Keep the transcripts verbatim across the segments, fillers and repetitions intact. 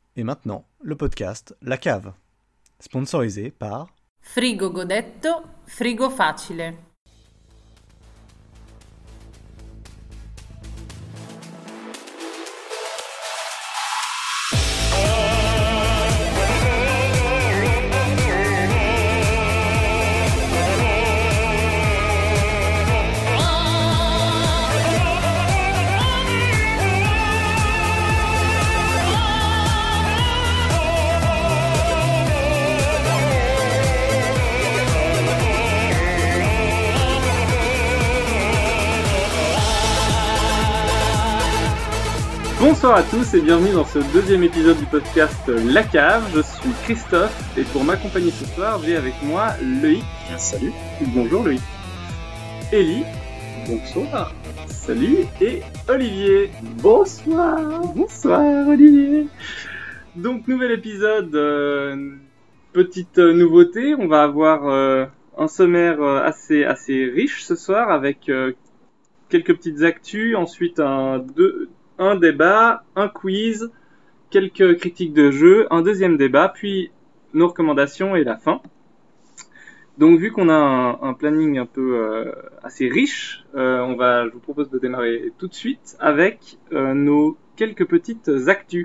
Et maintenant, le podcast La Cave, sponsorisé par Frigo Godetto, frigo facile. Bonsoir à tous et bienvenue dans ce deuxième épisode du podcast La Cave. Je suis Christophe et pour m'accompagner ce soir, j'ai avec moi Loïc. Salut. Bonjour Loïc. Ellie. Bonsoir. Salut. Et Olivier. Bonsoir. Bonsoir Olivier. Donc nouvel épisode, euh, petite euh, nouveauté. On va avoir euh, un sommaire euh, assez, assez riche ce soir avec euh, quelques petites actus, ensuite un... deux un débat, un quiz, quelques critiques de jeu, un deuxième débat, puis nos recommandations et la fin. Donc vu qu'on a un, un planning un peu euh, assez riche, euh, on va, je vous propose de démarrer tout de suite avec euh, nos quelques petites actus.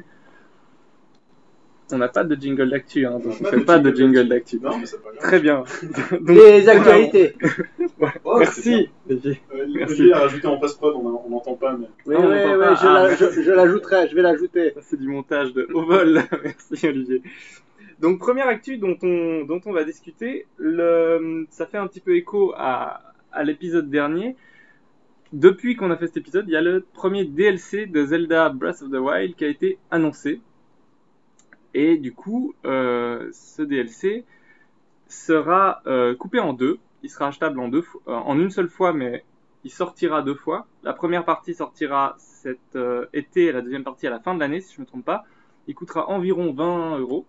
On n'a pas de jingle d'actu, hein, donc on ne fait pas de jingle d'actu. Non, mais c'est pas grave. Très bien. Donc, les actualités. Ouais, Oh, merci. Olivier Merci. a rajouté en post-prod, on n'entend pas, mais... Oui, Ah, on oui, entend oui, pas. je, Ah, la- je, je l'ajouterai, je vais l'ajouter. Ça, c'est du montage de haut vol. Merci Olivier. Donc première actu dont on dont on va discuter, le ça fait un petit peu écho à à l'épisode dernier. Depuis qu'on a fait cet épisode, il y a le premier D L C de Zelda Breath of the Wild qui a été annoncé. Et du coup, euh, ce D L C sera euh, coupé en deux. Il sera achetable en deux fo- euh, en une seule fois, mais il sortira deux fois. La première partie sortira cet euh, été et la deuxième partie à la fin de l'année, si je ne me trompe pas. Il coûtera environ vingt euros.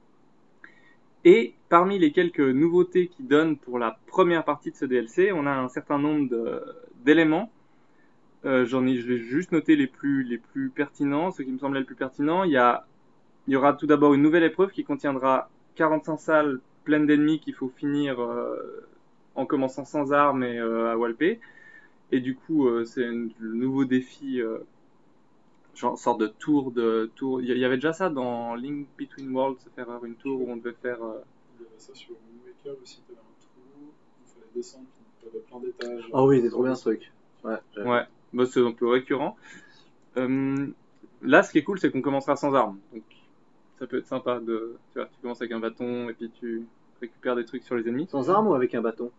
Et parmi les quelques nouveautés qu'ils donnent pour la première partie de ce D L C, on a un certain nombre de, d'éléments. Euh, j'en ai, je vais juste noter les plus, les plus pertinents, ceux qui me semblaient les plus pertinents. Il y a, il y aura tout d'abord une nouvelle épreuve qui contiendra quarante-cinq salles pleines d'ennemis qu'il faut finir euh, en commençant sans armes et euh, à walper. Et du coup, euh, c'est un, le nouveau défi, euh, genre sorte de tour de tour. Il y avait déjà ça dans Link Between Worlds, se faire une tour où on devait faire. Euh... Il y avait ça sur Wind Waker aussi, t'avais un trou, il fallait descendre, puis t'avais plein d'étages. Ah oui, c'est trop bien ce truc. Ouais, j'avoue. Ouais, bah, c'est un peu récurrent. Euh, là, ce qui est cool, c'est qu'on commencera sans armes. Donc, ça peut être sympa de. Tu vois, tu commences avec un bâton et puis tu récupères des trucs sur les ennemis. Sans arme ou avec un bâton?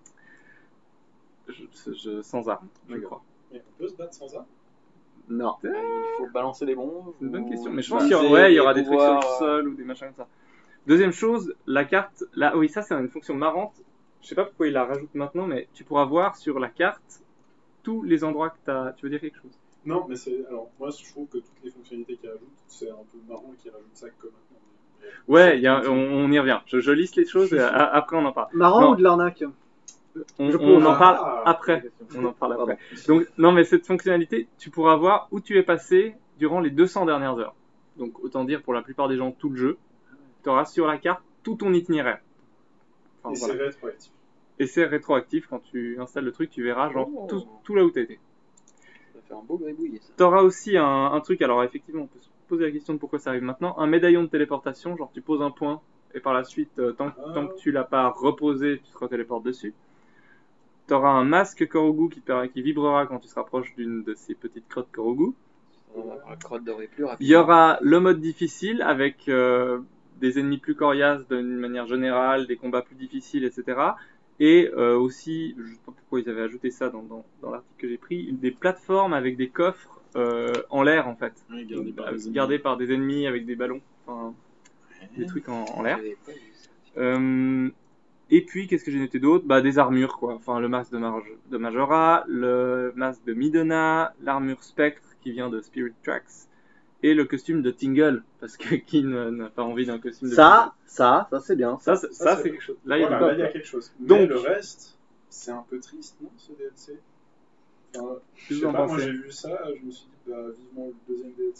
Je, je- sans armes, je D'accord. crois. Mais on peut se battre sans arme? Non. Il faut balancer des bombes. C'est une bonne ou question. Mais je pense utiliser qu'il y aura, ouais, il y des aura des trucs sur pouvoirs, le sol ou des machins comme ça. Deuxième chose, la carte. Là, oui, ça c'est une fonction marrante. Je sais pas pourquoi il la rajoute maintenant, mais tu pourras voir sur la carte tous les endroits que t'as. Tu veux dire quelque chose? Non, mais c'est... Alors, moi, je trouve que toutes les fonctionnalités qu'ils rajoutent, c'est un peu marrant qu'ils rajoutent ça comme maintenant. Mais- mais- Ouais, il y a- on, on y revient. Je, je liste les choses et a- après on en parle. Marrant Non. ou de l'arnaque? On, Je on pose. en parle Ah, après. On en parle après. Pardon. Donc, non, mais cette fonctionnalité, tu pourras voir où tu es passé durant les deux cents dernières heures. Donc, autant dire pour la plupart des gens tout le jeu. Tu auras sur la carte tout ton itinéraire. Enfin, Et voilà. c'est rétroactif. Et c'est rétroactif quand tu installes le truc, tu verras genre Oh. tout, tout là où t'as été. Ça va faire un beau gribouillis, ça. T'auras aussi un, un truc, alors effectivement, on peut se poser la question de pourquoi ça arrive maintenant, un médaillon de téléportation, genre tu poses un point et par la suite, euh, tant, Ah. tant que tu l'as pas reposé, tu te retéléportes dessus. T'auras un masque Korogu qui, te permet- qui vibrera quand tu te rapproches d'une de ces petites crottes Korogu. On va avoir la crotte dorée plus rapide. Il y aura le mode difficile avec euh, des ennemis plus coriaces d'une manière générale, des combats plus difficiles, et cetera. Et euh, aussi, je sais pas pourquoi ils avaient ajouté ça dans, dans, dans l'article que j'ai pris, des plateformes avec des coffres euh, en l'air en fait, Oui, gardé par Euh, les gardés par des ennemis avec des ballons, enfin des trucs en, en l'air. J'avais pas vu ça. Euh, et puis, qu'est-ce que j'ai noté d'autre? Bah, des armures, quoi. Enfin, le masque de, Mar- de Majora, le masque de Midona, l'armure Spectre qui vient de Spirit Tracks, et le costume de Tingle, parce que qui ne- n'a pas envie d'un costume de Ça, ça, ça c'est bien. Tingle. Ça, c'est- ça, ça, c'est- c'est quelque chose. Là, il y a Voilà, du là, il y a top. quelque chose. Donc- Mais le reste, c'est un peu triste, non, ce D L C? Enfin, je Qu'est-ce sais que vous en pas, moi pensez? j'ai vu ça, je me suis dit, bah, vivement le deuxième D L C pour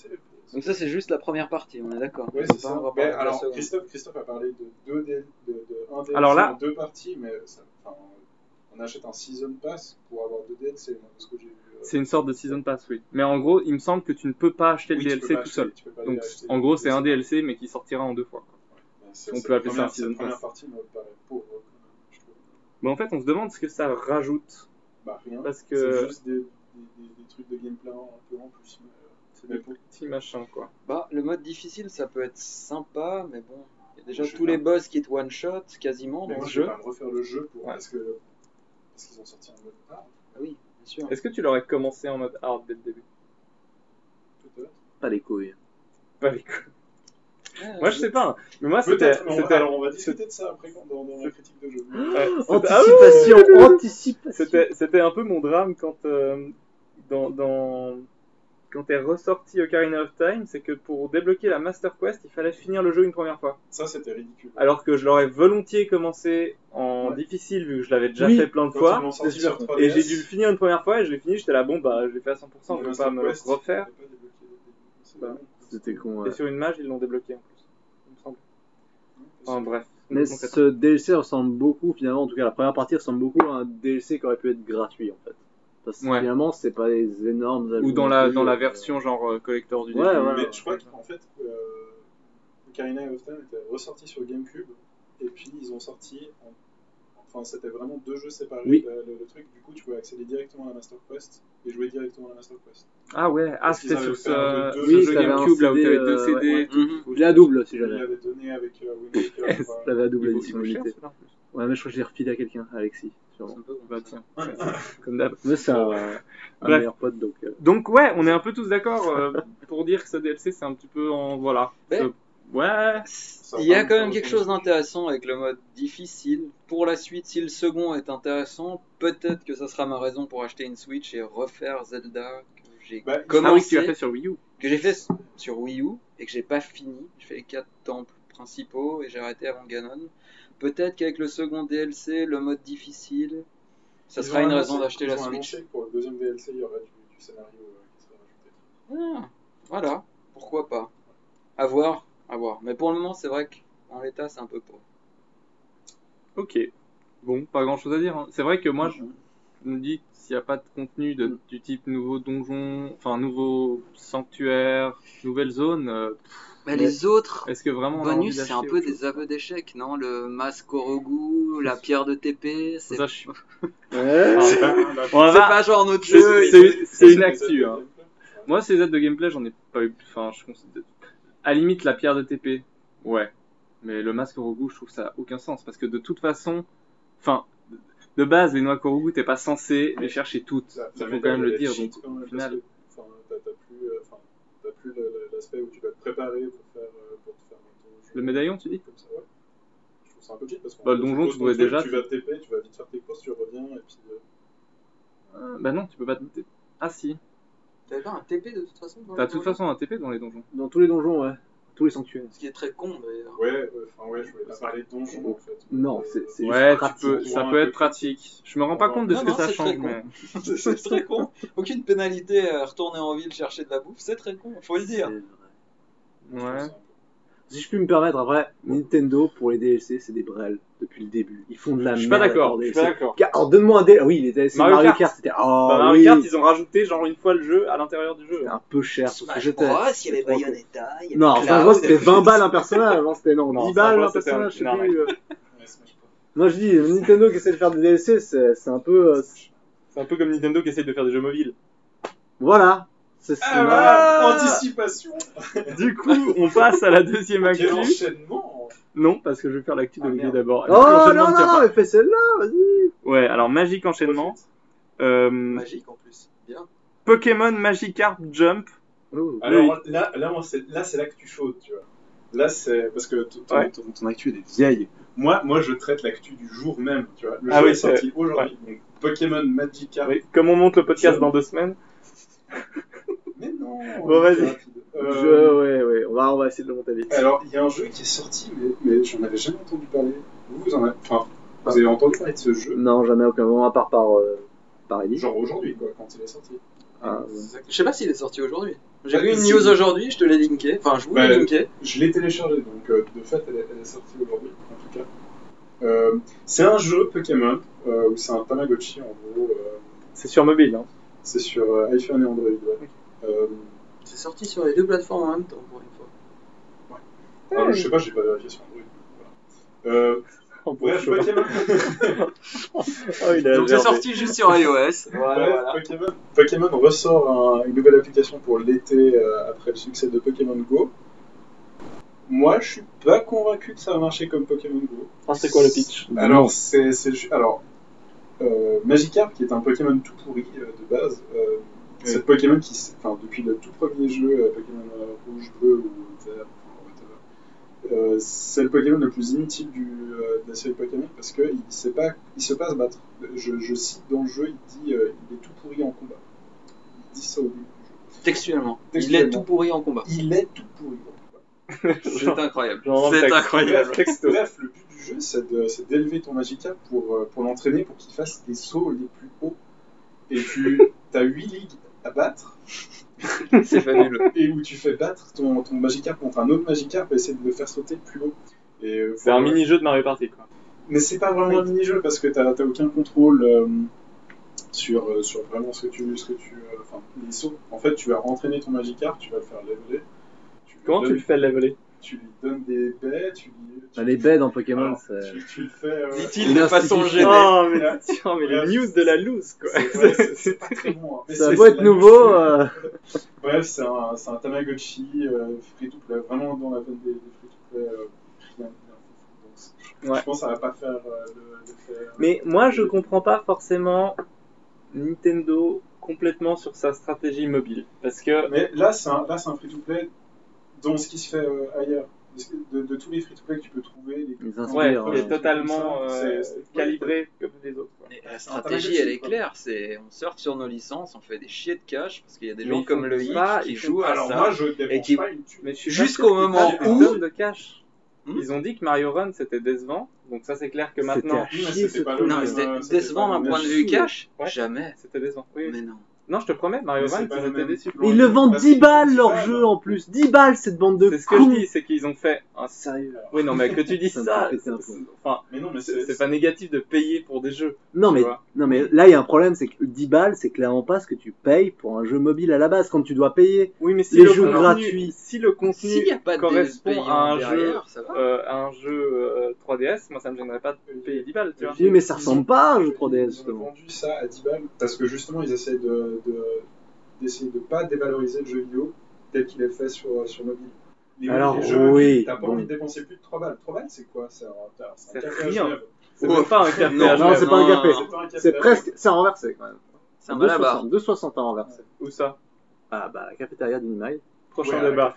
Donc ça, c'est juste la première partie, on est d'accord. Oui, On c'est peut pas ça. avoir Mais parlé de la alors, seconde. Christophe, Christophe a parlé de deux D, de, de un D L C Alors là- en deux parties, mais ça, enfin, on achète un Season Pass pour avoir deux D L C, moi, de ce que j'ai vu. euh, C'est une sorte de season pass, oui. Mais en gros, il me semble que tu ne peux pas acheter oui, le tu D L peux C pas tout acheter, seul. tu peux pas Donc, aller acheter en le gros, c'est un D L D L C, mais qui sortira en deux fois. quoi. Ouais, c'est- on cette peut appeler ça un première- season cette première pass. partie me paraît pauvre, quand même, je trouve. Bon, en fait, on se demande ce que ça rajoute. Bah, rien. Parce que- C'est juste des, des, des, des trucs de gameplay un peu en plus. Mais, euh, C'est mais des pour- petits machins, quoi. Bah, le mode difficile, ça peut être sympa, mais bon, il y a déjà Je sais tous pas. les boss qui te one-shot quasiment mais dans moi, le je vais jeu. pas me refaire le jeu pour, Ouais. parce que parce qu'ils ont sorti un mode hard, Ah oui, bien sûr. Est-ce que tu l'aurais commencé en mode hard dès le début? peut-être. Pas les couilles. Pas les couilles. Ouais, Moi, je sais pas. Mais moi, c'était. Peut-être, mais on va- c'était- alors on va discuter de ça après quand- dans, dans la critique de jeu. Ouais, c'était- Anticipation, Ah oui anticipation. C'était, c'était un peu mon drame quand, euh, dans, dans, quand est ressorti Ocarina of Time, c'est que pour débloquer la Master Quest, il fallait finir le jeu une première fois. Ça, c'était ridicule. Alors que je l'aurais volontiers commencé en Ouais. difficile, vu que je l'avais déjà Oui, fait plein de Quand fois. ils l'ont sorti c'est sûr. sur trois D S, Et j'ai dû le finir une première fois, et je l'ai fini, j'étais là, bon, bah, je l'ai fait à cent pour cent, je le vais Master pas me le Quest, refaire. il avait pas débloqué le début. C'est Bah, bon. C'était con, Et ouais. sur une mage, ils l'ont débloqué en plus, il me semble. Enfin, bref. Mais Donc, ce D L C ressemble beaucoup, finalement, en tout cas la première partie ressemble beaucoup à un D L C qui aurait pu être gratuit en fait. Parce que Ouais. finalement, c'est pas des énormes ajouts Ou dans non la, plus, dans la euh, version genre euh, collector du Ouais, début. ouais. Mais je crois qu'en fait, euh, Ocarina of Time était ressorti sur GameCube, et puis ils ont sorti, en- enfin c'était vraiment deux jeux séparés, Oui. le, le- le truc, du coup tu pouvais accéder directement à la Master Quest, et jouer directement à la Master Quest. Ah ouais, ah Parce qu'ils c'était avaient sur fait un ce, peu ce deux- Oui, jeu t'avais un GameCube là où C D, t'avais deux euh, C D. ouais. et tout. Mhm. Je l'ai à double si Je jamais. l'avais donné avec euh, Wind Waker. Je enfin, l'avais à double Il vaut- édition il vaut cher, limitée. celui-là, en plus. Ouais, mais je crois que je l'ai refilé à quelqu'un, à Alexis. C'est Sûrement. un peu Bah tiens, comme d'hab. Mais c'est un, un Bref. meilleur pote donc. euh, Donc ouais, on est un peu tous d'accord euh, pour dire que ce D L C c'est un petit peu en voilà. Mais- Euh, ouais. ça Il y a va quand pas même me quelque faire chose d'intéressant avec le mode difficile. Pour la suite, si le second est intéressant, peut-être que ça sera ma raison pour acheter une Switch et refaire Zelda que j'ai Bah, Ah oui, que commencé, tu as fait sur Wii U. que j'ai fait sur Wii U et que j'ai pas fini. J'ai fait les quatre temples principaux et j'ai arrêté avant Ganon. Peut-être qu'avec le second D L C, le mode difficile, ça Ils sera ont une annoncé- raison d'acheter la Ils ont Switch. annoncé que pour le deuxième D L C, il y aurait du, du scénario euh, qui serait rajouté. Ah, voilà, pourquoi pas. À voir, à voir. Mais pour le moment, c'est vrai qu'en l'état, c'est un peu pauvre. Ok. Bon, pas grand chose à dire. hein. C'est vrai que moi je me dis s'il n'y a pas de contenu de, du type nouveau donjon, enfin nouveau sanctuaire, nouvelle zone, euh, Mais les autres est-ce que vraiment on a envie bonus, c'est un d'acheter peu autre des chose aveux d'échec, non? Le masque Orogu, la pierre de T P, c'est Ça, je suis- Ouais. Ah, c'est on c'est va- pas genre notre C'est- jeu. c'est- c'est une Ça, actu, c'est- hein. Moi, ces aides de gameplay, j'en ai pas eu. Enfin, je considère. À la limite, la pierre de T P, ouais. Mais le masque Orogu, je trouve ça a aucun sens. Parce que de toute façon, enfin, de base, les noix Orogu, t'es pas censé les chercher toutes. Ça- Il ça faut met quand même ta- le la dire. cheat Donc, quand même, au parce final. que, enfin, t'as t'as plus, euh, enfin, t'as plus le- le- l'aspect où tu dois te préparer pour faire, euh, pour te faire un donjon. Le médaillon, tu dis Comme ça, ouais. Je trouve ça un peu cheat parce que Bah, le donjon, tu pouvais déjà- Tu vas te T P, tu vas vite faire tes courses, tu reviens et puis. euh, Ah, bah non, tu peux pas. te- Ah si. T'avais pas un T P de toute façon dans T'as le de toute donjon façon un T P dans les donjons. Dans tous les donjons, ouais. Tous les sanctuaires. Ce qui est très con d'ailleurs. Ouais, ouais, enfin ouais, je voulais pas parler de donjon en fait. Non, Euh, c'est- c'est- Ouais, tu pratique. peux, ça Un peut peu être pratique. Je me rends pas compte de Non, ce non, que ça c'est change, très con. mais. c'est très con. Aucune pénalité à retourner en ville chercher de la bouffe, c'est très con, faut le dire. C'est vrai. je trouve Ouais. ça un peu- Si je puis me permettre, après, Nintendo, pour les D L C, c'est des brels depuis le début. Ils font de la Je suis merde. pas d'accord. en Je suis D L C. pas d'accord. Car- Alors, donne-moi un D L C. Oui, les D L C Mario Mario, Kart. Kart, c'était. Oh, Dans Mario oui. Kart, ils ont rajouté genre une fois le jeu à l'intérieur du jeu. C'était un peu cher. Parce que Smash j'étais. Bros, il y avait trop con. Bayonetta, il y avait Non, Cloud. Smash Bros, c'était vingt balles un personnage. Non, c'était non, Non, dix Smash balles Bros, un c'était personnage, un- je sais non, plus. euh. Ouais, Smash Bros. Non, je dis, Nintendo qui essaie de faire des D L C, c'est c'est un peu. euh, C'est un peu comme Nintendo qui essaye de faire des jeux mobiles. Voilà. C'est c'est Ah, marrant. voilà, anticipation. Du coup, on passe à la deuxième actu. Quel enchaînement. Non, parce que je vais faire l'actu Ah, d'Olivier merde. d'abord. Oh L'enchaînement non, ne non, tient non, pas. mais fais celle-là, vas-y. Ouais, alors magique enchaînement. Euh, Magique en plus, bien. Pokémon Magikarp Jump. Oh. Alors là, là, moi, c'est là, c'est l'actu chaude, tu vois. Là, c'est parce que t- ton, Ouais. ton, ton actu elle est vieille. Moi, moi, je traite l'actu du jour même, tu vois. Le Ah jeu oui, est c'est- sorti aujourd'hui. Donc, Pokémon Magikarp. Oui, comme on monte le podcast Je- dans deux semaines. Mais non. Bon, vas-y. c'est rapide. Euh, Je, ouais, ouais, on va, on va essayer de le monter vite. Alors, il y a un jeu qui est sorti, mais, mais j'en avais jamais entendu parler. Vous, vous en avez, enfin, vous avez entendu parler de ce jeu, Non, jamais aucun moment, à part par, euh, par Ellie. genre aujourd'hui, quoi, quand il est sorti. Ah, ouais. Je sais pas s'il est sorti aujourd'hui. J'ai Bah, vu une si. news aujourd'hui, je te l'ai linké. Enfin, je vous l'ai Bah, linké. Je l'ai téléchargé, donc euh, de fait, elle est, elle est sortie aujourd'hui, en tout cas. Euh, c'est un jeu Pokémon, euh, où c'est un Tamagotchi, en gros. Euh, C'est sur mobile. Hein. c'est sur euh, iPhone et Android, ouais. Euh, C'est sorti sur les deux plateformes en même temps, pour une fois. ah, je sais pas, j'ai pas vérifié sur Android. Voilà. Euh, Oh, bref, chaud. Pokémon. Oh, il a Donc c'est germé. sorti juste sur iOS. Voilà, Bref, voilà. Pokémon, Pokémon ressort un- une nouvelle application pour l'été euh, après le succès de Pokémon Go. Moi, je suis pas convaincu que ça va marcher comme Pokémon Go. Ah, c'est quoi le pitch? Alors, c'est, c'est ju- alors euh, Magikarp, qui est un Pokémon tout pourri euh, de base, euh, c'est le Pokémon qui, s- enfin, depuis le tout premier jeu, euh, Pokémon euh, rouge, bleu ou vert, enfin, whatever, euh, c'est le Pokémon le plus inutile du, euh, de la série Pokémon parce qu'il sait pas, il sait pas se battre. Je, je cite dans le jeu, il dit, euh, il est tout pourri en combat. Il dit ça au début du jeu. Textuellement. Il est Textuellement. tout pourri en combat. Il est tout pourri en combat. C'est incroyable. Genre, C'est texte. incroyable. Bref, texto. Bref, le but du jeu, c'est, de, c'est d'élever ton Magikarp pour, euh, pour l'entraîner pour qu'il fasse les sauts les plus hauts. Et tu as huit ligues à battre, C'est fabuleux. et où tu fais battre ton, ton Magikarp contre un autre Magikarp et essayer de le faire sauter le plus haut. Et, euh, C'est un faut- mini-jeu de Mario Party, quoi. Mais c'est pas vraiment un mini-jeu parce que t'as, t'as aucun contrôle euh, sur, euh, sur vraiment ce que tu. Ce que tu euh, enfin, les sauts. En fait, tu vas entraîner ton Magikarp, tu vas le faire leveler. Tu lui Comment tu donnes- le fais leveler? Tu lui donnes des baies, tu lui. tu Bah, lui les fais- baies dans Pokémon, Alors, c'est. tu, tu le fais. euh, Dit-il de façon Merci. gênée. Oh, mais, Ouais. tiens, mais Ouais. les news de la loose, quoi. C'est, ouais, c'est, c'est pas très bon. Hein. Mais Ça c'est- doit c'est être la nouveau. louche. euh, Bref, c'est un, c'est un Tamagotchi euh, free to play, vraiment dans la veine des, des free to play. Euh, rien, rien. Donc, c'est- Ouais. Je pense que ça va pas faire euh, le- l'effet. Mais moi, je comprends pas forcément Nintendo complètement sur sa stratégie mobile. Parce que, Mais là, c'est un, là, c'est un free to play dans ce qui se fait euh, ailleurs. De, de tous les free to play que tu peux trouver, les Ils ouais, inspirent. il est euh, totalement euh, C'est- c'est- calibré comme les autres. quoi. Et la stratégie, elle est claire. C'est on surfe sur nos licences, on fait des chiés de cash parce qu'il y a des Mais gens ils comme font le Hic pas- qui ils font jouent pas- à Alors ça. moi, je dépense qui- pas une thune. Mais je suis pas Jusqu'au sûr qu'ils moment fassent où- une tonne de cash. Hmm Ils ont dit que Mario Run c'était décevant, donc ça c'est clair que C'était maintenant à Oui, mais chier, c'était ce pas truc. le Non, mais même, c'était euh, c'était décevant pas d'un le point de même vue chier. cash. Ouais. Jamais. c'était décevant. Oui, oui. Mais non. Non, je te promets, Mario Mais c'est Run pas ils le étaient même. déçus. Mais ils le vendent Parce dix qu'ils balles disent leur pas, jeu bah. en plus. dix balles cette bande de C'est ce que je cons. dis, c'est qu'ils ont fait un sérieux. Oui, non, mais que tu dis Ça me ça, fait péter un c'est- peu. enfin, Mais non, mais c'est c'est c'est pas négatif de payer pour des jeux. Non tu mais, vois. non mais là il y a un problème, c'est que dix balles c'est clairement pas ce que tu payes pour un jeu mobile à la base quand tu dois payer. Oui, mais si Les le jeux contenu, gratuits. si le contenu S'il n'y a pas de correspond payant à un jeu, derrière, ça va. euh, à un jeu euh, trois D S, moi ça me gênerait pas de payer dix balles, tu vois. Oui mais ça ressemble pas à un jeu trois D S Ils ont justement. vendu ça à dix balles parce que justement ils essayent de, de, d'essayer de pas dévaloriser le jeu vidéo tel qu'il est fait sur, sur mobile. Les, Alors, les jeux oui, mobiles, t'as pas bon. envie de dépenser plus de trois balles. trois balles c'est quoi? C'est un, c'est un C'est café à rien. Genève. C'est Oh, même pas un café non, à Non Genève. c'est pas un non, café, non, C'est pas un café c'est à presque, c'est renversé quand même. C'est un malabar. deux soixante à renversé. Où ça? Ah bah la cafétéria d'Unimail. Prochain Ouais, débat.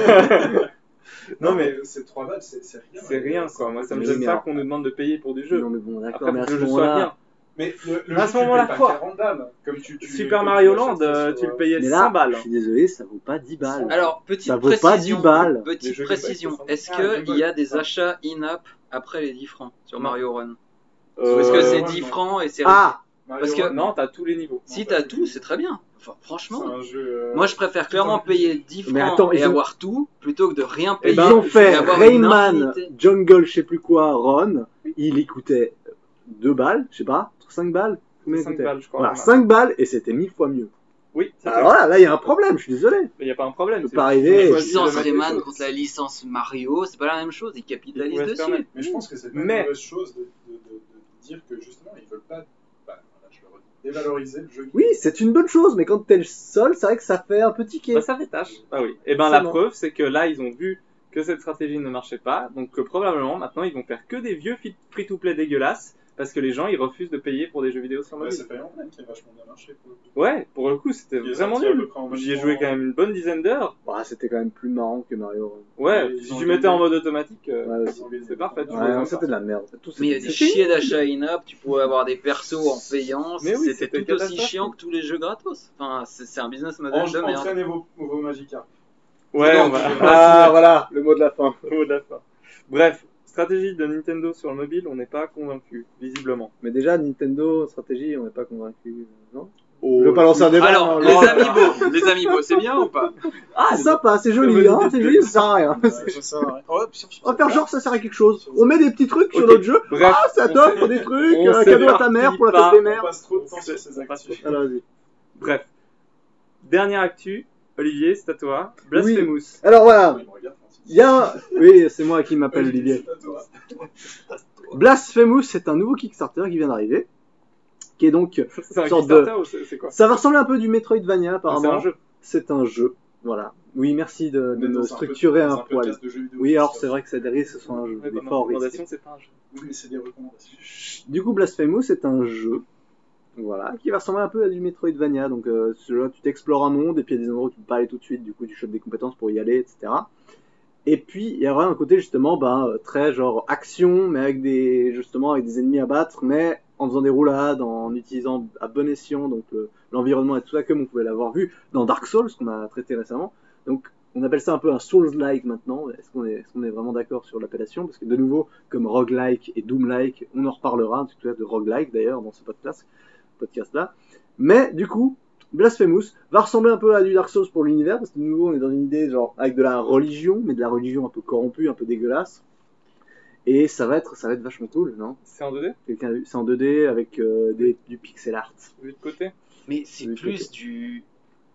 Non mais c'est trois balles, c'est c'est rien. C'est rien quoi, moi ça me Mais gêne mais pas alors- qu'on nous demande de payer pour du jeu. Non mais bon d'accord, Après, mais à faut ce que le jeu soit moment-là. bien. Mais le, le À jeu, ce tu moment-là, le payes quoi pas quarante balles. Comme tu, tu, Super comme Mario tu Land, l'achètes euh, sur, tu le euh, payais Mais cent là, balles. je suis désolé, ça vaut pas dix balles. Alors, petite Ça vaut précision, pas dix balles. Les petite jeux précision. Game Boy, Est-ce Ah, qu'il Game Boy, y a des ah. achats in-app après les dix francs sur Non. Mario Run? Euh, Est-ce que ouais, c'est ouais, dix non. francs et c'est Ah Mario Parce que- Run, Non, t'as tous les niveaux. Si Non, t'as pas tout, du c'est tout. très bien. Enfin, c'est franchement, un jeu. euh, moi je préfère clairement tout en plus. payer dix francs Mais attends, et ils ont- avoir tout plutôt que de rien Eh payer. ben, Ils ont et fait avoir une Rayman, infinité. Jungle, je sais plus quoi, Ron. Il y coûtait deux balles, je sais pas, cinq balles. Combien il cinq coûtait balles, je crois. Voilà, Voilà. cinq balles et c'était mille fois mieux. Oui, c'est Alors là, là, il y a un problème, je suis désolé. Il n'y a pas un problème. peut c'est pas juste arriver. qu'ils ont La choisi de licence mettre les Rayman choses. contre la licence Mario, c'est pas la même chose, ils Ils capitalisent pouvaient se dessus. permettre. Mais je pense que c'est pas Mais- une mauvaise chose de, de, de, de dire que justement ils veulent pas, bah, voilà, je le redis, dévaloriser le jeu. Oui, c'est une bonne chose, mais quand t'es le seul, c'est vrai que ça fait un peu tiquer. Bah, ça fait tâche. Ah oui. Et ben la Forcément. preuve, c'est que là, ils ont vu que cette stratégie ne marchait pas, donc que probablement maintenant ils vont faire que des vieux free-to-play dégueulasses, parce que les gens ils refusent de payer pour des jeux vidéo sur Ouais, mobile. c'est Fire Emblem qui a vachement bien marché pour le coup. Ouais, pour le coup, c'était Il est vraiment sorti à peu nul. près en même J'y ai temps. joué quand même une bonne dizaine d'heures. Bah, c'était quand même plus marrant que Mario Run. Ouais, Mais ils si ont tu mettais gagné. en mode automatique, euh, Ouais, Ils ont gagné. c'est parfait. tu Ouais, jouais non, comme c'était ça. de la merde. Tout, Mais il y a c'était- des C'est chiés d'achats in-app, tu pouvais avoir des persos en payant, Mais oui, c'était c'était tout aussi catastrophique. chiant que tous les jeux gratos. Enfin, c'est c'est un business model En- de merde. Entraînez vos, vos Magikarp. Ouais, Non, on va. tu- Ah, voilà, le mot de la fin. Au bout de la fin. Bref, stratégie de Nintendo sur le mobile, on n'est pas convaincu, visiblement. Mais déjà, Nintendo, stratégie, on n'est pas convaincu, non? Je vais pas lancer un débat. Alors, hein, les genre, amiibo, les amiibo, c'est bien ou pas? Ah, c'est sympa, c'est joli, hein, c'est joli, ça sert à rien. Ouais, ça sert à rien. Ouais, puis sur- sur- On va faire genre ça sert à quelque chose. On met des petits trucs sur Ok. notre jeu. Bref, Ah, ça on t'offre s'est- des trucs, on un s'est cadeau à ta mère parti pour la par- fête des On mères. passe trop de temps On sur passe- ces on passe- actus. Alors, vas-y. Bref. Dernière actu. Olivier, c'est à toi. Blasphemous. Alors voilà, Il me regarde, Francis. il y a un... Oui, c'est moi qui m'appelle Olivier. C'est à toi. Blasphemous, c'est un nouveau Kickstarter qui vient d'arriver. Qui est donc... C'est un sorte Kickstarter ou c'est c'est quoi? Ça va ressembler un peu du Metroidvania, C'est apparemment. un jeu. C'est un jeu. Voilà. Oui, merci de, de On est me dans un structurer pod- un dans poil. podcast de jeux vidéo. Oui, alors c'est vrai que ça risque que ce soit un jeu. Ouais, Des bah, ma forts risques. recommandation, c'est pas un jeu. Oui, mais c'est des recommandations. Du coup, Blasphemous, c'est un jeu, voilà, qui va ressembler un peu à du Metroidvania. Donc, euh, ce jeu, tu t'explores un monde, et puis il y a des endroits où tu peux pas aller tout de suite, du coup, tu chopes des compétences pour y aller, et cetera. Et puis, il y aura un côté, justement, ben, euh, très genre action, mais avec des, justement, avec des ennemis à battre, mais en faisant des roulades, en utilisant à bon escient, donc le- l'environnement et tout ça, comme on pouvait l'avoir vu dans Dark Souls, qu'on a traité récemment. Donc, on appelle ça un peu un Souls-like maintenant. Est-ce qu'on est, est-ce qu'on est vraiment d'accord sur l'appellation? Parce que de nouveau, comme roguelike et Doom-like, on en reparlera un petit peu de roguelike d'ailleurs dans ce podcast, podcast-là. Mais du coup, Blasphemous va ressembler un peu à du Dark Souls pour l'univers, parce que de nouveau, on est dans une idée genre avec de la religion, mais de la religion un peu corrompue, un peu dégueulasse. Et ça va être, ça va être vachement cool, non? C'est en deux D? Quelqu'un a vu? C'est en deux D avec euh, des, du pixel art. Vu de côté? Mais c'est Oui, plus peut-être. du.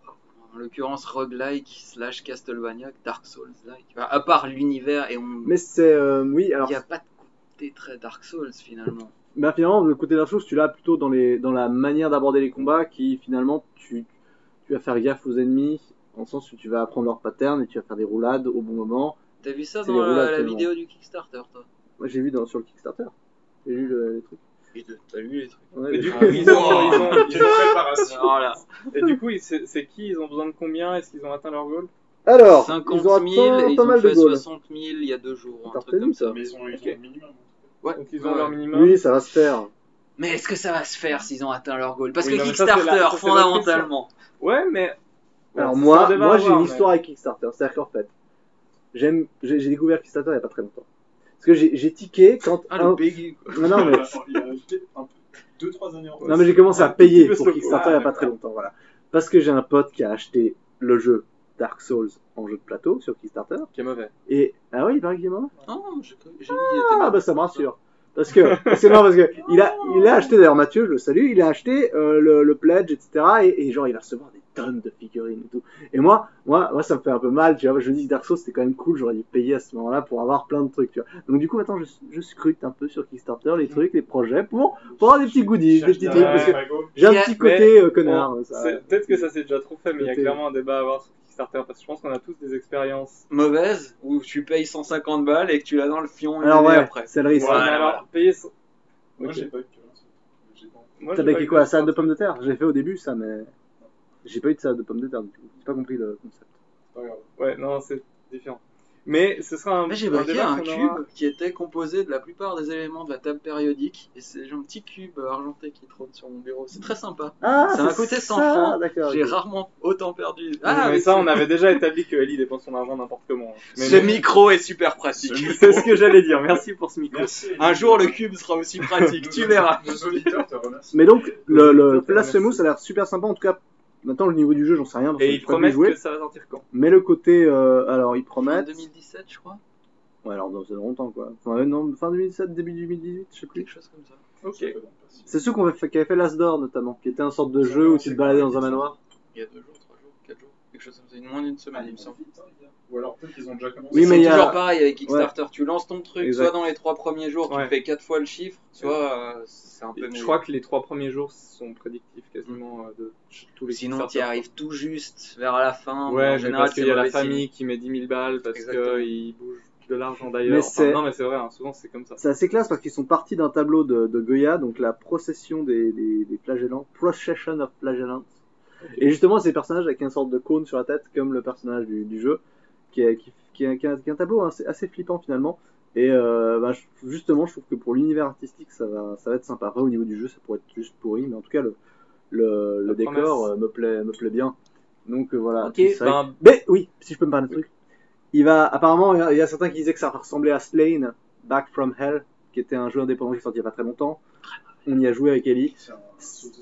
En l'occurrence, roguelike slash Castlevania que Dark Souls-like. Enfin, à part l'univers, et on. Mais c'est, euh, oui, alors. Il n'y a pas de côté très Dark Souls finalement. Ben finalement, le côté Dark Souls, tu l'as plutôt dans, les, dans la manière d'aborder les combats qui finalement, tu, tu vas faire gaffe aux ennemis, en sens où tu vas apprendre leur pattern et tu vas faire des roulades au bon moment. T'as vu ça C'est dans les la, roulades la seulement. vidéo du Kickstarter, toi? Moi j'ai vu dans, sur le Kickstarter, j'ai vu le, les trucs. Et de- T'as lu les trucs? Ouais, Et les- du coup, ils ont, ils ont, ils Quelle préparation. Voilà. ont- et du coup, ils- c'est c'est qui? Ils ont besoin de combien? Est-ce qu'ils ont atteint leur goal? Alors, cinquante ils ont mille atteint et ils pas ont mal de fait goals. soixante mille il y a deux jours, un T'as truc retenu comme ça. Mais ils ont, ils ont Ok. le minimum. Ouais. Donc ils ont Ouais. leur minimum. Oui, ça va se faire. Mais est-ce que ça va se faire s'ils ont atteint leur goal? Parce Oui, que non, mais ça, c'est la- Kickstarter, ça, c'est la fondamentalement. Ouais, mais. bon, Alors c'est moi, un débat moi à j'ai avoir, une mais- histoire avec Kickstarter, c'est-à-dire qu'en fait, j'aime, j'ai j'ai découvert Kickstarter il y a pas très longtemps. Parce que j'ai j'ai tiqué quand Ah, un... le bégué, quoi. Non, non, mais... Il y a peut-être un peu, deux, trois années en Non mais j'ai commencé à Un tout petit payer peu pour slow. Kickstarter il y a pas très longtemps, voilà. Parce que j'ai un pote qui a acheté le jeu Dark Souls en jeu de plateau sur Kickstarter. Qui est mauvais. Et ah oui, il paraît qu'il est mort. Non, j'ai j'ai dit qu'il était Ah mal. bah ça me rassure. Parce que c'est marrant parce que il a il a acheté d'ailleurs Mathieu, je le salue, il a acheté euh, le, le pledge et cetera et, et genre il va recevoir des tonnes de figurines et tout. Et moi moi moi ça me fait un peu mal, tu vois. Je me dis que Dark Souls c'était quand même cool, j'aurais dû payer à ce moment-là pour avoir plein de trucs, tu vois. Donc du coup maintenant je, je scrute un peu sur Kickstarter les trucs, les projets pour pour avoir des petits goodies, des petits trucs parce que j'ai un Il y a- petit côté euh, connard. Bon, ça. c'est- Peut-être que ça s'est déjà trop fait, mais il y a Côté- clairement un débat à avoir sur Kickstarter parce que je pense qu'on a tous des expériences. Mauvaise, où tu payes cent cinquante balles et que tu l'as dans le fion une Alors année ouais, après. c'est le risque. Ouais, Voilà, mais alors, voilà. payer. son- Moi, Ok. j'ai pas eu de violence. J'ai pas- Moi, T'as j'ai pas baqué eu quoi, la de- salade de pommes de terre? J'ai fait au début ça, mais j'ai pas eu de salade de pommes de terre du tout. J'ai pas compris le concept. C'est pas grave. Ouais, non, c'est différent. Mais ce sera un. Là, j'ai un baqué débat un qu'on cube aura. qui était composé de la plupart des éléments de la table périodique et c'est un petit cube argenté qui trône sur mon bureau. C'est très sympa. Ah, Ça m'a coûté cent ça, francs. D'accord. J'ai ok. rarement autant perdu. Ah, mais ça, on avait déjà établi que Ellie dépense son argent n'importe comment. Mais Ce non. micro est super pratique. C'est ce que j'allais dire. Merci pour ce micro. Merci. Un jour, le cube sera aussi pratique. Tu verras. Nos auditeurs te remercient. Mais donc, le, le Merci. Blasphemous ça a l'air super sympa. En tout cas, maintenant le niveau du jeu, j'en sais rien parce que Et j'ai ils pas pu promettent jouer. que ça va sortir quand? Mais le côté, euh, alors ils En promettent. deux mille dix-sept, je crois. Ouais, alors dans c'est longtemps quoi. Enfin, euh, non, fin deux mille dix-sept, début deux mille dix-huit, je sais plus. Quelque chose comme ça. Ok. Ça peut donc passer. C'est ceux qu'on avait fait, qui avaient fait l'Asdor notamment, qui était un sorte de jeu où tu te baladais dans un manoir. Il y a deux jours, trois jours, quatre jours. Quelque chose comme ça. Une moins d'une semaine, Ah, il me ils semble. sont vite, hein, les gars. Ou alors peut-être qu'ils ont déjà commencé. Oui, mais c'est il y a- toujours pareil avec Kickstarter. Tu lances ton truc, Exact. soit dans les trois premiers jours, tu Ouais. fais quatre fois le chiffre, soit euh, c'est un peu Je meilleur. crois que les trois premiers jours sont prédictifs quasiment euh, de ch- tous les Sinon, tu y Kickstarter. arrives tout juste vers la fin. mais Ouais, en mais général, parce qu'il c'est y a la mauvais signe. famille qui met dix mille balles parce Exactement. qu'ils bougent de l'argent d'ailleurs. Mais Enfin, c'est- non, mais c'est vrai, hein, souvent c'est comme ça. C'est assez classe parce qu'ils sont partis d'un tableau de, de Goya, donc la procession des, des, des flagellants, Procession of Flagellants. Et justement, ces personnages avec une sorte de cône sur la tête, comme le personnage du, du jeu, qui est, qui, qui est, qui est un, qui est un tableau assez, assez flippant finalement. Et euh, bah, je- justement, je trouve que pour l'univers artistique, ça va, ça va être sympa. Après, au niveau du jeu, ça pourrait être juste pourri, mais en tout cas, le, le, le La décor promesse. euh, me plaît, me plaît bien. Donc euh, voilà. Ok, Puis c'est vrai ben- que- Mais oui, si je peux me parler de truc. Il va, apparemment, il y, a, il y a certains qui disaient que ça ressemblait à Splane, Back from Hell, qui était un jeu indépendant qui est sorti il y a pas très longtemps. On y a joué avec Ellie. C'est un sous-détail aussi.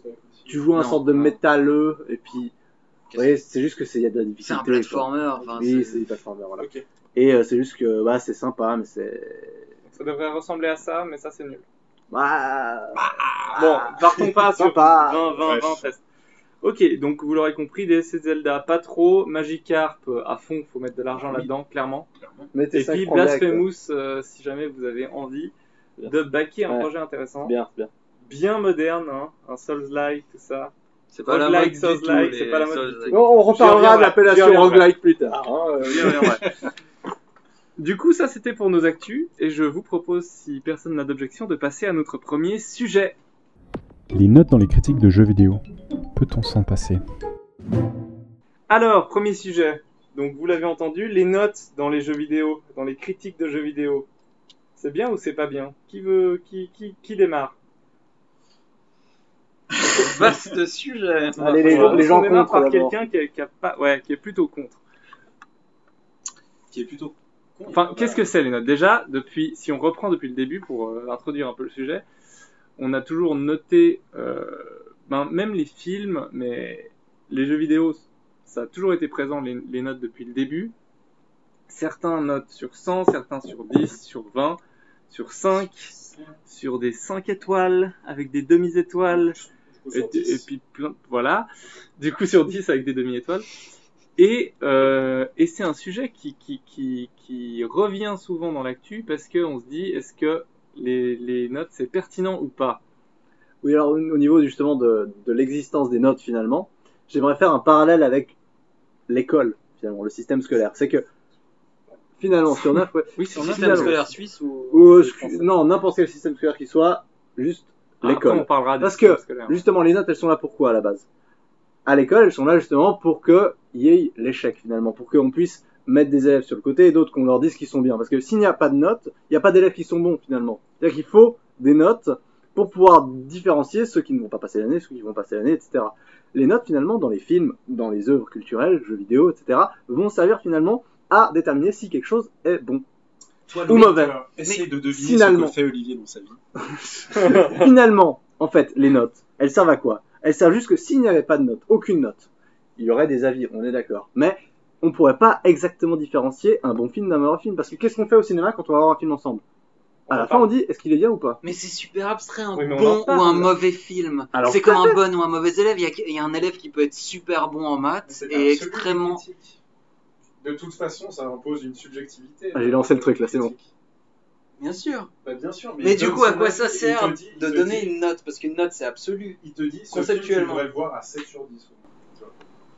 tu joues un Non, sorte de non. métalleux, et puis, Qu'est-ce ouais, c'est juste que c'est, il y a de la C'est difficulté. un platformer. Enfin, Oui, c'est des platformers, voilà. Ok. Et euh, c'est juste que, bah, c'est sympa, mais c'est... Ça devrait ressembler à ça, mais ça c'est nul. Bah... Bon, partons pas sur sympa. vingt, vingt, vingt tests. Ok, donc vous l'aurez compris, D L C Zelda pas trop, Magikarp euh, à fond, faut mettre de l'argent Oui. là-dedans, clairement. Mettez Et cinq puis francs direct, Blasphemous, euh, si jamais vous avez envie Bien. de backer un Ouais. projet c'est intéressant, bien, c'est bien. bien moderne, hein, un Souls-like, tout ça. C'est pas la mode Roguelike, du Souls-like, tout. c'est les pas la mode Souls du like. Bon, on reparlera de reviendrai, l'appellation j'y reviendrai. roguelike plus tard. Hein, euh, J'y reviendrai. Du coup, ça c'était pour nos actus, et je vous propose, si personne n'a d'objection, de passer à notre premier sujet. Les notes dans les critiques de jeux vidéo. Peut-on s'en passer? Alors, premier sujet. Donc, vous l'avez entendu, les notes dans les jeux vidéo, dans les critiques de jeux vidéo. C'est bien ou c'est pas bien? Qui veut, qui, qui, qui démarre? Vaste sujet. Allez, les Je gens, pense les gens qu'on démarre contre par d'abord. quelqu'un qui, est- qui a pas, ouais, qui est plutôt contre. Qui est plutôt con. Enfin, Bah, qu'est-ce que c'est les notes? Déjà, depuis, si on reprend depuis le début pour euh, introduire un peu le sujet, on a toujours noté, euh, ben, même les films, mais les jeux vidéo, ça a toujours été présent les, les notes depuis le début. Certains notent sur cent, certains sur dix, sur vingt, sur cinq, sur des cinq étoiles avec des demi-étoiles. Et, et puis plein, voilà, du coup sur dix avec des demi-étoiles. Et, euh, et c'est un sujet qui, qui, qui, qui revient souvent dans l'actu parce qu'on se dit, est-ce que les, les notes c'est pertinent ou pas? Oui, alors au au niveau justement de, de l'existence des notes finalement, j'aimerais faire un parallèle avec l'école, finalement, le système scolaire. C'est que finalement, sur neuf, ouais, Oui, C'est sur un note, système finalement. scolaire suisse ou. ou, euh, ou scu- français non, n'importe quel système scolaire qui soit, juste Ah, après, l'école. on parlera du Parce système que, scolaire. justement, les notes, elles sont là pour quoi à la base? À l'école, elles sont là justement pour qu'il y ait l'échec finalement, pour qu'on puisse mettre des élèves sur le côté et d'autres qu'on leur dise qu'ils sont bien. Parce que s'il n'y a pas de notes, il n'y a pas d'élèves qui sont bons finalement. C'est-à-dire qu'il faut des notes pour pouvoir différencier ceux qui ne vont pas passer l'année, ceux qui vont passer l'année, et cetera. Les notes finalement dans les films, dans les œuvres culturelles, jeux vidéo, et cetera, vont servir finalement à déterminer si quelque chose est bon. Toi, ou Louis, mauvais. alors, essaye de deviner finalement. ce que fait Olivier dans sa vie. Finalement, en fait, les notes, elles servent à quoi? Elles servent juste que s'il n'y avait pas de notes, aucune note, il y aurait des avis, on est d'accord. Mais on pourrait pas exactement différencier un bon film d'un mauvais film. Parce que qu'est-ce qu'on fait au cinéma quand on va voir un film ensemble? À la fin, on dit, est-ce qu'il est bien ou pas? Mais c'est super abstrait, un Oui, mais on bon en ou parle. un mauvais film. Alors, C'est tout à comme un fait. bon ou un mauvais élève. Il y, a, il y a un élève qui peut être super bon en maths C'est et absolu, extrêmement. critique. De toute façon, ça impose une subjectivité. Ah, j'ai lancé le truc, là, c'est bon. Critique. Bien sûr. Bah, bien sûr. Mais, il du donne coup, à son quoi avis, ça il te sert dit- il de te donner dit- une note? Parce qu'une note, c'est absolu. Il te dit, ce film, tu Conceptuellement. devrais le voir à sept sur dix. au moins, tu vois.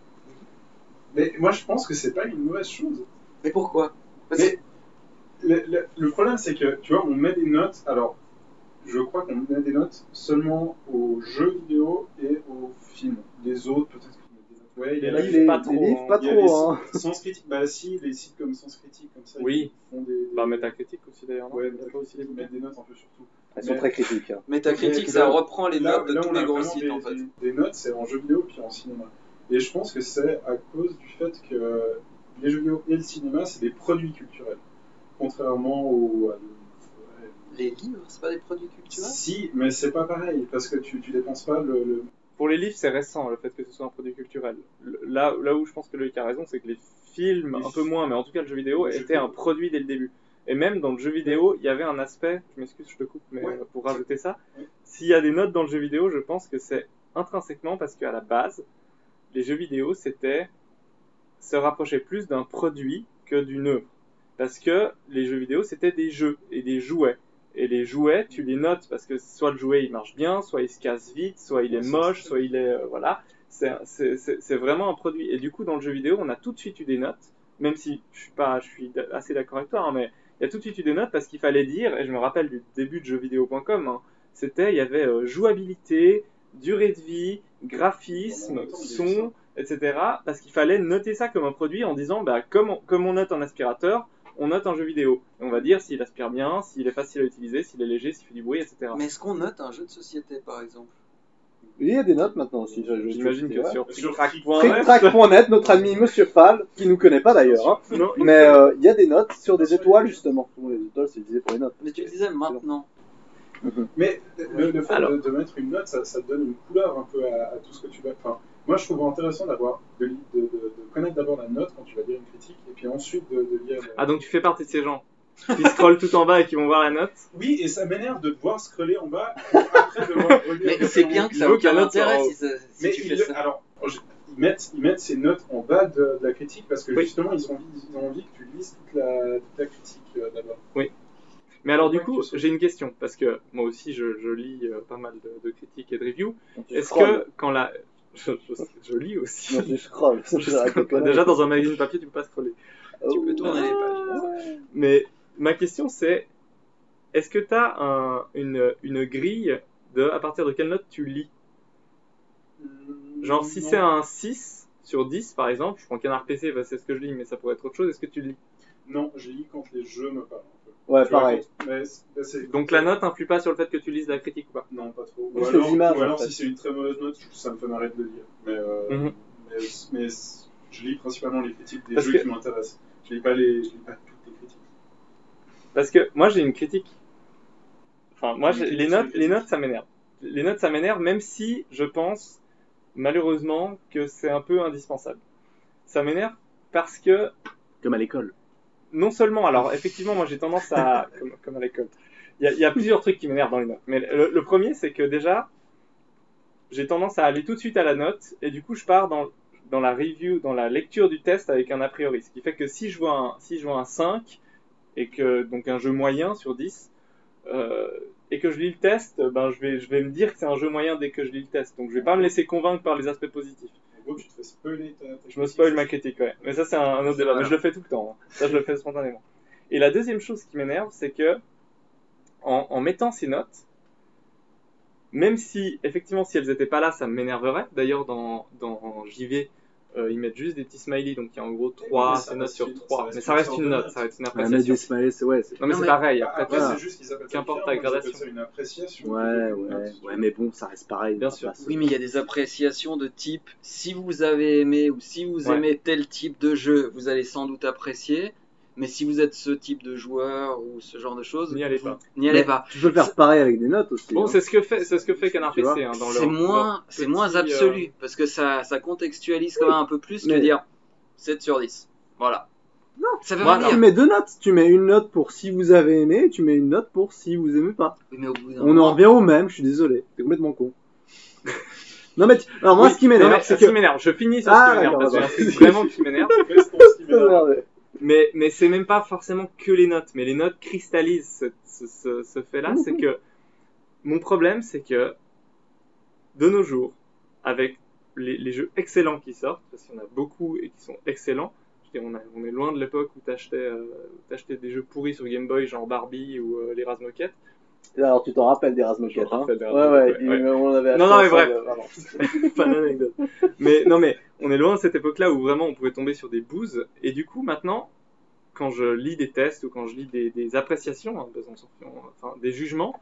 Mais moi, je pense que c'est pas une mauvaise chose. Mais pourquoi? Parce Mais le, le- le problème, c'est que, tu vois, on met des notes. Alors, je crois qu'on met des notes seulement aux jeux vidéo et aux films. Les autres, peut-être qu'on met des notes. Ouais, il y a Les les, livres, pas trop, les livres, hein. pas il y a trop, hein. les Sens Critique. Bah, si, les sites comme Sens Critique, comme ça, Oui. ils font des. des... Bah, Metacritic aussi d'ailleurs, non? Ouais, Il y a pas aussi des ils mettent des notes un peu sur tout. Elles Mais- sont très critiques. hein. Métacritique, Mais ça là- reprend les Là- notes de là, tous on les a gros vraiment sites des, en fait. Des, des notes, c'est en jeu vidéo puis en cinéma. Et je pense que c'est à cause du fait que les jeux vidéo et le cinéma, c'est des produits culturels. Contrairement au. à le- Les livres, c'est pas des produits culturels? Si, mais c'est pas pareil, parce que tu, tu dépenses pas le. le... Pour les livres, c'est récent, le fait que ce soit un produit culturel. Le- Là, là où je pense que Loïc a raison, c'est que les films, Les un peu moins, mais en tout cas le jeu vidéo, Le jeu était un vidéo. produit dès le début. Et même dans le jeu vidéo, il y avait un aspect, je m'excuse, je te coupe, mais Ouais. euh, pour rajouter ça, Ouais. s'il y a des notes dans le jeu vidéo, je pense que c'est intrinsèquement parce qu'à la base, les jeux vidéo, c'était se rapprocher plus d'un produit que d'une œuvre. Parce que les jeux vidéo, c'était des jeux et des jouets. Et les jouets, tu les notes parce que soit le jouet il marche bien, soit il se casse vite, soit il est moche, soit il est. Euh, voilà. C'est, c'est, c'est, c'est vraiment un produit. Et du coup, dans le jeu vidéo, on a tout de suite eu des notes, même si je suis, pas, je suis assez d'accord avec toi, hein, mais il y a tout de suite eu des notes parce qu'il fallait dire, et je me rappelle du début de jeux vidéo point com, hein, c'était, il y avait euh, jouabilité, durée de vie, graphisme, son, et cetera. Parce qu'il fallait noter ça comme un produit en disant, bah, comme, on, comme on note un aspirateur, on note un jeu vidéo. Et on va dire s'il aspire bien, s'il est facile à utiliser, s'il est léger, s'il fait du bruit, et cetera. Mais est-ce qu'on note un jeu de société par exemple? Il y a des notes maintenant aussi. je- je- J'imagine que ouais. sur Sur tricktrack point net, Tricktrack point net, notre ami Monsieur Fall, qui nous connaît pas d'ailleurs, hein, non, mais euh, il y a des notes sur des étoiles justement. Bon, les étoiles, c'est utilisé pour les notes. Mais tu le disais maintenant. Mais le, le fait Alors. de, de mettre une note, ça, ça te donne une couleur un peu à, à tout ce que tu vas. Enfin, moi, je trouve intéressant d'avoir de, de, de, de connaître d'abord la note quand tu vas lire une critique, et puis ensuite de, de lire. Le... Ah, donc tu fais partie de ces gens qui scrollent tout en bas et qui vont voir la note. Oui, et ça m'énerve de devoir scroller en bas après devoir relire. Mais c'est bien que ça Il faut n'a aucun que la note soit intérêt en haut. si, ça, si Mais tu ils, fais le- ça. alors, je- ils mettent, ils mettent ces notes en bas de, de la critique parce que Oui. justement, ils ont, envie, ils ont envie que tu lises toute la, toute la critique euh, d'abord. Mais alors du Ouais, coup, tu sais. j'ai une question, parce que moi aussi je, je lis euh, pas mal de, de critiques et de reviews. Tu Est-ce scrolles. que quand la... Je, je, je lis aussi. Non, tu scrolles. Ça, Je c'est la scrolle pas. connerie. Déjà dans un magazine papier, tu peux pas scroller. Tu peux Oh. tourner les pages. Mais ma question c'est, est-ce que tu as un, une, une grille de à partir de quelle note tu lis? Genre si Non. c'est un six sur dix par exemple, je prends Canard P C, bah, c'est ce que je lis, mais ça pourrait être autre chose, est-ce que tu lis? Non, je lis quand les jeux me parlent. Un peu. Ouais, Tu vois, pareil. quand- mais c'est- bah, c'est- Donc la note influe pas sur le fait que tu lises la critique ou pas? Non, pas trop. Moi, Ou c'est les alors, images, ou alors en fait. si c'est une très mauvaise note, ça me fait marrer de le lire. Mais, euh, Mhm. mais, mais je lis principalement les critiques des Parce jeux que- qui m'intéressent. Je lis pas les, je lis pas toutes les critiques. Parce que moi j'ai une critique. Enfin, moi Une j'ai- critique les sur les notes, les critiques. notes ça m'énerve. Les notes ça m'énerve, même si je pense malheureusement que c'est un peu indispensable. Ça m'énerve parce que Comme à l'école. non seulement, alors effectivement, moi j'ai tendance à, comme, comme à l'école, il y, a- il y a plusieurs trucs qui m'énervent dans les notes. Mais le, le premier, c'est que déjà, j'ai tendance à aller tout de suite à la note, et du coup, je pars dans, dans la review, dans la lecture du test avec un a priori. Ce qui fait que si je vois un, si je vois un cinq, et que, donc un jeu moyen sur dix, euh, et que je lis le test, ben je vais, je vais me dire que c'est un jeu moyen dès que je lis le test. Donc je vais pas me laisser convaincre par les aspects positifs. En gros, tu te fais spoiler ta, ta Je me critique. spoil ma critique, ouais. Mais ça, c'est un, un autre débat. Voilà. Mais je le fais tout le temps. hein. Ça, je le fais spontanément. Et la deuxième chose qui m'énerve, c'est que, en, en mettant ces notes, même si, effectivement, si elles étaient pas là, ça m'énerverait. D'ailleurs, dans, dans J V, euh, ils mettent juste des petits smileys, donc il y a en gros trois, mais ça c'est note reste sur une- trois. ça reste Mais ça une reste sorte une de note, note. ça reste une Ouais, mettre appréciation. des smileys, c'est ouais. c'est- Non, mais Non, c'est mais- pareil. Bah, Après, Après, voilà. c'est juste qu'ils appellent ça Qu'importe une ta pierre, moi, gradation. j'appelle ça une appréciation. Ouais, plutôt qu'une ouais, note. ouais, mais bon, ça reste pareil. Bien on va sûr. pas se- Oui, mais il y a des appréciations de type si vous avez aimé ou si vous Ouais. aimez tel type de jeu, vous allez sans doute apprécier. Mais si vous êtes ce type de joueur ou ce genre de choses, n'y allez pas. n'y allez Mais pas. Tu peux faire pareil avec des notes aussi. Bon, hein. c'est ce que fait, c'est ce que fait Canard Tu P C, vois, hein, dans C'est leur- moins, leur c'est petit, moins euh, absolu parce que ça, ça contextualise quand même un peu plus Mais- que dire sept sur dix. Voilà. Non. Ça veut Moi, rien non. Tu dire. mets deux notes. Tu mets une note pour si vous avez aimé, et tu mets une note pour si vous aimez pas. Oui, mais au bout d'un On en moment- revient au même, je suis désolé. C'est complètement con. Non, mais tu- alors moi, Oui, ce qui non, m'énerve, mais c'est ce qui que. m'énerve, je finis sur Ah, ce qui m'énerve, d'accord, parce que d'accord. j'ai un truc vraiment qui m'énerve. Restons ce qui m'énerve. Mais, mais c'est même pas forcément que les notes, mais les notes cristallisent ce, ce, ce, ce fait-là. Mhm. C'est que mon problème, c'est que de nos jours, avec les, les jeux excellents qui sortent, parce qu'il y en a beaucoup et qui sont excellents, je veux dire, on, a- on est loin de l'époque où t'achetais euh, où t'achetais des jeux pourris sur Game Boy, genre Barbie ou euh, les Razmoket. Alors, tu t'en rappelles des Je Razmoket, me hein. rappelle des Ouais, Razmoket, ouais, ouais. il- on avait acheté Non, non, mais ensemble, bref. pardon. Pas d'anecdote. Mais non, mais on est loin de cette époque-là où vraiment on pouvait tomber sur des bouses. Et du coup, maintenant, quand je lis des tests ou quand je lis des, des appréciations, hein, parce qu'on s'en fout, enfin des jugements,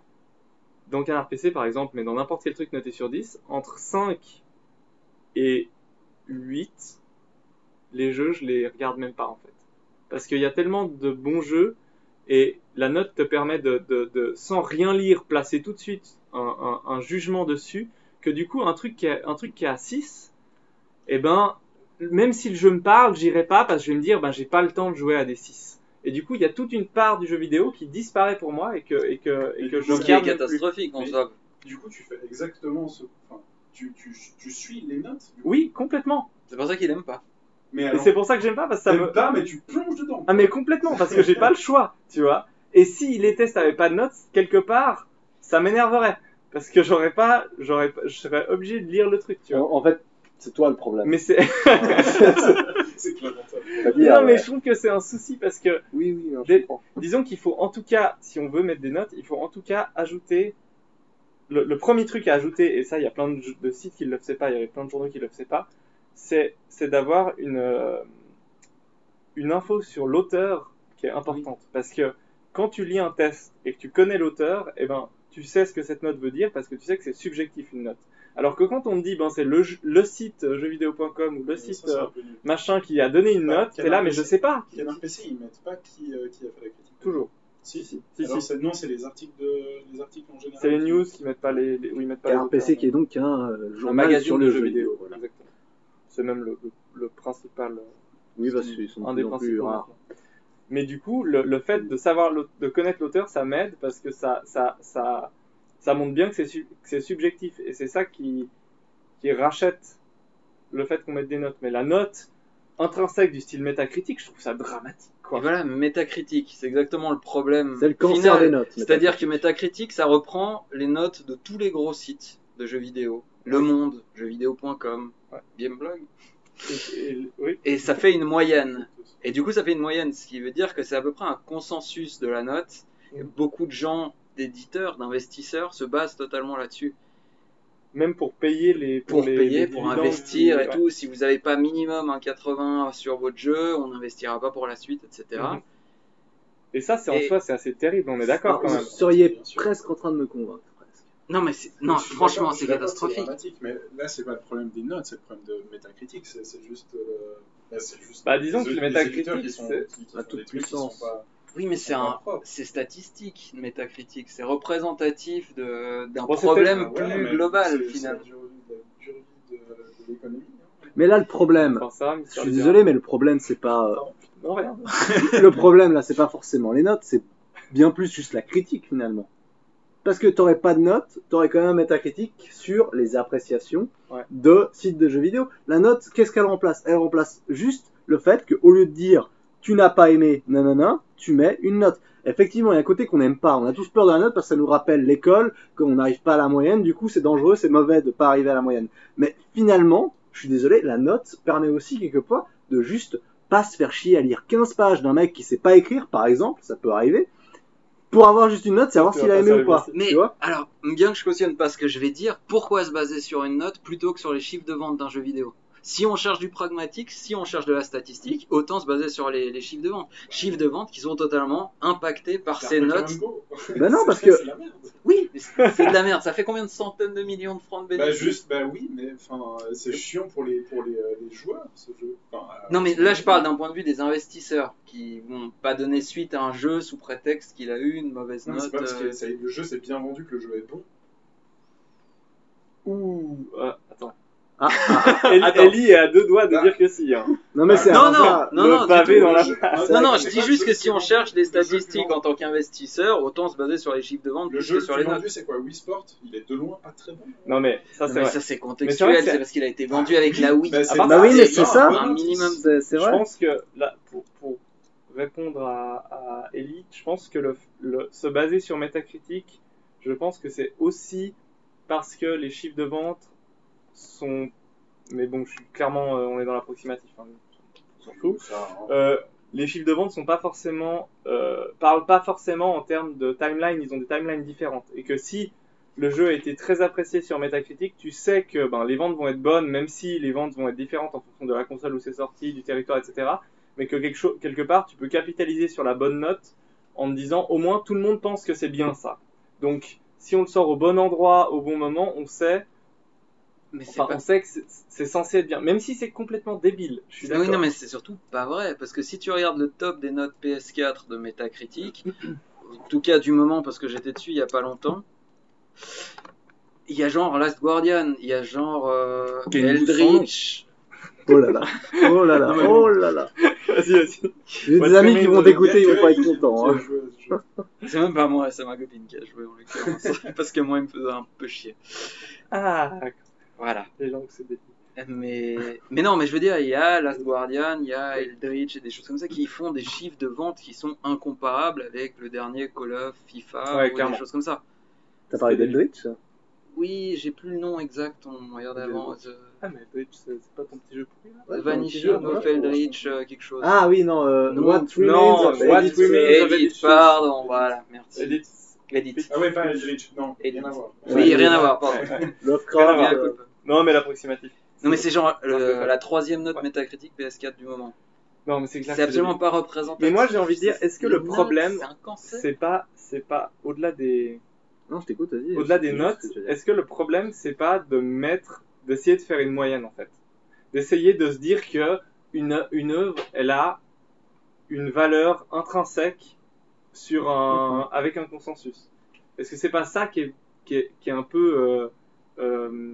dans Canard P C par exemple, mais dans n'importe quel truc noté sur dix, entre cinq et huit, les jeux, je les regarde même pas en fait. Parce qu'il y a tellement de bons jeux et la note te permet de, de, de sans rien lire, placer tout de suite un, un, un jugement dessus, que du coup, un truc qui est, un truc qui est à six, eh ben, même si le jeu me parle, j'irai pas parce que je vais me dire, ben, j'ai pas le temps de jouer à des six. Et du coup, il y a toute une part du jeu vidéo qui disparaît pour moi et que, et que, et Mais que du je coup, Ce qui est regarde même plus. catastrophique en Mais- soi. Du coup, tu fais exactement ce. Enfin, tu, tu, tu suis les notes. du coup. Oui, complètement. C'est pour ça qu'il aime pas. Mais Et alors, c'est pour ça que j'aime pas parce que ça t'aimes me, pas, mais tu plonges dedans. ah, mais complètement, parce que j'ai pas le choix, tu vois. Et si les tests avaient pas de notes, quelque part, ça m'énerverait. Parce que j'aurais pas, j'aurais pas, je serais obligé de lire le truc, tu vois. En, en fait, c'est toi le problème. Mais c'est, C'est clairement ça. Faut dire, non, mais ouais. je trouve que c'est un souci parce que, Oui, oui, non, je Des- comprends. disons qu'il faut en tout cas, si on veut mettre des notes, il faut en tout cas ajouter, le, le premier truc à ajouter, et ça, il y a plein de, de sites qui le faisaient pas, il y avait plein de journaux qui le faisaient pas, c'est, c'est d'avoir une, euh, une info sur l'auteur qui est importante. Parce que quand tu lis un test et que tu connais l'auteur, eh ben, tu sais ce que cette note veut dire parce que tu sais que c'est subjectif une note. Alors que quand on te dit, ben, c'est le, jeu- le site euh, jeuxvideo point com ou le Ça, site c'est euh, un peu nul. machin qui a donné une Bah, note, t'es Canard là, mais P C. je sais pas. Canard P C, ils mettent pas qui, euh, qui a fait la critique. Toujours. Si, si. Si, Alors, si. c'est- non, c'est les articles, de... les articles en général. C'est les news qui mettent pas les, les... où ils mettent pas les Un P C auteurs, qui est donc un euh, un journal magazine sur de le jeux jeu vidéo. vidéo. Voilà. Exactement. C'est même le, le, le principal. euh, Oui, parce qu'ils sont un de des plus en plus principaux. rares. maintenant. Mais du coup, le, le fait de savoir, l'au- de connaître l'auteur, ça m'aide parce que ça, ça, ça, ça montre bien que c'est, su- que c'est subjectif et c'est ça qui, qui rachète le fait qu'on mette des notes. Mais la note intrinsèque du style métacritique, je trouve ça dramatique, quoi. Et voilà, Metacritic, c'est exactement le problème. C'est le cancer final. des notes. C'est-à-dire que Metacritic, ça reprend les notes de tous les gros sites de jeux vidéo. Le Monde, jeuxvideo point com, Ouais. Gameblog. Et- et- oui. Et ça fait une moyenne. Et du coup, ça fait une moyenne, ce qui veut dire que c'est à peu près un consensus de la note. Et beaucoup de gens, d'éditeurs, d'investisseurs, se basent totalement là-dessus. Même pour payer les, Pour les- payer, les pour dividendes, investir et ouais. tout. Si vous n'avez pas minimum un quatre-vingts sur votre jeu, on n'investira pas pour la suite, et cetera. Mhm. Et ça, c'est en Et- soi, c'est assez terrible. On est d'accord Alors, quand vous même. seriez Bien sûr. presque en train de me convaincre. Presque. Non, mais c'est- non, Je suis franchement, d'accord, je c'est suis d'accord que catastrophique. dramatique, mais là, c'est pas le problème des notes, c'est le problème de Metacritic. C'est c'est juste. euh, là, c'est juste Bah, disons les- que le les Metacritic, éditeurs qui sont- c'est qui- qui à font toute des trucs qui puissance. sont pas- Oui, mais c'est sont pas un, propres. c'est statistique, Metacritic. C'est représentatif de, d'un Bon, c'est problème peut-être- Ouais, plus mais global, c'est- c'est finalement. la durée de- la durée de, de l'économie. hein. Mais là, le problème, Enfin, ça, je Mister suis Libéral. désolé, mais le problème, c'est pas. euh, Non, rien. le problème là, c'est pas forcément les notes, c'est bien plus juste la critique finalement. Parce que t'aurais pas de notes, t'aurais quand même un métacritique sur les appréciations Ouais. de sites de jeux vidéo. La note, qu'est-ce qu'elle remplace? Elle remplace juste le fait que au lieu de dire tu n'as pas aimé, nanana, tu mets une note. Effectivement, il y a un côté qu'on n'aime pas. On a tous peur de la note parce que ça nous rappelle l'école, qu'on n'arrive pas à la moyenne. Du coup, c'est dangereux, c'est mauvais de pas arriver à la moyenne. Mais finalement, je suis désolé, la note permet aussi quelquefois de juste pas se faire chier à lire quinze pages d'un mec qui sait pas écrire, par exemple, ça peut arriver, pour avoir juste une note, savoir Tu s'il vas a pas aimé sur ou pas. Mais Tu vois alors, bien que je cautionne pas ce que je vais dire, pourquoi se baser sur une note plutôt que sur les chiffres de vente d'un jeu vidéo? Si on cherche du pragmatique, si on cherche de la statistique, autant se baser sur les, les chiffres de vente. Chiffres de vente qui sont totalement impactés par ces Pokémon notes. Go. Ben non, C'est- parce que- c'est la merde. Oui, mais c'est c'est de la merde. Ça fait combien de centaines de millions de francs de Bah bénéfices? juste, bah oui, mais enfin, c'est chiant pour les pour les, euh, les joueurs ce jeu. Enfin, euh, Non, mais là, je parle d'un point de vue des investisseurs qui vont pas donner suite à un jeu sous prétexte qu'il a eu une mauvaise Non, mais c'est note. pas parce euh, que ça- le jeu c'est bien vendu que le jeu est bon. Ouh. euh, attends. Ah, ah, Ellie, Attends. Ellie est à deux doigts de Ah. dire que si. Hein. non mais c'est Non, alors non, ça, non, le non, du pavé tout. dans la Le jeu- face. Non, non, mais je c'est dis pas le juste jeu que qui si est on vendu. cherche les Le jeu qui est statistiques vendu. en tant qu'investisseur, autant se baser sur les chiffres de vente Le plus jeu que le sur plus les notes. vendu c'est quoi? Wii Sport, il est de loin pas très bon. Non, mais ça, Non, c'est mais vrai. ça c'est Mais c'est contextuel, vrai que c'est c'est- parce qu'il a été vendu avec la Wii. Bah, c'est- part bah ça, oui, mais c'est c'est ça. un minimum. c'est c'est Je vrai. pense que, là, pour, pour répondre à, à Ellie, je pense que le, le, se baser sur Metacritic, je pense que c'est aussi parce que les chiffres de vente sont... Mais bon, je suis clairement, euh, on est dans l'approximatif, hein, on s'en fout. Ça, hein. Euh, les chiffres de vente sont pas forcément, euh, parlent pas forcément en termes de timeline, ils ont des timelines différentes. Et que si le jeu a été très apprécié sur Metacritic, tu sais que ben, les ventes vont être bonnes, même si les ventes vont être différentes en fonction de la console où c'est sorti, du territoire, et cetera. Mais que quelque, chose, quelque part, tu peux capitaliser sur la bonne note en te disant au moins tout le monde pense que c'est bien ça. Donc, si on le sort au bon endroit, au bon moment, on sait, Mais c'est enfin, pas... on sait que c'est, c'est censé être bien, même si c'est complètement débile. Je suis d'accord. Oui, non, mais c'est surtout pas vrai, parce que si tu regardes le top des notes P S quatre de Metacritic, en tout cas du moment, parce que j'étais dessus il y a pas longtemps, il y a genre Last Guardian, il y a genre euh, Qui est une Eldritch. Oh là là, oh là là, Non, mais oh là là. Vas-y, vas-y. J'ai Ouais, des amis très qui bien, vont ils t'écouter, ils Quel vont pas être équipe contents. qui a hein. joué à ce jeu C'est même pas moi, c'est ma copine qui a joué en l'occurrence, parce que moi il me faisait un peu chier. Ah, Voilà. les gens que c'est débile. Mais, mais non, mais je veux dire, il y a Last Guardian, il y a Eldritch et des choses comme ça qui font des chiffres de vente qui sont incomparables avec le dernier Call of, FIFA Ouais, ou clairement. des choses comme ça. T'as parlé d'Eldritch? Oui, j'ai plus le nom exact, on regardait avant. The, Ah, mais Twitch, c'est, c'est pas ton petit jeu pourri là? The Ouais, c'est un petit Vanishing jeu, of voilà. Eldritch, euh, quelque chose. Ah oui, non, euh, Non, What Remains non, of What Edith. Remains- Edith, Edith, pardon, voilà, merci. Edith. Edith. Ah ouais, pas Eldritch, non, Edith. rien à voir. Oui, rien à voir, pardon. Lovecraft. Bien, euh, cool. Non, mais l'approximatif. Non, mais c'est genre le- Ouais. la troisième note Ouais. Métacritique P S quatre du moment. Non, mais c'est clair. C'est que absolument débile. pas représentatif. Mais moi, j'ai envie de dire, est-ce que Les le notes, problème, c'est un cancer. c'est pas, c'est pas, au-delà des, Non, je t'écoute, vas-y. au-delà des C'est notes, juste ce que tu veux dire. est-ce que le problème, c'est pas de mettre, d'essayer de faire une moyenne, en fait? D'essayer de se dire que une, une œuvre, elle a une valeur intrinsèque sur un, avec un consensus. Est-ce que c'est pas ça qui est, qui est, qui est un peu, euh, euh,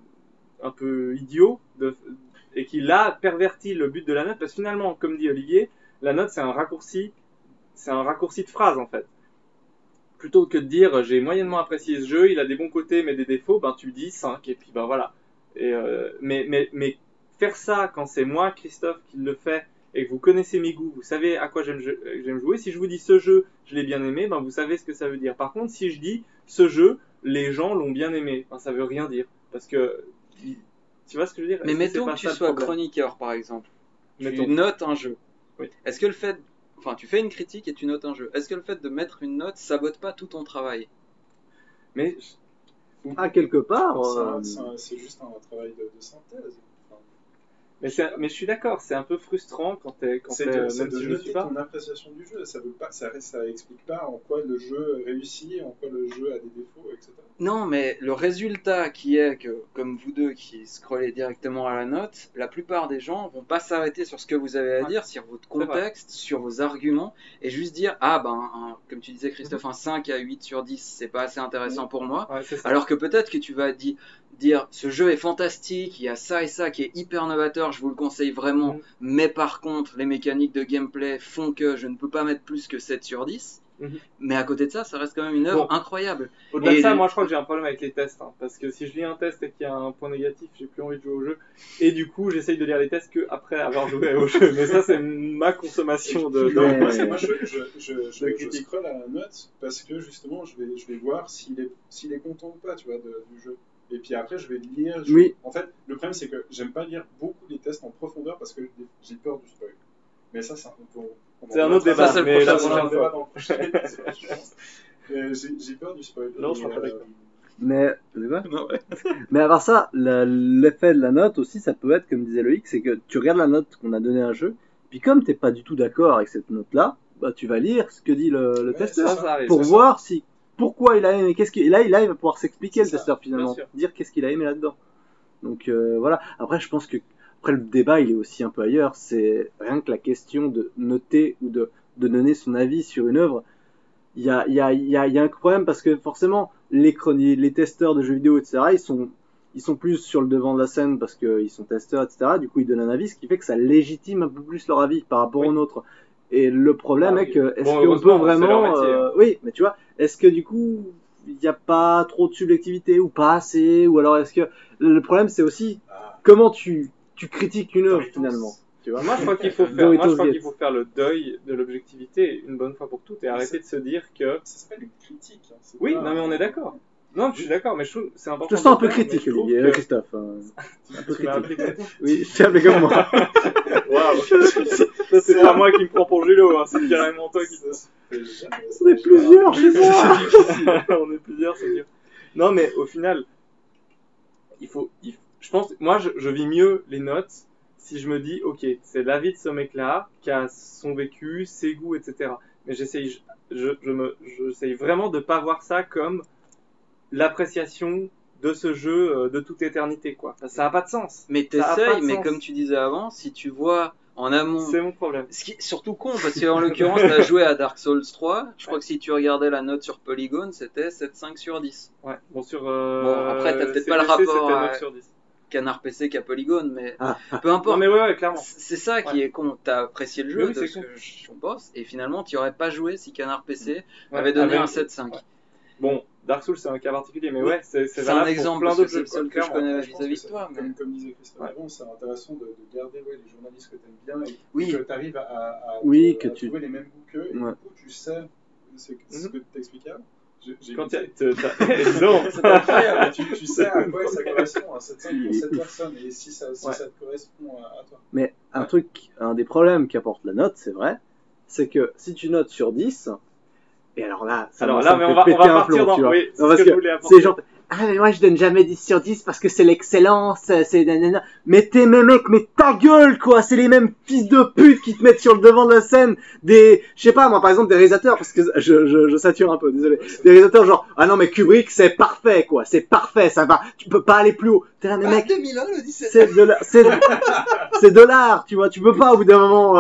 un peu idiot de, et qui là pervertit le but de la note, parce que finalement, comme dit Olivier, la note c'est un raccourci, c'est un raccourci de phrase en fait. Plutôt que de dire j'ai moyennement apprécié ce jeu, il a des bons côtés mais des défauts, ben tu dis cinq et puis ben voilà. Et euh, mais mais mais faire ça quand c'est moi, Christophe, qui le fait et que vous connaissez mes goûts, vous savez à quoi j'aime, j'aime jouer. Si je vous dis ce jeu, je l'ai bien aimé, ben vous savez ce que ça veut dire. Par contre, si je dis ce jeu, les gens l'ont bien aimé, ben ça veut rien dire parce que tu vois ce que je veux dire. Mais Est-ce mettons que, que tu que sois chroniqueur par exemple, mettons. tu notes un jeu. Oui. Est-ce que le fait, enfin tu fais une critique et tu notes un jeu, est-ce que le fait de mettre une note sabote pas tout ton travail? Mais Ah, quelque part. C'est euh, un- c'est un- c'est juste un travail de, de synthèse. Enfin, mais, c'est, mais je suis d'accord, c'est un peu frustrant quand t'es quand c'est t'es, de, même c'est de si je le noter suis pas. ton appréciation du jeu. Ça veut pas, ça, ça explique pas en quoi le jeu réussit, en quoi le jeu a des défauts, et cetera. Non, mais le résultat qui est que, comme vous deux qui scrollez directement à la note, la plupart des gens vont pas s'arrêter sur ce que vous avez à Ouais. dire, sur votre C'est vrai. contexte, sur vos arguments, et juste dire, ah ben, un- comme tu disais Christophe, un cinq à huit sur dix, c'est pas assez intéressant pour moi. Ouais, c'est ça. Alors que peut-être que tu vas di- dire, ce jeu est fantastique, il y a ça et ça qui est hyper novateur, je vous le conseille vraiment, Mhm. mais par contre, les mécaniques de gameplay font que je ne peux pas mettre plus que sept sur dix. Mhm. Mais à côté de ça, ça reste quand même une œuvre Bon. incroyable. Au-delà Et de ça, les- moi je crois que j'ai un problème avec les tests, hein, parce que si je lis un test et qu'il y a un point négatif, j'ai plus envie de jouer au jeu. Et du coup, j'essaye de lire les tests que après avoir joué au jeu. Mais ça, c'est ma consommation de. de- Non, Ouais. moi, c'est- moi, je, je, je, je, De je critique. scrolle à la note parce que justement, je vais, je vais voir s'il est, s'il est content ou pas, tu vois, de- du jeu. Et puis après, je vais lire. je- Oui. En fait, le problème, c'est que j'aime pas lire beaucoup les tests en profondeur parce que j'ai peur du spoil. Mais ça, c'est un, on, on en C'est un parlera autre très débat, tard. c'est le mais la prochain Ça, c'est un prochaine débat fois. dans le prochain épisode, je pense. Mais j'ai j'ai peur du spoil. Non, je Et, serais pas d'accord. Mais, c'est quoi Non, ouais. Mais à part ça, la- l'effet de la note aussi, ça peut être, comme disait Loïc, c'est que tu regardes la note qu'on a donnée à un jeu, puis comme t'es pas du tout d'accord avec cette note-là, bah tu vas lire ce que dit le, le Ouais, testeur Ça, ça arrive. pour c'est ça. voir si pourquoi il a aimé, qu'est-ce qu'il, et là, il- là il va pouvoir s'expliquer le C'est ça, testeur finalement, bien sûr. dire qu'est-ce qu'il a aimé là-dedans. Donc euh, voilà. Après, je pense que après le débat, il est aussi un peu ailleurs. C'est rien que la question de noter ou de, de donner son avis sur une œuvre. Il y a, il y a, il y a, il y a un problème parce que forcément, les chroni- les testeurs de jeux vidéo, et cetera, ils sont, ils sont plus sur le devant de la scène parce qu'ils sont testeurs, et cetera. Du coup, ils donnent un avis, ce qui fait que ça légitime un peu plus leur avis par rapport Oui. au nôtre. Et le problème Ah est oui. que, est-ce Bon, qu'on peut heureusement, c'est leur vraiment, métier, hein. euh, oui, mais tu vois, est-ce que du coup, il n'y a pas trop de subjectivité ou pas assez, ou alors est-ce que le problème c'est aussi Ah, comment tu, tu critiques une œuvre Doritos. finalement, tu vois. Moi, je crois qu'il faut faire, Doritos moi, je crois Gate. qu'il faut faire le deuil de l'objectivité une bonne fois pour toutes et arrêter de se dire que. ça s'appelle une critique. Hein. C'est Oui, pas- non, mais on est d'accord. Non, je suis d'accord, mais je trouve que c'est Je important. te sens un de peu le faire, critique, mais je trouve Olivier, que- Christophe. hein. Un peu Tu m'as critique. appelé comme ça. Oui, je t'ai appelé comme moi. Waouh. Ça, c'est pas moi qui me prends pour Julo, hein, c'est carrément toi qui. Ça se fait jamais, ça. On est plusieurs chez moi. On est plusieurs, c'est dur. Non, mais au final, il faut, il- je pense, moi, je, je vis mieux les notes si je me dis, ok, c'est l'avis de ce mec-là qui a son vécu, ses goûts, et cetera. Mais j'essaye, je, je, je me, j'essaye vraiment de pas voir ça comme l'appréciation de ce jeu euh, de toute éternité, quoi. Ça a pas de sens. Mais Ça a pas t'essayes, de mais sens. comme tu disais avant, si tu vois en amont. C'est mon problème. Ce qui est surtout con, parce qu'en l'occurrence, t'as joué à Dark Souls trois. Je crois que si tu regardais la note sur Polygon, c'était sept virgule cinq sur dix. Ouais. Bon, sur. Euh, Bon, après, t'as peut-être C pas le P C, rapport c'était à- neuf sur dix. Canard P C qu'à Polygon, mais Ah. peu Non, importe. mais ouais, ouais, clairement. C'est ça qui Ouais. est con. T'as apprécié le jeu Mais oui, de c'est ce con. que je pense, et finalement, tu aurais pas joué si Canard P C Ouais, avait donné avec- un sept virgule cinq. ouais. Bon, Dark Souls, c'est un cas particulier, mais Oui. ouais, c'est c'est C'est valable un pour exemple, plein parce que d'autres c'est jeux. le seul quoi, que je clairement. connais Moi, je pense vis-à-vis que de ça- toi. mais- Comme, comme disait Christophe Ouais. avant, c'est intéressant de, de garder ouais, les journalistes que tu aimes bien et Oui. que tu arrives à, à, à- Oui, à que tu- trouver les mêmes goûts qu'eux. Et Ouais. du coup, tu sais ce, ce que tu t'expliquais. J'ai- j'ai Quand écouté. il y a- t'as- Non. C'est incroyable, tu, tu sais à quoi ça correspond, à sept virgule cinq pour cette personne, et si ça, si Ouais. ça te correspond à, à toi. Mais un Ouais. truc, un des problèmes qu'apporte la note, c'est vrai, c'est que si tu notes sur dix, et alors là, ça Alors me- là, ça me mais fait on va, on péter va un partir plomb, dans. tu vois. Oui, c'est Non, ce parce que je que voulais apporter. c'est genre, ah mais moi je donne jamais dix sur dix parce que c'est l'excellence, c'est nanana. Mais t'es mes mecs, mais ta gueule quoi, c'est les mêmes fils de pute qui te mettent sur le devant de la scène, des, je sais pas moi par exemple des réalisateurs, parce que je, je, je sature un peu, désolé, des réalisateurs genre, ah non mais Kubrick c'est parfait quoi, c'est parfait, ça va, tu peux pas aller plus haut, t'es là mais mec, deux mille un, le dix-sept. c'est de la- c'est de- c'est de l'art, tu vois, tu peux pas au bout d'un moment, euh,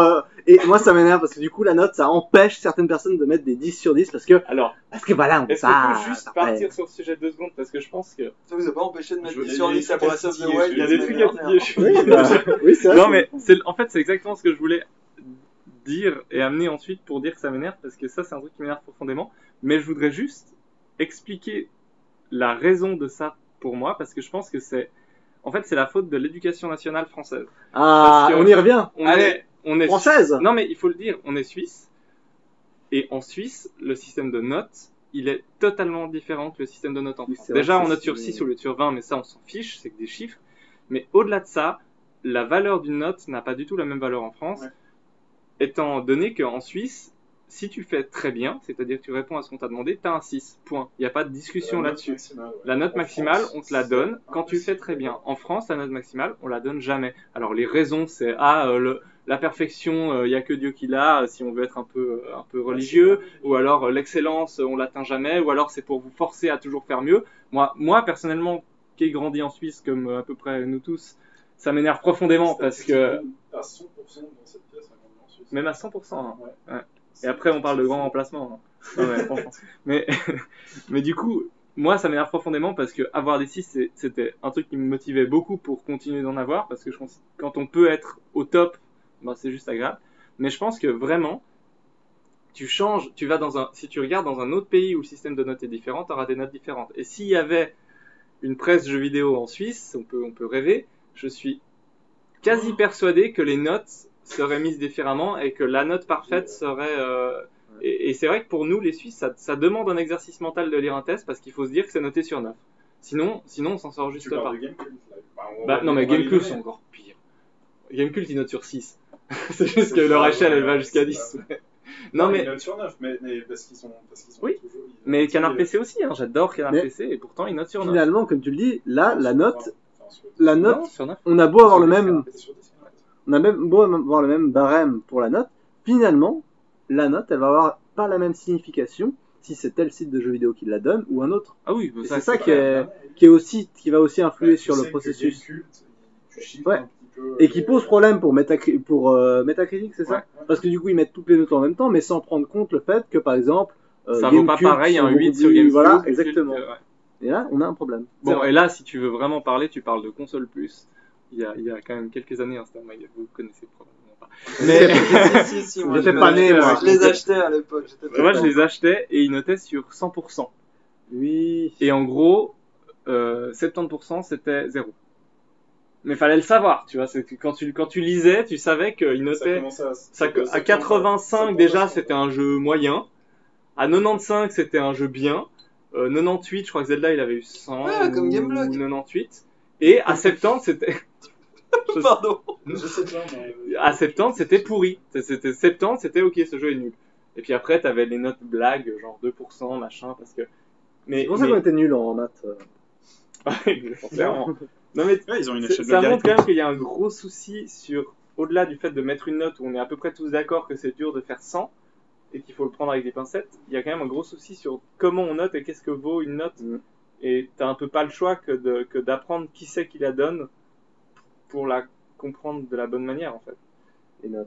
Et moi, ça m'énerve parce que du coup, la note, ça empêche certaines personnes de mettre des dix sur dix parce que, Alors, parce que voilà, on peut est-ce qu'on pas. peut juste après- partir sur ce sujet deux secondes parce que je pense que Ça vous a pas empêché de mettre Je- des il y a sur des dix à trucs à Breath of the titiller, Wild il y a la des semaine trucs à dernière. titiller. Oui, bah, oui, c'est vrai. Non mais c'est en fait c'est exactement ce que je voulais dire et amener ensuite pour dire que ça m'énerve parce que ça c'est un truc qui m'énerve profondément. Mais je voudrais juste expliquer la raison de ça pour moi parce que je pense que c'est en fait c'est la faute de l'éducation nationale française. Ah, Parce que- on y revient. On Allez, est on est Française. Non mais il faut le dire, on est suisse et en Suisse le système de notes il est totalement différent que le système de notes en Oui, France. c'est vrai Déjà que on c'est- note sur six au lieu de sur vingt mais ça on s'en fiche, c'est que des chiffres. Mais au-delà de ça, la valeur d'une note n'a pas du tout la même valeur en France, Ouais. étant donné qu'en Suisse, si tu fais très bien, c'est-à-dire que tu réponds à ce qu'on t'a demandé, tu as un six, point. Il n'y a pas de discussion La note là-dessus. maximale, ouais. La note En maximale, France, on te la c'est donne quand tu fais impossible. très bien. En France, la note maximale, on la donne jamais. Alors les raisons, c'est ah euh, le- la perfection, il y a que Dieu qui l'a. Si on veut être un peu euh, un peu religieux, ou alors euh, l'excellence, on l'atteint jamais, ou alors c'est pour vous forcer à toujours faire mieux. Moi, moi personnellement, qui ai grandi en Suisse comme euh, à peu près nous tous, ça m'énerve profondément parce que À cent pour cent dans cette pièce, un moment en Suisse. même à cent pour cent. hein. Ouais. Ouais. Et après, on parle de grand remplacement. hein. Ouais, ouais, franchement. mais, mais du coup, moi, ça m'énerve profondément parce que avoir des six, c'est- c'était un truc qui me motivait beaucoup pour continuer d'en avoir parce que je pense que quand on peut être au top, ben, c'est juste agréable. Mais je pense que vraiment, tu changes, tu vas dans un, si tu regardes dans un autre pays où le système de notes est différent, tu auras des notes différentes. Et s'il y avait une presse jeux vidéo en Suisse, on peut, on peut rêver, je suis quasi persuadé que les notes seraient mises différemment et que la note parfaite serait... euh, et, et c'est vrai que pour nous, les Suisses, ça, ça demande un exercice mental de lire un test parce qu'il faut se dire que c'est noté sur neuf. Sinon, sinon on s'en sort juste Tu pas. parles de Gamecult, là. Bah, on Bah, va- non, mais on va les Gamecult, donner. c'est encore pire. Gamecult, il note sur six. c'est juste C'est que leur pas échelle, vrai, elle va ouais, jusqu'à c'est dix. pas non, ils mais, notent sur neuf, mais, mais parce qu'ils sont, parce qu'ils sont Oui, toujours. ils- mais ils- Canard ils- P C aussi, hein, j'adore Canard Mais- P C, et pourtant il note sur neuf. Finalement, comme tu le dis, là, la note, Enfin, sur- la Non, note, sur neuf. on a beau avoir le Sur même, c'est sur dix, ouais. on a même beau avoir le même barème pour la note, finalement, la note, elle va avoir pas la même signification si c'est tel site de jeu vidéo qui la donne ou un autre. Ah oui, Et ça, c'est ça qui clair. est, qui est aussi, qui va aussi influer Ouais, tu sur le sais que processus. Gamecult, tu chiffres Ouais. un petit peu, Et qui euh, pose problème pour, Metacri- pour euh, Metacritic, c'est ça? Ouais. Parce que du coup, ils mettent toutes les notes en même temps, mais sans prendre compte le fait que, par exemple, euh, Ça vaut pas Gamecult pareil un sur huit sur Google, Gamecube. Voilà, que- exactement. que- ouais. Et là, on a un problème. Bon, et là, si tu veux vraiment parler, tu parles de console plus. Il y a, il y a quand même quelques années, hein, c'était un magasin, vous connaissez probablement pas. Mais si, si, si, moi, J'étais je- pas né, moi. Je les achetais à l'époque. j'étais pas moi, né. je les achetais et ils notaient sur cent pour cent. Oui. Et en gros, euh, soixante-dix pour cent c'était zéro. Mais fallait le savoir, tu vois. C'est que quand tu quand tu lisais, tu savais qu'ils Ça notaient. commençait à, Ça, à quatre-vingt-cinq déjà, c'était un jeu moyen. À quatre-vingt-quinze, c'était un jeu bien. Euh, quatre-vingt-dix-huit, je crois que Zelda, il avait eu cent Ouais, comme ou Gameblog. quatre-vingt-dix-huit. Et à soixante-dix, c'était je- Pardon. Je sais pas, mais... à soixante-dix, c'était pourri. C'était soixante-dix, c'était ok, ce jeu est nul. Et puis après, t'avais les notes blagues, genre deux pour cent, machin, parce que. Mais, C'est pour ça qu'on était nuls en maths. euh. clairement. Non mais Ouais, ils ont une c'est- échelle ça montre quand logarithmique. même qu'il y a un gros souci sur, au-delà du fait de mettre une note où on est à peu près tous d'accord que c'est dur de faire cent et qu'il faut le prendre avec des pincettes, il y a quand même un gros souci sur comment on note et qu'est-ce que vaut une note. Mm. Et t'as un peu pas le choix que de que d'apprendre qui c'est qui la donne pour la comprendre de la bonne manière en fait. Les notes.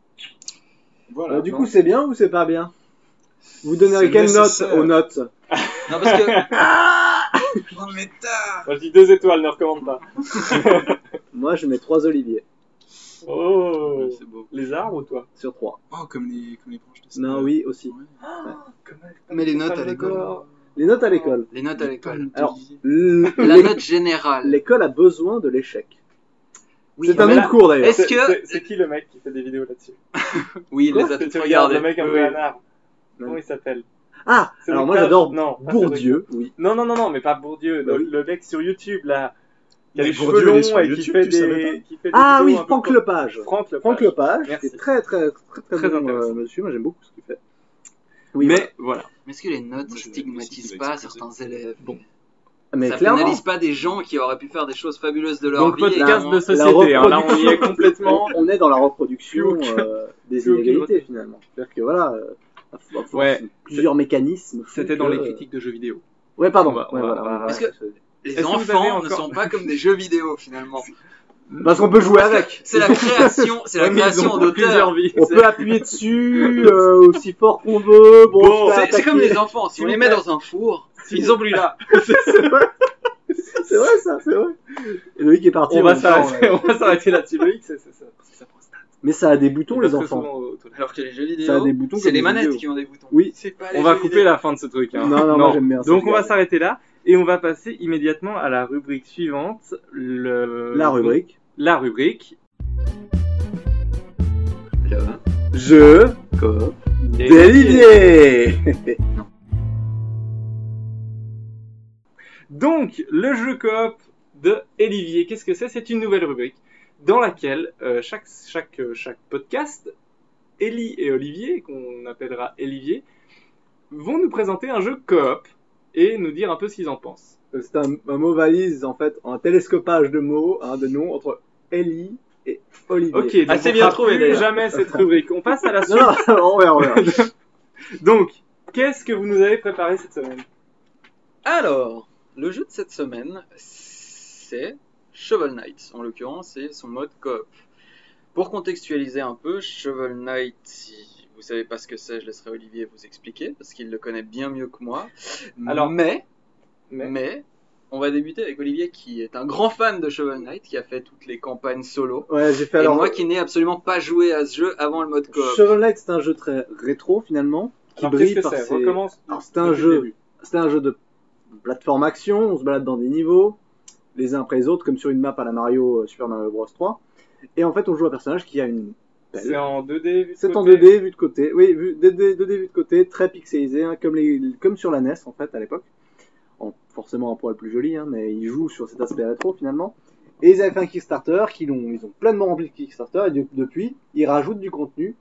Voilà. Euh, du non. coup, c'est bien ou c'est pas bien? Vous donnerez C'est quelle note nécessaire. aux notes? Non, parce que. Oh, mais t'as. Moi je dis deux étoiles, ne recommande pas. Moi, je mets trois oliviers Oh, Ouais, c'est beau. les arbres ou toi? sur trois. Oh, comme les, comme les branches de Non, sable. oui, aussi. Ouais. Mais les notes à l'école. Les notes à l'école. Les notes à l'école. Alors, l- La l'é- note générale. l'école a besoin de l'échec. Oui, c'est un mais autre là- cours d'ailleurs. Est-ce C'est- que- c'est- C'est qui le mec qui fait des vidéos là-dessus? Oui, il Quoi les a Tu toutes regardes regardées. le mec un Oui, peu oui. un arbre. Comment il s'appelle? Ah, C'est alors le moi Clash- j'adore non, pas Bourdieu. Oui. Non, non, non, non, mais pas Bourdieu. Bah le, oui. le mec sur YouTube, là, qui a Mais les cheveux Bourdieu, il est longs sur et qui YouTube, fait tu savais des, qui fait des Ah oui, vidéos un peu Franck pro- Lepage. Franck Lepage. Franck Lepage, Merci. qui est très très très très, Très bon intéressant. euh, monsieur. Moi j'aime beaucoup ce qu'il fait. Oui, Mais voilà. voilà. Est-ce que les notes Moi, je- stigmatisent je- pas je- certains élèves? Bon. mais Ça clairement. pénalise pas des gens qui auraient pu faire des choses fabuleuses de leur Donc vie. et podcast qui ont- de La société, hein, là on y reproduction. est complètement. On est dans la reproduction Plus aucun- euh, des plus aucune inégalités retenue. finalement. C'est-à-dire que voilà, euh, à force, Ouais. plusieurs mécanismes. font C'était dans que, les euh, critiques de jeux vidéo. Ouais, pardon. On va- on ouais, va- voilà, on va- ouais, Parce ouais, que- c'est- Les Est-ce que vous enfants avez ne encore- sont pas comme des jeux vidéo finalement. Parce qu'on peut jouer avec. C'est la création, c'est la Ouais, mais ils création ont d'auteur. plusieurs vies. On peut appuyer dessus euh, aussi fort qu'on veut. Bon, Bon, se faire C'est c'est comme attaquer. les enfants, si on les vous met plaît. dans un four, ils sont plus là. C'est vrai. C'est vrai ça, c'est vrai. Et Loïc est parti. On en va même temps, s'arrêter, ouais. on va s'arrêter là-dessus. Loïc, c'est c'est ça. C'est sa prostate. Mais ça a des boutons Il les va très enfants. souvent aux toilettes. Alors que les jeux vidéo, Ça a des boutons c'est comme les les manettes vidéos. qui ont des boutons. Oui. C'est pas les On va jeux couper vidéo. la fin de ce truc. Hein. Non, non, moi j'aime bien ça. Donc je on va regarde. s'arrêter là et on va passer immédiatement à la rubrique suivante. Le... La rubrique. La rubrique. Le Je co. d'Olivier. Donc, le jeu coop de Olivier, qu'est-ce que c'est? C'est une nouvelle rubrique dans laquelle euh, chaque, chaque, euh, chaque podcast, Ellie et Olivier, qu'on appellera Olivier, vont nous présenter un jeu coop et nous dire un peu ce qu'ils en pensent. C'est un, un mot valise en fait, un télescopage de mots, hein, de noms entre Ellie et Olivier. Ok, donc Ah, c'est on bien fera trouvé, plus d'ailleurs. jamais cette rubrique. On passe à la suite. Non, non, on verra, on verra. Donc, qu'est-ce que vous nous avez préparé cette semaine? Alors, le jeu de cette semaine, c'est Shovel Knight. En l'occurrence, c'est son mode coop. Pour contextualiser un peu, Shovel Knight, si vous savez pas ce que c'est, je laisserai Olivier vous expliquer, parce qu'il le connaît bien mieux que moi. Alors, mais, mais- mais, on va débuter avec Olivier, qui est un grand fan de Shovel Knight, qui a fait toutes les campagnes solo. Ouais, j'ai fait Et alors. moi qui n'ai absolument pas joué à ce jeu avant le mode coop. Shovel Knight, c'est un jeu très rétro finalement, qui Alors, brille qu'est-ce que par c'est? ses. Recommence. Alors, c'est un depuis le jeu. début. C'était un jeu de plateforme action, on se balade dans des niveaux, les uns après les autres, comme sur une map à la Mario euh, Super Mario Bros trois. Et en fait, on joue un personnage qui a une pelle. C'est en deux D vu de C'est en côté. deux D vu de côté, oui, vu, deux D, deux D vu de côté, très pixelisé, hein, comme, les, comme sur la N E S en fait à l'époque. En- forcément un poil plus joli, hein, mais ils jouent sur cet aspect rétro finalement. Et ils avaient fait un Kickstarter, qu'ils ont, ils ont pleinement rempli le Kickstarter, et de- depuis, ils rajoutent du contenu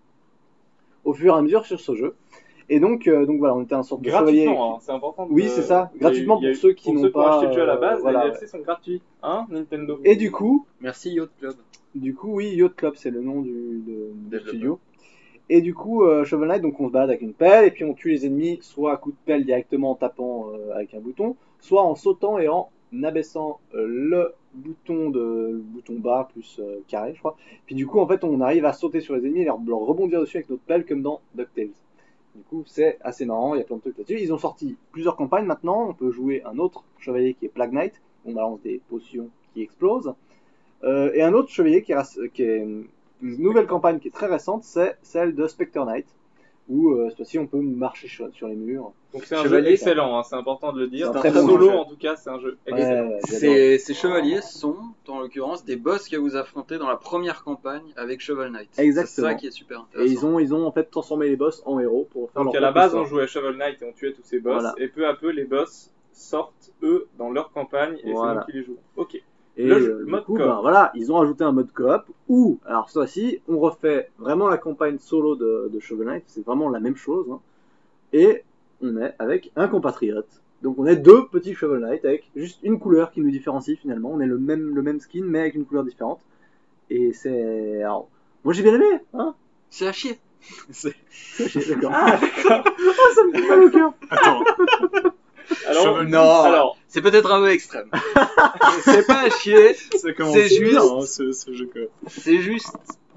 au fur et à mesure sur ce jeu. Et donc, euh, donc voilà, on était un sorte de chevalier. Gratuitement, hein, c'est important. de- Oui, c'est ça, il y a eu- gratuitement il y a pour eu- ceux qui pour n'ont ceux qui ont pas, acheté le jeu à la euh, base, voilà, les D L C sont gratuits, hein, Nintendo. Et du coup, Merci Yacht Club. Du coup, oui, Yacht Club, c'est le nom du, de- du Développeur. studio. Et du coup, euh, Shovel Knight, donc on se balade avec une pelle, et puis on tue les ennemis, soit à coup de pelle directement en tapant euh, avec un bouton, soit en sautant et en abaissant euh, le bouton de le bouton bas plus euh, carré, je crois. Puis du coup, en fait, on arrive à sauter sur les ennemis et leur, leur rebondir dessus avec notre pelle, comme dans DuckTales. Du coup, c'est assez marrant, il y a plein de trucs là-dessus. Ils ont sorti plusieurs campagnes maintenant, on peut jouer un autre chevalier qui est Plague Knight, on balance des potions qui explosent. Euh, et un autre chevalier qui est, rac- qui est une nouvelle campagne qui est très récente, c'est celle de Spectre Knight, où euh, cette fois-ci on peut marcher sur, sur les murs. Donc c'est un Chevalier, jeu excellent, hein, c'est important de le dire. C'est un très bon Solo jeu. en tout cas, c'est un jeu Ouais, excellent. ouais, j'adore. Ces, ces chevaliers sont, en l'occurrence, des boss que vous affrontez dans la première campagne avec Shovel Knight. Exactement. C'est ça qui est super Et intéressant. ils ont, ils ont en fait transformé les boss en héros pour faire Donc leur à la propre base, on histoire. jouait à Shovel Knight et on tuait tous ces boss, Voilà. et peu à peu, les boss sortent eux dans leur campagne et Voilà. c'est nous qui les jouons. Ok. Et Le euh, jeu- du mode coup, coop. ben, voilà, ils ont ajouté un mode coop où, alors cette fois-ci, on refait vraiment la campagne solo de, de Shovel Knight, c'est vraiment la même chose. Hein. Et on est avec un compatriote. Donc on est deux petits Shovel Knight avec juste une couleur qui nous différencie finalement. On est le même, le même skin mais avec une couleur différente. Et c'est... Alors, moi j'ai bien aimé, hein. C'est à chier. C'est- D'accord. Ah, d'accord. Ah, ça me fait mal au cœur. Attends, Alors, Shovel Non. alors, C'est peut-être un peu extrême. C'est pas à chier, ça commence C'est juste- bien, hein, ce, ce jeu quoi. c'est juste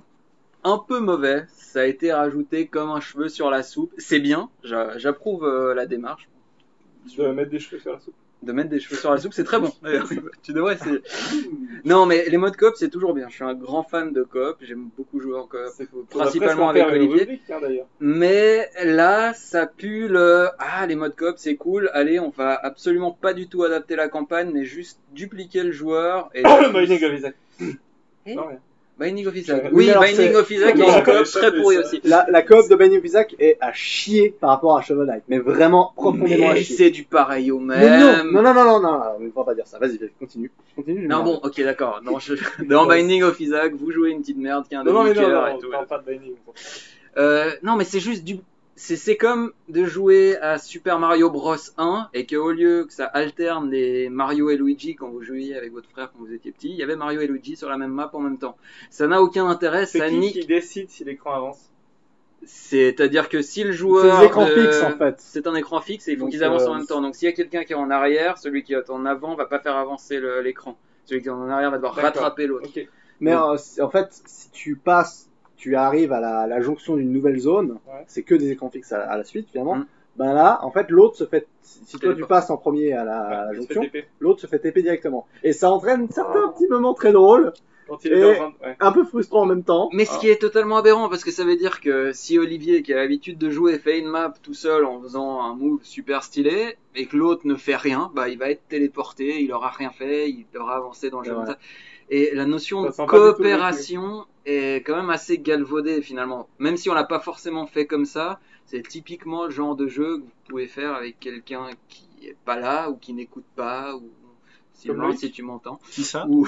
un peu mauvais. Ça a été rajouté comme un cheveu sur la soupe. C'est bien, j'a- j'approuve euh, la démarche. je dois mettre des cheveux sur la soupe. De mettre des cheveux sur la soupe, c'est très bon. d'ailleurs. Tu devrais essayer. Non, mais les modes coop, c'est toujours bien. Je suis un grand fan de coop. J'aime beaucoup jouer en coop, principalement avec Olivier. Hein, d'ailleurs. Mais là, ça pue le ah les modes coop, c'est cool. Allez, on va absolument pas du tout adapter la campagne, mais juste dupliquer le joueur et Binding of Isaac. Eh Non, rien. Binding of Isaac. Oui, Oui, alors Binding c'est- of Isaac Non, est une ça, coop ça, très ça, pourrie ça. aussi. La, la coop de Binding of Isaac est à chier par rapport à Shovel Knight, mais vraiment profondément à Mais chier. c'est du pareil au Mais même. non, non, non, non, non, non, on ne va pas dire ça. Vas-y, vas-y, continue. Continue. je Non, m'énerve. bon, ok, d'accord. Dans, je- dans Binding of Isaac, vous jouez une petite merde qui a un Non, non, mais non, demi-cœur non, et on tout. parle pas de Binding. Euh, non, mais c'est juste du. C'est c'est comme de jouer à Super Mario Bros un et qu'au lieu que ça alterne les Mario et Luigi quand vous jouiez avec votre frère quand vous étiez petit, il y avait Mario et Luigi sur la même map en même temps. Ça n'a aucun intérêt, C'est ça qui nique. qui décide si l'écran avance? C'est-à-dire que si le C'est joueur. des écrans de- fixes en fait. C'est un écran fixe et il faut Donc, qu'ils avancent euh, en même temps. Donc s'il y a quelqu'un qui est en arrière, celui qui est en avant va pas faire avancer le- l'écran. Celui qui est en arrière va devoir D'accord. rattraper l'autre. Ok. Mais Ouais. euh, c'est- en fait, si tu passes, tu arrives à la, la jonction d'une nouvelle zone, Ouais. c'est que des écrans fixes à, à la suite finalement. Mm. Ben là, en fait, l'autre se fait. Si si toi tu Téléporte. passes en premier à la, à la Ouais, il se fait jonction, T P. l'autre se fait T P directement. Et ça entraîne certains petits moments très drôles, Quand il est Et- en train de... ouais. un peu frustrants en même temps. Mais ce qui est totalement aberrant, parce que ça veut dire que si Olivier, qui a l'habitude de jouer, fait une map tout seul en faisant un move super stylé, et que l'autre ne fait rien, bah il va être téléporté, il aura rien fait, il devra avancer dans le jeu Ouais. comme ça. Et la notion Ça de sent pas du tout le coopération est quand même assez galvaudée finalement. Même si on l'a pas forcément fait comme ça, c'est typiquement le genre de jeu que vous pouvez faire avec quelqu'un qui est pas là, ou qui n'écoute pas, ou Sylvain, Loïc. si tu m'entends. Qui ça Ou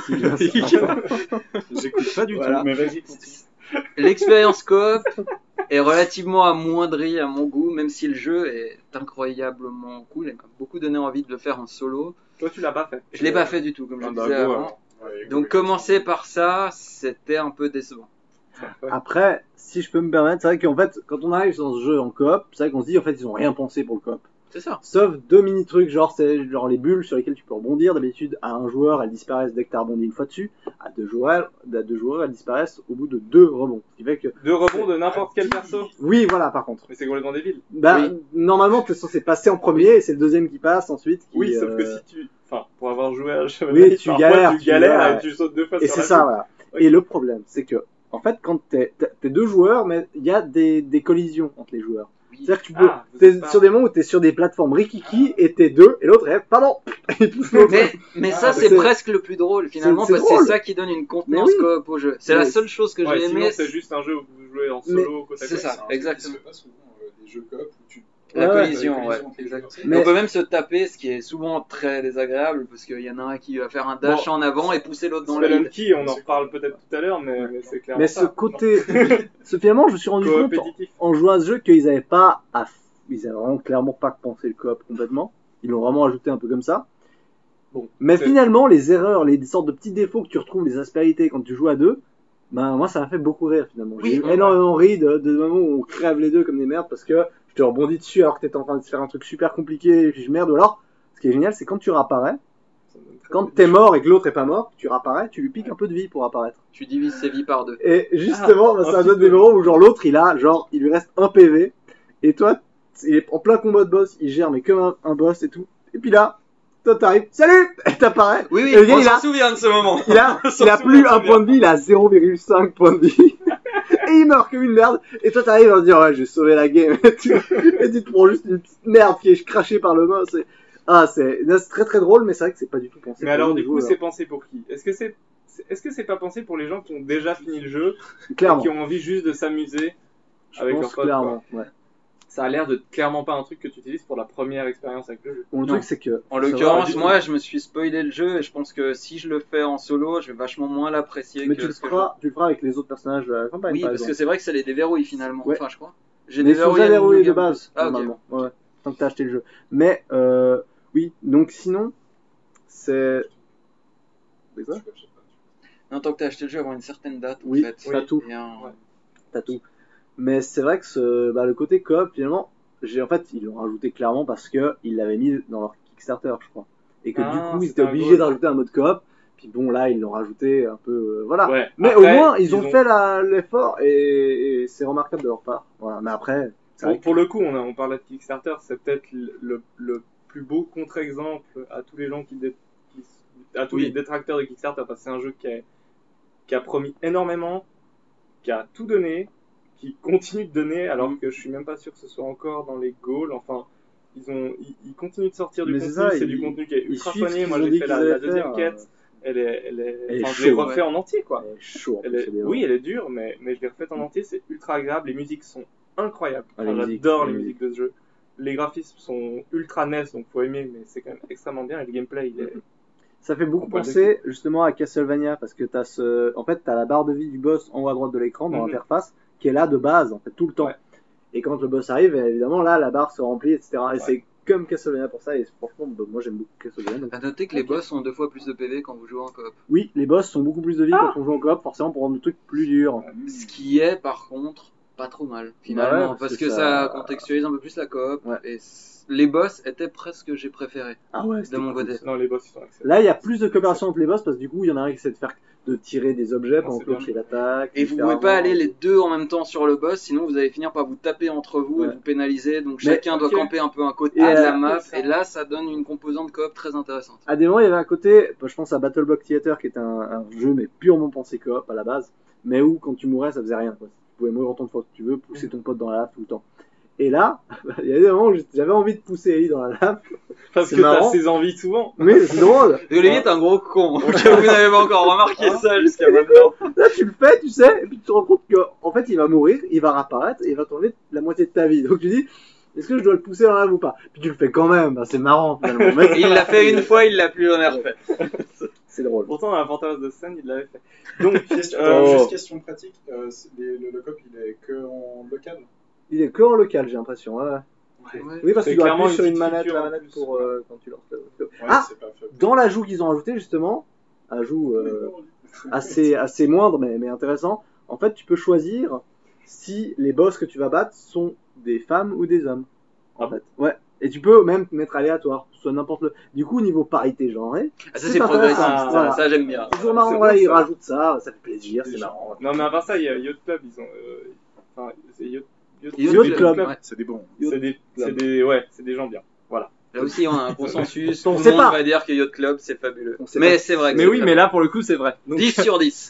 J'écoute pas du Voilà. tout, mais vas-y, continue. l'expérience coop est relativement amoindrie à mon goût, même si le jeu est incroyablement cool. Il m'a beaucoup donné envie de le faire en solo. Toi, tu l'as pas fait. Je l'ai pas fait du tout, comme je Ah le bah, disais go, avant. alors. Ouais, Donc ouais. commencer par ça, c'était un peu décevant. Après, si je peux me permettre, c'est vrai qu'en fait, quand on arrive dans ce jeu en coop, c'est vrai qu'on se dit en fait ils ont rien pensé pour le coop. C'est ça. Sauf deux mini trucs, genre c'est genre les bulles sur lesquelles tu peux rebondir. D'habitude, à un joueur, elles disparaissent dès que tu as rebondi une fois dessus. À deux joueurs, à deux joueurs, elles disparaissent au bout de deux rebonds. Ce qui fait que, Deux rebonds de n'importe quel perso. oui, voilà, par contre. Mais c'est complètement débile. Bah, Oui. normalement, t'es censé passer en premier et c'est le deuxième qui passe ensuite. Qui, Oui, sauf que euh, si tu... Enfin, pour avoir joué à un jeu Oui, tu parfois, galères, tu tu galères galères, et tu sautes deux fois Et sur c'est la ça, queue. voilà. Ok. Et le problème, c'est que, en fait, quand t'es, t'es, t'es deux joueurs, mais il y a des, des collisions entre les joueurs. Oui. C'est-à-dire que tu peux, Ah, vous t'es êtes pas- sur des moments où t'es sur des plateformes rikiki et t'es deux, et l'autre est, pardon, et pousse l'autre. Mais, mais ça, Ah, c'est c'est- presque le plus drôle finalement, c'est parce que drôle. c'est ça qui donne une contenance Mais oui. coop au jeu. C'est Mais la seule chose que Ouais, j'ai sinon, aimé. c'est juste un jeu où vous jouez en Mais- solo, côte à c'est côte. ça. C'est un truc qui exactement. se fait pas souvent, euh, des jeux coop où tu La Ouais, collision, t'as des ouais, collisions entre les exact. joueurs. Mais- On peut même se taper, ce qui est souvent très désagréable, parce qu'il y en a un qui va faire un dash Bon. en avant et pousser l'autre dans le vide. Spelunky, on en reparle peut-être tout à l'heure, mais, mais c'est clairement Mais ce ça. côté, ce, finalement, je me suis rendu compte en, Coopétitif. en jouant à ce jeu qu'ils avaient pas, à, ils avaient vraiment clairement pas pensé le coop complètement. Ils l'ont vraiment ajouté un peu comme ça. Bon, Mais c'est- finalement, les erreurs, les sortes de petits défauts que tu retrouves, les aspérités quand tu joues à deux, ben moi ça m'a fait beaucoup rire finalement. Oui, J'ai ouais, énormément ri de, de moments où on crève les deux comme des merdes parce que je te rebondis dessus alors que t'étais en train de faire un truc super compliqué et puis je merde. Ou alors, ce qui est génial, c'est quand tu réapparais, Ça me donne très quand envie de t'es mort et que l'autre est pas mort, tu réapparais, tu lui piques un peu de vie pour apparaître. Tu divises ses vies par deux. Et justement, Ah, bah, un ça petit donne des peu. moments où genre l'autre il a, genre il lui reste un P V et toi il est en plein combat de boss, il gère mais comme un, un boss et tout. Et puis là, toi t'arrives, salut, et t'apparais. Oui, oui, Et le gars, on il s'en a- souvient de ce moment. Il a, On s'en il a souvient plus très un bien. point de vie, il a zéro virgule cinq points de vie. Et il meurt comme une merde. Et toi t'arrives à te dire ouais j'ai sauvé la game. Et tu, et tu te prends juste une petite merde qui est crachée par le boss. Et... Ah c'est, là, c'est très très drôle mais c'est vrai que c'est pas du tout pensé. Mais pour alors, les du coup, joueurs. c'est pensé pour qui? Est-ce que c'est c'est- est-ce que c'est pas pensé pour les gens qui ont déjà fini le jeu et clairement. qui ont envie juste de s'amuser Je avec pense leurs potes, clairement. Ouais. Ça a l'air de clairement pas un truc que tu utilises pour la première expérience avec le jeu. Bon, le Non. truc c'est que En ça va, l'occurrence, du tout. moi, je me suis spoilé le jeu et je pense que si je le fais en solo, je vais vachement moins l'apprécier Mais que tu le ce que feras, tu le feras avec les autres personnages de la campagne je... Oui, par parce que exemple. c'est vrai que ça les déverrouille finalement. Ouais. Enfin, je crois. J'ai Mais ils sont déjà le verrouillés de New Game base, Plus. Ah, ok. normalement. Ouais, tant que t'as acheté le jeu. Mais, euh, oui, donc sinon, c'est... C'est quoi? Non, tant que t'as acheté le jeu avant une certaine date, Oui, en fait. t'as tout. Et un- Ouais. T'as tout. Mais c'est vrai que ce, bah, le côté coop, finalement, j'ai, en fait, ils l'ont rajouté clairement parce que ils l'avaient mis dans leur Kickstarter, je crois. Et que Ah, du coup, ils c'était étaient un obligés goal. de rajouter un mode coop. Puis bon, là, ils l'ont rajouté un peu, euh, voilà. Ouais. Mais Après, au moins, ils ont, fait la, l'effort et, et c'est remarquable de leur part. Voilà. Mais après, c'est vrai Pour, pour le coup, on, a, on parlait de Kickstarter, c'est peut-être le, le, le plus beau contre-exemple à tous les gens qui, dé- qui à tous Oui. les détracteurs de Kickstarter, parce que c'est un jeu qui a, qui a promis énormément, qui a tout donné, qui continue de donner, alors Mm. que je suis même pas sûr que ce soit encore dans les goals. Enfin, ils ont, ils, ils continuent de sortir du Mais c'est contenu. ça, C'est ils- du contenu qui est ils ultra suivent ce funny. qu'ils Moi, ont j'ai dit fait qu'ils la, allaient la deuxième faire, quête. Elle est, elle est, Elle est enfin, je l'ai chaude, refait ouais. en entier, quoi. elle est chaud. en Elle plus, est- c'est des- oui, elle est dure, mais, mais je l'ai refaite en entier, c'est ultra agréable. Les musiques sont incroyables. Ah, les Enfin, musiques, J'adore les les musiques de ce jeu. Les graphismes sont ultra N E S, donc faut aimer, mais c'est quand même extrêmement bien. Et le gameplay, il est. Ça fait beaucoup On parle de penser justement à Castlevania parce que t'as ce, en fait, t'as la barre de vie du boss en haut à droite de l'écran dans Mhm. l'interface qui est là de base en fait tout le temps. Ouais. Et quand le boss arrive, évidemment là la barre se remplit, et cetera. Et Ouais. c'est comme Castlevania pour ça. Et franchement, bah, moi j'aime beaucoup Castlevania. donc- À noter que les Ok. boss ont deux fois plus de P V quand vous jouez en coop. Oui, les boss sont beaucoup plus de vie Ah quand on joue en coop, forcément pour rendre le truc plus dur. Ce qui est, par contre, pas trop mal finalement, Ouais, parce parce, que que, ça- ça... contextualise un peu plus la coop. Ouais. Et c- les boss étaient presque j'ai préféré Ah ouais, de mon côté. Non, les boss, ils sont excellents. Là, il y a plus de coopération entre les boss parce que du coup, il y en a un qui essaie de faire de tirer des objets pour c'est bien. enclencher l'attaque. Et vous différemment. pouvez pas aller les deux en même temps sur le boss, sinon vous allez finir par vous taper entre vous Ouais. et vous pénaliser. Donc Mais- chacun doit ok. camper un peu un côté Et, de euh, la map. ça. Et là, ça donne une composante coop très intéressante. À des moments, il y avait un côté, je pense à Battle Block Theater qui était un, un jeu mais purement pensé coop à la base, mais où quand tu mourais, ça faisait rien. Quoi. Tu pouvais mourir autant de fois que tu veux, pousser ton pote dans la lave tout le temps. Et là, il y a des moments où j'avais envie de pousser Ellie dans la lave, Parce c'est que t'as marrant. ses envies souvent. mais c'est drôle. Et Olivier, t'es un gros con. Vous n'avez pas encore remarqué ça jusqu'à maintenant. Là, tu le fais, tu sais, et puis tu te rends compte que, en fait, il va mourir, il va réapparaître, et il va t'enlever la moitié de ta vie. Donc tu dis, est-ce que je dois le pousser dans la lave ou pas? Puis tu le fais quand même, bah, c'est marrant finalement. Mais Il l'a fait une fois, il l'a plus jamais refait. c'est drôle. Pourtant, dans la forteresse de Sun, il l'avait fait. Donc, Question, euh, euh, juste question pratique, euh, c'est- les- le, le cop il est que en local. Il est que en local, j'ai l'impression. Ouais. Ouais. Oui, parce C'est que tu dois clairement appuyer sur une une petite manette, feature la en manette plus. pour euh, quand tu lances le. Ouais, Ah, c'est pas fait. dans l'ajout qu'ils ont ajouté justement, ajout euh, assez assez moindre mais mais intéressant. En fait, tu peux choisir si les boss que tu vas battre sont des femmes ou des hommes. En Ah fait, ouais. Et tu peux même mettre aléatoire, soit n'importe le. Du coup, au niveau parité genrée, Ah, ça C'est c'est progressif, intéressant, ça, voilà. ça, j'aime bien. c'est toujours marrant. c'est Voilà, bon, ils ça. rajoutent ça, ça fait plaisir, c'est marrant. non, mais à part ça, il y a Yacht Club, ils ont. euh, Enfin, c'est Yacht, Yacht, Yacht Club, ouais. C'est des bons. C'est des, c'est des, ouais, c'est des gens bien. Voilà. Là aussi, on a un consensus. On Tout sait le monde pas. va dire que Yacht Club c'est fabuleux. On sait Mais pas. c'est vrai. que Mais c'est oui, très mais bon. là, pour le coup, c'est vrai. Donc, dix sur dix.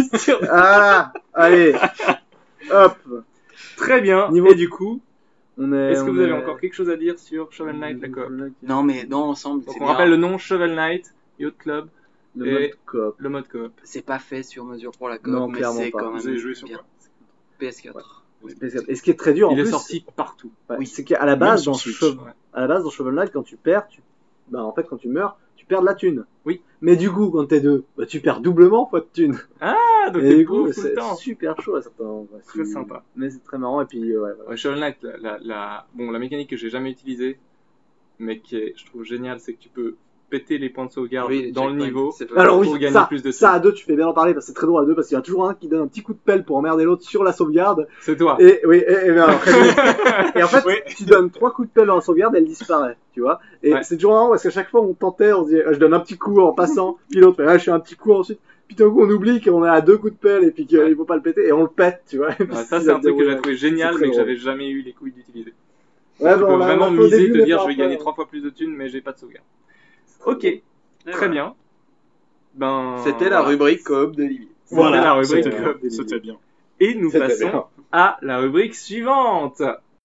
Ah, allez, hop. Très bien. Niveau- Et du coup, On est. est-ce que on vous avez est- encore quelque chose à dire sur Shovel Knight, la coop? Non, mais dans l'ensemble, Donc, c'est on bien. rappelle le nom Shovel Knight, Yacht Club, Le Et- mode coop. le mode coop. C'est pas fait sur mesure pour la coop, Non, mais clairement c'est pas. quand Vous même avez joué sur bien. quoi? P S quatre. Et ce qui est très dur, en Il est plus, sorti partout. ouais, Oui. c'est qu'à la base, sur dans Switch. Shovel- Ouais. à la base, dans Shovel Knight, quand tu perds, tu... bah, en fait, quand tu meurs, tu perds de la thune. Oui. Mais du coup, quand t'es deux, bah, tu perds doublement fois de thune. Ah, donc Et t'es du pauvre coup, tout le c'est temps. super chaud à certains endroits. Très C'est- sympa. Mais c'est très marrant, et puis, euh, ouais, voilà. Ouais, Shovel Knight, la, la, la- bon, la mécanique que j'ai jamais utilisée, mais qui est, je trouve géniale, c'est que tu peux péter les points de sauvegarde Oui, les dans le checkpoints, niveau. c'est pas- Alors oui, pour gagner ça, plus de ça thunes. à deux, tu fais bien en parler, parce que c'est très drôle à deux, parce qu'il y a toujours un qui donne un petit coup de pelle pour emmerder l'autre sur la sauvegarde. C'est toi. Et oui, et, et, alors, très bien. Et en fait, Oui. tu donnes trois coups de pelle dans la sauvegarde, elle disparaît, tu vois. Et Ouais. c'est toujours marrant parce qu'à chaque fois on tentait, on se disait, ah, je donne un petit coup en passant, puis l'autre fait, ah, je fais un petit coup ensuite. Puis tout d'un coup on oublie qu'on est à deux coups de pelle et puis qu'il Ouais. faut pas le péter et on le pète, tu vois. Ouais, ça, c'est un truc que j'ai trouvé génial, C'est très mais que drôle. j'avais jamais eu les couilles d'utiliser. Ouais, tu bon, peux on l'a- vraiment on l'a fait au miser, début, te mais dire, pas je vais après, gagner ouais. trois fois plus de thunes, mais j'ai pas de sauvegarde. Et Ok, voilà. très bien. Ben, C'était la voilà. rubrique coop d'Olivier. C'était Voilà, la rubrique C'était coop. bien. C'était bien. Et nous C'était passons bien. à la rubrique suivante.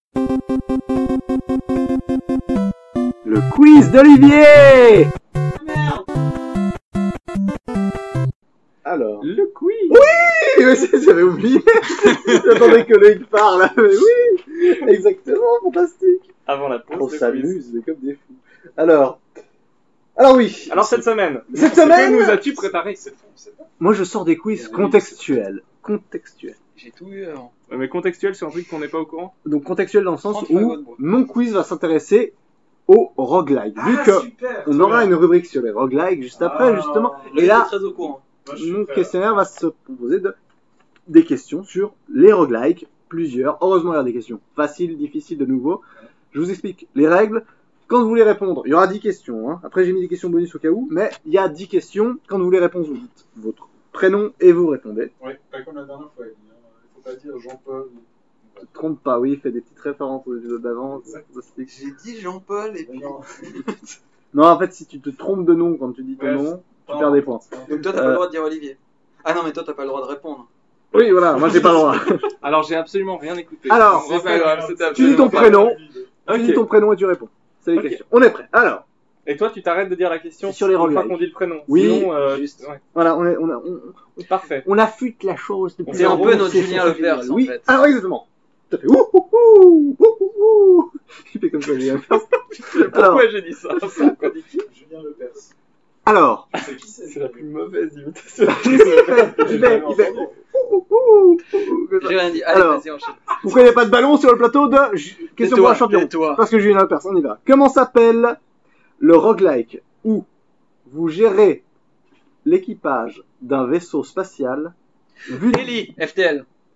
Le quiz d'Olivier! Alors. Le quiz. Oui, mais c'est- j'avais oublié. J'attendais que Loïc parle. Mais oui, exactement, fantastique. Avant la pause. On le quiz. s'amuse, mais comme des fous. Alors. Alors oui. Alors cette semaine, Cette que semaine, nous as-tu préparé? C'est fou, c'est pas. moi je sors des quiz contextuels. Contextuels. J'ai tout eu avant. Ouais, mais contextuel sur un truc qu'on n'est pas au courant. Donc contextuel dans le sens trente où fagots de bois. mon quiz va s'intéresser au roguelike. Vu Ah, que super, on très aura bien. une rubrique sur les roguelikes juste après, Ah, justement. Là, Et là, j'étais très au courant. moi, je suis mon prêt, questionnaire va se composer de des questions sur les roguelikes, plusieurs. Heureusement, il y a des questions faciles, difficiles de nouveau. Je vous explique les règles. Quand vous voulez répondre, il y aura dix questions. Hein. Après, j'ai mis des questions bonus au cas où, mais il y a dix questions. Quand vous voulez répondre, vous dites votre prénom et vous répondez. Ouais, pas comme la dernière fois. Il faut pas dire Jean-Paul. Ne te trompe pas, oui, il fait des petites références aux épisodes d'avant. ça- ça s'explique. J'ai dit Jean-Paul et puis. Non, Non, en fait, si tu te trompes de nom quand tu dis ton Ouais, nom, tu non. perds des points. Donc toi, t'as pas Euh. le droit de dire Olivier. Ah non, mais toi, t'as pas le droit de répondre. Oui, voilà, moi j'ai pas le droit. Alors j'ai absolument rien écouté. Alors, c'est pas grave, c'était tu dis ton absolument pas prénom. grave. Tu dis Ok. ton prénom et tu réponds. C'est les Ok. questions. On est prêt. Alors, Et toi, tu t'arrêtes de dire la question Sur les une fois roguelikes. qu'on dit le prénom. Oui, Sinon, euh, juste. ouais. voilà, on, est, on, a, on, Parfait. on affûte la chose depuis C'est un peu longtemps, notre c'est Julien c'est Lepers, génial. en oui. fait. Alors, exactement. Tout à fait. Ouh, ouh, ouh, ouh, ouh, ouh. Il fait comme ça, Julien Lepers. Alors, Pourquoi j'ai dit ça C'est encore dit qui Julien Lepers. alors, C'est qui c'est C'est la plus mauvaise imitation. il fait, il J'ai fait, jamais il fait. entendu. Ouh, ouh, ouh, comme ça. J'ai rien dit. Allez, Alors. vas-y, enchaîne. Pourquoi il n'y a pas de ballon sur le plateau de Ju- Question pour un champion? Tais-toi. Parce que Julien Lepers, on y va. Comment s'appelle le roguelike où vous gérez l'équipage d'un vaisseau spatial vu, Ellie, F T L.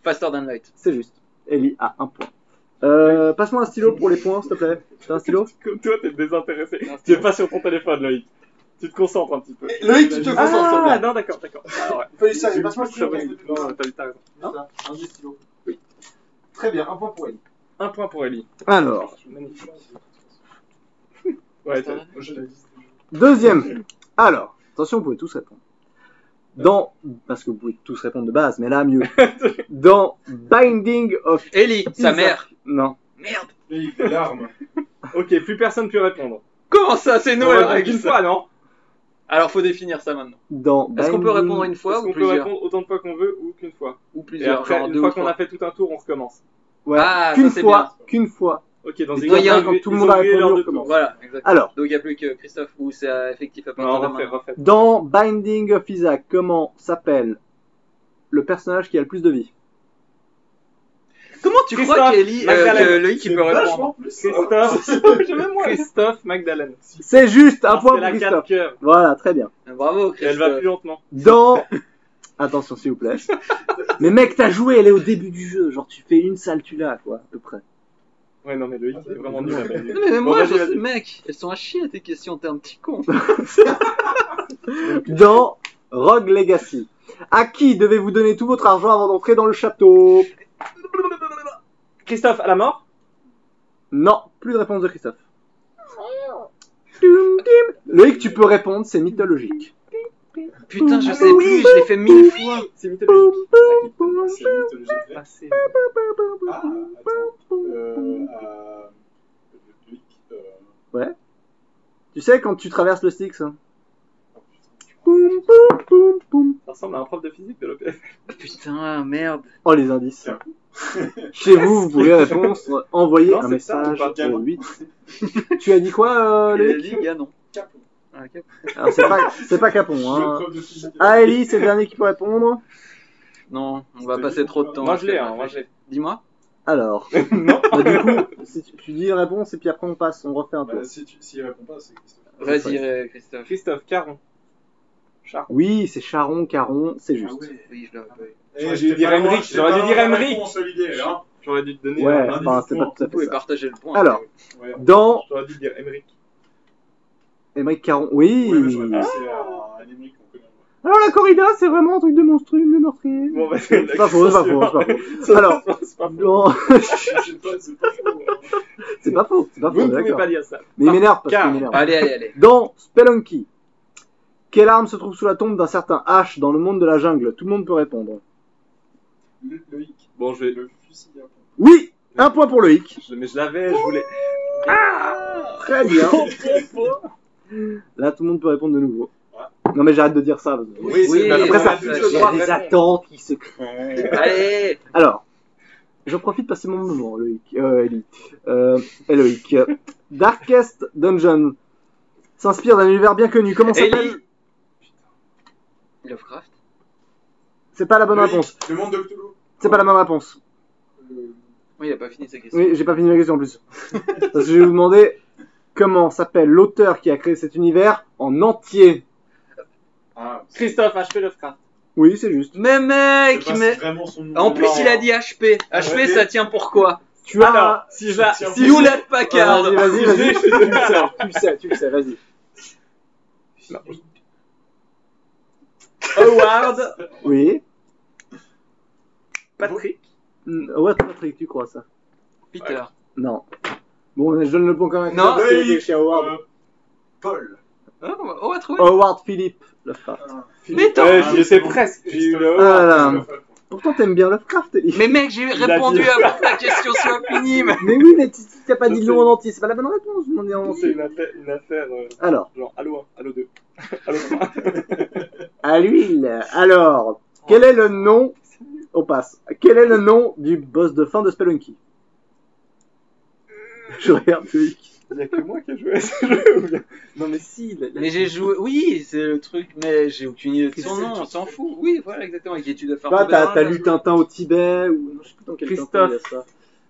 Faster Than Light. C'est juste. Ellie a un point. Euh, passe-moi un stylo pour les points, s'il te plaît. T'as un stylo? Comme toi, t'es désintéressé. Tu es pas sur ton téléphone, Loïc. Tu te concentres un petit peu. Loïc, tu te concentres, s'il te Ah, plaît. non, d'accord, d'accord. Ah, ouais. Fallait ça, passe-moi le stylo. Non, t'as t'as raison. Hein un des stylos. Oui. Très bien, un point pour Ellie. Un point pour Ellie. Alors, Magnifique. Ouais, t'as- Moi, je l'ai dit. deuxième. Alors, attention, vous pouvez tous répondre. Dans, parce que vous pouvez tous répondre de base, mais là, mieux. Dans Binding of Ellie, sa Isaac- mère. Non. Merde. Loïc, les larmes. Ok, plus personne peut répondre. Comment ça, c'est On Noël répond avec qu'une ça. fois, non? Alors faut définir ça maintenant. Dans Est-ce qu'on peut Binding- répondre une fois Est-ce ou qu'on peut plusieurs répondre autant de fois qu'on veut ou qu'une fois? Ou Et plusieurs, après, genre une deux fois ou qu'on trois. a fait tout un tour, on recommence. Ouais, Ah, qu'une ça, c'est fois, qu'une fois. Ok, dans Et une toi, il y a ils ont quand tout le ils monde ont a oublié répondu, l'heure on de commence. tour. Voilà, exactement. Alors, Donc il n'y a plus que Christophe ou c'est euh, effectif à Non, partir de refais, maintenant. refais. dans Binding of Isaac, comment s'appelle le personnage qui a le plus de vie? Comment tu crois Christophe qu'Ellie, euh, Magdalene. que Loïc il peut répondre? Vachement plus. Christophe, Christophe Magdalene. C'est juste un Parce point qu'elle pour a quatre Christophe. cœurs. Voilà, très bien. Bravo Et elle va Christophe. plus lentement. Dans... Attention, s'il vous plaît. Mais mec, t'as joué, elle est au début du jeu. Genre, tu fais une salle, tu l'as, quoi, à peu près. Ouais, non, mais Loïc, il est vraiment nul. là, mais- Non, mais Bon, moi, vas-y, je vas-y. sais, mec, elles sont à chier tes questions, t'es un petit con. Dans Rogue Legacy, à qui devez-vous donner tout votre argent avant d'entrer dans le château? Christophe, à la mort? Non, plus de réponse de Christophe. Loïc, tu peux répondre, c'est mythologique. Putain, je sais plus, je l'ai fait mille fois. C'est mythologique. C'est mythologique. Ah, c'est- Ah, attends. Euh, à... Loïc, euh... Ouais. Tu sais, quand tu traverses le Styx, hein. oh, putain. Poum, poum, poum, poum. Ça ressemble à un prof de physique de l'O P F. Putain, merde. Oh, les indices. Tiens. Chez vous, vous pouvez répondre, envoyer Non, un c'est ça, message ou pas, au huit. Tu as dit quoi, euh, Loïc? Ellie, gars, non. Capon. Ah, ok. Alors, c'est pas, c'est pas Capon, Le hein. prof de physique. Ah, Ellie, c'est le dernier qui peut répondre. Non, on va passer trop de temps. Moi, à je l'ai, faire hein, moi, je l'ai. Dis-moi. Alors, Non. bah, du coup, si tu, tu dis une réponse et puis après on passe, on refait un tour. Bah, si tu s'il répond pas, c'est Christophe. Vas-y, euh, Christophe. Christophe, Caron. Char. Oui, c'est Charon, Caron, c'est juste. Ah ouais. Oui, je l'aurais pas eu. Eh, J'aurais dû j'étais dire pas loin, Emmerich, j'étais j'aurais pas dû loin dire de la Emmerich. réponse, Olivier, hein. J'aurais dû te donner Ouais, un enfin, indice. c'est pas tout à Vous pouvez fait ça. partager le point. Alors, Ouais. dans J'aurais dû dire Emmerich. Émeric Caron, oui. Ouais, mais j'aurais pensé à un Émeric qu'on connaît. Alors la corrida, c'est vraiment un truc de monstrueux, de meurtrier. Bon, bah, C'est pas faux, c'est pas faux, c'est pas faux. Alors, c'est pas faux. dans... Je sais pas, c'est pas faux. hein. c'est pas faux, c'est pas Vous faux, ne pouvez d'accord. pas dire ça. Mais il m'énerve parce Car- qu'il m'énerve. Allez, allez, allez. Dans Spelunky, quelle arme se trouve sous la tombe d'un certain H dans le monde de la jungle? Tout le monde peut répondre. Le- Loïc, Bon, je vais. le fusil à pompe. Oui, un point pour Loïc. je- Mais je l'avais, je voulais. Très bien. Là, tout le monde peut répondre de nouveau. Non mais j'arrête de dire ça. parce que- Oui, Oui, c'est mais Après bon, ça, ça, il y c'est a droit de des répondre. attentes qui se créent. Allez. Alors, je profite de passer mon moment, Loïc. Euh, Ellie. Euh, et Loïc. Darkest Dungeon s'inspire d'un univers bien connu. Comment Ellie. s'appelle? Lovecraft. C'est pas la bonne Loïc, réponse. Le monde de Cthulhu. C'est pas la bonne réponse. Euh, Oui, il a pas fini sa question. Oui, j'ai pas fini ma question en plus. Parce que je vais vous demander comment s'appelle l'auteur qui a créé cet univers en entier. Ah, Christophe, H P Lovecraft. Oui, c'est juste. Mais mec, c'est pas mais. vraiment son nom. En plus, il a dit H P. H P, ça tient pour quoi? Tu as. Alors, si j'a- Tiens, si Hewlett Packard. Vas-y, vas-y, vas-y. Je- Tu le sais, tu le sais, tu le sais, vas-y. Howard Oui. Patrick. Mm, Ouais, Patrick, tu crois ça? Peter. Non. Bon, je donne le point quand même. Non, c'est Loïc, chez Howard. euh, Paul. Ah, on va- on va trouver. Howard Philippe Lovecraft. Ah, Mais attends. Ouais, Ah, j'y étais c'est bon. presque. J'ai eu le Ah là là. Christophe. Pourtant, t'aimes bien Lovecraft, Ellie. Mais mec, j'ai a répondu dit- avant que ta question soit finie. mais- Mais oui, mais tu tu t'as pas dit Je le nom sais. en entier, c'est pas la bonne réponse. Je m'en ai en C'est entier. une affaire, une affaire euh, Alors, genre Allo un, Allo deux, Allo trois. à l'huile. Alors, quel est le nom... On passe. Quel est le nom du boss de fin de Spelunky? Je regarde Loïc. Il n'y a que moi qui ai joué à ce jeu. ou bien- Non mais si. la- la- Mais j'ai joué. Oui, c'est le truc, mais j'ai aucune idée de son nom, on s'en fout. Oui, voilà, exactement. Avec qui tu dois faire Toi, tomber t'as dans t'as la- lu Tintin au Tibet ou... Non, je sais plus dans quel Christophe. Tintin il y a ça.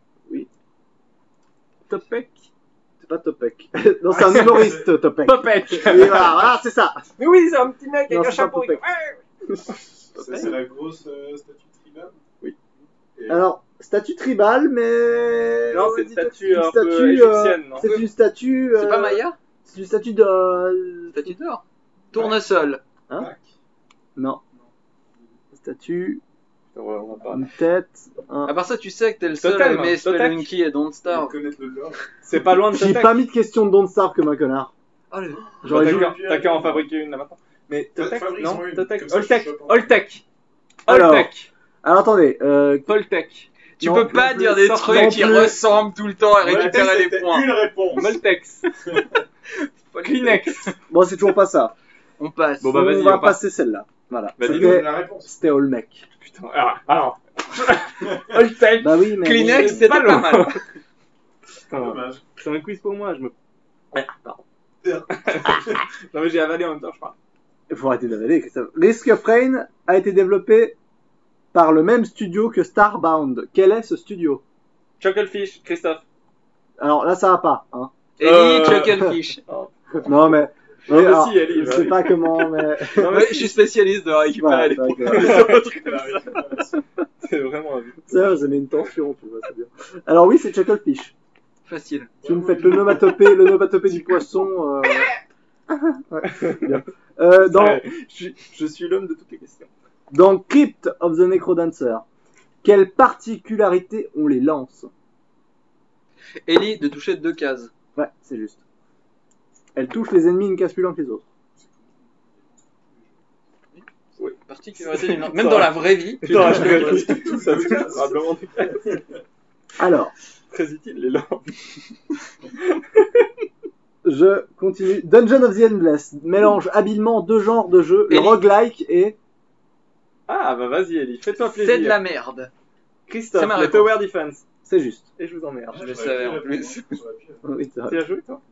Topek. C'est pas Topek. Non, c'est un humoriste, Topek. Topek. Et voilà, voilà, c'est ça. Mais oui, c'est un petit mec Non, avec un c'est pas chapeau. Topek. Ouais. Ça, c'est la grosse euh, statue de Tribal. Et- Alors, statue tribale, mais. Non, on c'est une dit que statue un peu statue, euh, égyptienne, non C'est une statue. C'est euh, pas Maya C'est une statue de. Statue d'or. Tournesol. Hein Tac. Non. Statue, On va- on va pas- une tête, un. À part ça, tu sais que t'es le seul Totem, à aimer Totem. Spelunky et Don't Pour Starve. connaître le lore. C'est pas loin de J'ai Totek. pas mis de question de Don't Starve comme un connard. Oh, le... J'aurais T'as dû. qu'à- T'as qu'à en fabriquer une là maintenant. Mais Fa- Totek, fabrique-en non une, Totek, comme ça, je Oltec, suis pas- Oltec, Alors. Oltec, Alors attendez, euh, Poltec, Tu Non, peux pas non dire plus, des sort- trucs non qui plus. ressemblent tout le temps et Ouais, récupérer c'était les points. Une réponse. Moltex, Kleenex. bon, c'est toujours pas ça. On passe. Bon, bah, On vas-y, va on passe. passer celle-là. Voilà. Bah, Dis-nous C'était la réponse. c'était Olmec. Putain, ah, alors. Oltec. Bah oui, mais. Kleenex, C'est c'était pas pas loin. mal. Putain, Dommage. c'est un quiz pour moi, je me. Ah, pardon. Non mais j'ai avalé en même temps, je crois. Il faut arrêter d'avaler, Christophe. Risk of Rain a été développé par le même studio que Starbound. Quel est ce studio? Chucklefish, Christophe. Alors là, ça va pas. Hein. Ellie, Euh. Chucklefish. Non, mais. Non, oui, mais alors, si, Ellie, je bah sais oui. pas comment, mais. Non, mais Ouais, je suis spécialiste de récupérer Voilà, les c'est vrai points. que- c'est vraiment un Ça, ça met une tension, tu vois, c'est bien. Alors oui, c'est Chucklefish. Facile. Si vous me faites le nomatopée, le nomatopée du poisson. Euh... ouais, bien. Euh, dans, Ouais, je suis, je suis l'homme de toutes les questions. dans Crypt of the Necrodancer, quelle particularité on les lance? Ellie, de toucher deux cases. Ouais, c'est juste. Elle touche les ennemis une case plus loin que les autres. Oui, particularité du Même dans la vraie vie. tu Putain, touches je deux cases. vais tout ça, tout probablement des cases. Alors, Très utile, les lampes. je continue. Dungeon of the Endless mélange habilement deux genres de jeux, le Ellie. roguelike et... Ah, bah vas-y, Ellie, fais-toi plaisir. C'est de la merde. Christophe, C'est ma le réponse. Tower Defense. C'est juste. Et je vous emmerde. Je le savais en plus. Oui, c'est vrai. Tu as joué, toi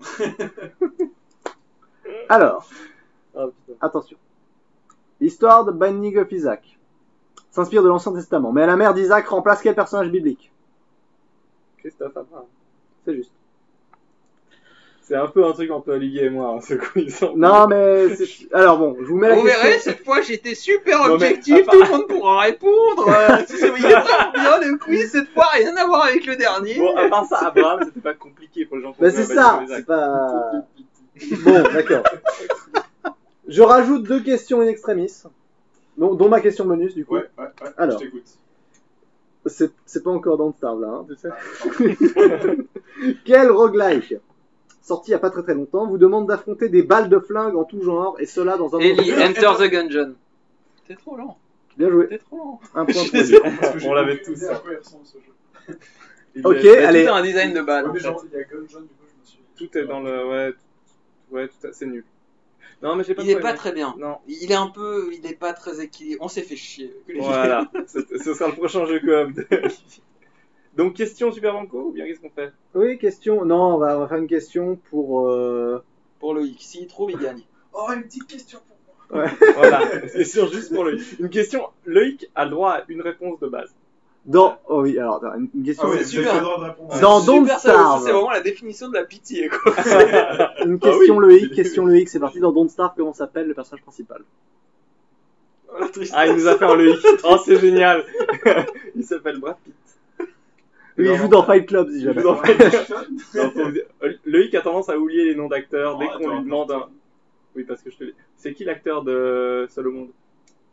Alors, Ah, putain. attention. L'histoire de Binding of Isaac s'inspire de l'Ancien Testament, mais la mère d'Isaac remplace quel personnage biblique? Christophe, Abraham. C'est juste. C'est un peu un truc entre Olivier et moi, hein, ce quiz. Non, mais... c'est- Alors bon, je vous mets la Vous question... verrez, cette fois j'étais super Non, mais, objectif, à part- tout le monde pourra répondre. Euh, si vous voyez vraiment bien le quiz, cette fois rien à voir avec le dernier. Bon, à part ça, Abraham, c'était pas compliqué pour les gens qui ont Bah joué c'est à ça, Binding of c'est Isaac. pas... Bon, d'accord. Je rajoute deux questions in extremis, dont, dont ma question bonus du coup. Ouais, ouais, ouais. Alors. Je t'écoute. C'est, c'est pas encore dans Starve là, hein, tu sais. Quel roguelike, sorti il y a pas très très longtemps, vous demande d'affronter des balles de flingue en tout genre, et cela dans un... Ellie, Enter the Gungeon. T'es trop lent, Bien joué, t'es trop lent. un point Je pour suis lui. désolé. Parce que j'ai On l'avait aucune tous, idée ça. à quoi il ressemble ce jeu. Il Ok, y a- Il y a allez. tout un design de balle. Ouais, en mais fait. genre, il y a Gungeon, du coup, je me suis. Tout est dans le... Ouais, tout- ouais tout à- c'est nul. Non, mais j'ai pas Il est trop pas aimé. très bien. Non. Il est un peu, il est pas très équilibré. On s'est fait chier. Que les Voilà, C'est- ce sera le prochain jeu coop. de- Donc, question Super Banco ou bien qu'est-ce qu'on fait? Oui, question, non, on va, on va faire une question pour... Euh... Pour Loïc, s'il trouve, il gagne. Oh, une petite question pour moi. Voilà, question juste pour Loïc. Une question, Loïc a le droit à une réponse de base. Dans... Oh oui, alors, attends, une une question... Ah ouais, c'est vous super. avez pas le droit de répondre. Dans Don't Super ça Starve. aussi, c'est vraiment la définition de la pitié, quoi. Une question Loïc, question Loïc, c'est parti. Dans Don't Starve, comment s'appelle le personnage principal? Ah, il nous a fait un Loïc. Oh, c'est génial. Il s'appelle Brad Pitt. Oui, il Non, joue non. dans Fight Club, si Il jamais. joue dans Fight Club. Non, faut vous dire- Loïc a tendance à oublier les noms d'acteurs dès Oh, qu'on attends, lui demande un... attends. Oui, parce que je te l'ai... C'est qui l'acteur de Seul au monde?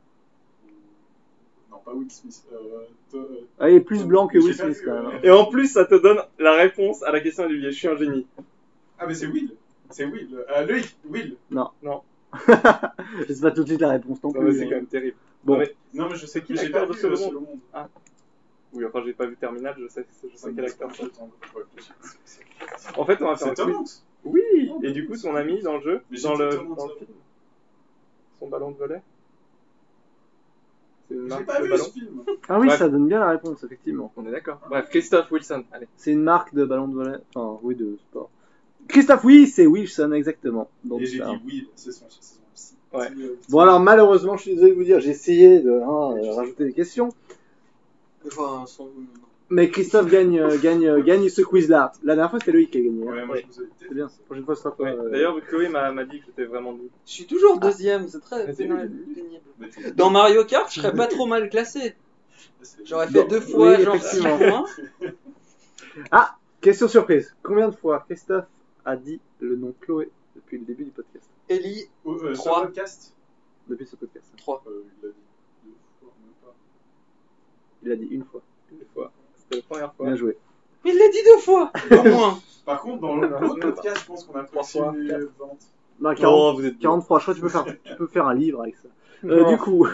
Non, pas Will Smith. Euh, to- euh, Ah, il est plus blanc que j'ai Will pas Smith, vu, quand euh, même. hein. Et en plus, ça te donne la réponse à la question d'Olivier. Je suis un génie. Ah, mais c'est Will. C'est Will. Euh, Loïc, Will. Je sais pas tout de suite la réponse non Non, mais plus. c'est hein. quand même terrible. Bon. Non, mais- Non, mais je sais qui que j'ai l'acteur pas de vu Seul euh, au Seul monde au monde. Oui, enfin, j'ai pas vu Terminal, je sais, je sais Ça me quel laisse acteur pas c'est. le temps pour réfléchir. En fait, on va faire C'est un Tom quiz. Hanks. Oui, et du coup, son ami dans le jeu, Mais dans j'ai le, dit Tom Hanks, dans le là. film, son ballon de volet. C'est une J'ai marque pas de vu ballon. ce film. Ah oui, Bref. ça donne bien la réponse, effectivement. On est d'accord. Bref, Christophe Wilson, allez. C'est une marque de ballon de volet. Enfin, oui, de sport. Christophe, oui, c'est Wilson, exactement. Donc, Et j'ai ça. dit Will, c'est son c'est son petit- Ouais. petit, euh, petit- Bon, alors, malheureusement, je suis désolé de vous dire, j'ai essayé de hein, euh, rajouter des questions. Enfin, son... Mais Christophe gagne, euh, gagne, euh, gagne ce quiz-là. La dernière fois, c'était Loïc qui a gagné. hein. Ouais, moi Ouais. je vous ai C'est bien. La prochaine fois, ce sera pas. Ouais. euh, D'ailleurs, Chloé m'a m'a dit que j'étais vraiment nul. Je suis toujours deuxième, c'est très Mais c'est pénible. nul. pénible. Mais t'es- Dans Mario Kart, je serais pas trop mal classé. C'est- J'aurais fait Bon, deux fois, oui, genre six effectivement. points. Ah, question surprise. Combien de fois Christophe a dit le nom Chloé depuis le début du podcast? Ellie, Oh, euh, sur Trois. le podcast Depuis ce podcast. trois. euh, Il l'a dit deux fois, même pas. Il a dit une fois. Une fois. C'était la première fois. Bien joué. Il l'a dit deux fois, au moins. Par contre, dans l'autre podcast, je pense qu'on a Trois fois, approximé quatre. vingt. Non, quarante, Oh, vous êtes quarante-trois. Je crois que tu peux faire, tu peux faire un livre avec ça. Euh, Non. du coup,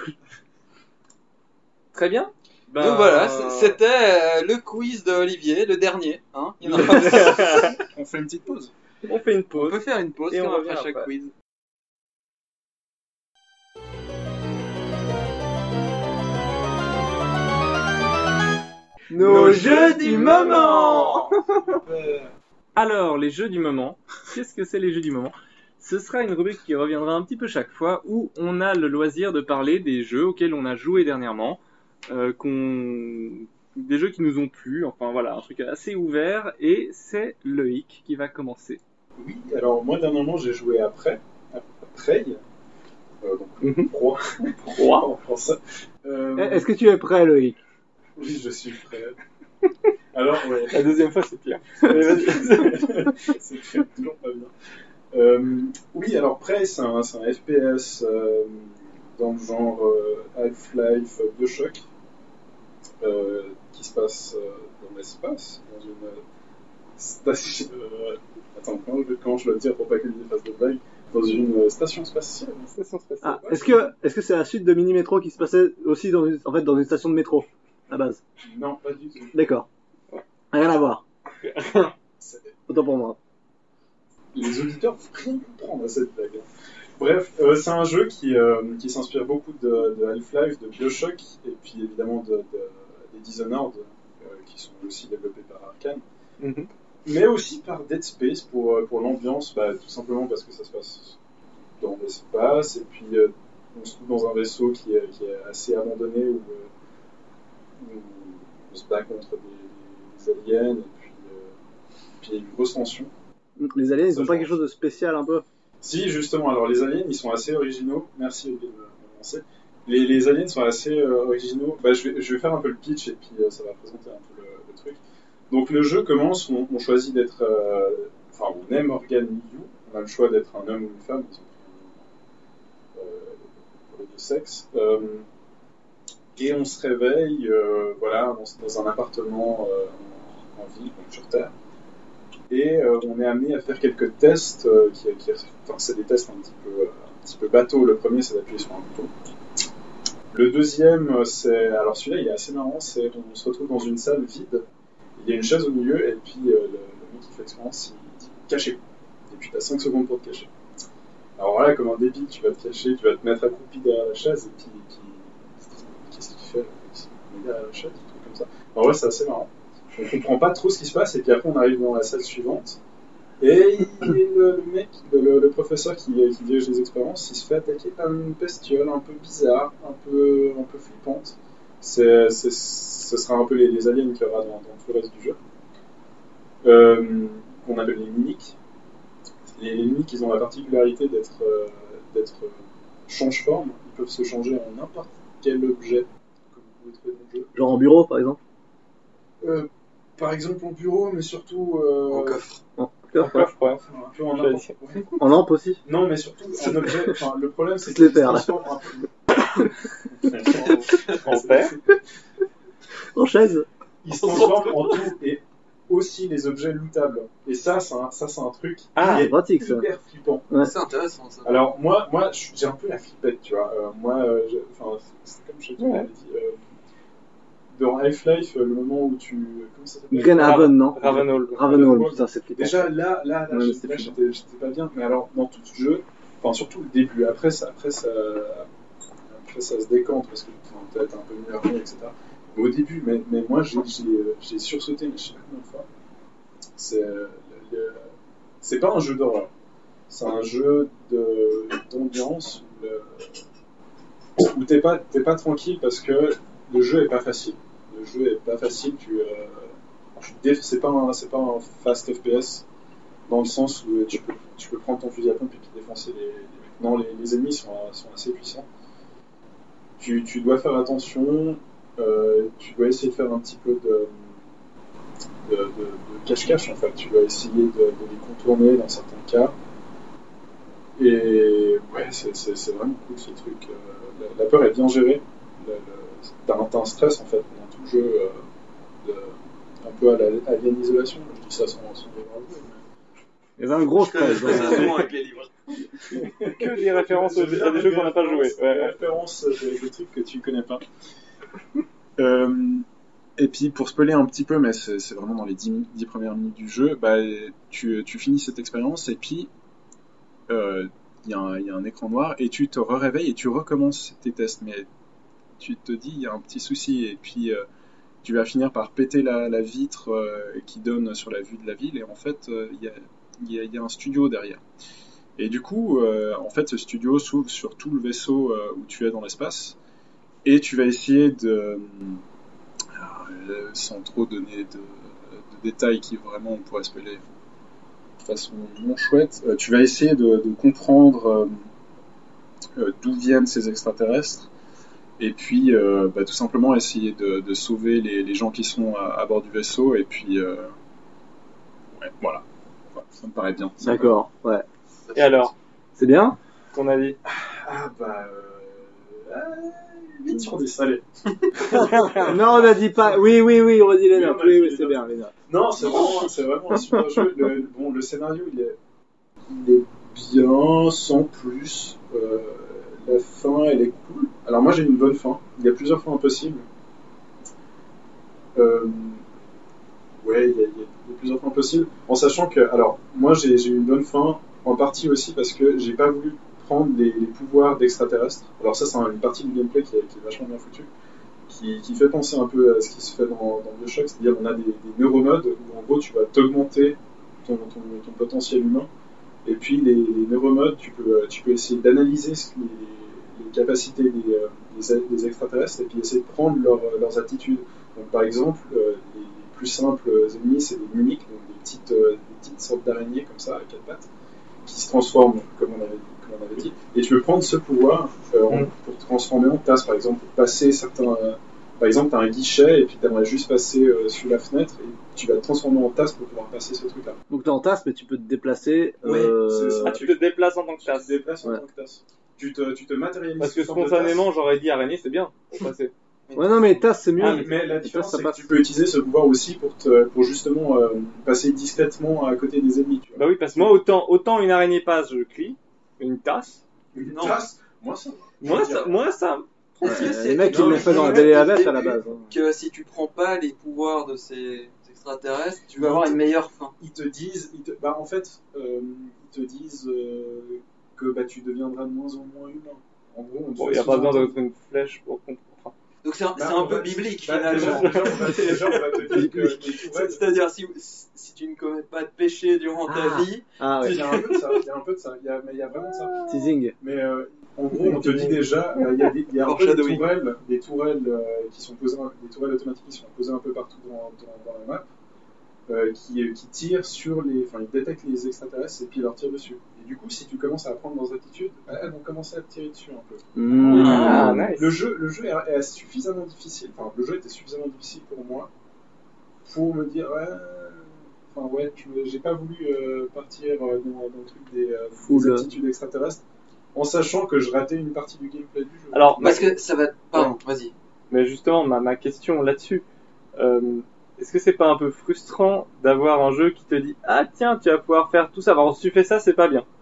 Très bien. Ben, Donc voilà, c- c'était euh, le quiz de Olivier, le dernier. Hein. Il y en a pas- On fait une petite pause. On fait une On pause. peut faire une pause Et on comme revient après chaque après. quiz. nos jeux du moment. Alors, les jeux du moment. Qu'est-ce que c'est les jeux du moment? Ce sera une rubrique qui reviendra un petit peu chaque fois où on a le loisir de parler des jeux auxquels on a joué dernièrement, euh, qu'on... des jeux qui nous ont plu, enfin voilà, un truc assez ouvert, et c'est Loïc qui va commencer. Oui, alors moi dernièrement j'ai joué après, après, euh, donc Mhm. Proie, Proie. en français. Euh, Est-ce que tu es prêt, Loïc? Oui, je suis prêt. Alors, ouais. La deuxième fois, c'est pire. C'est toujours pas bien. Euh, oui, alors Prey, c'est un, c'est un F P S euh, dans le genre euh, Half-Life Bioshock euh, qui se passe euh, dans l'espace, dans une euh, station. Euh, attends, comment je, comment je dois le dire pour pas qu'il y fasse de blague? Dans une euh, station spatiale. Station spatiale. Ah, est-ce que est-ce que c'est la suite de Mini Metro qui se passait aussi dans une, en fait dans une station de métro à base? Non, pas du tout. D'accord. Rien à voir. C'est- Autant pour moi. Les auditeurs vont rien comprendre à cette blague. Bref, euh, c'est un jeu qui, euh, qui s'inspire beaucoup de, de Half-Life, de Bioshock, et puis évidemment de, de, des Dishonored, euh, qui sont aussi développés par Arkane, Mhm. mais aussi par Dead Space pour, euh, pour l'ambiance, bah, tout simplement parce que ça se passe dans l'espace, et puis euh, on se trouve dans un vaisseau qui est, qui est assez abandonné, où, euh, où on se bat contre des, des aliens, et puis, euh, puis il y a une grosse tension. Les aliens, ils Ça ont pas change. quelque chose de spécial un peu? Si, justement, alors les aliens, ils sont assez originaux. Merci Olivier de me lancer. Les, les aliens sont assez euh, originaux. Bah, je, vais, je vais faire un peu le pitch et puis euh, ça va présenter un peu le, le truc. Donc le jeu commence, on, on choisit d'être... euh, Enfin, on est Morgan Yu. On a le choix d'être un homme ou une femme. Ils ont pris, euh, pour les deux sexes. Euh, et on se réveille euh, voilà, dans, dans un appartement euh, en, en ville, donc sur Terre. Et euh, on est amené à faire quelques tests, euh, qui, qui, enfin c'est des tests un petit peu, euh, un petit peu bateau. Le premier, c'est d'appuyer sur un bouton. Le deuxième, c'est, alors celui-là, il est assez marrant, c'est on se retrouve dans une salle vide, il y a une chaise au milieu, et puis euh, le, le mec qui fait l'expérience, il dit cachez-vous. Et puis tu as cinq secondes pour te cacher. Alors là, comme un débile, tu vas te cacher, tu vas te mettre accroupi derrière la chaise, et puis, et puis qu'est-ce qu'il fait il est derrière la chaise, un truc comme ça. Alors ouais, c'est assez marrant. On comprend pas trop ce qui se passe, et puis après on arrive dans la salle suivante, et il, le, le mec, le, le professeur qui, qui dirige les expériences, il se fait attaquer par une bestiole un peu bizarre, un peu, un peu flippante. C'est, c'est, ce sera un peu les, les aliens qu'il y aura dans, dans tout le reste du jeu. Euh, qu'on appelle les mimiques. Les, les mimiques, ils ont la particularité d'être, euh, d'être euh, change-forme. Ils peuvent se changer en n'importe quel objet que vous pouvez trouver dans le jeu. Genre en bureau, par exemple? Euh, par exemple en bureau, mais surtout euh, En coffre. En En coffre, ouais. un peu en n'importe ouais. En lampe aussi? Non, mais surtout un objet. Enfin, le problème, c'est Je les qu'il se perds, là. transforme un peu. En paix. En chaise? Il se transforme en tout et aussi les objets lootables. Et ça, c'est un, ça, c'est un truc Ah, qui C'est est pratique, ça. hyper flippant. C'est intéressant ça. Alors moi, moi, j'ai un peu la flippette, tu vois. Euh, moi, euh, je- enfin, c'est comme je te Ouais. l'avais dit. Euh, dans Half-Life, le moment où tu, comment ça s'appelle? Glenhaven, non? Ravenhall. Ravenhall, putain, c'est flippant. Déjà là, là, là, Ouais, j'étais, c'est là, flippant. j'étais, j'étais pas bien. Mais alors dans tout ce jeu, enfin surtout le début. Après ça, après ça, après ça se décante parce que enfin, t'as t'as un peu mieux armé, et cetera. Mais au début, mais, mais moi j'ai, j'ai, euh, j'ai sursauté, mais je sais pas combien de fois. C'est, euh, le- le- c'est pas un jeu d'horreur. C'est un jeu de, d'ambiance où, le- où t'es pas, t'es pas tranquille parce que le jeu est pas facile. Le jeu est pas facile. Tu, euh, tu déf- c'est pas un, c'est pas un fast F P S dans le sens où tu peux, tu peux prendre ton fusil à pompe et puis défoncer les, les mecs. Non, les, les ennemis sont, sont assez puissants. Tu, tu dois faire attention. euh, tu dois essayer de faire un petit peu de, de, de, de cache-cache en fait. Tu dois essayer de, de les contourner dans certains cas. Et ouais, c'est, c'est, c'est vraiment cool ce truc. Euh, la, la peur est bien gérée. Le, le, t'as, un, t'as un stress en fait pendant tout le jeu, euh, de, un peu à la Alien Isolation. Je dis ça sans, sans vraiment le jeu. Il y avait un gros stress. dans la- avec les livres. Que des références à des jeux qu'on n'a pas joués. Des Ouais. références, des, des trucs que tu connais pas. Euh, et puis pour spoiler un petit peu, mais c'est, c'est vraiment dans les dix, dix premières minutes du jeu, bah, tu, tu finis cette expérience et puis il euh, y, y a un écran noir et tu te réveilles et tu recommences tes tests. Mais tu te dis, il y a un petit souci et puis euh, tu vas finir par péter la, la vitre euh, qui donne sur la vue de la ville et en fait, il euh, y, a, y, a, y a un studio derrière. Et du coup, euh, en fait, ce studio s'ouvre sur tout le vaisseau euh, où tu es dans l'espace. Et tu vas essayer de, euh, sans trop donner de, de détails qui vraiment on pourrait spoiler de façon non chouette, euh, tu vas essayer de, de comprendre euh, euh, d'où viennent ces extraterrestres. Et puis, euh, bah, tout simplement essayer de, de sauver les, les gens qui sont à, à bord du vaisseau. Et puis, euh, ouais, voilà. Voilà, ça me paraît bien. Ça D'accord, ouais. Et alors, C'est bien? ton avis? Ah bah... Euh... huit sur dix, allez. Non, on n'a dit pas. Oui, oui, oui, on a dit les Oui, notes. on a Oui, dit oui, les c'est notes. bien, les notes. Non, c'est vraiment, c'est vraiment un super jeu. Le, bon, le scénario, il est, il est bien, sans plus. Euh, la fin, elle est cool. Alors moi, j'ai une bonne fin. Il y a plusieurs fins impossibles. Euh, ouais, il y, a, il y a plusieurs fins possibles. En sachant que, alors, moi, j'ai, j'ai une bonne fin, en partie aussi parce que j'ai pas voulu prendre les, les pouvoirs d'extraterrestres. Alors ça, c'est une partie du gameplay qui est, qui est vachement bien foutue. Qui, qui fait penser un peu à ce qui se fait dans, dans BioShock, c'est-à-dire on a des, des neuromodes où en gros tu vas t'augmenter ton, ton, ton potentiel humain, et puis les, les neuromodes, tu peux, tu peux essayer d'analyser les, les capacités des, des, des extraterrestres et puis essayer de prendre leur, leurs attitudes. Donc par exemple, euh, les, les plus simples ennemis, c'est des mimiques, donc des petites, euh, des petites sortes d'araignées comme ça, à quatre pattes, qui se transforment, comme on avait dit. Comme on avait dit. Et tu peux prendre ce pouvoir euh, en, pour te transformer en tasse, par exemple, pour passer certains. Euh, par exemple, tu as un guichet et puis tu aimerais juste passer euh, sous la fenêtre et tu vas te transformer en tasse pour pouvoir passer ce truc-là. Donc t'es en tasse, mais tu peux te déplacer. Oui, euh... c'est ça. Ah, tu te déplaces en tant que Tu te tasse. déplaces en Ouais. tant que tasse. Tu te, tu te matérialises. Parce que sous forme de spontanément, tasse. j'aurais dit araignée, c'est bien. Pour passer. Ouais, non, mais tasse, c'est mieux. Ah, mais la différence, ça c'est que passe. tu peux utiliser ce pouvoir aussi pour, te, pour justement euh, passer discrètement à côté des ennemis. Tu vois. Bah oui, parce que moi, autant, autant une araignée passe, je crie. Une tasse. Une Non. tasse, moi ça va. Moi, Je veux ça, dire. moi, ça. Ouais, C'est- les mecs, ils non, l'ont mais fait dans la je Belle et la disais Bête à la base. hein. Que si tu prends pas les pouvoirs de ces extraterrestres, tu vas avoir une meilleure fin. Ils te disent, ils te, bah en fait, euh, ils te disent euh, que bah, tu deviendras de moins en moins humain. En gros, on te Bon, fait il n'y a pas besoin sous-entendre- d'être une flèche pour comprendre. Donc c'est un, Bah, c'est on un peu va- biblique bah, finalement. Déjà, déjà, on va, déjà, on va te dire que les C'est- tourelles, C'est-à-dire si, si tu ne commets pas de péché durant ta Ah. vie, Ah ouais, il y a un peu de ça, il y a un peu de ça, il y a, mais il y a vraiment de ça. teasing. Mais euh, en gros, on te dit déjà, bah, il y a, des, il y a un peu des Foreshadowing. tourelles, des tourelles euh, qui sont posées, des tourelles automatiques qui sont posées un peu partout dans, dans, dans la map, euh, qui, qui tirent sur les, enfin, ils détectent les extraterrestres et puis ils leur tirent dessus. Et du coup, si tu commences à apprendre leurs attitudes, elles vont commencer à te tirer dessus un peu. Mmh. Ah, nice. Le jeu, le jeu est, est suffisamment difficile, enfin, le jeu était suffisamment difficile pour moi pour me dire, ouais, enfin, ouais, je- j'ai pas voulu euh, partir euh, dans, dans le truc des, euh, Full. des attitudes extraterrestres, en sachant que je ratais une partie du gameplay du jeu. Alors, parce que ça va. Pardon, vas-y. Mais justement, ma, ma question là-dessus, euh, est-ce que c'est pas un peu frustrant d'avoir un jeu qui te dit ah tiens tu vas pouvoir faire tout ça, alors si tu fais ça c'est pas bien.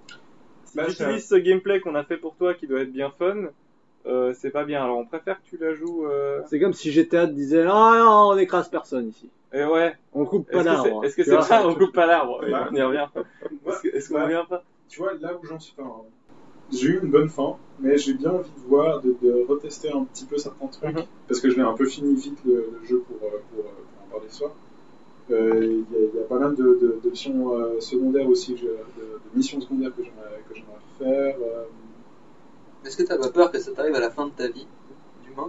Si Bah, tu ça- utilises ce gameplay qu'on a fait pour toi qui doit être bien fun, euh, c'est pas bien. Alors on préfère que tu la joues. Euh... C'est comme si G T A te disait ah non, on écrase personne ici. Et ouais. On coupe pas Est-ce que d'arbre. c'est, est-ce que Tu c'est vois, ça on coupe pas l'arbre? Bah, Et on y revient. Moi, Est-ce, que- est-ce qu'on bah, revient pas? tu vois, là où j'en suis pas, hein, j'ai eu une bonne fin, mais j'ai bien envie de voir, de, de retester un petit peu certains trucs, Mhm. parce que je l'ai un peu fini vite le, le jeu pour, euh, pour, euh, pour en parler ce soir. Euh, Il y, a- il y a pas mal de, de, d'options euh, secondaires aussi, que j'ai- de, de missions secondaires que j'aimerais, que j'aimerais refaire. euh. Est-ce que t'as pas peur que ça t'arrive à la fin de ta vie d'humain?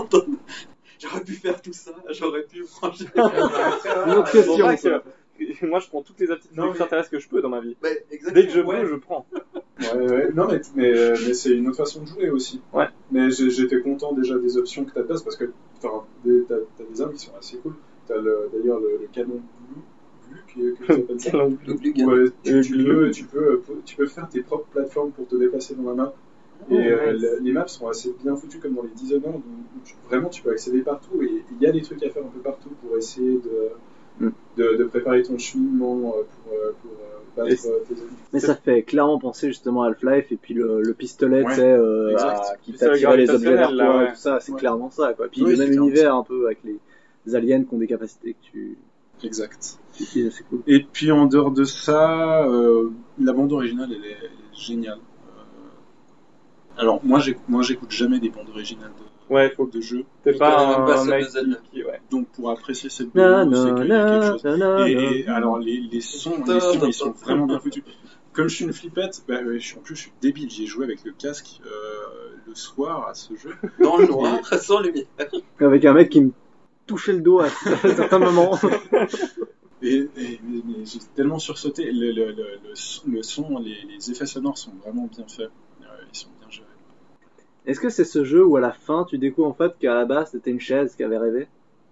J'aurais pu faire tout ça, j'aurais pu franchir. Une autre C'est question. pour ça ça. que moi je prends toutes les aptitudes Non, mais- extraterrestres que je peux dans ma vie. Ouais, exactement. Dès que je peux, Ouais. je prends. Ouais, ouais. Non, mais, mais, euh, mais c'est une autre façon de jouer aussi. Ouais. Mais j'ai- j'étais content déjà des options que t'as de base parce que t'as des, t'as, t'as des armes qui sont assez cool. T'as le- d'ailleurs le, le canon bleu, bleu que, que tu appelles ça. Canon Le bleu. Glugan. Ouais, tu, Le tu bleu. peux, tu, peux, tu peux faire tes propres plateformes pour te déplacer dans la map. Et Oh, euh, nice. la- les maps sont assez bien foutues comme dans les Dishonored où, où tu, vraiment tu peux accéder partout et il y a des trucs à faire un peu partout pour essayer de, Mm. de, de préparer ton cheminement euh, pour, euh, pour euh, battre Et euh, tes ennemis. Mais ça fait clairement penser justement à Half-Life et puis le, le pistolet, Ouais, tu sais, euh, exact. à- qui Pistolet t'attirait les objets vers gravitationnel, toi là, et ouais. tout ça, c'est Ouais. clairement ça, quoi. Puis Oui, le c'est même clairement univers un peu avec les, les aliens qui ont des capacités que tu Exact. tu utilises, c'est cool. Et puis en dehors de ça, euh, la bande originale elle est, elle est géniale. Euh, alors moi j'écoute, moi j'écoute jamais des bandes originales de, Ouais, faut que de jeux. t'es Il pas connaît même pas un celle mec de Zelda. qui, qui- ouais. Donc pour apprécier cette Na, BO, c'est na, qu'il y a quelque na, chose. na, na, Et, na. et alors les, les sons, les sons ils sont vraiment bien foutus. Comme je suis une flippette, bah, ouais, je suis, en plus je suis débile, j'ai joué avec le casque euh, le soir à ce jeu. Dans le noir, sans lumière. Avec un mec qui me touchait le dos à certains moments. Et, et- mais- mais j'ai tellement sursauté. Le, le, le, le son, le son, les, les effets sonores sont vraiment bien faits. Euh, ils sont bien gérés. Est-ce que c'est ce jeu où à la fin tu découvres en fait qu'à la base c'était une chaise qui avait rêvé?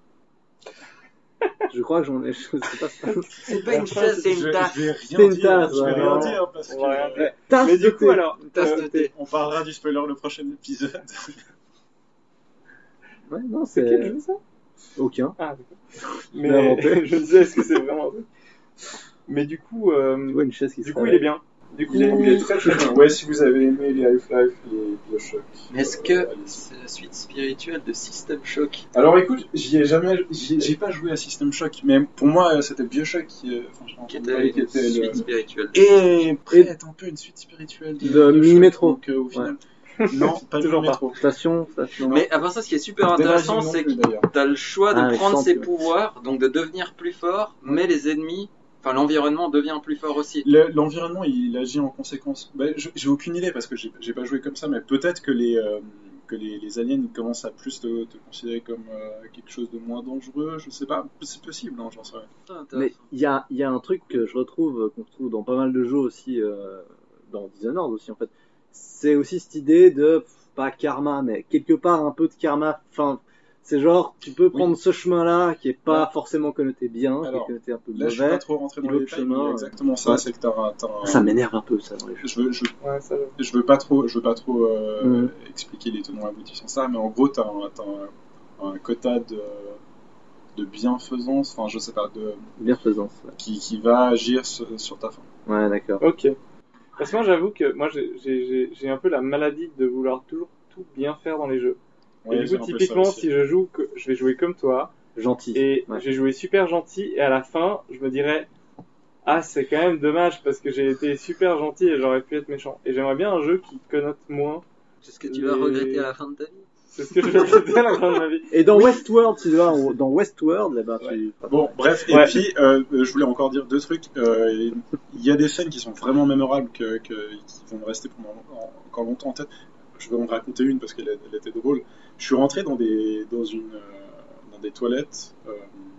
Je crois que j'en ai. Je sais pas. C'est pas une chaise, c'est Je, une tasse. je vais C'est rien une dire. tasse, je vais ouais. rien Non. dire parce On va rien que dire. Tasse Mais de du coup, thé. alors, Une tasse euh, de thé. on parlera du spoiler le prochain épisode. Ouais, non, c'est quel c'est jeu ça? aucun. Ah, d'accord. Je l'ai inventé. Mais je me disais, est-ce que c'est vraiment un truc? Mais du coup, euh, Tu vois une chaise qui du se coup, il réveille. est bien. Du coup, Il est, il est très très bien. Ouais, si vous avez aimé les Half-Life, les Bioshock. Mais est-ce euh, que allez-y. c'est la suite spirituelle de System Shock? Alors écoute, j'y ai jamais, j'y- j'ai pas joué à System Shock, mais pour moi euh, c'était Bioshock qui, euh, enfin, j'ai Qui entendu était parler une qui était suite le... spirituelle. Et prête un peu une suite spirituelle de, De Bioshock, Mini-Métro. donc, euh, au final. Non, pas Toujours toujours métro. Station, station. Mais avant ça, ce qui est super intéressant, c'est que d'ailleurs. t'as le choix de Ah, les prendre centres, ses ouais. pouvoirs, donc de devenir plus fort, mais les ennemis, enfin l'environnement devient plus fort aussi. Le- L'environnement, il agit en conséquence. Ben, je- j'ai aucune idée parce que j'ai j'ai pas joué comme ça, mais peut-être que les euh, que les, les aliens ils commencent à plus te, te considérer comme euh, quelque chose de moins dangereux. Je sais pas, c'est possible, hein, j'en sais rien. C'est Mais intéressant. il y a, il y a un truc que je retrouve, euh, qu'on retrouve dans pas mal de jeux aussi, euh, dans Dishonored aussi en fait. C'est aussi cette idée de, pff, pas karma, mais quelque part un peu de karma. Enfin, c'est genre, tu peux prendre ce chemin-là qui est pas Ouais. forcément connoté bien, Alors, qui est connoté un peu Là, je suis pas mauvais. trop rentré dans Puis les l'autre détails, mais il y a chemin, exactement ça, ouais. c'est que t'as un, t'as un- Ça m'énerve un peu ça dans les jeux. Je veux, je, ouais, ça, je- je veux pas trop, je veux pas trop euh, Mhm. expliquer les tenants aboutissants de ça, mais en gros, t'as un, t'as un, un quota de, de bienfaisance, enfin, je sais pas, de, Bienfaisance. Ouais, qui, qui va agir sur, sur ta fin. ouais d'accord. Ok. Parce que moi, j'avoue que moi, j'ai- j'ai j'ai- j'ai un peu la maladie de vouloir toujours tout bien faire dans les jeux. Ouais, et du c'est coup, un peu ça typiquement, aussi. si je joue, que, je vais jouer comme toi, Gentil. et Ouais. j'ai joué super gentil, et à la fin, je me dirais, ah, c'est quand même dommage parce que j'ai été super gentil et j'aurais pu être méchant. Et j'aimerais bien un jeu qui connote moins. C'est ce que tu vas les- regretter à la fin de ta vie. C'est ce que je vais regretter à la fin de ma vie. Et dans Westworld, tu vois, en- dans Westworld, eh ben, tu... Bon, bref, Ouais. et puis euh, euh, je voulais encore dire deux trucs. Euh, Il y a des scènes qui sont vraiment mémorables, que, que, qui vont me rester pendant en- encore longtemps en tête. Je vais en raconter une parce qu'elle elle était drôle. Je suis rentré dans des, dans une, euh, dans des toilettes euh,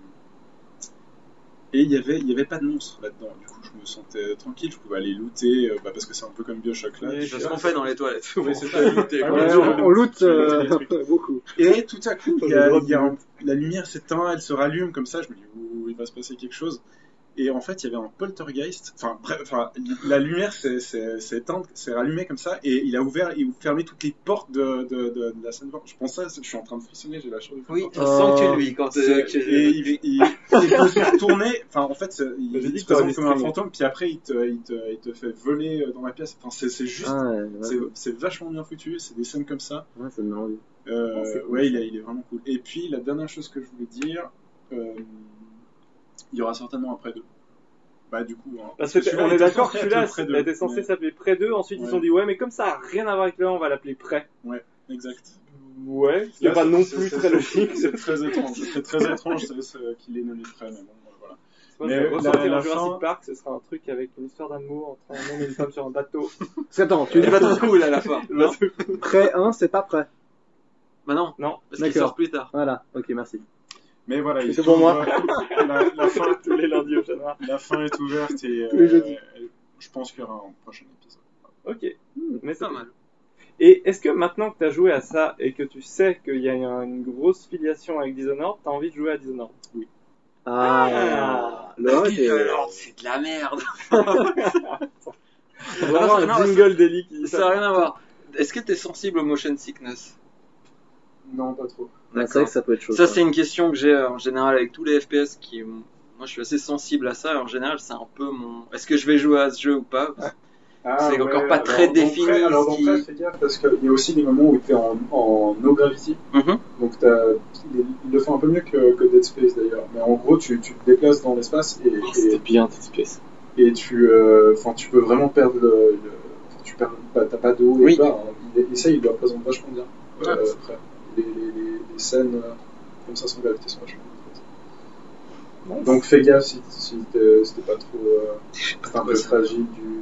et il y avait, il y avait pas de monstre là-dedans. Du coup, je me sentais tranquille. Je pouvais aller looter euh, bah, parce que c'est un peu comme Bioshock là. Et C'est ce qu'on fait dans les toilettes. Oui, c'est ça. Looter, Ah, quoi. ouais, Ouais, je- on, on loot je- je- euh, des trucs. beaucoup. Et tout à coup, il y a, Le drop il y a du un- la lumière s'éteint, elle se rallume comme ça. Je me dis, ouh, il va se passer quelque chose. Et en fait, il y avait un poltergeist. Enfin, bref, enfin, la lumière s'est s'est- s'est éteinte, s'est rallumée comme ça, et il a ouvert, il a fermé toutes les portes de, de, de, de la scène. Je pense ça, je suis en train de frissonner, j'ai la chair du Oui, cœur. tu sens que tu lui quand C'est- tu et il, il, il, il peut se retourner, enfin en fait c'est- il, J'ai il dit se que t'aurais présente dû comme un streamer. fantôme, puis après il te, il te, il te fait voler dans la pièce. Enfin c'est c'est juste, Ah, ouais, ouais, c'est c'est vachement bien foutu, c'est des scènes comme ça. ouais, ça me donne envie. Euh, Oh, c'est cool, ouais, il ça. est, il est vraiment cool. Et puis la dernière chose que je voulais dire, euh, il y aura certainement un près d'eux. Bah du coup, hein, Parce que celui-là on est était d'accord, censé être celui-là, le près d'eux, il était censé mais- s'appeler Près d'eux. Ensuite, ils Ouais. se sont dit, ouais, mais comme ça a rien à voir avec le un, on va l'appeler Près. Exact. Ouais, ce qui n'est Là, pas c'est- non c'est- plus c'est- très logique. C'est très étrange. C'est très étrange c'est- c'est qu'il ait nommé près, mais bon, voilà. Moi, Mais je vais la- ressortir la un Jurassic fin- Park, ce sera un truc avec une histoire d'amour entre un homme et une femme sur un bateau. Parce que, attends, tu Il dis va trop cool à la fin. Non prêt un, c'est pas prêt. Bah non, Non, parce qu'il D'accord. sort plus tard. Voilà, ok, merci. Mais voilà, il C'est pour moi. s'ouvre, La, la fin, tous les lundis au chat noir. la fin est ouverte et Tous les euh, jeudis. je pense qu'il y aura un prochain épisode. Ok, mais c'est Pas mal. Et est-ce que maintenant que tu as joué à ça et que tu sais qu'il y a une grosse filiation avec Dishonored, tu as envie de jouer à Dishonored? Oui. Ah, le un était- Dishonored, c'est de la merde. Vraiment un non, jingle d'Eli qui dit Ça ça. n'a rien à voir. Est-ce que t'es sensible au motion sickness? Non, pas trop. Ouais, c'est vrai que ça peut être chaud. Ça, ça. c'est une question que j'ai euh, en général avec tous les F P S qui. Moi, je suis assez sensible à ça. En général, c'est un peu mon. Est-ce que je vais jouer à ce jeu ou pas? Ah, C'est encore pas alors, très donc, défini, près- Alors, ce donc, qui- près, fais gaffe parce qu'il y a aussi des moments où tu es en, en no gravity. Mhm. Donc, t'as- ils ils le font un peu mieux que, que Dead Space d'ailleurs. Mais en gros, tu, tu te déplaces dans l'espace et, C'était et, bien, Dead Space. et tu, euh, enfin, tu peux vraiment perdre le. le enfin, tu perds pas, t'as pas de haut Oui. et bas. Hein. Il, et ça, il le représente vachement bien. Euh, Ouais. après, les, les, les, les scènes euh, comme ça sans gravité sont vachement bien faites. Donc, fais gaffe si, si t'es si t'es pas trop. Euh, t'es un peu fragile du. du...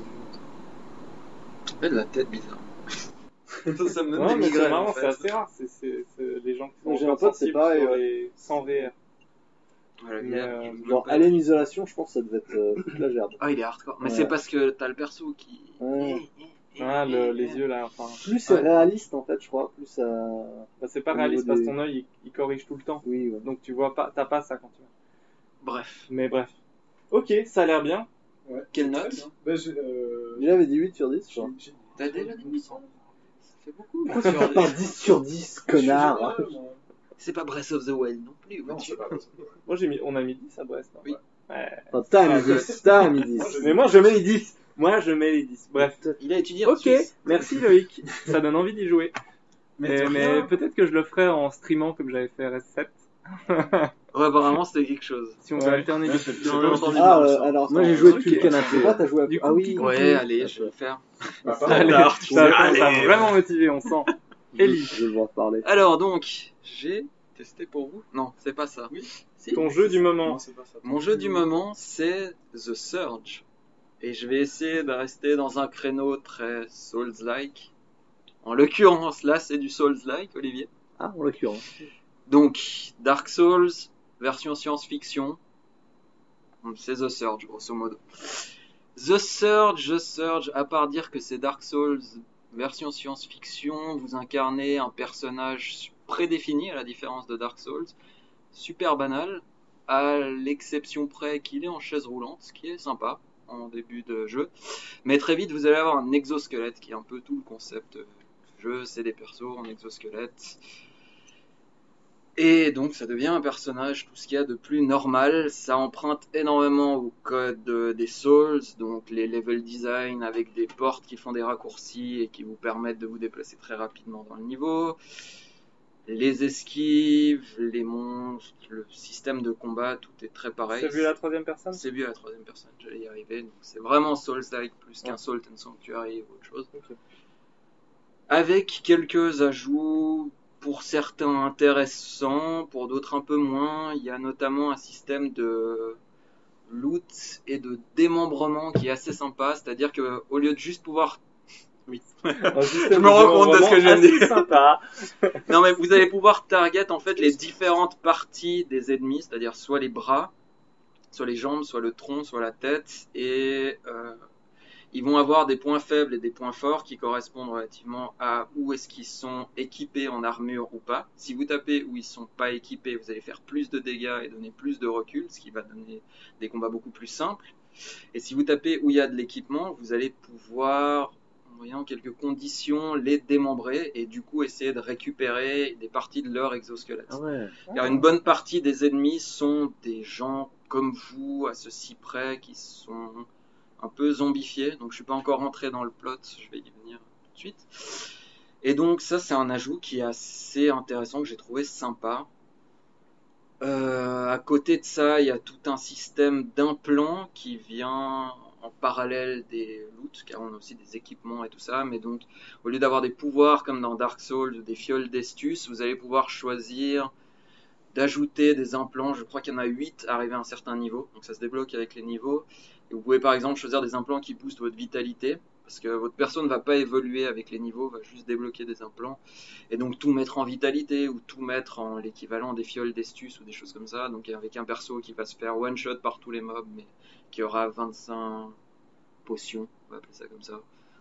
Ça fait de la tête bizarre. ça, ça me donne Non, des mais c'est migraines. en marrant, fait. c'est assez rare. C'est, c'est, c'est les gens qui sont J'ai un encore pote, c'est sensibles pareil, sur ouais. les... sans V R. Voilà, Mais, il y a- euh, je veux Genre, pas- Alien Isolation, je pense que ça devait être euh, toute la gerbe. Ah, il est hardcore. Mais Ouais. c'est parce que t'as le perso qui. Ouais. Ah, le- les yeux là, enfin. Plus c'est Ouais. réaliste en fait, je crois, plus ça. Bah, c'est pas Au réaliste niveau parce que des- ton œil il, il corrige tout le temps. Oui, ouais. Donc tu vois pas, t'as pas ça quand tu vois. Bref. Mais bref. Ok, ça a l'air bien. Ouais, Quelle c'est note très bien. Bah, j'ai, euh, Il avait dit huit sur dix, je j'ai- crois. j'ai- T'as déjà dit ça? Ça fait beaucoup. Pourquoi tu pas dix sur dix, connard? Je suis généreux, moi. C'est pas Breath of the Wild non plus. Non, Mathieu. c'est pas ça. Moi j'ai mis, on a mis dix à Brest. hein. Oui. Ouais. Enfin, t'as mis dix, t'as mis dix. Mais moi je mets les dix. Moi je mets les dix. Bref. Il a étudié en Ok, Suisse. merci Loïc. Ça donne envie d'y jouer. Mais, de mais rien. peut-être que je le ferai en streamant comme j'avais fait R S sept. Ouais, apparemment, c'était quelque chose. Si on veut Ouais. alterner. Ouais, c'est- J'en ai c'est- entendu Ah, parler, euh, ça. alors, Moi, attends, j'ai joué ok. depuis le canapé. Toi, t'as joué à. Du Ah coup, oui. qui Ouais, allez, je vais le faire. Bah, Ça pardon. Allez, a l'air, ça, tu ça, sais. ça a Allez. vraiment motivé, on sent. Ellie, Je vais devoir parler. Alors, donc, j'ai testé pour vous. Non, c'est pas ça. Oui. Si. ton jeu du moment. Non, c'est pas ça. Mon jeu du moment, c'est The Surge. Et je vais essayer de rester dans un créneau très Souls-like. En l'occurrence, là, c'est du Souls-like, Olivier. Ah, en l'occurrence. Donc, Dark Souls, version science-fiction. C'est The Surge, grosso modo. The Surge, The Surge, à part dire que c'est Dark Souls, version science-fiction, vous incarnez un personnage prédéfini, à la différence de Dark Souls. Super banal, à l'exception près qu'il est en chaise roulante, ce qui est sympa en début de jeu. Mais très vite, vous allez avoir un exosquelette, qui est un peu tout le concept du jeu, c'est des persos en exosquelette. Et donc ça devient un personnage, tout ce qu'il y a de plus normal. Ça emprunte énormément au code euh, des Souls, donc les level design avec des portes qui font des raccourcis et qui vous permettent de vous déplacer très rapidement dans le niveau. Les esquives, les monstres, le système de combat, tout est très pareil. C'est vu à la troisième personne? C'est vu à la troisième personne, j'allais y arriver. Donc c'est vraiment Souls-like plus qu'un Ouais. Salt and Sanctuary ou autre chose. Ok. Avec quelques ajouts, pour certains intéressants, pour d'autres un peu moins. Il y a notamment un système de loot et de démembrement qui est assez sympa, c'est-à-dire que au lieu de juste pouvoir... Oui. Je me rends compte de ce que je viens de dire. sympa. Non mais vous allez pouvoir target en fait les différentes parties des ennemis, c'est-à-dire soit les bras, soit les jambes, soit le tronc, soit la tête, et euh, ils vont avoir des points faibles et des points forts qui correspondent relativement à où est-ce qu'ils sont équipés en armure ou pas. Si vous tapez où ils sont pas équipés, vous allez faire plus de dégâts et donner plus de recul, ce qui va donner des combats beaucoup plus simples. Et si vous tapez où il y a de l'équipement, vous allez pouvoir, en voyant quelques conditions, les démembrer et du coup essayer de récupérer des parties de leur exosquelette. Ah ouais. Car une bonne partie des ennemis sont des gens comme vous, à ceci près, qui sont un peu zombifiés. Donc je suis pas encore rentré dans le plot, je vais y venir tout de suite. Et donc ça c'est un ajout qui est assez intéressant, que j'ai trouvé sympa. Euh, à côté de ça, il y a tout un système d'implants qui vient en parallèle des loots, car on a aussi des équipements et tout ça, mais donc au lieu d'avoir des pouvoirs comme dans Dark Souls ou des fioles d'estus, vous allez pouvoir choisir d'ajouter des implants. Je crois qu'il y en a huit arrivés à un certain niveau, donc ça se débloque avec les niveaux. Et vous pouvez par exemple choisir des implants qui boostent votre vitalité, parce que votre perso ne va pas évoluer avec les niveaux, va juste débloquer des implants, et donc tout mettre en vitalité, ou tout mettre en l'équivalent des fioles d'estus, ou des choses comme ça, donc avec un perso qui va se faire one shot par tous les mobs, mais qui aura vingt-cinq potions, on va appeler ça comme ça,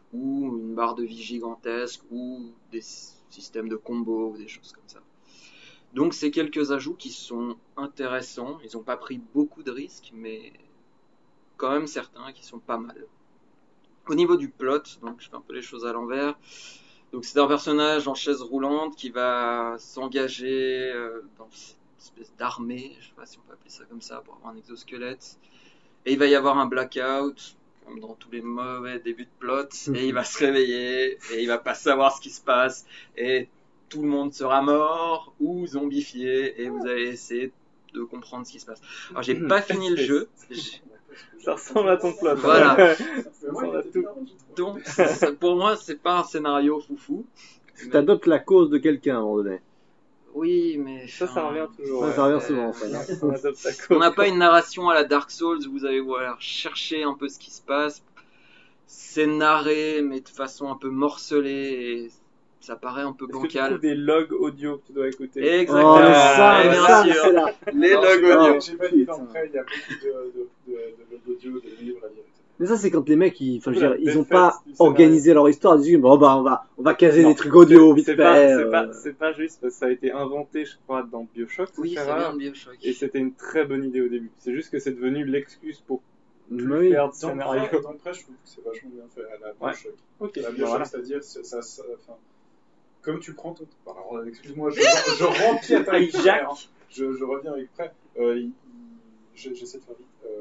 ou une barre de vie gigantesque, ou des systèmes de combos, ou des choses comme ça. Donc c'est quelques ajouts qui sont intéressants, ils n'ont pas pris beaucoup de risques, mais quand même certains qui sont pas mal. Au niveau du plot, donc je fais un peu les choses à l'envers, donc c'est un personnage en chaise roulante qui va s'engager euh, dans cette espèce d'armée, je sais pas si on peut appeler ça comme ça, pour avoir un exosquelette, et il va y avoir un blackout, comme dans tous les mauvais débuts de plot, et il va se réveiller, et il va pas savoir ce qui se passe, et tout le monde sera mort ou zombifié, et vous allez essayer de comprendre ce qui se passe. Alors j'ai pas fini le jeu. J'ai... Ça ressemble à ton plot. Voilà. Ça ressemble à tout. Donc ça, pour moi c'est pas un scénario foufou. Tu t'adoptes la cause de quelqu'un à un moment donné. Oui, mais Ça, ça revient toujours. Ouais, ouais. ça revient euh, souvent, ça. On adopte ta cause. On n'a pas une narration à la Dark Souls où vous allez voilà, chercher un peu ce qui se passe. C'est narré, mais de façon un peu morcelée, et ça paraît un peu Est-ce que tu bancal. trouves des logs audio que tu dois écouter? Exactement. Oh, mais ça, Et mais bien ça, sûr. c'est là. Les Non, logs j'ai pas- audio. J'ai pas dit d'entrée, il y a beaucoup de, de, de, de logs audio, de livres à lire, et cetera. Mais ça, c'est quand les mecs, ils, enfin, je veux dire, La ils ont défaite pas du scénario. organisé leur histoire. Ils disent, bon, bah, on va, on va caser Non, des trucs audio vite C'est fait. pas, euh, c'est pas, c'est pas juste parce que ça a été inventé, je crois, dans Bioshock. Oui, cette ça vient erreur. de Bioshock. Et c'était une très bonne idée au début. C'est juste que c'est devenu l'excuse pour plus oui. faire de Dans le scénario. prêt, dans le prêt, je trouve que c'est vachement bien fait à la Bioshock. Ok, La bah Bioshock, voilà. c'est-à-dire, c'est- ça, ça, enfin, comme tu prends tout. Alors, euh, excuse-moi, je, je remplis à ta Hijack. hein. je, je reviens avec prêt. Euh, il- il- je- J'essaie de faire vite. Euh,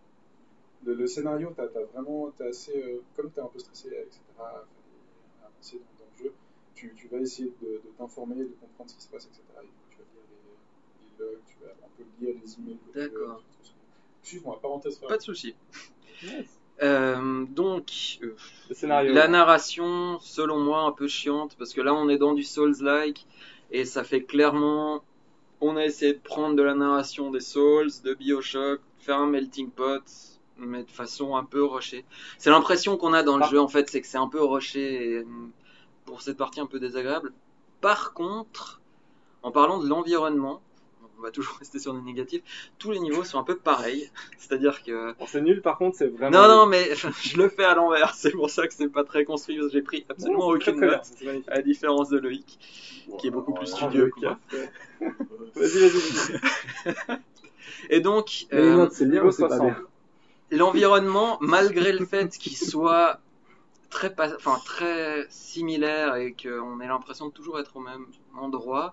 le, le scénario, t'as as vraiment, t'es assez, euh, comme t'es un peu stressé, et cetera, à avancer dans, dans le jeu, tu, tu vas essayer de, de t'informer, de comprendre ce qui se passe, et cetera. Et tu vas lire les, les logs, tu vas un peu lire les emails. que tu- D'accord. Excuse-moi, parenthèse. Pas de souci. Yes. Euh, donc, euh, Le scénario. la narration, selon moi, un peu chiante, parce que là, on est dans du Souls-like, et ça fait clairement, on a essayé de prendre de la narration des Souls, de Bioshock, faire un melting pot, mais de façon un peu rushée. C'est l'impression qu'on a dans le Ah. jeu, en fait, c'est que c'est un peu rushé, et, pour cette partie un peu désagréable. Par contre, en parlant de l'environnement, on va toujours rester sur des négatifs, tous les niveaux sont un peu pareils, c'est-à-dire que... Bon, c'est nul, par contre, c'est vraiment. Non, non, mais je le fais à l'envers, c'est pour ça que c'est pas très construit, parce que j'ai pris absolument Non, c'est très, aucune très bien, note, c'est magnifique. à la différence de Loïc, qui est beaucoup plus Oh, studieux le que moi. café. Vas-y, vas-y, vas-y. Et donc, Mais les euh, notes, c'est bien niveau ou c'est pas soixante. bien? l'environnement, malgré le fait qu'il soit très, pas- enfin, très similaire et qu'on ait l'impression de toujours être au même endroit,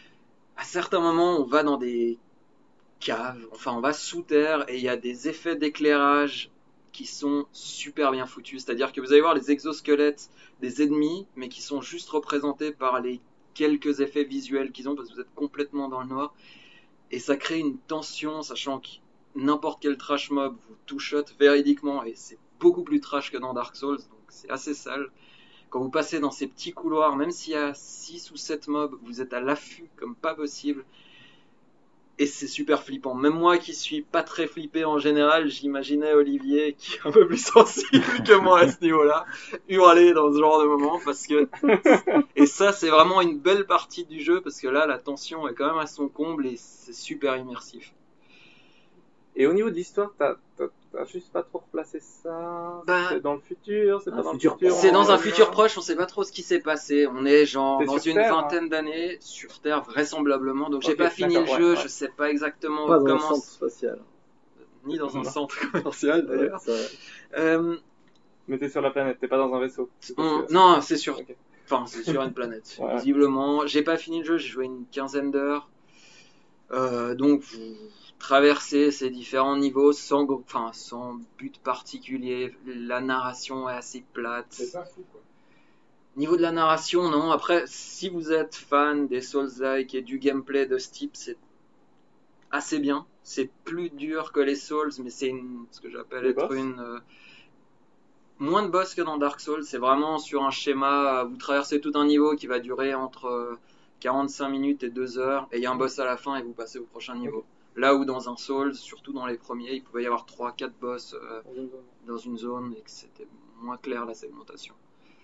à certains moments, on va dans des caves, enfin, on va sous terre et il y a des effets d'éclairage qui sont super bien foutus. C'est-à-dire que vous allez voir les exosquelettes des ennemis, mais qui sont juste représentés par les quelques effets visuels qu'ils ont parce que vous êtes complètement dans le noir. Et ça crée une tension, sachant que n'importe quel trash mob vous two-shot véridiquement, et c'est beaucoup plus trash que dans Dark Souls, donc c'est assez sale. Quand vous passez dans ces petits couloirs, même s'il y a six ou sept mobs, vous êtes à l'affût comme pas possible. Et c'est super flippant. Même moi qui suis pas très flippé en général, j'imaginais Olivier, qui est un peu plus sensible que moi à ce niveau-là, hurler dans ce genre de moment, parce que... Et ça, c'est vraiment une belle partie du jeu, parce que là, la tension est quand même à son comble, et c'est super immersif. Et au niveau de l'histoire, t'as t'as- t'as juste pas trop replacé ça. Ben, c'est dans le futur, c'est un pas dans futur le futur. C'est on dans en un est futur là. proche, on sait pas trop ce qui s'est passé. On est genre T'es dans sur une Terre, vingtaine d'années sur Terre, vraisemblablement. Donc j'ai Ok, pas fini le d'accord, jeu, ouais, ouais. je sais pas exactement Pas dans un comment. centre spatial. Ni dans un Non. centre commercial d'ailleurs. Ça- Euh, Mais t'es sur la planète, t'es pas dans un vaisseau. C'est parce on- que- Non, c'est sûr. Ok. Enfin, c'est sur une planète. Ouais. Visiblement, j'ai pas fini le jeu, j'ai joué une quinzaine d'heures. Euh, donc vous traversez ces différents niveaux sans, gros- enfin, sans but particulier. La narration est assez plate. C'est pas fou, quoi. Niveau de la narration, non. Après, si vous êtes fan des Souls-like et du gameplay de ce type, c'est assez bien. C'est plus dur que les Souls, mais c'est une- ce que j'appelle Les être boss une... euh, moins de boss que dans Dark Souls. C'est vraiment sur un schéma, euh, vous traversez tout un niveau qui va durer entre euh, quarante-cinq minutes et deux heures, et il y a un boss à la fin et vous passez au prochain niveau. Là où dans un Souls, surtout dans les premiers, il pouvait y avoir trois quatre boss euh, dans une zone et que c'était moins clair la segmentation.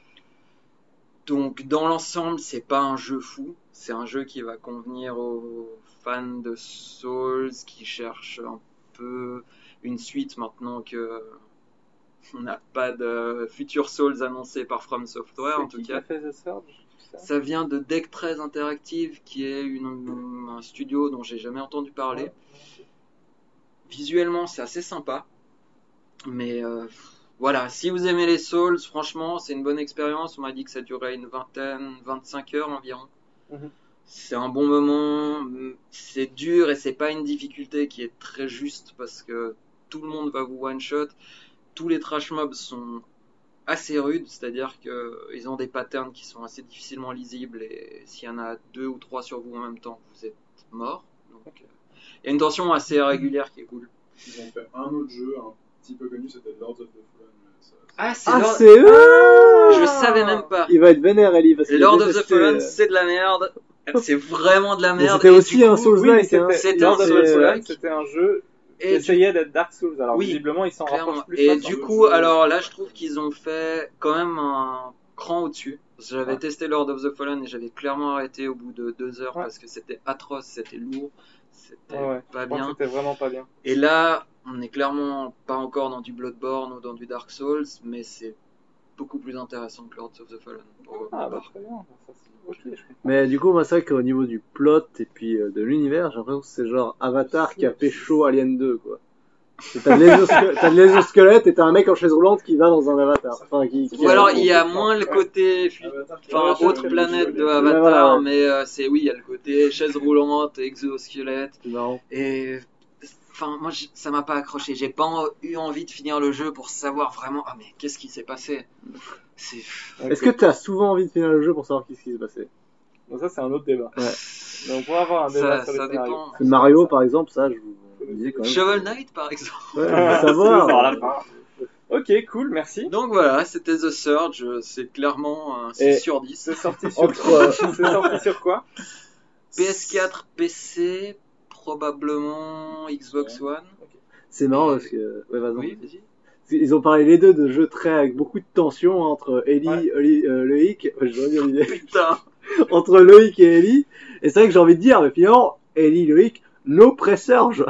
Donc dans l'ensemble, c'est pas un jeu fou, c'est un jeu qui va convenir aux fans de Souls qui cherchent un peu une suite maintenant que On n'a pas de future Souls annoncé par From Software, en tout cas. Fait The Surge, ça, ça vient de Deck treize Interactive, qui est une, un studio dont j'ai jamais entendu parler. Ouais. Visuellement, c'est assez sympa. Mais euh, voilà, si vous aimez les Souls, franchement, c'est une bonne expérience. On m'a dit que ça durait une vingtaine, vingt-cinq heures environ. Mm-hmm. C'est un bon moment. C'est dur et c'est pas une difficulté qui est très juste parce que tout le monde va vous one-shot. Tous les trash mobs sont assez rudes, c'est-à-dire qu'ils ont des patterns qui sont assez difficilement lisibles et s'il y en a deux ou trois sur vous en même temps, vous êtes mort. Donc, il euh, y a une tension assez régulière qui est cool. Ils ont fait un autre jeu, un petit peu connu, c'était Lords of the Fallen. Ça, ah, c'est, ah, Lord... c'est eux. Je savais même pas. Il va être vénère, Ellie. Parce Lords of the Fallen, c'est de la merde. C'est vraiment de la merde. Mais c'était et aussi un Souls-like. Oui, c'était, Lords of the Fallen, c'était un jeu qui essayait d'être Dark Souls. Alors oui, visiblement, ils s'en clairement. rapprochent plus. Et du coup, alors là, je trouve qu'ils ont fait quand même un cran au-dessus. J'avais ouais. testé Lord of the Fallen et j'avais clairement arrêté au bout de deux heures ouais. parce que c'était atroce, c'était lourd, c'était ouais, pas je bien. C'était vraiment pas bien. Et là, on est clairement pas encore dans du Bloodborne ou dans du Dark Souls, mais c'est beaucoup plus intéressant que Lords of the Fallen. Pour ah bah très bien. Ça, okay, mais du coup, moi, c'est vrai qu'au niveau du plot et puis euh, de l'univers, j'ai l'impression que c'est genre Avatar qui a pécho Alien deux, quoi. T'as de l'exosquelette et t'as un mec en chaise roulante qui va dans un avatar. Enfin, qui, qui Ou alors il y a moins le côté, enfin, autre planète de Avatar, ouais, voilà, ouais. mais euh, c'est oui, il y a le côté chaise roulante, exosquelette. Non. Et enfin, moi, ça m'a pas accroché. J'ai pas eu envie de finir le jeu pour savoir vraiment, ah mais qu'est-ce qui s'est passé. C'est... Okay. Est-ce que t'as souvent envie de finir le jeu pour savoir qu'est-ce qui s'est passé? Bon, ça c'est un autre débat. Ouais. Donc on pourra avoir un débat ça, sur ça le dépend. Mario, par exemple, ça, je vous. Quand même. Shovel Knight par exemple. Ouais, savoir. Ok, cool, merci. Donc voilà, c'était The Surge, c'est clairement un six Et sur dix. C'est sorti sur quoi? C'est sorti sur quoi? P S quatre, P C, probablement Xbox One. Okay. C'est marrant parce que. Ouais, vas-y. Oui, vas-y. Ils ont parlé les deux de jeux très avec beaucoup de tension entre Ellie, ouais. Ellie euh, Loïc. Ouais, je dire l'idée. Putain. Entre Loïc et Ellie. Et c'est vrai que j'ai envie de dire, mais finalement, Ellie, Loïc. No Press-Surge.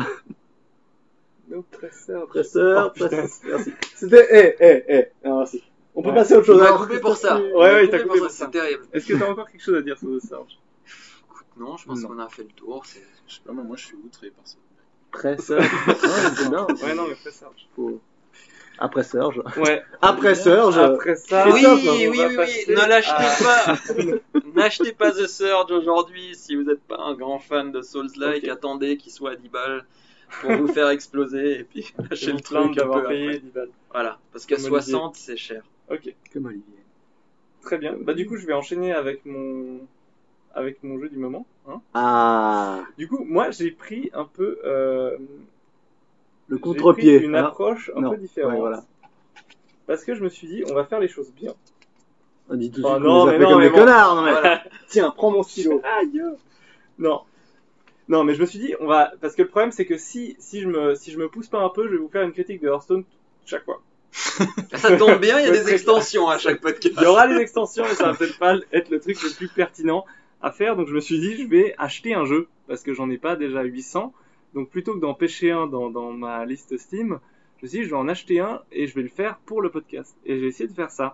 No Press-Surge. Presseur, oh, press... Merci. C'était, eh, eh, eh, merci. On peut ouais. passer à autre chose. Il m'a coupé pour ça. Ouais, ouais, il t'a coupé pour ça. C'est terrible. Est-ce que t'as encore quelque chose à dire sur The Surge? Écoute, non, je pense non. qu'on a fait le tour. C'est... Je sais pas, mais moi je suis outré par ça. Press-Surge. Ouais, c'est bien. Ouais, non, mais Press-Surge. Faut... Après Surge. Ouais. Après Surge. Après ça. Oui, oui, oui, oui. Ne l'achetez pas. N'achetez pas The Surge aujourd'hui si vous n'êtes pas un grand fan de Souls-like. Okay. Attendez qu'il soit à dix balles pour vous faire exploser et puis lâchez le truc d'avoir payé dix balles. Voilà, parce que Comme soixante Olivier. C'est cher. Ok. Comme Olivier. Très bien. Bah du coup, je vais enchaîner avec mon avec mon jeu du moment. Hein ah. Du coup, moi, j'ai pris un peu. Euh... Le contre-pied. Une approche un non. peu différente. Ouais, voilà. Parce que je me suis dit, on va faire les choses bien. On dit tout de enfin, suite non, qu'on les a fait non, comme mais des bon. connards. Non, mais... Voilà. Tiens, prends mon stylo. Aïe. Non. Non, mais je me suis dit, on va. Parce que le problème, c'est que si, si, je me, si je me pousse pas un peu, je vais vous faire une critique de Hearthstone chaque fois. Ça tombe bien, il y a des extensions à chaque podcast. Il y aura des extensions, mais ça va peut-être pas être le truc le plus pertinent à faire. Donc je me suis dit, je vais acheter un jeu. Parce que j'en ai pas déjà huit cents. Donc plutôt que d'en pêcher un dans, dans ma liste Steam, je me suis dit, je vais en acheter un et je vais le faire pour le podcast. Et j'ai essayé de faire ça.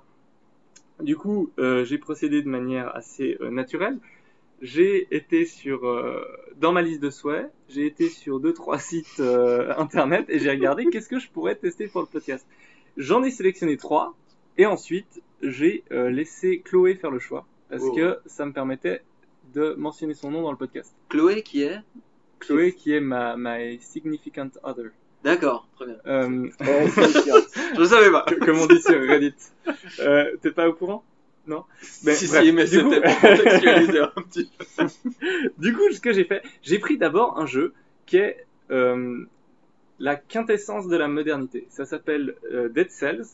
Du coup, euh, j'ai procédé de manière assez euh, naturelle. J'ai été sur, euh, dans ma liste de souhaits, j'ai été sur deux trois sites euh, internet et j'ai regardé qu'est-ce que je pourrais tester pour le podcast. J'en ai sélectionné trois et ensuite j'ai euh, laissé Chloé faire le choix parce oh. que ça me permettait de mentionner son nom dans le podcast. Chloé qui est Chloé qui est ma my significant other. D'accord, très bien. Euh... je savais pas. Comme on dit sur Reddit. Euh, t'es pas au courant? Non. Mais, si, bref, si, mais c'était pour contextualiser un petit peu. Du coup, ce que j'ai fait, j'ai pris d'abord un jeu qui est euh, la quintessence de la modernité. Ça s'appelle euh, Dead Cells.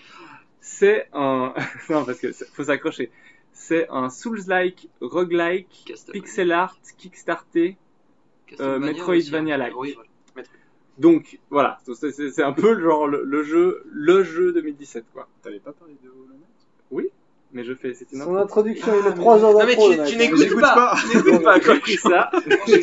C'est un... non, parce que faut s'accrocher. C'est un Souls-like, roguelike, pixel art, kickstarté, euh, Metroidvania-like. Oui, voilà. Donc, voilà. C'est, c'est, c'est un peu genre le, le jeu, le jeu deux mille dix-sept, quoi. T'avais pas parlé de Hollow Knight? Oui. Mais je fais, c'est une Son introduction, il a trois heures d'intro. Non, mais tu, tu n'écoutes pas. pas. Tu n'écoutes pas. J'ai pris ça.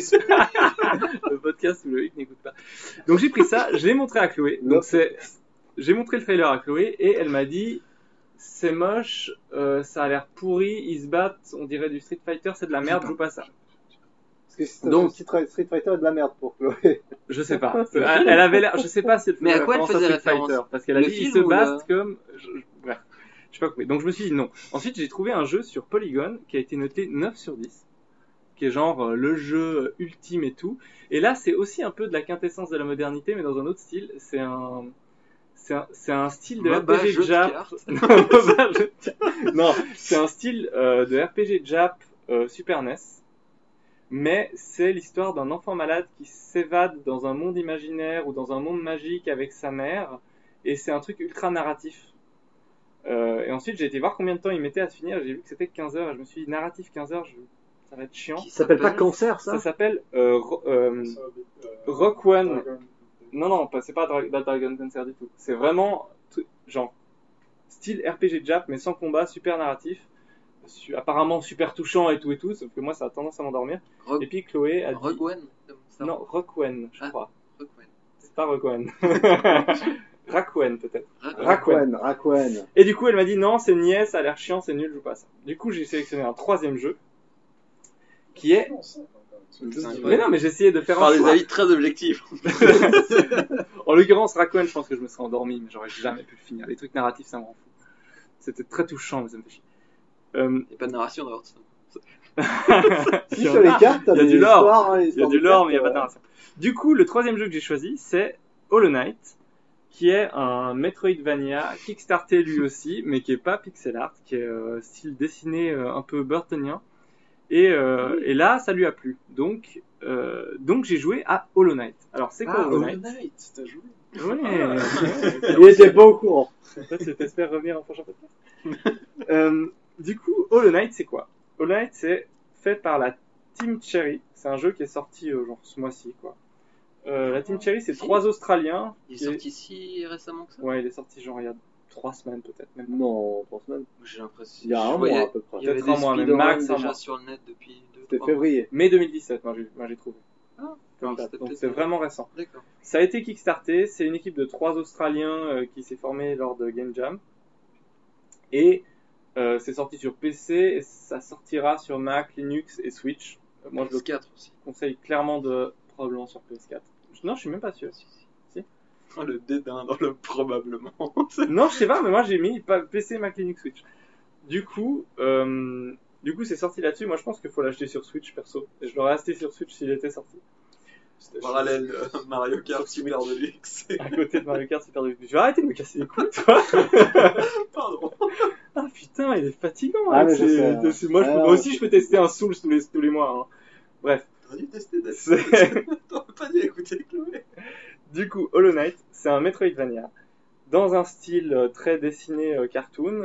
Le podcast où Loïc n'écoute pas. Donc j'ai pris ça, je l'ai montré à Chloé. Donc c'est, j'ai montré le trailer à Chloé et elle m'a dit c'est moche, euh, ça a l'air pourri, ils se battent, on dirait du Street Fighter, c'est de la merde, joue pas ça. Parce que c'est- Donc- Street Street Fighter est de la merde pour Chloé. Je sais pas. Elle, elle avait l'air, je sais pas si elle Mais à faisait quoi elle référence faisait Street référence Fighter, parce qu'elle a Le dit ils film se ou battent la- comme, je- je- bref, je sais pas compris. Donc je me suis dit non. Ensuite j'ai trouvé un jeu sur Polygon qui a été noté neuf sur dix, qui est genre euh, le jeu ultime et tout. Et là c'est aussi un peu de la quintessence de la modernité, mais dans un autre style. C'est un, c'est un, c'est un style de Moba, R P G jeu de Jap. cartes. Non, Moba, jeu de cartes. Non, c'est un style euh, de R P G Jap euh, Super N E S. Mais c'est l'histoire d'un enfant malade qui s'évade dans un monde imaginaire ou dans un monde magique avec sa mère. Et c'est un truc ultra narratif. Euh, et ensuite, j'ai été voir combien de temps il mettait à se finir. J'ai vu que c'était quinze heures. Et je me suis dit, narratif quinze heures, je... ça va être chiant. Qui Ça s'appelle pas s'appelle Cancer, ça Ça s'appelle euh, Ro- euh, Ça, euh, Rock One. Dragon. Non, non, pas- c'est pas Dra- Dra- Dragon Cancer du tout. C'est vraiment tout- genre style R P G Jap, mais sans combat, super narratif. Su- apparemment super touchant et tout et tout, sauf que moi ça a tendance à m'endormir. Rogue, Et puis Chloé a dit... Rogue One ça, Non, Rockwen, je Ah. crois. Rogue One. C'est pas Rockwen. Rakwen peut-être. Rogue- Rakwen. Rakwen, Rakwen. Et du coup, elle m'a dit non, c'est niais, ça a l'air chiant, c'est nul, je joue pas à ça. Du coup, j'ai sélectionné un troisième jeu qui est. Non, ça, quand même. C'est C'est juste- incroyable. Mais non, mais j'ai essayé de faire Par un des choix. avis très objectifs. En l'occurrence, Rakwen, je pense que je me serais endormi, mais j'aurais jamais pu le finir. Les trucs narratifs, ça me rend fou. C'était très touchant, mais ça me fait chier. Euh, Il n'y a pas de narration dans Hearthstone. Si il y en sur les a. cartes, t'as Il y a des du lore. histoires, hein, les Il y a histoires du de lore, mais il n'y a cartes, pas de narration. Du coup, le troisième jeu que j'ai choisi, c'est Hollow Knight, qui est un Metroidvania kickstarté lui aussi, mais qui est pas pixel art, qui est euh, style dessiné euh, un peu burtonien. Et, euh, et là, ça lui a plu. Donc, euh, donc j'ai joué à Hollow Knight. Alors, c'est quoi Ah, Hollow Hollow Knight Knight, t'as joué. Ouais. Il était pas au courant. Toi, tu t'espères revenir en prochain podcast. euh, du coup, Hollow Knight, c'est quoi? Hollow Knight, c'est fait par la Team Cherry. C'est un jeu qui est sorti euh, genre ce mois-ci, quoi. Euh, la Team Cherry, c'est trois Australiens. Il est qui sorti si récemment que ça. Ouais, il est sorti genre il y a trois semaines peut-être même. pas. Non, trois semaines. J'ai l'impression. Il y a un je voyais- mois à peu près. Il y avait Peut-être des un mois, mais speedruns max un déjà mois. sur le net depuis deux C'était trois mois. février. Mai deux mille dix-sept, moi j'ai, moi, j'ai trouvé. Ah, Comme alors, date. c'était Donc peut-être c'est pas- vraiment récent. D'accord. Ça a été kickstarté, c'est une équipe de trois Australiens euh, qui s'est formée lors de Game Jam. Et euh, c'est sorti sur P C et ça sortira sur Mac, Linux et Switch. Euh, moi je le P S quatre aussi. conseille clairement de probablement sur P S quatre. Non, je suis même pas sûr. Oh, le dédain dans le probablement. Non, je sais pas, mais moi j'ai mis pas- P C, Mac, Linux, Switch. Du coup, euh, du coup c'est sorti là-dessus. Moi je pense qu'il faut l'acheter sur Switch perso. Et je l'aurais acheté sur Switch s'il était sorti. Parallèle euh, Mario Kart Super Deluxe. À côté de Mario Kart Super Deluxe. Je vais arrêter de me casser les couilles, toi. Pardon. Ah putain, il est fatigant. Ah, avec mais je ces- sais, hein. ces- Moi, je peux- Ah, moi aussi, ouais. je peux tester un Souls tous les, tous les mois. Hein. Bref. T'aurais dû tester Death C'est- Souls. T'aurais pas dû écouter Chloé. Du coup, Hollow Knight, c'est un Metroidvania dans un style euh, très dessiné euh, cartoon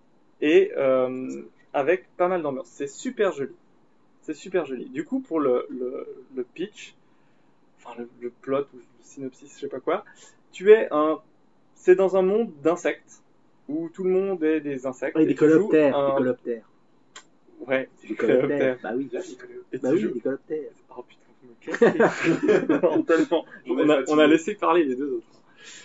et euh, avec pas mal d'ambiance. C'est super joli. C'est super joli. Du coup, pour le, le, le pitch, enfin le, le plot ou le synopsis, je sais pas quoi, tu es un, c'est dans un monde d'insectes où tout le monde est des insectes. Oui, et des tu joues coloptères, un- des coloptères. Ouais, Des coloptères. Bah oui. Et Bah tu oui, joues- des coloptères. Oh putain, vous me cassez. Non, tellement. On On est a, fatigué. on a laissé parler les deux autres.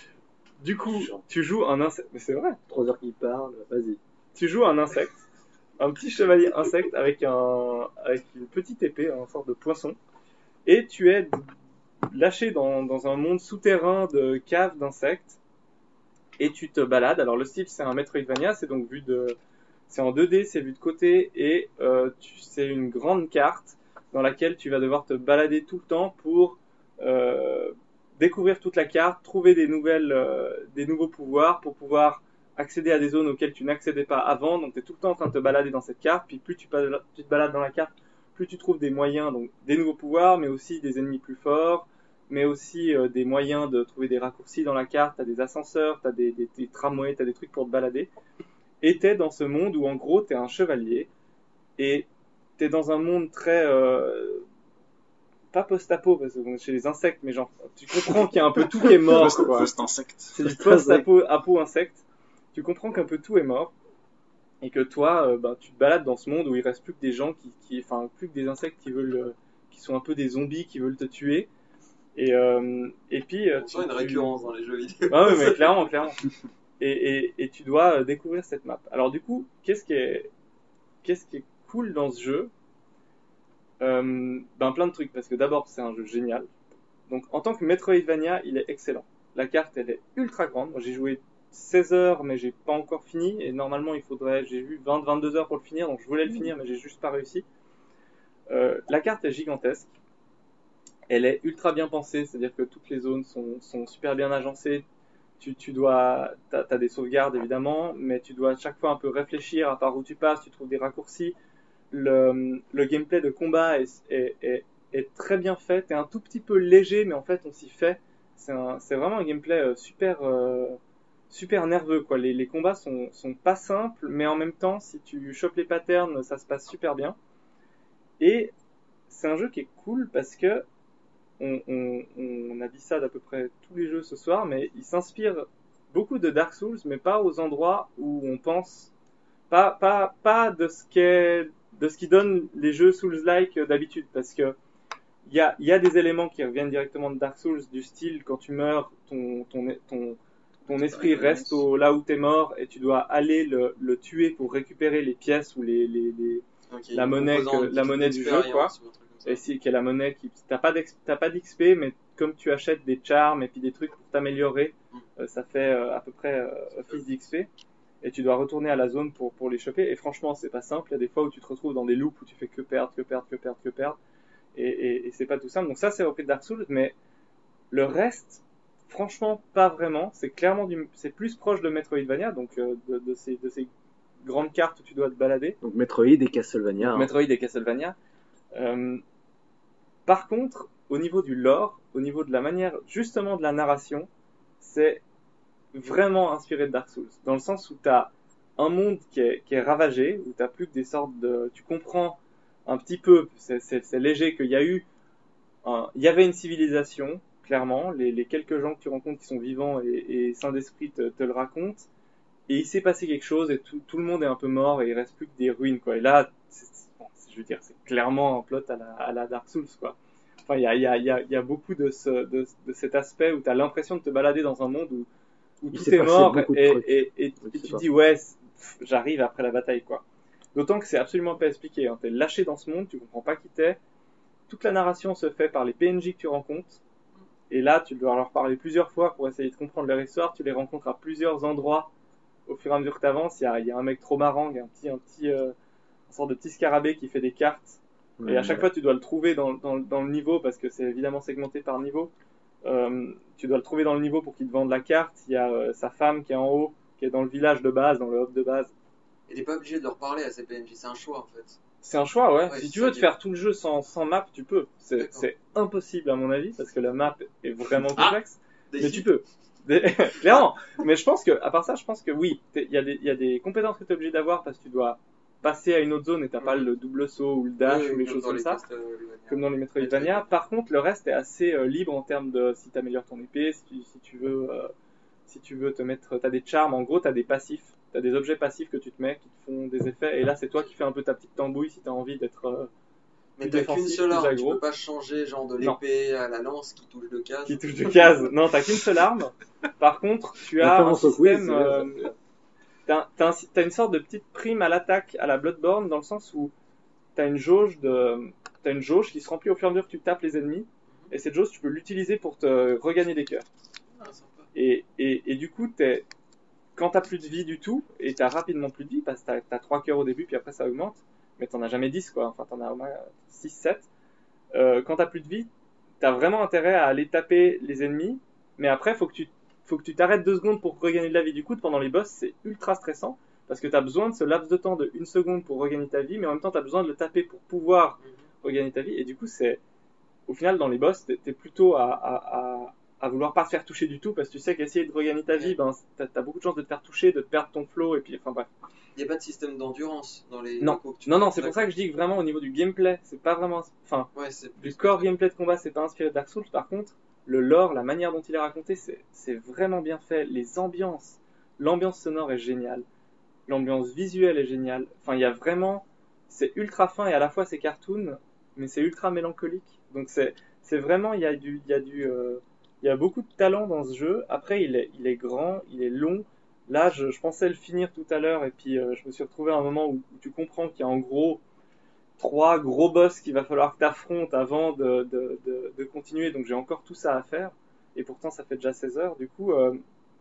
Du coup, tu joues un insecte. Mais c'est vrai. Trois heures qu'il parle, vas-y. Tu joues un insecte, un petit chevalier insecte avec un, avec une petite épée, une sorte de poisson, et tu es lâché dans, dans un monde souterrain de caves d'insectes, et tu te balades. Alors le style, c'est un Metroidvania, c'est donc vu de, c'est en deux D, c'est vu de côté, et euh, tu, c'est une grande carte dans laquelle tu vas devoir te balader tout le temps pour euh, découvrir toute la carte, trouver des nouvelles, euh, des nouveaux pouvoirs pour pouvoir accéder à des zones auxquelles tu n'accédais pas avant. Donc tu es tout le temps en train de te balader dans cette carte, puis plus tu, pal- tu te balades dans la carte, plus tu trouves des moyens, donc des nouveaux pouvoirs, mais aussi des ennemis plus forts, mais aussi euh, des moyens de trouver des raccourcis dans la carte. T'as des ascenseurs, t'as des, des, des tramways, t'as des trucs pour te balader. Et t'es dans ce monde où en gros t'es un chevalier, et t'es dans un monde très... Euh, pas post-apo, parce que chez les insectes, mais genre, tu comprends qu'il y a un peu tout qui est mort, Post- quoi. Post-insecte. C'est du post-apo apo insecte. Tu comprends qu'un peu tout est mort. Et que toi, euh, ben, tu te balades dans ce monde où il reste plus que des gens qui, qui enfin, plus que des insectes qui veulent, euh, qui sont un peu des zombies qui veulent te tuer. Et, euh, et puis, euh, On tu, sent une tu- récurrence dans les jeux vidéo. Ah oui, mais clairement, clairement. Et, et, et tu dois euh, découvrir cette map. Alors du coup, qu'est-ce qui est, qu'est-ce qui est cool dans ce jeu? Euh, ben plein de trucs, parce que d'abord c'est un jeu génial. Donc en tant que Metroidvania, il est excellent. La carte, elle est ultra grande. Moi j'ai joué seize heures, mais j'ai pas encore fini. Et normalement, il faudrait, j'ai vu vingt vingt-deux heures pour le finir, donc je voulais le finir, mais j'ai juste pas réussi. Euh, la carte est gigantesque. Elle est ultra bien pensée, c'est-à-dire que toutes les zones sont, sont super bien agencées. Tu, tu dois, t'as, t'as des sauvegardes évidemment, mais tu dois à chaque fois un peu réfléchir à par où tu passes, tu trouves des raccourcis. Le, le gameplay de combat est, est, est, est très bien fait. T'es un tout petit peu léger, mais en fait on s'y fait. C'est, un, c'est vraiment un gameplay euh, super, euh, super nerveux, quoi. Les, les combats sont, sont pas simples, mais en même temps, si tu chopes les patterns, ça se passe super bien. Et c'est un jeu qui est cool parce que on, on, on a dit ça d'à peu près tous les jeux ce soir, mais il s'inspire beaucoup de Dark Souls, mais pas aux endroits où on pense, pas, pas, pas de ce qu'est, de ce qui donne les jeux Souls-like d'habitude, parce que il y a, il y a des éléments qui reviennent directement de Dark Souls, du style quand tu meurs, ton, ton, ton, ton esprit reste au, là où t'es mort et tu dois aller le, le tuer pour récupérer les pièces ou les, les, les Okay, la monnaie, que, la monnaie du jeu, quoi. Et si, qui est la monnaie qui, t'as pas d'ex, t'as pas d'X P, mais comme tu achètes des charms et puis des trucs pour t'améliorer, mm. euh, ça fait euh, à peu près euh, office d'X P. Et tu dois retourner à la zone pour, pour les choper. Et franchement, c'est pas simple. Il y a des fois où tu te retrouves dans des loops où tu fais que perdre, que perdre, que perdre, que perdre. Et, et, et c'est pas tout simple. Donc ça, c'est repris de Dark Souls, mais le reste, franchement, pas vraiment. C'est clairement du, c'est plus proche de Metroidvania, donc euh, de, de ces, de ces grandes cartes où tu dois te balader. Donc Metroid et Castlevania. Donc, hein. Metroid et Castlevania. Euh, par contre, au niveau du lore, au niveau de la manière, justement de la narration, c'est vraiment inspiré de Dark Souls. Dans le sens où tu as un monde qui est, qui est ravagé, où tu n'as plus que des sortes de... Tu comprends un petit peu, c'est, c'est, c'est léger, qu'il y a eu... Un, il y avait une civilisation, clairement. Les, les quelques gens que tu rencontres qui sont vivants et, et sains d'esprit te, te le racontent. Et il s'est passé quelque chose et tout, tout le monde est un peu mort et il reste plus que des ruines, quoi. Et là, c'est, bon, je veux dire, c'est clairement un plot à la, à la Dark Souls, quoi. Enfin, il y a, il y a, il y a, il y a beaucoup de, ce, de, de cet aspect où tu as l'impression de te balader dans un monde où, où tout est mort et, et, et, et, et tu te dis, ouais, pff, j'arrive après la bataille, quoi. D'autant que c'est absolument pas expliqué, hein. T'es lâché dans ce monde, tu comprends pas qui t'es. Toute la narration se fait par les P N J que tu rencontres. Et là, tu dois leur parler plusieurs fois pour essayer de comprendre leur histoire. Tu les rencontres à plusieurs endroits. Au fur et à mesure que tu avances, il y a, y a un mec trop marrant, il y a un petit, un petit, euh, une sorte de petit scarabée qui fait des cartes. Ouais, et à chaque ouais. fois, tu dois le trouver dans, dans, dans le niveau parce que c'est évidemment segmenté par niveau. Euh, tu dois le trouver dans le niveau pour qu'il te vende la carte. Il y a euh, sa femme qui est en haut, qui est dans le village de base, dans le hub de base. Et t'es pas obligé de leur parler à ces P N J, c'est un choix en fait. C'est un choix, ouais. ouais si tu veux te faire tout le jeu sans, sans map, tu peux. C'est, c'est impossible à mon avis parce que la map est vraiment complexe. Ah, mais tu peux. Clairement. Mais je pense que, à part ça, je pense que oui, il y, y a des compétences que tu es obligé d'avoir parce que tu dois passer à une autre zone et t'as ouais. pas le double saut ou le dash oui, ou les choses comme ça, euh, comme dans les Metroidvania. Par contre, le reste est assez euh, libre en termes de si tu améliores ton épée, si tu, si tu veux, euh, si tu veux te mettre, t'as des charms. En gros, t'as des passifs, t'as des objets passifs que tu te mets qui te font des effets. Et là, c'est toi qui fais un peu ta petite tambouille si t'as envie d'être. Euh, Mais t'as qu'une seule arme, tu peux pas changer genre de l'épée non. à la lance qui touche de case. Qui touche de case. Non, t'as qu'une seule arme. Par contre, tu as un système. Euh, t'as, t'as, un, t'as une sorte de petite prime à l'attaque à la Bloodborne dans le sens où t'as une jauge de, t'as une jauge qui se remplit au fur et à mesure que tu tapes les ennemis. Et cette jauge, tu peux l'utiliser pour te regagner des cœurs. Ah, et, et, et du coup, t'es, quand t'as plus de vie du tout, et t'as rapidement plus de vie parce que t'as, t'as trois cœurs au début, puis après ça augmente. Mais t'en as jamais dix, quoi. Enfin, t'en as au moins six, sept. Euh, quand t'as plus de vie, t'as vraiment intérêt à aller taper les ennemis. Mais après, faut que tu, faut que tu t'arrêtes deux secondes pour regagner de la vie. Du coup, pendant les boss, c'est ultra stressant. Parce que t'as besoin de ce laps de temps de une seconde pour regagner ta vie. Mais en même temps, t'as besoin de le taper pour pouvoir mm-hmm. regagner ta vie. Et du coup, c'est, au final, dans les boss, t'es, t'es plutôt à, à, à, à vouloir pas te faire toucher du tout. Parce que tu sais qu'essayer de regagner ta vie, ben, t'as, t'as beaucoup de chances de te faire toucher, de perdre ton flow. Et puis, enfin, bref. Il n'y a pas de système d'endurance dans les non. locaux que tu non, non, c'est pour ça que je dis que vraiment au niveau du gameplay, c'est pas vraiment, enfin, ouais, c'est du core gameplay de combat, c'est pas inspiré de Dark Souls. Par contre, le lore, la manière dont il est raconté, c'est, c'est vraiment bien fait. Les ambiances, l'ambiance sonore est géniale, l'ambiance visuelle est géniale. Enfin, il y a vraiment, c'est ultra fin et à la fois c'est cartoon, mais c'est ultra mélancolique. Donc c'est, c'est vraiment, il y a du, il y a du, euh, il y a beaucoup de talent dans ce jeu. Après, il est, il est grand, il est long. Là, je, je pensais le finir tout à l'heure et puis euh, je me suis retrouvé à un moment où, où tu comprends qu'il y a en gros trois gros boss qu'il va falloir que tu affrontes avant de, de, de, de continuer. Donc j'ai encore tout ça à faire et pourtant ça fait déjà seize heures. Du coup, euh,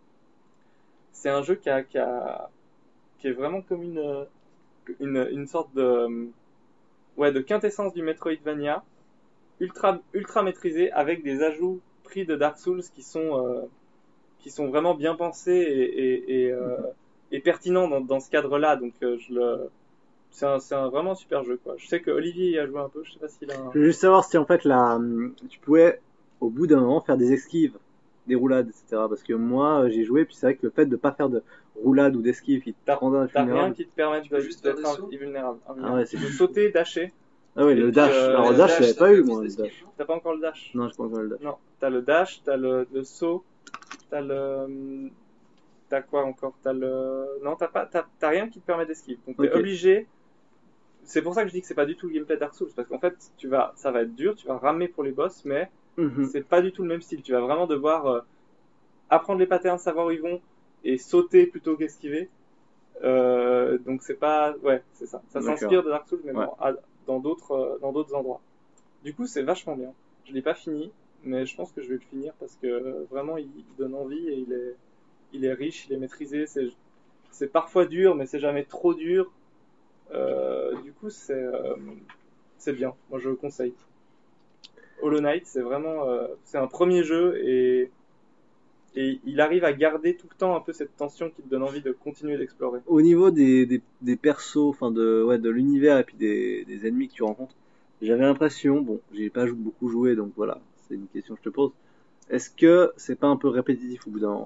c'est un jeu qui, a, qui, a, qui est vraiment comme une, une, une sorte de, ouais, de quintessence du Metroidvania, ultra, ultra maîtrisé avec des ajouts pris de Dark Souls qui sont... Euh, qui sont vraiment bien pensés et, et, et, euh, et pertinents dans, dans ce cadre-là. Donc, euh, je le, c'est un, c'est un vraiment super jeu, quoi. Je sais que Olivier y a joué un peu. Je sais pas s'il a. Un... Je veux juste savoir si en fait là, tu pouvais au bout d'un moment faire des esquives, des roulades, et cetera. Parce que moi, j'ai joué, puis c'est vrai que le fait de pas faire de roulade ou d'esquive qui te T'as, rend t'as invulnérable. rien qui te permette de, juste faire d'être des sauts invulnérable. Ah ouais, c'est de sauter, dasher. Ah ouais, Et le puis, dash. euh, Alors le le dash, dash, j'avais ça pas fait eu office moi le d'esquive, dash. T'as pas encore le dash. Non, j'ai pas encore le dash. Non. T'as le dash, t'as le, le saut, t'as le. T'as quoi encore? T'as le. Non, t'as pas. T'as, t'as rien qui te permet d'esquive. Donc t'es Ok. obligé. C'est pour ça que je dis que c'est pas du tout le gameplay Dark Souls, parce qu'en fait, tu vas, ça va être dur, tu vas ramer pour les boss, mais Mhm. c'est pas du tout le même style. Tu vas vraiment devoir euh, apprendre les patterns, savoir où ils vont, et sauter plutôt qu'esquiver. Euh, donc c'est pas, ouais, c'est ça. Ça D'accord. s'inspire de Dark Souls, mais Ouais. bon, à- dans d'autres, euh, dans d'autres endroits. Du coup, c'est vachement bien. Je l'ai pas fini, mais je pense que je vais le finir parce que euh, vraiment, il, il donne envie et il est, il est riche, il est maîtrisé. C'est, c'est parfois dur, mais c'est jamais trop dur. Euh, du coup, c'est, euh, c'est bien. Moi, je le conseille. Hollow Knight, c'est vraiment, euh, c'est un premier jeu et, et il arrive à garder tout le temps un peu cette tension qui te donne envie de continuer d'explorer. Au niveau des, des, des persos, enfin de, ouais, de l'univers et puis des, des ennemis que tu rencontres, j'avais l'impression, bon, j'ai pas jou- beaucoup joué, donc voilà, c'est une question que je te pose. Est-ce que c'est pas un peu répétitif au bout d'un moment?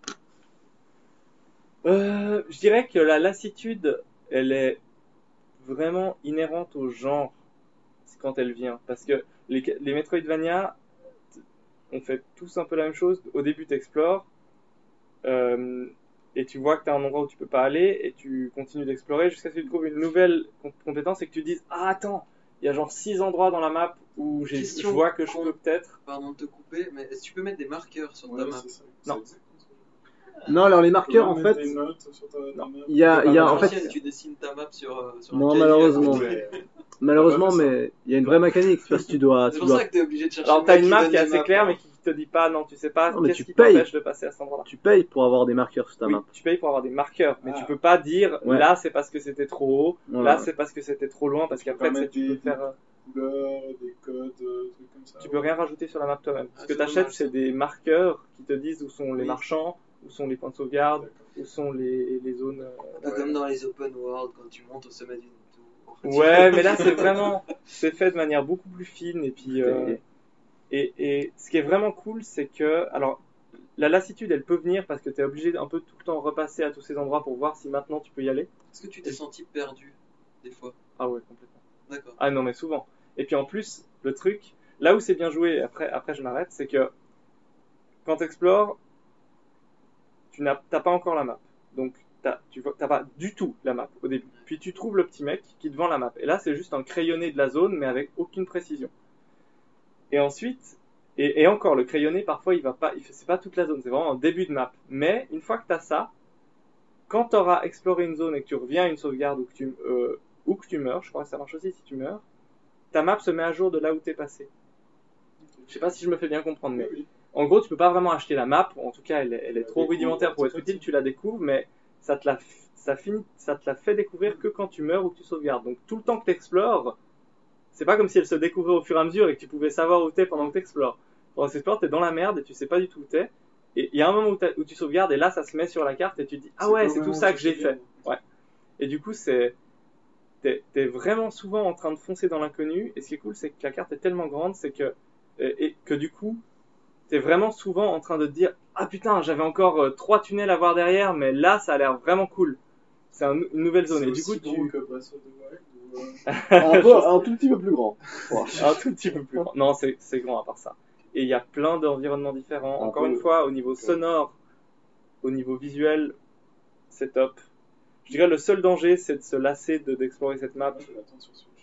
Euh, je dirais que la lassitude, elle est vraiment inhérente au genre quand elle vient. Parce que les, les Metroidvania, on fait tous un peu la même chose. Au début, tu explores euh, et tu vois que tu as un endroit où tu peux pas aller et tu continues d'explorer jusqu'à ce que tu trouves une nouvelle com- compétence et que tu te dises ah attends, il y a genre six endroits dans la map où j'ai, je Question vois que je con. peux peut-être. Pardon de te couper, mais est-ce que tu peux mettre des marqueurs sur ta Ouais, map? c'est ça. Non. C'est exactement ça. Non, alors les marqueurs, en Tu peux mettre fait, des notes sur ta, ta Non. map. il y a, Tu peux il y a, pas en mettre fait, L'ancienne, tu dessines ta map sur, euh, sur Non, un cahier. malheureusement. Ouais. malheureusement, On va pas faire mais il y a une vraie mécanique, parce que tu dois, C'est tu pour dois, ça que t'es obligé de chercher. Alors le t'as mec une qui map donne qui est les assez maps, claire hein. mais qui te dit pas non tu sais pas Non, mais qu'est-ce tu qui payes. t'empêche de passer à cet endroit-là. tu payes pour avoir des marqueurs sur ta Oui, map. tu payes pour avoir des marqueurs, mais Ah. tu peux pas dire Ouais. là c'est parce que c'était trop haut, Voilà. là c'est parce que c'était trop loin, parce Tu peux qu'après pas tu sais, mettre tu peux des- faire, euh, Couleurs, des codes, euh, trucs comme ça. tu peux rien rajouter sur la map toi-même. Ce Ah, que c'est t'achètes dommage, c'est ça. des marqueurs qui te disent où sont les Oui. marchands, où sont les points de sauvegarde, D'accord. où sont les, les zones. euh, Un peu comme dans les open world quand tu montes au sommet d'une tour. Ouais, mais là c'est vraiment, c'est fait de manière beaucoup plus fine et puis euh, et, et ce qui est vraiment cool c'est que alors la lassitude elle peut venir parce que t'es obligé un peu tout le temps repasser à tous ces endroits pour voir si maintenant tu peux y aller. Est-ce que tu t'es senti perdu des fois? Ah ouais complètement. D'accord. Ah non mais souvent. Et puis en plus le truc, là où c'est bien joué, après après je m'arrête, c'est que quand t'explores, tu n'as t'as pas encore la map, donc t'as tu vois t'as pas du tout la map au début. Puis tu trouves le petit mec qui te vend la map. Et là c'est juste un crayonné de la zone mais avec aucune précision. Et ensuite, et, et encore, le crayonné, parfois, il va pas, il fait, c'est pas toute la zone, c'est vraiment un début de map. Mais, une fois que t'as ça, quand t'auras exploré une zone et que tu reviens à une sauvegarde ou que tu, euh, ou que tu meurs, je crois que ça marche aussi si tu meurs, ta map se met à jour de là où t'es passé. Je sais pas si je me fais bien comprendre, mais Oui, en gros, tu peux pas vraiment acheter la map, en tout cas, elle est, elle est La trop découvre, rudimentaire pour être tout utile, ça. tu la découvres, mais ça te la, ça finit, ça te la fait découvrir que quand tu meurs ou que tu sauvegardes. Donc, tout le temps que t'explores, c'est pas comme si elle se découvrait au fur et à mesure et que tu pouvais savoir où t'es pendant que t'explores. Pendant que t'explores, t'es dans la merde et tu sais pas du tout où t'es. Et il y a un moment où, où tu sauvegardes et là, ça se met sur la carte et tu te dis, ah ouais, c'est tout ça que j'ai fait. Ouais. Et du coup, c'est, t'es, t'es vraiment souvent en train de foncer dans l'inconnu. Et ce qui est cool, c'est que la carte est tellement grande, c'est que, et, et que du coup, t'es vraiment souvent en train de te dire, ah putain, j'avais encore euh, trois tunnels à voir derrière, mais là, ça a l'air vraiment cool. C'est un- une nouvelle zone. C'est Et du coup, aussi tu, gros que Breath of the Wild ou, euh, Un, peu, un tout petit peu plus grand. Ouais. un tout petit peu plus grand. Non, c'est, c'est grand à part ça. Et il y a plein d'environnements différents. Un Encore peu. une fois, au niveau Ok. sonore, au niveau visuel, c'est top. Je dirais le seul danger, c'est de se lasser de, d'explorer cette map. moi, je l'attends sur Switch.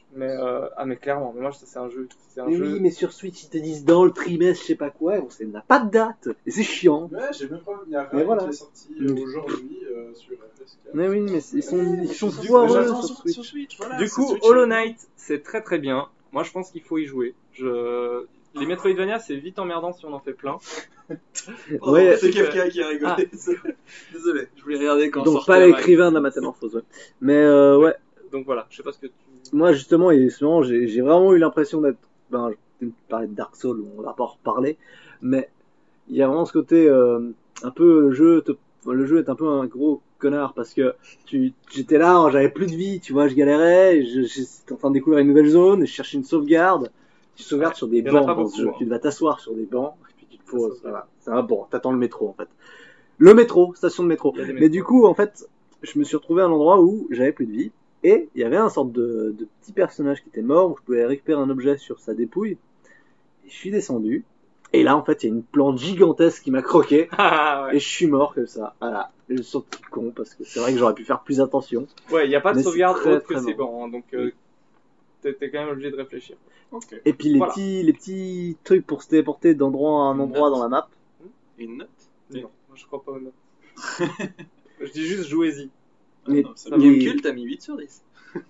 Mais, euh, ah, mais clairement, mais moi, ça, c'est un jeu. C'est un Mais jeu... oui, mais sur Switch, ils te disent dans le trimestre, je sais pas quoi, on sait- on n'a pas de date. Et c'est chiant. Ouais, j'ai même pas. Il y a Mais rien voilà. qui est sorti euh, Mm. aujourd'hui euh, sur P S quatre. Mais oui, mais c'est- ils sont, ils sont Du coup, foireux j'attends sur Switch. Switch, voilà, Du c'est coup, Switch. Hollow Knight, c'est très très bien. Moi, je pense qu'il faut y jouer. Je... Les Metroidvania, c'est vite emmerdant si on en fait plein. Oh, Ouais. c'est quelqu'un qui a rigolé. Désolé, je voulais regarder quand Donc sortait pas la l'écrivain de la métamorphose, ouais. Mais euh, ouais, Donc voilà, je sais pas ce que tu... moi justement, et souvent, j'ai j'ai vraiment eu l'impression d'être... Ben, je vais parler de Dark Souls, on va pas en reparler, mais il y a vraiment ce côté euh, un peu le jeu, te- le jeu est un peu un gros connard parce que tu, j'étais là, j'avais plus de vie, tu vois, je galérais, je- j'étais en train de découvrir une nouvelle zone, je cherchais une sauvegarde, tu sauvegardes Ouais, sur des il y en a bancs pas dans beaucoup, ce jeu, hein. tu vas t'asseoir sur des bancs, et puis tu te Ça poses, sauve. voilà, ça va, bon, t'attends le métro en fait. Le métro, station de métro. Il y a des Mais métros. du coup, en fait, je me suis retrouvé à un endroit où j'avais plus de vie, et il y avait un sorte de, de petit personnage qui était mort, où je pouvais récupérer un objet sur sa dépouille, et je suis descendu, et là, en fait, il y a une plante gigantesque qui m'a croqué, Ah, ouais. et je suis mort comme ça. Voilà. Je me sens petit con parce que c'est vrai que j'aurais pu faire plus attention. Ouais, il n'y a pas de Mais c'est sauvegarde très, autre que très c'est marrant. bon, hein, donc euh, t'es t'es quand même obligé de réfléchir. Ok. Et puis les Voilà. petits, les petits trucs pour se téléporter d'endroit à un Une endroit note. dans la map. Une note. Non, moi je crois pas aux notes. Je dis juste jouez-y. Ah, Mais- non, ça, Oui. Gamecube, t'as mis huit sur dix.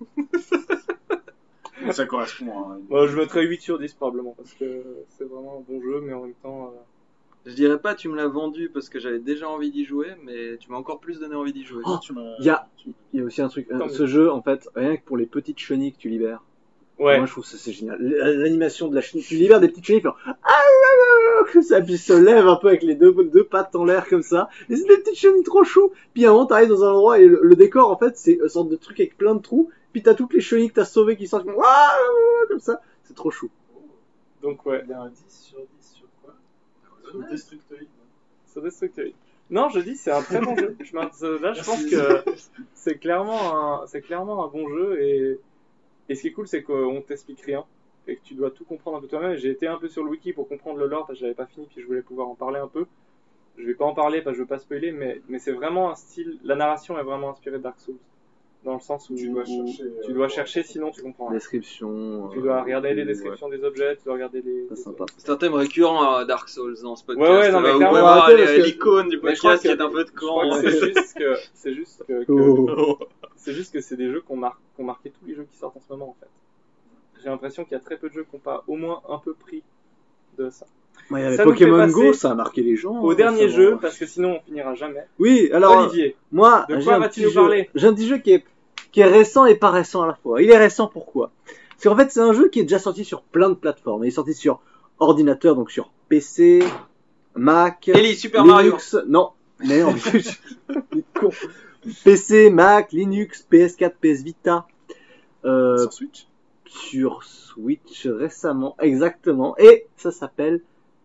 ça correspond à. une- Moi je mettrais huit sur dix probablement parce que c'est vraiment un bon jeu, mais en même temps. euh, Je dirais pas tu me l'as vendu parce que j'avais déjà envie d'y jouer, mais tu m'as encore plus donné envie d'y jouer. Oh, Tu m'as- Il y a, tu m'as- il y a aussi un truc. euh, Tant ce mieux. jeu, en fait, rien que pour les petites chenilles que tu libères. Ouais. Moi, je trouve que c'est génial. L- L'animation de la chenille, tu libères des petites chenilles, faire ah, ah, ah, comme ça, puis se lève un peu avec les deux, deux pattes en l'air comme ça. Et c'est des petites chenilles trop chou. Puis à un moment, t'arrives dans un endroit et le, le décor, en fait, c'est une sorte de truc avec plein de trous. Puis t'as toutes les chenilles que t'as sauvées qui sortent comme, ah, ah, ah, comme ça. C'est trop chou. Donc ouais, Il y a un dix sur dix sur quoi Sur Destructoid. ça Destructoid. Non, je dis c'est un très bon jeu. Je m'in- là, je pense que c'est clairement un, c'est clairement un bon jeu et et ce qui est cool, c'est qu'on t'explique rien et que tu dois tout comprendre un peu toi-même. J'ai été un peu sur le wiki pour comprendre le lore parce que j'avais pas fini puis je voulais pouvoir en parler un peu. Je vais pas en parler parce que je veux pas spoiler, mais mais c'est vraiment un style. La narration est vraiment inspirée de Dark Souls dans le sens où Tu dois où chercher, tu euh, dois pour- chercher sinon tu comprends rien. Description. Tu dois euh, regarder les ouais. descriptions des objets, tu dois regarder les. C'est les- sympa. C'est un thème récurrent à Dark Souls dans ce podcast. Ouais, ouais, non, mais Là, clairement, on peut on va voir arrêter les- parce que- l'icône du Mais je crois podcast qui que- est un peu de Je crois cran. que c'est juste que c'est juste que, que- Oh. c'est juste que c'est des jeux qui ont, mar- qui ont marqué tous les jeux qui sortent en ce moment en fait. J'ai l'impression qu'il y a très peu de jeux qui n'ont pas au moins un peu pris de ça. Ouais, il y avait Ça nous Pokémon fait passer Go, ça a marqué les gens. Au hein, dernier récemment. jeu, parce que sinon on finira jamais. Oui, alors. Olivier, Moi, de j'ai quoi un vas-tu petit nous jeu- parler J'ai un petit jeu qui est, qui est récent et pas récent à la fois. Il est récent pourquoi Parce qu'en fait, c'est un jeu qui est déjà sorti sur plein de plateformes. Il est sorti sur ordinateur, donc sur P C, Mac, Ellie, Super Mario. Linux. Non, mais en plus, il est con. P C, Mac, Linux, P S quatre, P S Vita. Euh, Sur Switch sur Switch récemment, exactement. Et ça s'appelle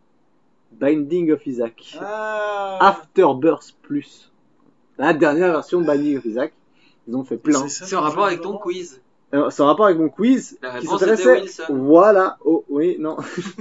Binding of Isaac. Ah Afterbirth Plus. La dernière version de Binding of Isaac. Ils ont fait plein. C'est en rapport avec ton quiz. Alors, c'est en rapport avec mon quiz La qui réponse s'intéressait. était Wilson. Voilà. Oh, oui, non.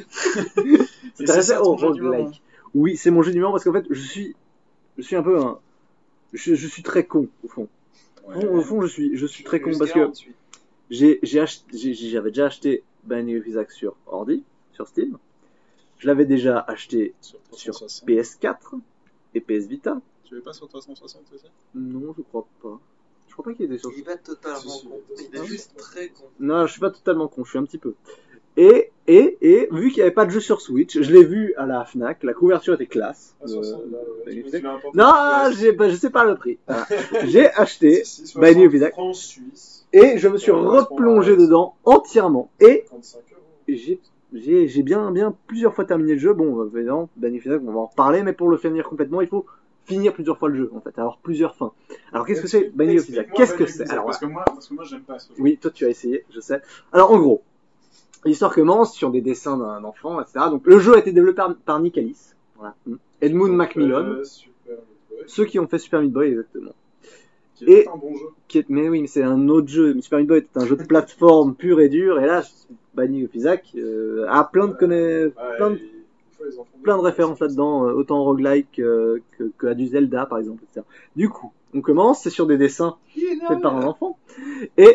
Et c'est s'intéressait ça, au ton jeu du moment. roguelike. Oui, c'est mon jeu du moment parce qu'en fait, je suis, je suis un peu un, je, je suis très con au fond. Ouais. Au fond, je suis, je suis très con parce Jusqu'à que ensuite. j'ai, j'ai acheté, j'ai- j'avais déjà acheté Binding of Isaac sur ordi, sur Steam. Je l'avais déjà acheté Sur sur trois cent soixante. P S quatre et P S Vita. Tu veux pas sur trois cent soixante aussi Non, je crois pas. Je crois pas qu'il était sur. Il est pas totalement Si, si, con. si, Il est si. juste très con. Non, je suis pas totalement con, je suis un petit peu. Et, et, et, vu qu'il n'y avait pas de jeu sur Switch, je l'ai vu à la Fnac, la couverture était classe. À Euh, soixante balles, ouais. Binding Tu- of tu Isaac. l'as importé Non, depuis j'ai, bah, je sais pas le prix. Voilà. J'ai acheté, six, Binding of soixante Isaac. francs suisses, et je me suis Ça correspond replongé à- dedans entièrement, et trente-cinq euros. j'ai, j'ai, j'ai bien, bien plusieurs fois terminé le jeu. Bon, évidemment, Binding of Isaac, on va en reparler, mais pour le finir complètement, il faut finir plusieurs fois le jeu, en fait, avoir plusieurs fins. Alors, qu'est-ce que c'est Explique- Binding of Isaac? explique-moi Qu'est-ce que Binding of c'est? Isaac, Alors, parce que moi, parce que moi, j'aime pas ce jeu. oui, toi tu as essayé, je sais. Alors en gros, l'histoire commence sur des dessins d'un enfant, et cetera. Donc le jeu a été développé par, par Nick Alice, voilà. Edmund Donc, Macmillan, euh, Super Meat Boy, ceux qui ont fait Super Meat Boy exactement. qui est et- un bon jeu. Qui est, mais oui, mais c'est un autre jeu. Super Meat Boy est un jeu de plateforme pur et dur, et là, Binding of Isaac euh, a plein de conna- Ouais, plein de, il- des fois, ils en font plein de des- références là-dedans, euh, autant roguelike euh, que, que à du Zelda par exemple, et cetera. Du coup, on commence, c'est sur des dessins fait par un enfant. Et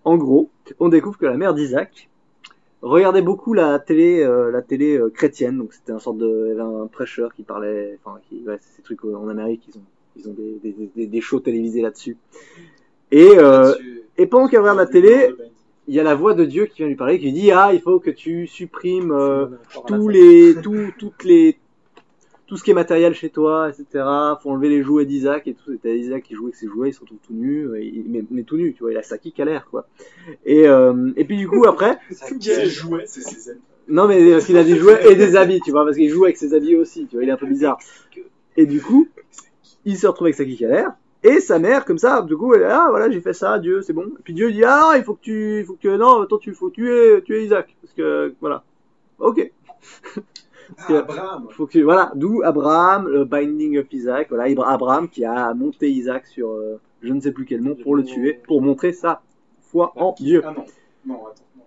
en gros, on découvre que la mère d'Isaac regardait beaucoup la télé, euh, la télé euh, chrétienne. Donc c'était un sorte de, il y avait un prêcheur qui parlait, enfin, qui, ouais, c'est ces trucs euh, en Amérique, ils ont, ils ont des, des, des, des shows télévisés là-dessus. Et, euh, et pendant qu'elle regarde la télé, il y a la voix de Dieu qui vient lui parler, qui lui dit ah, il faut que tu supprimes euh, tous les, tout, toutes les, tout ce qui est matériel chez toi, et cetera. Faut enlever les jouets d'Isaac et tout. C'était Isaac qui jouait avec ses jouets, il se retrouve tout nu, il, mais, mais tout nu, tu vois, il a sa kick à l'air, quoi. Et, euh, et puis du coup après, Ses jouets, c'est ses amis. non mais parce qu'il a des jouets et des habits, tu vois, parce qu'il joue avec ses habits aussi, tu vois, il est un peu bizarre. Et du coup, il se retrouve avec sa kick à l'air. Et sa mère, comme ça, du coup, elle est ah voilà, j'ai fait ça, Dieu, c'est bon. Et puis Dieu dit ah non, il faut que tu, il faut que non, attends, tu faut tuer, tuer Isaac, parce que voilà, ok. Ah, Abraham. Faut que voilà, d'où Abraham, le Binding of Isaac, voilà, Abraham qui a monté Isaac sur euh, je ne sais plus quel mont pour le tuer, pour montrer sa foi en Dieu. Ah non, non, attends, non.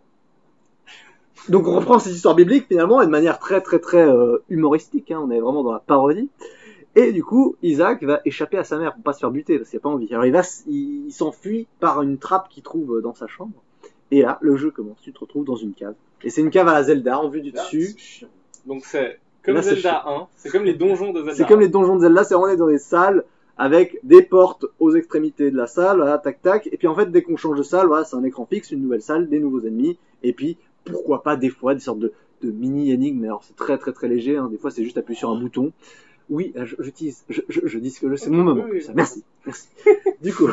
Donc on reprend cette histoire biblique finalement et de manière très très très euh, humoristique, hein, on est vraiment dans la parodie. Et du coup, Isaac va échapper à sa mère pour pas se faire buter parce qu'il a pas envie. Alors il va, il, il s'enfuit par une trappe qu'il trouve dans sa chambre. Et là, le jeu commence. Tu te retrouves dans une cave. Et c'est une cave à la Zelda en vue du Là, dessus. c'est chiant. Donc c'est comme Là, c'est Zelda un, c'est comme les donjons de Zelda. C'est comme les donjons de Zelda, c'est on est dans des salles avec des portes aux extrémités de la salle, voilà, tac tac. Et puis en fait, dès qu'on change de salle, voilà, c'est un écran fixe, une nouvelle salle, des nouveaux ennemis. Et puis pourquoi pas des fois des sortes de, de mini énigmes. Mais alors c'est très très très léger. Hein. Des fois, c'est juste appuyer sur un bouton. Oui, je, je, dis, je, je, je dis ce que je c'est mon moment. Oui, Ça. Merci, merci. Du coup,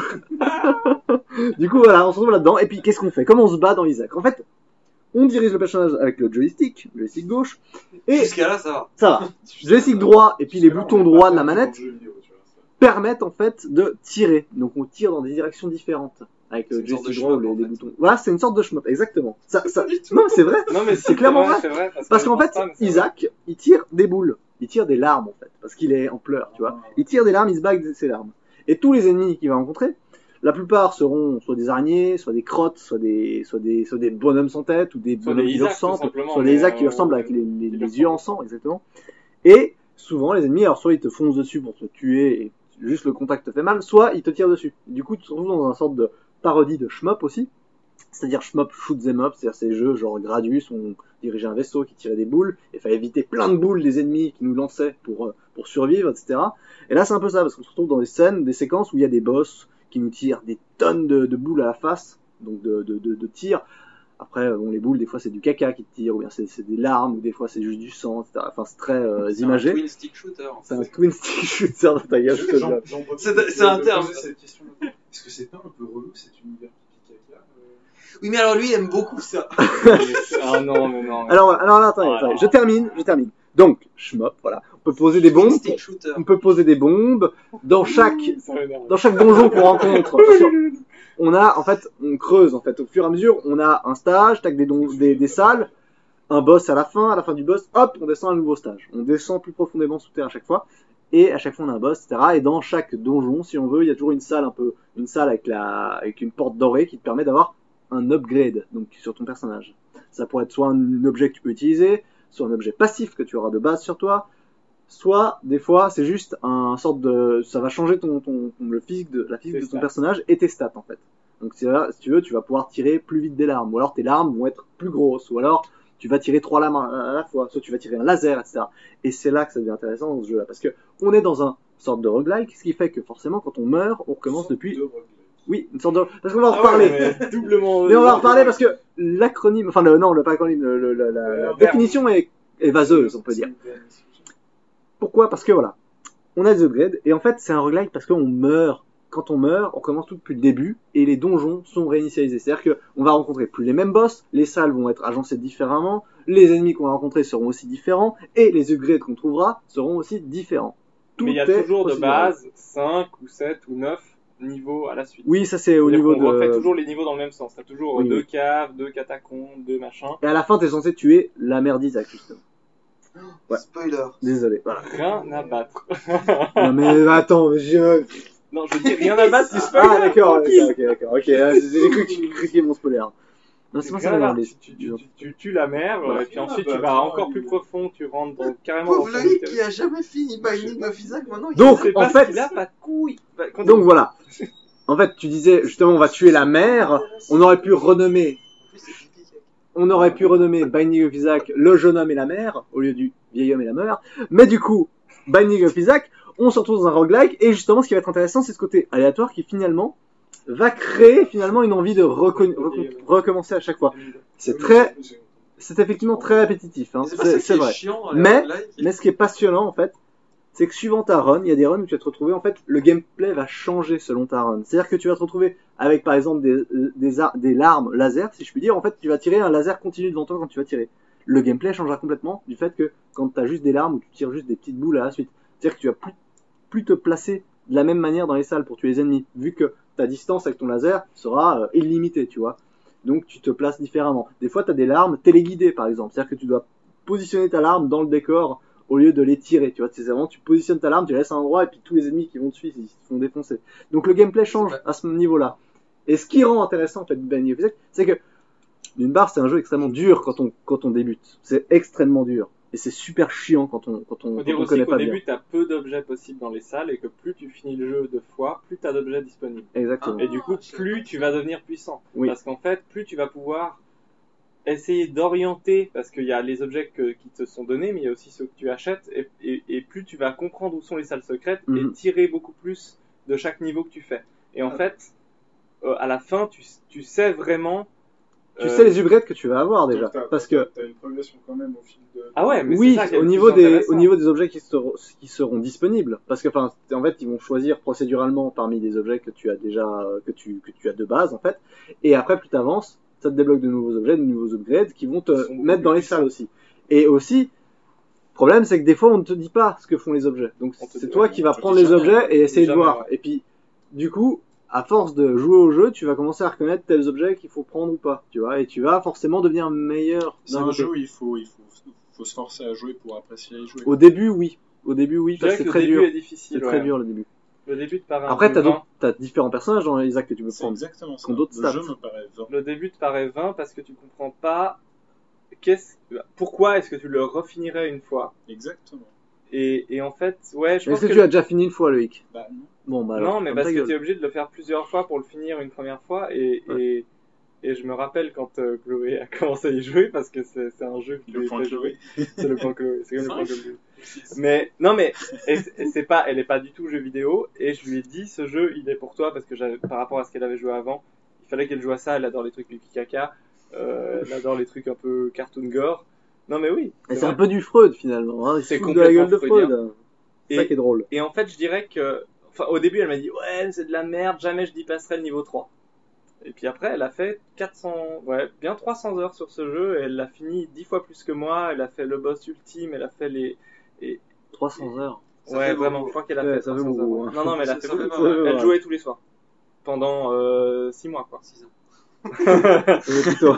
du coup, voilà, on se retrouve là-dedans. Et puis, qu'est-ce qu'on fait? Comment on se bat dans Isaac? En fait, on dirige le personnage avec le joystick, le joystick gauche, et Jusqu'à là, ça va. ça va. Joystick droit et puis les boutons droits de la manette permettent en fait de tirer. Donc, on tire dans des directions différentes avec le joystick droit ou les, les boutons. Voilà, c'est une sorte de shmup, exactement. Ça, ça... Non, c'est vrai. Non mais C'est clairement vrai. c'est vrai parce, Parce que qu'en je fait, pense pas, mais c'est Isaac, il tire des boules. Il tire des larmes, en fait. Parce qu'il est en pleurs, tu vois. Il tire des larmes, il se bat avec ses larmes. Et tous les ennemis qu'il va rencontrer, la plupart seront soit des araignées, soit des crottes, soit des, soit des, soit des bonhommes sans tête, ou des Soit bonhommes des qui lui Isaac, tout ressemblent, simplement, soit des mais, Isaac qui lui euh, ressemblent avec les, les, qui les lui yeux en sang, exactement. Et souvent, les ennemis, alors soit ils te foncent dessus pour te tuer, et juste le contact te fait mal, soit ils te tirent dessus. Du coup, tu te retrouves dans une sorte de parodie de shmup aussi. C'est-à-dire shmup shoot them up, c'est-à-dire ces jeux genre Gradius où on dirigeait un vaisseau qui tirait des boules, et il fallait éviter plein de boules des ennemis qui nous lançaient pour, pour survivre, et cetera. Et là c'est un peu ça, parce qu'on se retrouve dans des scènes, des séquences où il y a des boss qui nous tirent des tonnes de, de boules à la face, donc de, de, de, de tirs. Après, bon, les boules, des fois c'est du caca qui te tire, ou bien c'est, c'est des larmes, ou des fois c'est juste du sang, et cetera. Enfin, c'est très euh, C'est imagé. un twin stick shooter. en C'est fait. un twin stick shooter dans ta gueule, je te J'en- jure. j'en peux C'est- plus c'est un de terme. poser cette question. Est-ce que c'est pas un peu relou cet univers pipi caca euh Oui, mais alors lui, il aime beaucoup ça. Ah non mais non. Alors, alors, alors attendez, Ah, attendez, non. je termine, je termine. Donc, shmup, voilà. On peut poser des bombes, Twin stick shooter. on peut poser des bombes dans chaque Ça m'énerve. dans chaque donjon qu'on rencontre. Parce que on a, en fait, on creuse, en fait, au fur et à mesure, on a un stage, tac, des, don- des, des salles, un boss à la fin, à la fin du boss, hop, on descend à un nouveau stage. On descend plus profondément sous terre à chaque fois, et à chaque fois on a un boss, et cetera. Et dans chaque donjon, si on veut, il y a toujours une salle un peu, une salle avec la, avec une porte dorée qui te permet d'avoir un upgrade, donc, sur ton personnage. Ça pourrait être soit un objet que tu peux utiliser, soit un objet passif que tu auras de base sur toi, soit des fois c'est juste un sorte de, ça va changer ton, ton, ton- le physique de la physique Tes de ton stats. personnage et tes stats en fait. Donc si, si tu veux, tu vas pouvoir tirer plus vite des larmes, ou alors tes larmes vont être plus grosses, ou alors tu vas tirer trois lames à la fois, soit tu vas tirer un laser, et cetera. Et c'est là que ça devient intéressant dans ce jeu-là, parce que on est dans un sorte de roguelike, ce qui fait que forcément quand on meurt, on recommence Sorte depuis. de roguelike. Oui, une sorte de. Parce qu'on va en Ah reparler. ouais, mais doublement. Mais on va en reparler parce que l'acronyme, enfin le, non, le pas acronyme, le, le- la, la- la Euh, définition est, est vaseuse, on peut dire. Pourquoi? Parce que voilà, on a des upgrades, et en fait c'est un roguelike parce qu'on meurt. Quand on meurt, on commence tout depuis le début, et les donjons sont réinitialisés. C'est-à-dire qu'on va rencontrer plus les mêmes boss, les salles vont être agencées différemment, les ennemis qu'on va rencontrer seront aussi différents, et les upgrades qu'on trouvera seront aussi différents. Tout Mais il y a est toujours de considérable. base cinq ou sept ou neuf niveaux à la suite. Oui, ça c'est au C'est-à-dire niveau qu'on refait de... toujours les niveaux dans le même sens. T'as toujours Oui, deux oui. caves, deux catacombes, deux machins. Et à la fin, t'es censé tuer la mère d'Isaac, justement. Ouais. Spoiler. Désolé, voilà. Rien à battre. Non mais attends, mais je... Non, je dis rien à battre, tu spoil. Ah d'accord, tranquille. ok, d'accord, ok, ah, j'ai cru que tu critiquais mon spoiler. Non, c'est pas ça, Rien à non, battre. les... Tu, tu, tu, tu tues la mère, Voilà. et puis ensuite tu Bah, vas attends, encore il- plus profond, tu rentres dans, carrément dans Pauvre son Loïc territoire. qui a jamais fini Binding of Isaac, maintenant il Donc, C'est en parce fait- qu'il a pas de couilles. Bah, continue. Donc voilà. En fait, tu disais justement, on va tuer la mère. On aurait pu renommer, on aurait pu renommer Binding of Isaac le jeune homme et la mère au lieu du vieil homme et la mère. Mais du coup, Binding of Isaac, on se retrouve dans un roguelike et justement, ce qui va être intéressant, c'est ce côté aléatoire qui finalement va créer finalement une envie de reco- reco- recommencer à chaque fois. C'est très, c'est effectivement très répétitif, hein. C'est pas C'est, ça qui c'est est vrai. chiant, Mais- alors, là, il- Mais ce qui est passionnant en fait, c'est que suivant ta run, il y a des runs où tu vas te retrouver, en fait, le gameplay va changer selon ta run. C'est-à-dire que tu vas te retrouver avec par exemple des, des, ar- des larmes laser, si je puis dire, en fait, tu vas tirer un laser continu devant toi quand tu vas tirer. Le gameplay changera complètement du fait que quand tu as juste des larmes ou tu tires juste des petites boules à la suite. C'est-à-dire que tu vas plus, plus te placer de la même manière dans les salles pour tuer les ennemis, vu que ta distance avec ton laser sera euh, illimitée, tu vois. Donc tu te places différemment. Des fois, tu as des larmes téléguidées, par exemple. C'est-à-dire que tu dois positionner ta larme dans le décor au lieu de les tirer, tu vois. C'est vraiment, tu positionnes ta larme, tu la laisses à un endroit et puis tous les ennemis qui vont dessus, ils se font défoncer. Donc le gameplay change à ce niveau-là. Et ce qui rend intéressant, en fait, Binding of Isaac, c'est que, d'une part, c'est un jeu extrêmement dur quand on, quand on débute. C'est extrêmement dur. Et c'est super chiant quand on, quand on, Faut quand dire on aussi connaît qu'au pas bien. début, tu as peu d'objets possibles dans les salles et que plus tu finis le jeu de fois, plus tu as d'objets disponibles. Exactement. Et du coup, plus tu vas devenir puissant. Oui. Parce qu'en fait, plus tu vas pouvoir essayer d'orienter, parce qu'il y a les objets que- qui te sont donnés, mais il y a aussi ceux que tu achètes, et, et- et plus tu vas comprendre où sont les salles secrètes Mhm. et tirer beaucoup plus de chaque niveau que tu fais. Et en Ah. fait, euh, à la fin, tu, tu sais vraiment... Tu euh, sais les upgrades que tu vas avoir déjà. Donc, t'as- Parce t'as- que, T'as une progression quand même au fil de. Ah ouais, mais oui, c'est ça qui est au le niveau plus des, intéressant. au niveau des objets qui seront, qui seront disponibles. Parce que, enfin, en fait, ils vont choisir procéduralement parmi les objets que tu as déjà, que tu, que tu as de base, en fait. Et après, plus t'avances, ça te débloque de nouveaux objets, de nouveaux upgrades qui vont te Ils sont beaucoup mettre dans plus les salles aussi. Et aussi, le problème, c'est que des fois, on ne te dit pas ce que font les objets. Donc, On te c'est dit- toi ouais, qui on vas te prendre dit les jamais, objets et on te essayer dit de jamais, voir. ouais. Et puis, du coup, à force de jouer au jeu, tu vas commencer à reconnaître tels objets qu'il faut prendre ou pas, tu vois. Et tu vas forcément devenir meilleur. C'est d'un un côté. jeu où il faut, il faut, faut se forcer à jouer pour apprécier y jouer. Au début, oui. Au début, oui, Je parce dirais que que c'est le très début dur. est difficile. C'est très ouais. dur le début. Le début te paraît un Après, peu t'as vain. d'autres, t'as différents personnages dans Isaac que tu peux C'est prendre. exactement ça. Qui ont d'autres Le stats. jeu me paraît vain. Le début te paraît vain parce que tu comprends pas qu'est-ce, pourquoi est-ce que tu le refinirais une fois. Exactement. Et, et en fait, ouais, je pense Est-ce que, que tu as déjà fini une fois, Loïc? Bah non. Bon, bah alors. non, mais ferme parce ta que gueule. tu es obligé de le faire plusieurs fois pour le finir une première fois. Et, Ouais. et, et je me rappelle quand euh, Chloé a commencé à y jouer parce que c'est, c'est un jeu que je Le lui ai point fait jouer. Chloé. C'est le point Chloé. C'est comme le C'est point vrai Chloé. Mais non, mais et, et c'est pas, elle est pas du tout jeu vidéo. Et je lui ai dit, ce jeu, il est pour toi parce que j'avais, par rapport à ce qu'elle avait joué avant, il fallait qu'elle joue à ça. Elle adore les trucs pipi caca. Euh, elle adore les trucs un peu cartoon gore. Non, mais oui. Et c'est c'est un vrai. peu du Freud finalement. Hein. Il se C'est fout de la gueule de complètement Freud. C'est ça Et- qui est drôle. Et en fait, je dirais que, enfin, au début, elle m'a dit, ouais, c'est de la merde, jamais je dépasserai le niveau trois. Et puis après, elle a fait quatre cents, ouais, bien trois cents heures sur ce jeu, et elle l'a fini dix fois plus que moi, elle a fait le boss ultime, elle a fait les, et, trois cents heures. Ça ouais, fait vraiment, beaucoup. je crois qu'elle a Ouais, fait ça fait trois cents beaucoup, heures. hein. Non, non, mais elle a Ça- fait ça fait beaucoup. pas mal. Elle Ouais. jouait tous les soirs. Pendant, euh, six mois, quoi. six ans. C'est plutôt.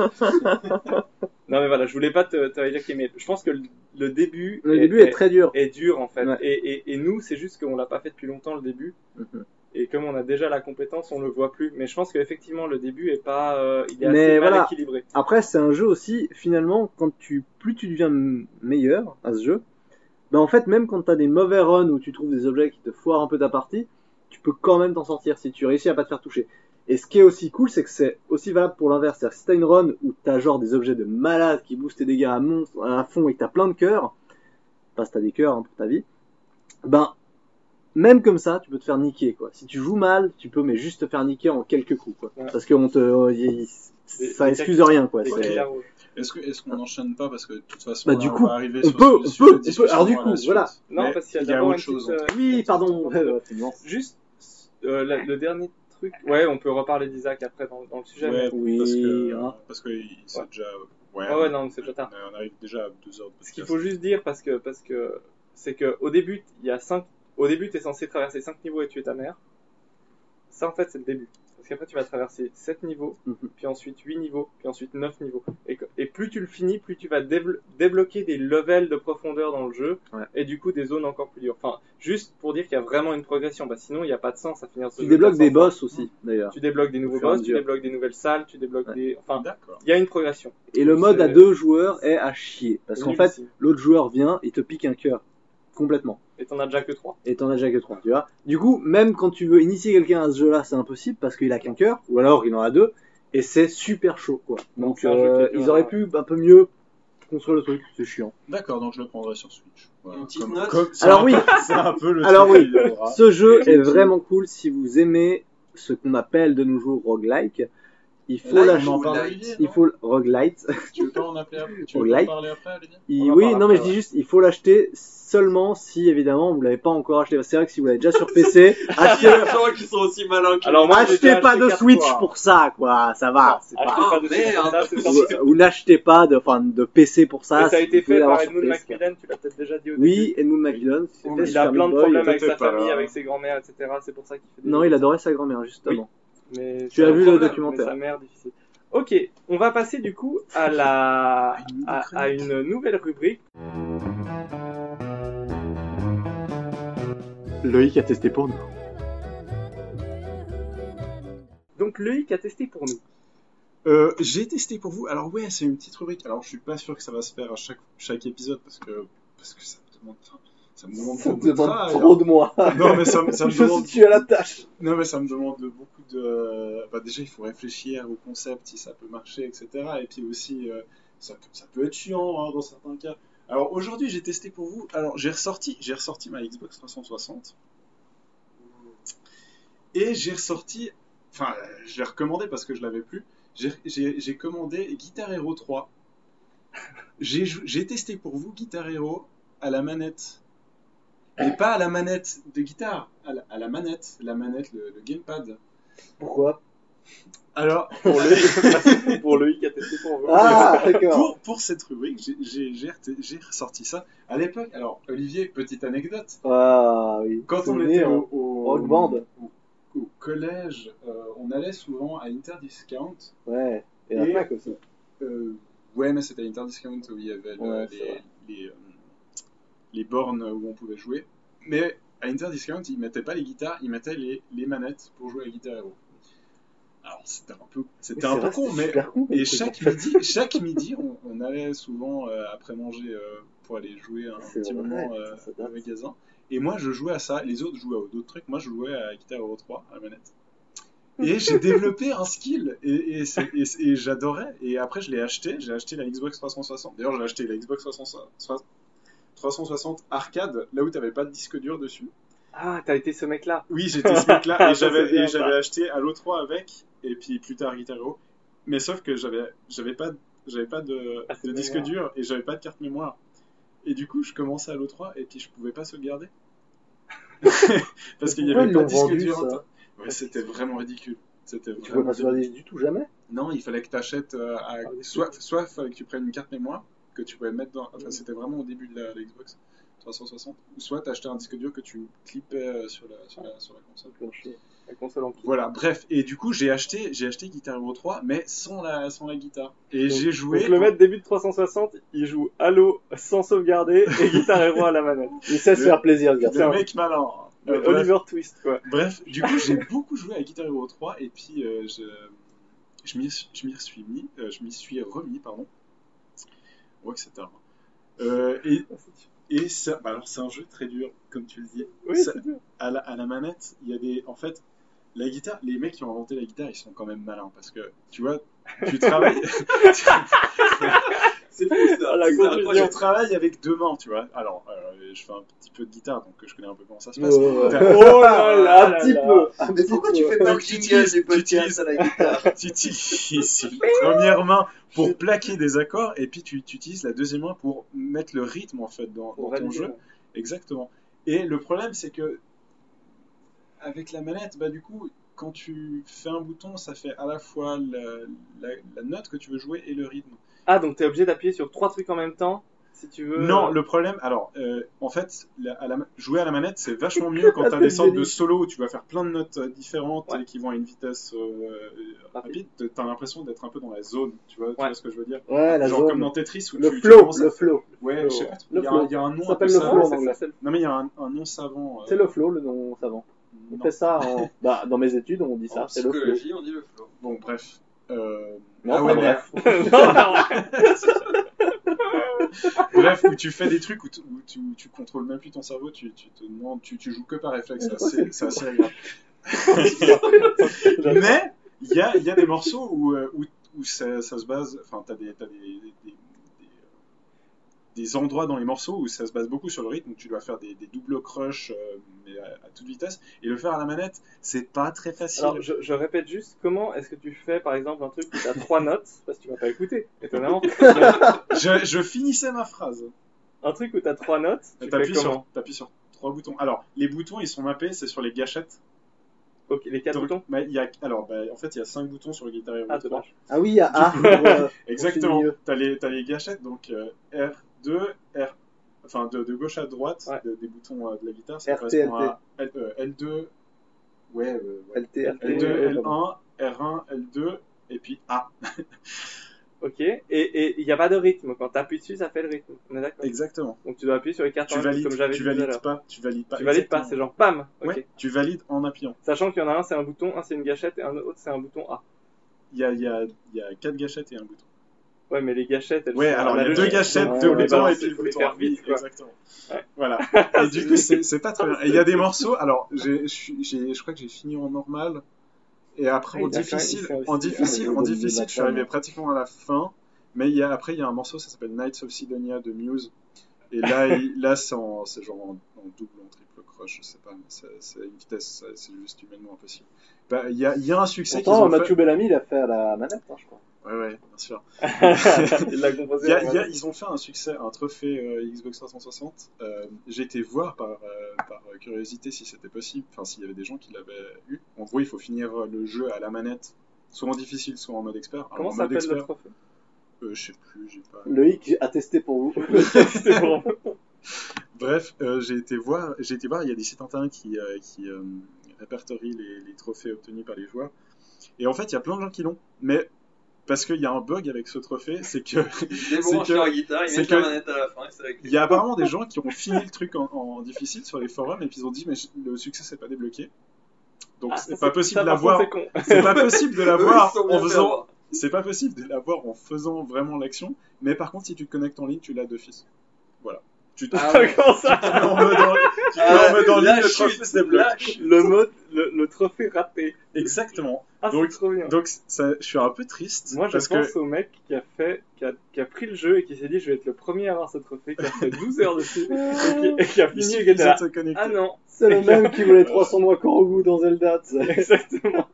Non, mais voilà, je voulais pas te, te dire qu'il mais je pense que le, le début, Le début est très dur. est dur, en fait. Ouais. Et, et, et nous, c'est juste qu'on l'a pas fait depuis longtemps, le début. Mhm. Et comme on a déjà la compétence, on le voit plus. Mais je pense qu'effectivement, le début est pas, euh, il est Mais assez mal voilà. équilibré. Après, c'est un jeu aussi, finalement, quand tu, plus tu deviens m- meilleur à ce jeu, ben en fait, même quand t'as des mauvais runs où tu trouves des objets qui te foirent un peu ta partie, tu peux quand même t'en sortir si tu réussis à pas te faire toucher. Et ce qui est aussi cool, c'est que c'est aussi valable pour l'inverse. C'est-à-dire que si t'as une run où t'as genre des objets de malade qui boostent tes dégâts à, monstre, à fond et que t'as plein de cœurs, enfin, si t'as des cœurs hein, pour ta vie, ben, même comme ça, tu peux te faire niquer, quoi. Si tu joues mal, tu peux mais juste te faire niquer en quelques coups, quoi. Ouais. Parce qu'on te, euh, y- Des- ça des excuse tactiques- rien, quoi. Des C'est- killers rouges. Est-ce que est-ce qu'on n'enchaîne pas parce que de toute façon Bah, là, du on coup, va arriver on sur peut- ce on sujet peut- de on peut- discussion alors, du à la coup, suite. voilà. Non, Mais parce qu'il y a il y a d'abord autre une chose. petite, euh, Oui, pardon. entre- Ouais, c'est bon. Juste, euh, la- le dernier truc. Ouais, on peut reparler d'Isaac après dans, dans le sujet. Ouais, mais... Oui, parce que hein. parce que il- c'est Ouais. déjà ouais. Ah ouais, non, mais c'est déjà tard. On arrive déjà à deux heures de Ce qu'il podcast. faut juste dire, parce que, parce que, c'est que au début, il y a cinq, au début, t'es censé traverser cinq niveaux et tuer ta mère. Ça, en fait, c'est le début. Parce qu'après, tu vas traverser sept niveaux, Mhm. puis ensuite huit niveaux, puis ensuite neuf niveaux. Et, que- et plus tu le finis, plus tu vas déblo- débloquer des levels de profondeur dans le jeu, Ouais. et du coup des zones encore plus dures. Enfin, juste pour dire qu'il y a vraiment une progression, parce que sinon il n'y a pas de sens à finir ce Tu jeu débloques quatre cents des fois. boss aussi, d'ailleurs. Tu débloques des nouveaux fur et à boss, tu mesure. débloques des nouvelles salles, tu débloques Ouais. des... Enfin, D'accord. il y a une progression. Et le mode à C'est- deux joueurs est à chier. Parce qu'en fait, Nullissime. l'autre joueur vient, il te pique un cœur. Complètement. Et Et t'en as déjà que trois. Et t'en as déjà que trois, tu vois. Du coup, même quand tu veux initier quelqu'un à ce jeu-là, c'est impossible parce qu'il a qu'un cœur, ou alors il en a deux, et c'est super chaud, quoi. Donc, c'est un jeu euh, qui est ils dur, auraient ouais. pu un peu mieux construire le truc, c'est chiant. D'accord, donc je le prendrai sur Switch. Voilà. Une petite Comme- note comme- c'est Alors un oui. peu- c'est un peu le Alors truc oui. qu'il y aura. Ce jeu est vraiment cool si vous aimez ce qu'on appelle de nos jours roguelike. Il faut Là, lâcher. on en ou parle, light. Olivier, Il non faut le roguelite. Tu veux pas en appeler après Tu veux Au pas en like. parler après, Olivier Il- va oui, voir non, mais je après, dis ouais. juste, il faut l'acheter seulement si, évidemment, vous l'avez pas encore acheté. C'est vrai que si vous l'avez déjà sur P C, Il y achetez, a des gens qui sont aussi malins que Alors, moi, j'ai achetez déjà pas acheté de quatre Switch fois. pour ça, quoi. Ça va. C'est Achetez pas... pas de Oh, merde. Switch, ça, c'est Ou, sorti. ou n'achetez pas de, enfin, de P C pour ça. Mais ça a si été vous pouvez fait par l'avoir sur Edmund P S quatre. Macmillan, tu l'as peut-être déjà dit au début. Oui, Edmund Macmillan. c'était Il Super a plein Meat de Boy. problèmes avec peut-être sa pas famille, là. avec ses grands-mères, et cetera. C'est pour ça qu'il fait des Non, jeux il comme adorait sa grand-mère, justement. ça. Mais Tu c'est as un vu le problème, documentaire. mais sa mère, difficile. Ok, on va passer du coup à la à, à une nouvelle rubrique. Loïc a testé pour nous. Donc Loïc a testé pour nous. Euh, j'ai testé pour vous. Alors ouais, c'est une petite rubrique. Alors je suis pas sûr que ça va se faire à chaque chaque épisode parce que parce que ça me demande enfin, ça me demande Ça beaucoup me de demande travail, trop hein. de moi. Non mais ça, me- ça me Je demande suis à la tâche. non mais ça me demande beaucoup de bah déjà il faut réfléchir au concept si ça peut marcher etc et puis aussi euh, ça peut- ça peut être chiant hein, dans certains cas. Alors aujourd'hui j'ai testé pour vous. Alors j'ai ressorti j'ai ressorti ma Xbox trois cent soixante et j'ai ressorti enfin je l'ai recommandé parce que je l'avais plus. J'ai- J'ai j'ai commandé Guitar Hero trois. J'ai jou- j'ai testé pour vous Guitar Hero à la manette. Mais pas à la manette de guitare, à la, à la manette, la manette, le, le gamepad. Pourquoi? Alors, Pour Loïc, pour Loïc a testé pour vous. Ah, d'accord. pour, pour cette rubrique, j'ai- j'ai j'ai rete- j'ai ressorti ça. À l'époque, alors Olivier, petite anecdote, Ah, oui. quand on Souvenir, était hein. au, au, Rock Band. au, au collège, euh, on allait souvent à Interdiscount. Ouais. Et la Et- fac aussi. Euh, ouais, mais c'était Interdiscount où il y avait le- Ouais, c'est les, vrai. les, euh, les bornes où on pouvait jouer. Mais à Interdiscount, ils mettaient pas les guitares, ils mettaient les, les manettes pour jouer à Guitar Hero. Alors c'était un peu, c'était un peu con, mais et chaque midi, chaque midi, on, on allait souvent euh, après manger euh, pour aller jouer un C'est petit vrai, moment euh, ça date. au magasin. Et moi, je jouais à ça. Les autres jouaient à d'autres trucs. Moi, je jouais à Guitar Hero trois à la manette. Et j'ai développé un skill et, et, c'est- et, et j'adorais. Et après, je l'ai acheté. J'ai acheté la Xbox trois cent soixante. D'ailleurs, j'ai acheté la Xbox trois cent soixante trois cent soixante arcade, là où t'avais pas de disque dur dessus. Ah, t'as été ce mec-là. Oui, j'étais ce mec-là et Ça, j'avais c'est bien, et j'avais ça. acheté Halo trois avec et puis plus tard Guitar Hero. Mais sauf que j'avais j'avais pas j'avais pas de, Ah, c'est de disque mémoire. dur et j'avais pas de carte mémoire. Et du coup, je commençais Halo trois et puis je pouvais pas sauvegarder. Parce qu'il y Pourquoi avait ils pas l'ont de disque vendu, dur. ça Ouais, c'était vraiment ridicule. C'était Tu vraiment peux pas sauvegarder du tout, jamais? Non, il fallait que tu achètes Ah, soit soit il fallait que tu prennes une carte mémoire que tu pouvais mettre dans enfin c'était vraiment au début de la, la Xbox trois cent soixante ou soit t'achetais un disque dur que tu clippais euh, sur la sur la, sur la console. La console en kit. Voilà, bref, et du coup j'ai acheté j'ai acheté Guitar Hero trois mais sans la sans la guitare et j'ai joué Donc le mec début de trois cent soixante, il joue Halo sans sauvegarder et Guitar Hero à la manette. Il sait se faire plaisir, ce le garçon. mec malin. hein. Mais Euh, bref, Oliver Twist, quoi. bref, du coup j'ai beaucoup joué à Guitar Hero trois et puis euh, je je m'y je m'y suis mis euh, je m'y suis remis pardon. On voit que c'est tard. Euh, et et ça, bah alors c'est un jeu très dur comme tu le dis. Oui, Ça- c'est dur. à la, à la manette, il y a des. En fait, la guitare, les mecs qui ont inventé la guitare, ils sont quand même malins parce que tu vois, tu travailles. C'est fou ça. Ah, la C'est- confusion. Tu travailles avec deux mains, tu vois. Alors, euh, je fais un petit peu de guitare, donc je connais un peu comment ça se passe. Ouais, ouais. T'as- Oh là là Un là petit là. peu. Un Mais petit pourquoi peu. tu fais pas Donc, le tu jingle utilises- du tu podcast utilises- à la guitare? Tu utilises la première main pour plaquer des accords et puis tu, tu utilises la deuxième main pour mettre le rythme en fait dans, Pour dans ton valider, jeu. ouais. Exactement. Et le problème, c'est que avec la manette, bah du coup, quand tu fais un bouton, ça fait à la fois la, la- la note que tu veux jouer et le rythme. Ah, donc t'es obligé d'appuyer sur trois trucs en même temps si tu veux. Non, le problème, alors, euh, en fait, la- à la ma- jouer à la manette, c'est vachement mieux quand tu as des sortes de solos où tu vas faire plein de notes euh, différentes Ouais. et qui vont à une vitesse euh, rapide. Tu as l'impression d'être un peu dans la zone, tu vois, tu Ouais. vois ce que je veux dire. Ouais, la Genre zone. comme dans Tetris où Le tu, tu flow, commences à- le flow. Ouais, je sais pas, Le il y, a flow. un- il y a un nom Ça un s'appelle peu le savant. flow en Ouais, c'est anglais. ça, c'est le- Non mais il y a un, un nom savant. euh, C'est le flow, le nom savant. On non. fait ça en... bah, dans mes études, on dit ça, En c'est le flow. psychologie, on dit le flow. Bon, bref. Euh... Non, ah pas ouais, bref. Non, non. Bref, où tu fais des trucs où, t- où tu, tu contrôles même plus ton cerveau, tu, tu te demandes, tu, tu joues que par réflexe, c'est assez, c'est assez agréable. Mais il y a, y a des morceaux où, où, où ça, ça se base, enfin t'as des, t'as des, des, des, des endroits dans les morceaux où ça se base beaucoup sur le rythme, où tu dois faire des, des doubles crushs euh, mais à, à toute vitesse, et le faire à la manette, c'est pas très facile. Alors, je, je répète juste, comment est-ce que tu fais, par exemple, un truc où tu as trois notes, parce que tu m'as pas écouté, étonnamment. je, je finissais ma phrase. Un truc où tu as trois notes, tu t'appuies fais comment sur, t'appuies sur trois boutons. Alors, les boutons, ils sont mappés, c'est sur les gâchettes. Ok, les quatre Donc, boutons bah, y a, alors, bah, en fait, il y a cinq boutons sur le Guitar Hero Ah, trois. dommage. Ah oui, il y a A. pour, euh, Exactement. pour T'as les, t'as les gâchettes, donc euh, R deux, R, enfin de, de gauche à droite, Ouais. de- des boutons euh, de la guitare, ça R T, correspond L T. à L, euh, L deux, ouais, euh, ouais. L T, L T, L deux, ouais, L pardon. un, R un, L deux, et puis A. Ok, et il n'y a pas de rythme. Quand tu appuies dessus, ça fait le rythme. On est d'accord. Exactement. Donc tu dois appuyer sur les quatre Tu en même, valides, comme j'avais tu dit tout à valides l'heure. pas, tu valides pas. Tu valides pas, exactement. c'est genre pam. Ok. Ouais, tu valides en appuyant. Sachant qu'il y en a un, c'est un bouton, un c'est une gâchette et un autre c'est un bouton A. Il y a, il y a, il y a quatre gâchettes et un bouton. Ouais, mais les gâchettes, elles Ouais, sont alors il y a analogiques. deux gâchettes, Ouais, deux ouais, boutons et balancer, puis le faut les bouton. faire vite, Oui, quoi. exactement. Ouais. Voilà. Et du coup, c'est c'est pas très bien. Et il y a des morceaux, alors j'ai, je suis- j'ai, je crois que j'ai fini en normal. Et après, Ah, en il a fait- difficile, il fait aussi- en difficile, Ah, en il a difficile, fait je suis la arrivé fin. pratiquement à la fin. Mais il y a, après, il y a un morceau, ça s'appelle Knights of Sidonia de Muse. Et là, il- là c'est, en, c'est genre en, en double, en triple crush, je sais pas. Mais c'est, c'est une vitesse, c'est, c'est juste humainement impossible. Bah, il y a, il y a un succès qu'ils Pourtant, ont Mathieu fait. Bellamy, il a fait à la manette, hein, je crois. Ouais, ouais, bien sûr. Il l'a composé. Il y a- en il y a- même. ils ont fait un succès, un trophée euh, Xbox trois cent soixante. Euh, j'ai été voir par, euh, par curiosité si c'était possible, enfin s'il y avait des gens qui l'avaient eu. En gros, il faut finir le jeu à la manette, soit en difficile, soit en mode expert. Alors, Comment en mode s'appelle le expert, trophée euh, je sais plus, j'ai pas. Loïc a testé pour vous. C'était bon. Bref, euh, j'ai été voir, j'ai été voir, il y a des sites internet qui, euh, qui euh, répertorient les, les trophées obtenus par les joueurs. Et en fait, il y a plein de gens qui l'ont, mais parce qu'il y a un bug avec ce trophée, c'est que Ils débranchent que- leur guitare, ils c'est mettent que- la manette à la fin et c'est avec il y a apparemment des gens qui ont fini le truc en, en difficile sur les forums et puis ils ont dit mais je- le succès c'est pas débloqué. Donc Ah, c'est ça, pas possible ça, de par contre, l'avoir. c'est con. C'est pas possible de Eux, l'avoir ils sont bien en fait faisant. avoir. C'est pas possible de l'avoir en faisant vraiment l'action. Mais par contre, si tu te connectes en ligne, tu l'as d'office. Voilà. Tu te Ah ouais. Comment ça tu te mets en mode en, tu te mets Ah, en, mode en la ligne, le chute, trophée se débloque. la chute. Le mode, le, le trophée raté. Exactement. Ah, c'est Donc- trop bien. Donc ça, je suis un peu triste. Moi, je parce pense que au mec qui a fait, qui a, qui a pris le jeu et qui s'est dit, je vais être le premier à avoir ce trophée, qui a fait douze heures dessus, et qui, et qui a il fini et qui suffisait était là. de se connecter. Ah non, C'est le même qui voulait trois cents mois Korogu dans Zelda, tu sais. exactement.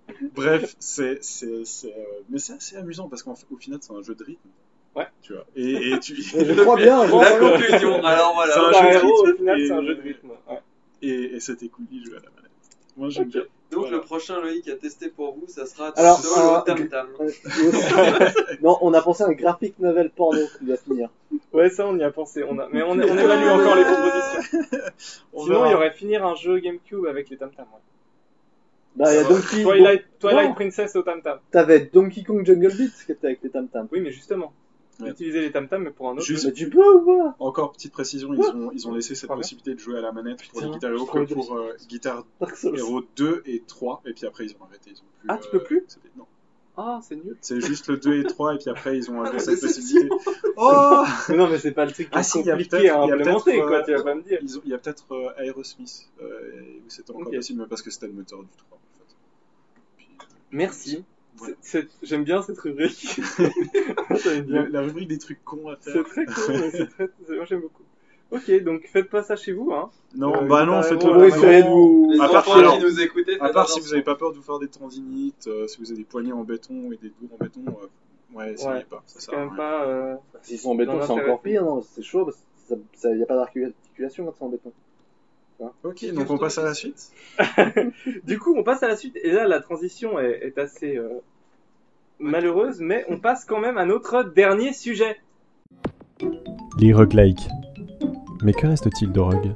Bref, c'est, c'est, c'est, euh, mais c'est assez amusant parce qu'au final, c'est un jeu de rythme. Ouais. Tu vois. Et, et tu. Mais je crois bien, je La crois bien. conclusion, alors C'est un voilà. Guitar jeu de Hero, rythme au final, et- c'est un jeu de rythme. Ouais. Et, et c'était cool d'y jouer à la manette. Moi, j'aime Ok. bien. Donc Voilà. le prochain Loïc a testé pour vous, ça sera Alors, sur euh, le Tam Tam. Euh, et aussi- non, on a pensé à un graphic novel porno qui doit finir. Ouais, ça, on y a pensé. On a... Mais on, on évalue encore les propositions. On Sinon, verra. il y aurait finir un jeu GameCube avec les Tam Tam. Ouais. Bah, il y a Ça- Donkey Twilight, Twilight Non. Princess au Tam Tam. T'avais Donkey Kong Jungle Beat qui était avec les Tam Tam. Oui, mais justement, Ouais. utiliser les Tam Tam, mais pour un autre Juste- jeu. Mais tu peux ou pas? Encore petite précision, ils ont, ils ont laissé cette Pas bien. possibilité de jouer à la manette pour les Putain, Guitar Hero je crois que que pour euh, Guitar Dark Souls. Hero deux et trois, et puis après ils ont arrêté. Ils ont plus, Ah, tu peux plus accepté. Non, Ah, c'est nul. c'est juste le deux et trois, et puis après ils ont enlevé Ah, cette déception. possibilité. Oh Mais non, mais c'est pas le truc qui Ah, est si, il y a compliqué peut-être- à il y a implémenter, peut-être, quoi, euh, tu vas pas me dire. Ils ont- Il y a peut-être euh, Aerosmith, euh, où c'était encore Ok. possible, mais parce que c'était le moteur du trois en fait. Puis, euh, Merci. Voilà. C'est- c'est- J'aime bien cette rubrique. J'aime bien. La, la rubrique des trucs cons à C'est faire. très cool, mais c'est très... c'est- moi j'aime beaucoup. Ok, donc faites pas ça chez vous, hein. Non, Euh, bah non, Guitar faites-le Hero, Oui, la à la essayez de maison. vous. Les À part- enfants alors, qui nous écoutaient, À faites part si attention. vous n'avez pas peur de vous faire des tendinites, euh, si vous avez des poignets en béton et des doigts en béton, euh, ouais, essayez Ouais, pas. Ça C'est sert quand à même rien. pas... euh, S'ils sont en béton, Non, c'est encore intéressant. pire, non? C'est chaud parce qu'il n'y a pas d'articulation quand c'est en béton. Ok, donc on passe à la suite. Du coup, on passe à la suite, et là la transition est, est assez euh, malheureuse, mais on passe quand même à notre dernier sujet. Les roguelikes. Mais que reste-t-il de rogue?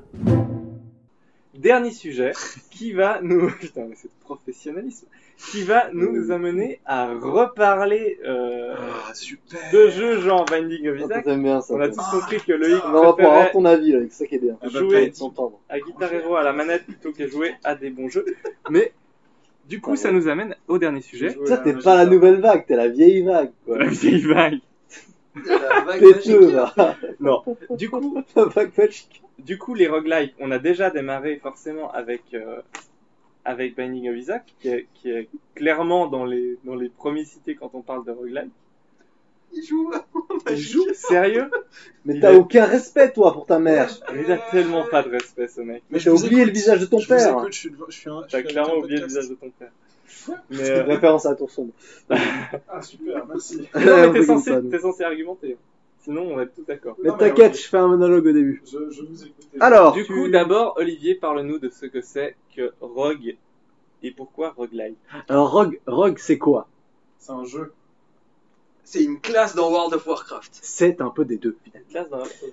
Dernier sujet qui va nous... Putain, mais c'est de professionnalisme. Qui va nous amener à reparler euh, Ah, super. de jeux genre Binding of Ah, Isaac. t'aimes bien ça. On a toi. tous compris que Loïc On va pouvoir préférait avoir ton avis, là, c'est ça qui est bien. Ah bah, jouer t'as- S'entendre. à Guitar Hero à la manette plutôt que jouer à des bons jeux. Mais du coup, ça nous amène au dernier sujet. Ça, t'es pas la nouvelle vague, t'es la vieille vague, quoi. La vieille vague. La vague Péteux, magique. là. Non. Du coup, La vague magique. du coup, les roguelikes, on a déjà démarré forcément avec euh, avec Binding of Isaac, qui est, qui est clairement dans les dans les premiers cités quand on parle de roguelike. Il joue. Il joue sérieux. Mais Il t'as a- aucun respect, toi, pour ta mère. Mais il a tellement pas de respect, ce mec. Mais je t'as vous oublié écoute. le visage de ton Je vous père. écoute, je suis devant- je suis un- je T'as suis clairement avec un oublié le podcast. visage de ton père. Ouais. Mais C'est euh, une référence à ton sombre. Ah, super, merci. non, On mais fait t'es comme censé, ça, nous. t'es censé argumenter. Sinon, on va être tout d'accord. Mais Non, t'inquiète, ok. je fais un monologue au début. Je, je vous écoute. Alors, Du tu- coup, d'abord, Olivier, parle-nous de ce que c'est que Rogue et pourquoi roguelike. Alors, Rogue, Rogue, c'est quoi? C'est un jeu. C'est une classe dans World of Warcraft. C'est un peu des deux. Classe dans l'absolu.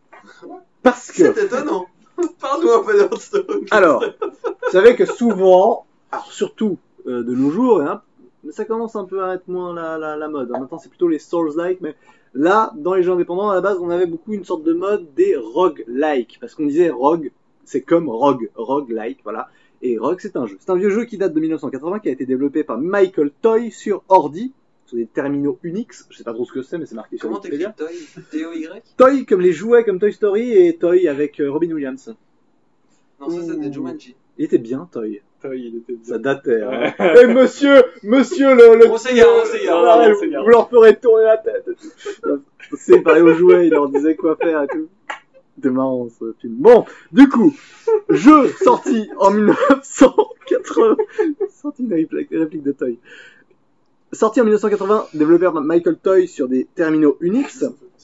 Parce que, C'est étonnant. Parle-nous un peu d'Hearthstone. alors, vous savez que souvent, alors surtout euh, de nos jours, hein, mais ça commence un peu à être moins la, la, la mode. Maintenant, c'est plutôt les Souls-like, mais là, dans les jeux indépendants, à la base, on avait beaucoup une sorte de mode des roguelike, parce qu'on disait rogue, c'est comme rogue, roguelike, voilà. Et Rogue, c'est un jeu. C'est un vieux jeu qui date de mille neuf cent quatre-vingts, qui a été développé par Michael Toy sur ordi, sur des terminaux Unix. Je sais pas trop ce que c'est, mais c'est marqué sur Comment t'écris Wikipédia. Toy T O Y Toy comme les jouets comme Toy Story et Toy avec euh, Robin Williams. Non, ça c'est des Jumanji. Il était bien, Toy. Toi, il était bien. Ça datait. Hein. Ouais. Eh monsieur, monsieur le... le On s'égare, on s'égare, Voilà, on s'égare. vous leur ferez tourner la tête. C'est il parlait aux jouets, il leur disait quoi faire et tout. C'était marrant ce film. Bon, du coup, jeu sorti en mille neuf cent quatre-vingts. Sorti une réplique, réplique de Toy. Sorti en mille neuf cent quatre-vingts, développé par Michael Toy sur des terminaux Unix.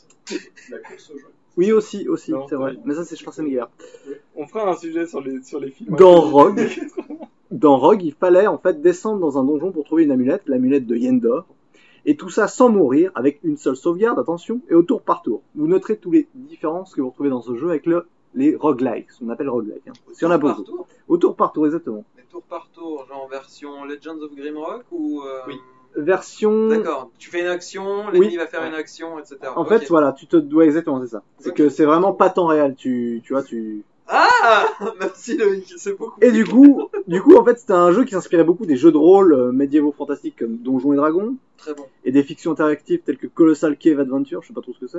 La course au jeu. Oui, aussi, aussi, Non, c'est vrai. Toy. Mais ça, c'est Schwarzenegger. On fera un sujet sur les, sur les films. Dans Rogue, dans Rogue, il fallait en fait descendre dans un donjon pour trouver une amulette, l'amulette de Yendor. Et tout ça sans mourir, avec une seule sauvegarde, attention, et au tour par tour. Vous noterez tous les différences que vous retrouvez dans ce jeu avec le, les roguelikes, ce qu'on appelle roguelike. Hein. Si on a Tour par beaucoup. tour. Au tour par tour, exactement. Mais tour par tour, genre en version Legends of Grimrock ou. euh, Oui. Version... D'accord, tu fais une action, l'ennemi Oui. va faire une action, et cetera. En Ok. fait, voilà, tu te dois exactement, c'est ça. C'est Ok. que c'est vraiment pas temps réel, tu, tu vois, tu... Ah merci Loïc, c'est beaucoup. Et du coup, du coup, en fait, c'était un jeu qui s'inspirait beaucoup des jeux de rôle euh, médiévaux fantastiques comme Donjons et Dragons, Très bon. et des fictions interactives telles que Colossal Cave Adventure, je sais pas trop ce que c'est.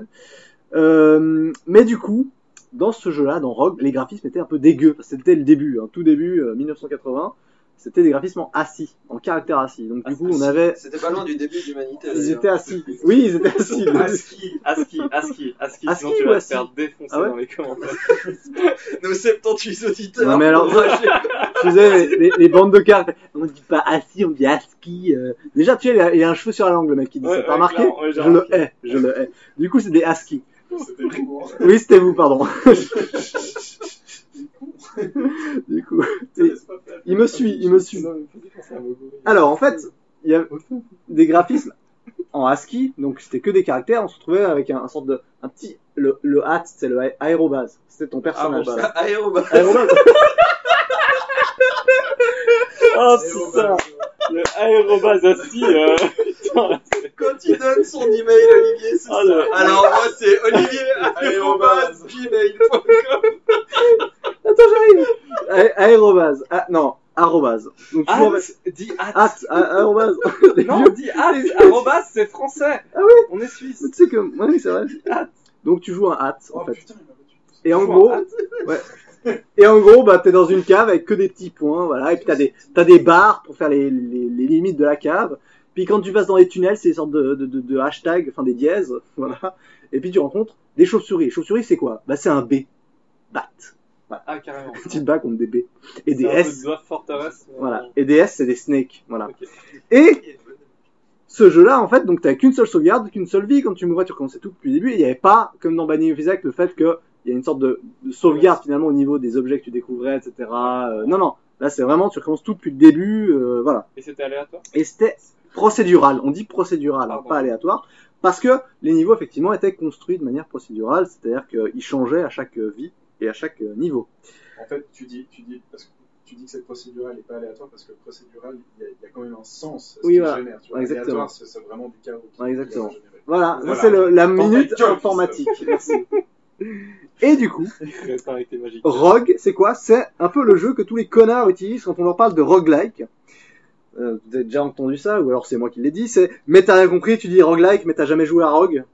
Euh, mais du coup, dans ce jeu-là, dans Rogue, les graphismes étaient un peu dégueux, parce que c'était le début, hein, tout début, euh, mille neuf cent quatre-vingts, c'était des graphismes en assis, en caractère assis. Donc du coup, on avait... C'était pas loin du début de l'humanité. Ils d'ailleurs. étaient assis. Oui, ils étaient assis. ASCII, ASCII, ASCII, ASCII, ASCII sinon tu ou vas te ASCII? faire défoncer Ah ouais dans les commentaires. Nos soixante-dix auditeurs. Non, mais alors, je disais, les, les, les bandes de cartes, on dit pas assis, on dit ASCII. Euh... Déjà, tu sais, il a, il a un cheveu sur la langue, le mec qui dit Ouais, ça. T'as ouais, remarqué? clairement, ouais, j'ai Je le remarqué. hais, je le hais. Du coup, c'est des ASCII. C'était le cours. Oui, c'était vous, pardon. Du coup, et- il me suit, il me suit. Non, mais faut penser à Moguri. Alors, en fait, il y a des graphismes en ASCII, donc c'était que des caractères. On se retrouvait avec un, un sorte de, un petit, le, le hat, c'est le aérobase. C'était ton personnage. Aérobase. ça. Aérobase. Aérobase. Oh putain, le aérobase ASCII, euh... putain, c'est- Quand il donne son email, Olivier, c'est Ah, ça. le- Alors moi, c'est olivier arobase gmail point com. Attends, j'arrive. A- Aérobase. Ah, non, arrobase. Donc, tu vois, At, dis at. hat, a- aérobase. Les Non, vieux- dis at, les vieux- arrobas, c'est français. Ah oui. On est suisse. Mais tu sais que, oui, c'est vrai. Hat. Donc, tu joues un hat, en Oh fait. putain, il m'a battu. Et en Joue un gros, hat. ouais. Et en gros, bah, t'es dans une cave avec que des petits points, voilà. Et puis t'as des, t'as des barres pour faire les, les, les limites de la cave. Puis quand tu passes dans les tunnels, c'est des sortes de, de, de, de hashtags, enfin des dièses, voilà. Et puis tu rencontres des chauves-souris. Les chauves-souris, c'est quoi? Bah, c'est un B. Bat. Ah, carrément. Petit bat contre des B. Et des C'est un peu S. de Dwarf Fortress. mais- Voilà. Et des S, c'est des snakes, voilà. Ok. Et ce jeu-là, en fait, donc t'as qu'une seule sauvegarde, qu'une seule vie. Quand tu mourais, tu recommençais tout depuis le début. Et il n'y avait pas, comme dans Binding of Isaac, le fait qu'il y a une sorte de, de sauvegarde finalement au niveau des objets que tu découvrais, et cetera. Euh, non, non. Là, c'est vraiment, tu recommences tout depuis le début, euh, voilà. Et c'était aléatoire? Et c'était procédural. On dit procédural, hein, Pardon. pas aléatoire. Parce que les niveaux, effectivement, étaient construits de manière procédurale. C'est-à-dire qu'ils changeaient à chaque vie et à chaque niveau. En fait, tu dis, tu dis, parce que tu dis que c'est procédural et pas aléatoire parce que procédural, il y a, il y a quand même un sens à ce Oui, qu'il voilà. génère. Tu vois. Exactement. Aléatoire, c'est c'est vraiment du chaos qui, Ouais, qui va exactement. générer. Voilà, Voilà. ça c'est le- la Dans minute ta gueule, informatique. Merci. Et du coup, Reste avec tes magiques. Rogue, c'est quoi? C'est un peu le jeu que tous les connards utilisent quand on leur parle de roguelike. Euh, vous avez déjà entendu ça, ou alors c'est moi qui l'ai dit, c'est mais t'as rien compris, tu dis roguelike, mais t'as jamais joué à Rogue.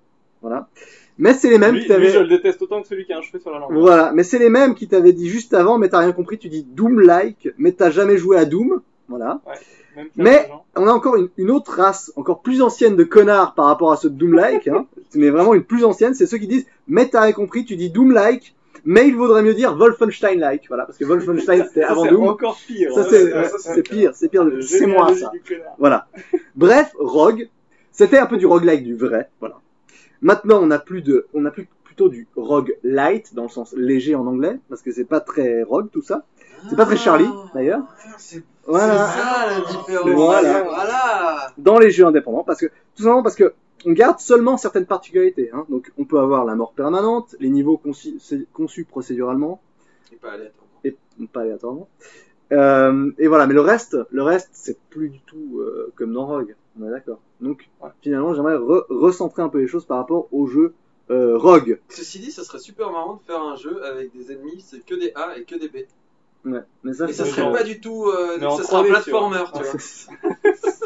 Voilà. Mais c'est les mêmes Lui, qui t'avaient... lui, je le déteste autant que celui qui a un cheveu sur la langue. Voilà, mais c'est les mêmes qui t'avaient dit juste avant, mais t'as rien compris, tu dis Doom-like, mais t'as jamais joué à Doom. Voilà. Ouais, même Mais on a encore une, une autre race, encore plus ancienne de connards par rapport à ce Doom-like, hein, mais vraiment une plus ancienne, c'est ceux qui disent « Mais t'as rien compris, tu dis Doom-like, mais il vaudrait mieux dire Wolfenstein-like. » Voilà, parce que Wolfenstein c'était avant c'est Doom. encore pire. Ça hein. c'est, ouais, c'est, ça, c'est pire, c'est pire, Le c'est moi généalogie ça. du connard. Voilà. Bref, Rogue, c'était un peu du roguelike du vrai, voilà. Maintenant, on a plus de, on a plus plutôt du rogue light dans le sens léger en anglais, parce que c'est pas très rogue tout ça. C'est pas très Charlie d'ailleurs. C'est Voilà. c'est ça la différence. Voilà. Voilà. Dans les jeux indépendants, parce que tout simplement parce que on garde seulement certaines particularités. Hein. Donc, on peut avoir la mort permanente, les niveaux conçus, conçus procéduralement Et pas aléatoirement. et pas aléatoirement. Euh, et voilà, mais le reste, le reste, c'est plus du tout euh, comme dans Rogue. On est d'accord. Donc, Ouais. finalement, j'aimerais re- recentrer un peu les choses par rapport au jeu euh, Rogue. Ceci dit, ça serait super marrant de faire un jeu avec des ennemis, c'est que des A et que des B. Ouais, mais ça, Et ça c'est- serait genre- pas du tout. Euh, mais en ça serait un trois D, platformer, tu tu vois.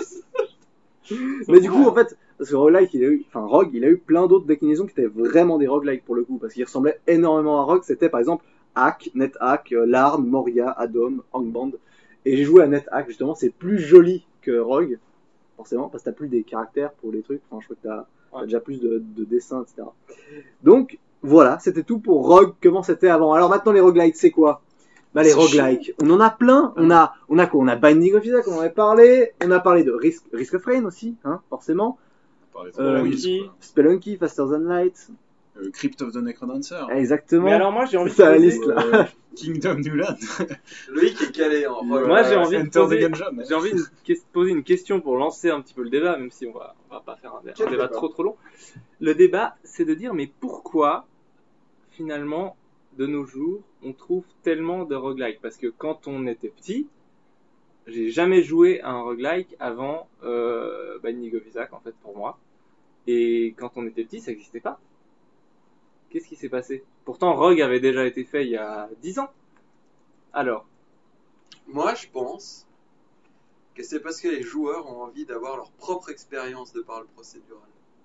vois. Mais du coup, en fait, parce que Roguelike, il a eu, enfin Rogue, il a eu plein d'autres déclinaisons qui étaient vraiment des roguelike pour le coup, parce qu'ils ressemblaient énormément à Rogue. C'était par exemple Hack, NetHack, euh, Larn, Moria, Adom, Hangband. Et j'ai joué à NetHack justement, c'est plus joli que Rogue, forcément, parce que t'as plus des caractères pour les trucs. Enfin, je crois que t'as, t'as Ouais. déjà plus de, de dessins, et cetera. Donc voilà, c'était tout pour Rogue. Comment c'était avant. Alors maintenant, les roguelikes, c'est quoi? Bah, les C'est roguelikes, on en a plein. On a, on a quoi? On a Binding of Isaac, on en avait parlé. On a parlé de Risk, Risk of Rain aussi, hein, forcément. Par les Euh, Spelunky, quoi. Spelunky, Faster Than Light. Euh, Crypt of the Necrodancer. Exactement. Mais alors moi j'ai envie de C'est à la poser- liste, là. Euh, Kingdom New Land. Loïc est calé en rogue. Moi j'ai envie de Enter the poser, Gungeon. j'ai envie de que- poser une question pour lancer un petit peu le débat, même si on va, on va pas faire un, dé- un Quel débat débat trop trop long. Le débat, c'est de dire mais pourquoi finalement de nos jours on trouve tellement de roguelike? Parce que quand on était petit, j'ai jamais joué à un roguelike avant euh, Binding of Isaac en fait pour moi. Et quand on était petit, ça n'existait pas. Qu'est-ce qui s'est passé? Pourtant Rogue avait déjà été fait il y a dix ans. Alors, Moi, je pense que c'est parce que les joueurs ont envie d'avoir leur propre expérience de par le procédural.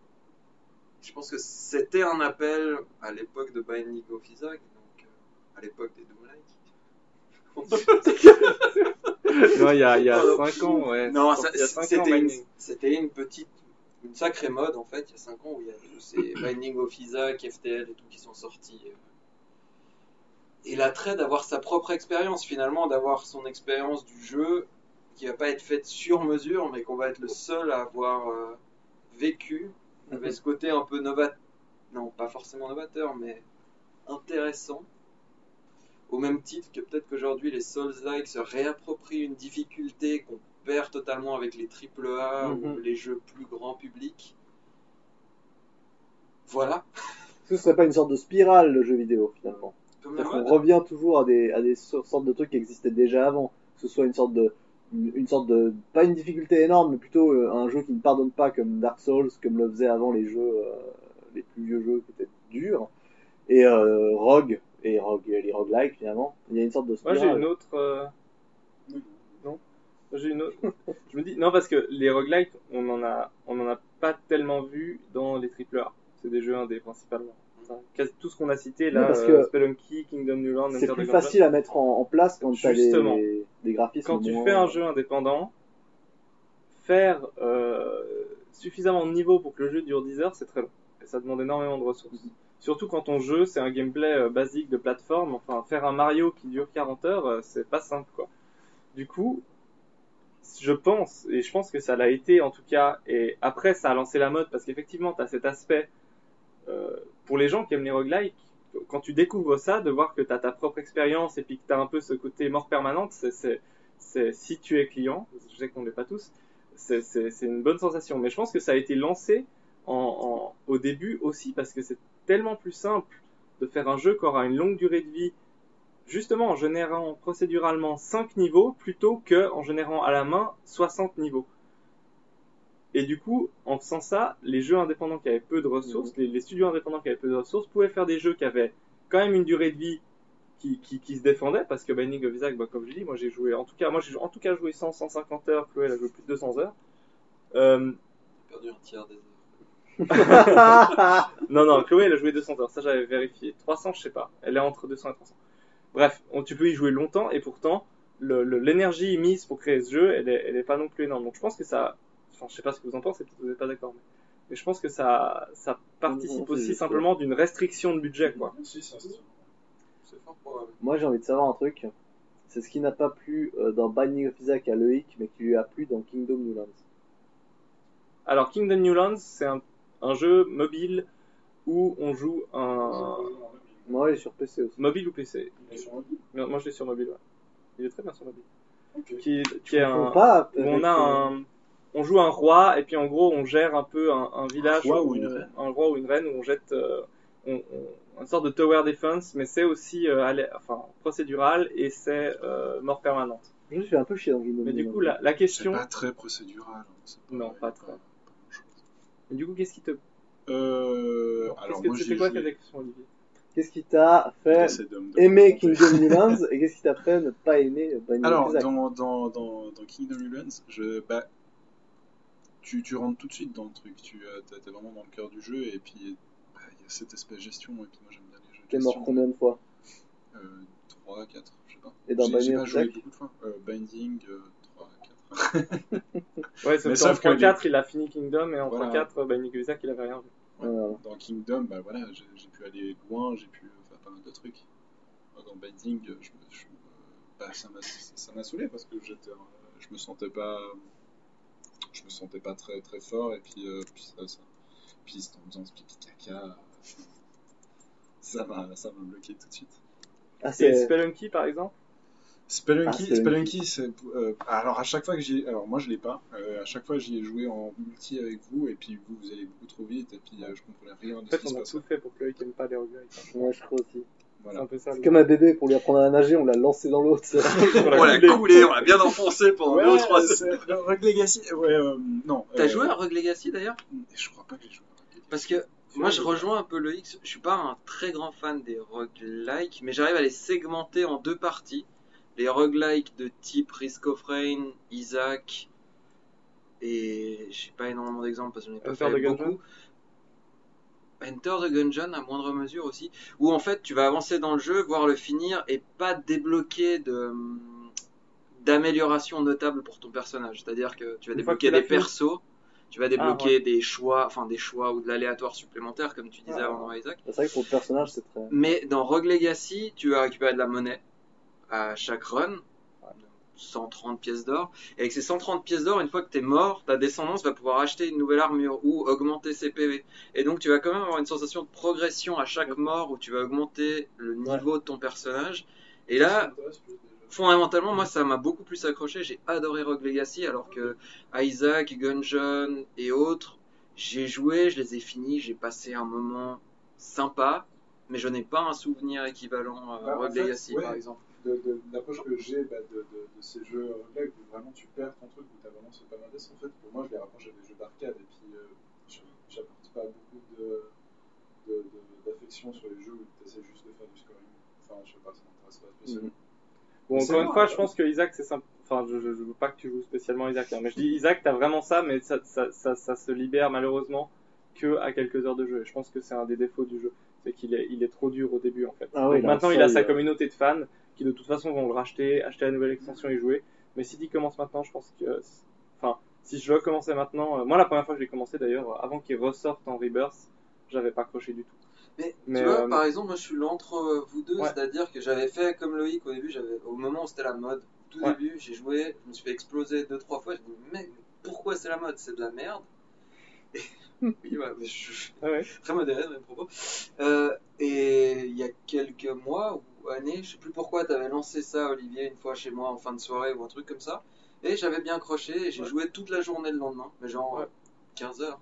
Je pense que c'était un appel à l'époque de Binding of Isaac, donc euh, à l'époque des Doom-like. non, il y a, il y a Pardon. cinq ans, ouais. Non, C'est ça- sorti il y a cinq ans, c'était une, Binding. c'était une petite, une sacrée mode en fait, il y a cinq ans où il y a tous ces Binding of Isaac, F T L et tout qui sont sortis. euh. Et l'attrait d'avoir sa propre expérience finalement, d'avoir son expérience du jeu qui va pas être faite sur mesure, mais qu'on va être le seul à avoir euh, vécu, avec ce côté un peu novateur, non pas forcément novateur, mais intéressant. Au même titre que peut-être qu'aujourd'hui les Souls-like se réapproprient une difficulté qu'on perd totalement avec les triple A Mhm. ou les jeux plus grand public. Voilà. Est-ce que ce serait pas une sorte de spirale, le jeu vidéo, finalement? Comme la C'est-à-dire qu'on mode. revient toujours à des, à des so- sortes de trucs qui existaient déjà avant. Que ce soit une sorte de, une, une sorte de, pas une difficulté énorme, mais plutôt euh, un jeu qui ne pardonne pas comme Dark Souls, comme le faisaient avant les jeux, euh, les plus vieux jeux qui étaient durs. Et euh, Rogue, et Rogue, les roguelikes, finalement. Il y a une sorte de Moi, spirale. j'ai une autre. euh, Non J'ai une autre. Je me dis, non, parce que les roguelikes, on en a, on en a pas tellement vu dans les triple A. C'est des jeux indés principalement. Enfin, quasi tout ce qu'on a cité là, Oui, parce euh, que Spelunky, Kingdom New Land, C'est Enter the plus Gungeon. facile à mettre en, en place quand tu as Justement. des, des graphismes. Quand tu moins- fais un jeu indépendant, faire euh, suffisamment de niveaux pour que le jeu dure dix heures, c'est très long. Et ça demande énormément de ressources. Surtout quand ton jeu, c'est un gameplay euh, basique de plateforme. Enfin, faire un Mario qui dure quarante heures, euh, c'est pas simple, quoi. Du coup, je pense, et je pense que ça l'a été en tout cas, et après ça a lancé la mode, parce qu'effectivement, tu as cet aspect, euh, pour les gens qui aiment les roguelikes, quand tu découvres ça, de voir que tu as ta propre expérience et puis que tu as un peu ce côté mort permanente, c'est, c'est, c'est, si tu es client, je sais qu'on ne l'est pas tous, c'est, c'est, c'est une bonne sensation. Mais je pense que ça a été lancé en, en, au début aussi parce que c'est tellement plus simple de faire un jeu qui aura une longue durée de vie, justement en générant procéduralement cinq niveaux plutôt qu'en générant à la main soixante niveaux. Et du coup, en faisant ça, les jeux indépendants qui avaient peu de ressources, les, les studios indépendants qui avaient peu de ressources, pouvaient faire des jeux qui avaient quand même une durée de vie qui, qui, qui se défendait, parce que Binding of Isaac, bah, comme je dis, moi j'ai joué, en tout cas, moi j'ai en tout cas joué cent, cent cinquante heures, Chloé elle a joué plus de deux cents heures. Euh, J'ai perdu un tiers des heures. Non, non, Chloé, elle a joué deux cents heures. Ça, j'avais vérifié. trois cents, je sais pas. Elle est entre deux cents et trois cents. Bref, on, tu peux y jouer longtemps et pourtant, le, le, l'énergie mise pour créer ce jeu, elle est, elle est pas non plus énorme. Donc, je pense que ça, enfin, je sais pas ce que vous en pensez, peut-être que vous n'êtes pas d'accord, mais, mais je pense que ça, ça participe Non, aussi c'est- simplement d'une restriction de budget, quoi. Si, ça, c'est sûr. C'est fort probable. Moi, j'ai envie de savoir un truc. C'est ce qui n'a pas plu euh, dans Binding of Isaac à Loïc, mais qui lui a plu dans Kingdom New Lands. Alors, Kingdom New Lands, c'est un, un jeu mobile où on joue un, Moi, il est sur P C aussi. mobile ou P C. Il est sur mobile. Mais moi, je l'ai sur mobile, ouais. Il est très bien sur mobile. Ok. Qui, qui est Faut un, pas où avec, on a euh, un, on joue un roi et puis en gros on gère un peu un, un village, roi ou où- une reine. un roi ou une reine où on jette, euh, on, on- une sorte de tower defense, mais c'est aussi euh, allé- enfin procédural et c'est euh, mort permanente. Je me suis fait un peu chier dans Kingdom Mais New du Lands. coup la, la C'est question, pas très procédural. hein, c'est Non, pas très. pas grand-chose. mais du coup qu'est-ce qui te, Euh, alors qu'est-ce que moi c'était j'ai quoi joué ta question, Olivier? Qu'est-ce qui t'a fait Laissez Dom de aimer raconter. Kingdom New Lands et qu'est-ce qui t'a fait ne pas aimer Binding Alors, of Isaac? dans, dans, dans, dans Kingdom New Lands, je, bah, tu, tu rentres tout de suite dans le truc. Tu euh, t'es t'es vraiment dans le cœur du jeu et puis bah, il y a cette espèce de gestion. Et puis moi j'aime bien les jeux de T'es gestion. mort combien de fois? euh, trois, quatre, je sais pas. Et dans J'ai j'ai Binding pas of joué Isaac? beaucoup de fois. Euh, Binding, euh, trois, quatre. Ouais, sauf Mais qu'en sauf que trois les- quatre il a fini Kingdom et en Voilà. trois quatre bah, Nick Isaac il avait rien vu. Ouais. Voilà. Dans Kingdom, bah voilà, j'ai j'ai pu aller loin, j'ai pu faire pas mal de trucs. Dans Binding, je me, je me- bah, ça m'a ça m'a saoulé parce que j'étais, euh, je me sentais pas, je me sentais pas très très fort et puis euh, puis ça, ça, puis cette ambiance pipi caca, euh, ça m'a ça m'a bloqué tout de suite. Ah, Et c'est. Spelunky par exemple? Spelunky, Ah, Spelunky, c'est euh, alors à chaque fois que j'y, alors moi je l'ai pas, euh, à chaque fois j'y ai joué en multi avec vous et puis vous vous allez beaucoup trop vite et puis euh, je comprenais rien de En ce fait qui se on a passait. tout fait pour que Loïc aime pas les roguelikes. Ouais, je crois aussi. C'est Voilà. un peu ça. C'est le- comme un bébé pour lui apprendre à nager, on l'a lancé dans l'eau. tu sais. On On l'a l'a coulé. coulé, on l'a bien enfoncé pendant deux ou trois Ouais, semaines. c'est- le Rogue Legacy, ouais, euh, non. T'as euh, joué à Rogue Legacy d'ailleurs? Je crois pas que j'ai joué à Rogue Legacy. Parce que moi je rejoins un peu Loïc, je suis pas un très grand fan des roguelikes, mais j'arrive à les segmenter en deux parties. Les roguelikes de type Risk of Rain, Isaac, et je sais pas énormément d'exemples parce que j'en ai pas Enter fait the Gungeon. beaucoup. Enter the Gungeon à moindre mesure aussi, où en fait tu vas avancer dans le jeu, voir le finir et pas débloquer de d'amélioration notable pour ton personnage. C'est-à-dire que tu vas Une fois débloquer que tu l'as des fini. persos, tu vas débloquer des choix, enfin des choix ou de l'aléatoire supplémentaire comme tu disais Ah. avant dans Isaac. C'est vrai que pour le personnage, c'est très. Mais dans Rogue Legacy, tu vas récupérer de la monnaie à chaque run, cent trente pièces d'or. Et avec ces cent trente pièces d'or, une fois que t'es mort, ta descendance va pouvoir acheter une nouvelle armure ou augmenter ses P V. Et donc tu vas quand même avoir une sensation de progression à chaque mort où tu vas augmenter le niveau de ton personnage. Et Ça là, m'intéresse plus, déjà. fondamentalement, moi ça m'a beaucoup plus accroché. J'ai adoré Rogue Legacy alors que Isaac, Gungeon et autres, j'ai joué, je les ai finis, j'ai passé un moment sympa, mais je n'ai pas un souvenir équivalent à Bah, en Rogue fait, Legacy ouais. par exemple. De, de l'approche que j'ai bah, de, de, de ces jeux roguelike où vraiment tu perds ton truc, où tu as vraiment ce palmarès, en fait, pour moi je les rapproche avec des jeux d'arcade et puis euh, je- j'apporte pas beaucoup de, de, de, d'affection sur les jeux où tu essaies juste de faire du scoring. Enfin, je sais pas, ça m'intéresse pas spécialement. Bon, C'est encore une vrai, fois, ouais. je pense que Isaac, c'est simple. Enfin, je, je, je veux pas que tu joues spécialement Isaac, hein, mais je dis Isaac, t'as vraiment ça, mais ça, ça, ça, ça se libère malheureusement que à quelques heures de jeu. Et je pense que c'est un des défauts du jeu, c'est qu'il est, il est trop dur au début en fait. Ah oui, Donc il a un maintenant, il a seuil, sa euh. communauté de fans qui de toute façon vont le racheter, acheter la nouvelle extension et jouer. Mais si tu commences maintenant, je pense que, enfin, si je commençais maintenant, euh, moi la première fois que j'ai commencé d'ailleurs, avant qu'il ressorte en Rebirth, j'avais pas accroché du tout. Mais, Mais, tu vois, euh, par exemple, moi je suis l'entre euh, vous deux, Ouais. c'est-à-dire que j'avais fait comme Loïc au début, j'avais, au moment où c'était la mode, tout Ouais. début, j'ai joué, je me suis fait exploser deux trois fois, je me dis, mais pourquoi c'est la mode? C'est de la merde. Et- oui, voilà, mais je suis Ah ouais. très modéré dans mes propos. Euh, et il y a quelques mois ou années, je sais plus pourquoi, tu avais lancé ça, Olivier, une fois chez moi en fin de soirée ou un truc comme ça, et j'avais bien accroché, et j'ai Ouais. joué toute la journée le lendemain, mais genre Ouais. euh, quinze heures.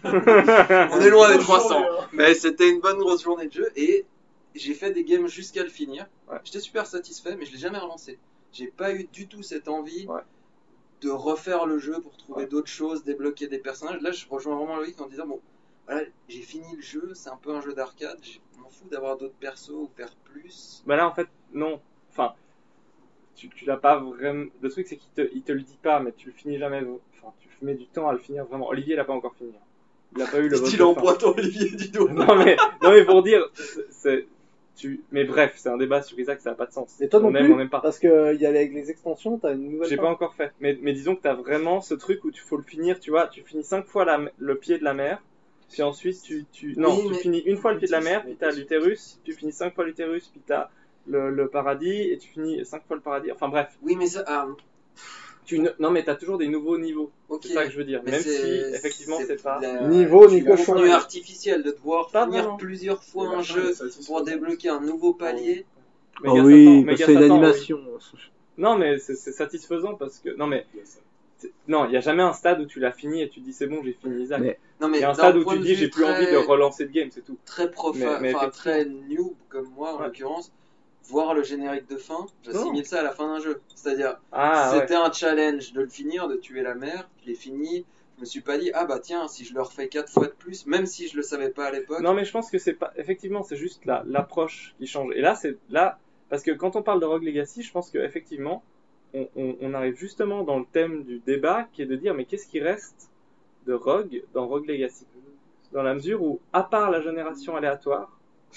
On est loin des Bonne trois cents. journée, hein. Mais c'était une bonne grosse journée de jeu et j'ai fait des games jusqu'à le finir. Ouais. J'étais super satisfait, mais je l'ai jamais relancé. J'ai pas eu du tout cette envie Ouais. de refaire le jeu pour trouver Ouais. d'autres choses, débloquer des personnages. Là, je rejoins vraiment Loïc en disant bon, voilà, j'ai fini le jeu, c'est un peu un jeu d'arcade, je m'en fous d'avoir d'autres persos ou faire plus. Bah là, en fait, non. Enfin, tu, tu l'as pas vraiment. Le truc, c'est qu'il te, il te le dit pas, mais tu le finis jamais. Enfin, tu mets du temps à le finir vraiment. Olivier l'a pas encore fini. il a pas eu le boss Dit-il de en fin. pointant Olivier du doigt. Non mais, non mais pour dire, c'est, c'est- tu, mais bref, c'est un débat sur Isaac, ça n'a pas de sens. Et toi non on aime, plus, on n'aime pas. parce que il y a les, les extensions, t'as une nouvelle J'ai fin. pas encore fait, mais, mais disons que t'as vraiment ce truc où tu faut le finir, tu vois, tu finis cinq fois la, le pied de la mer, puis ensuite tu, tu, non, Oui, tu mais- finis une fois le pied de la mer, puis t'as l'utérus, tu finis cinq fois l'utérus, puis t'as le, le paradis, et tu finis cinq fois le paradis, enfin bref. Oui, mais ça. Ah, Tu, ne- non mais t'as toujours des nouveaux niveaux, ok. c'est ça que je veux dire, Mais même si c'est- effectivement c'est pas... la- Niveau ni du cochon. contenu artificiel de devoir Pas finir vraiment. plusieurs fois Et la un fin jeu est satisfaisante. pour débloquer un nouveau palier. Ah Méga oui, Satan- parce Méga que c'est une Satan, oui. animation. Non mais c'est c'est satisfaisant parce que... Non mais... Il y a ça. c'est- Non, il n'y a jamais un stade où tu l'as fini et tu dis c'est bon, j'ai fini Isaac. Mais- Non, Il mais y a un d'un stade où point tu de dis vue j'ai plus très- envie de relancer le game, c'est tout. Très profane, Mais- mais enfin effectivement. très noob comme moi en Ouais. l'occurrence, voir le générique de fin, j'assimile ça à la fin d'un jeu. C'est-à-dire, Ah ouais. c'était un challenge de le finir, de tuer la mère, je l'ai fini. Je me suis pas dit, ah bah tiens, si je le refais quatre fois de plus, même si je le savais pas à l'époque. Non mais je pense que c'est pas... Effectivement, c'est juste la- l'approche qui change. Et là, c'est... Là... Parce que quand on parle de Rogue Legacy, je pense qu'effectivement, on, on, on arrive justement dans le thème du débat qui est de dire mais qu'est-ce qui reste de Rogue dans Rogue Legacy? Dans la mesure où, à part la génération aléatoire,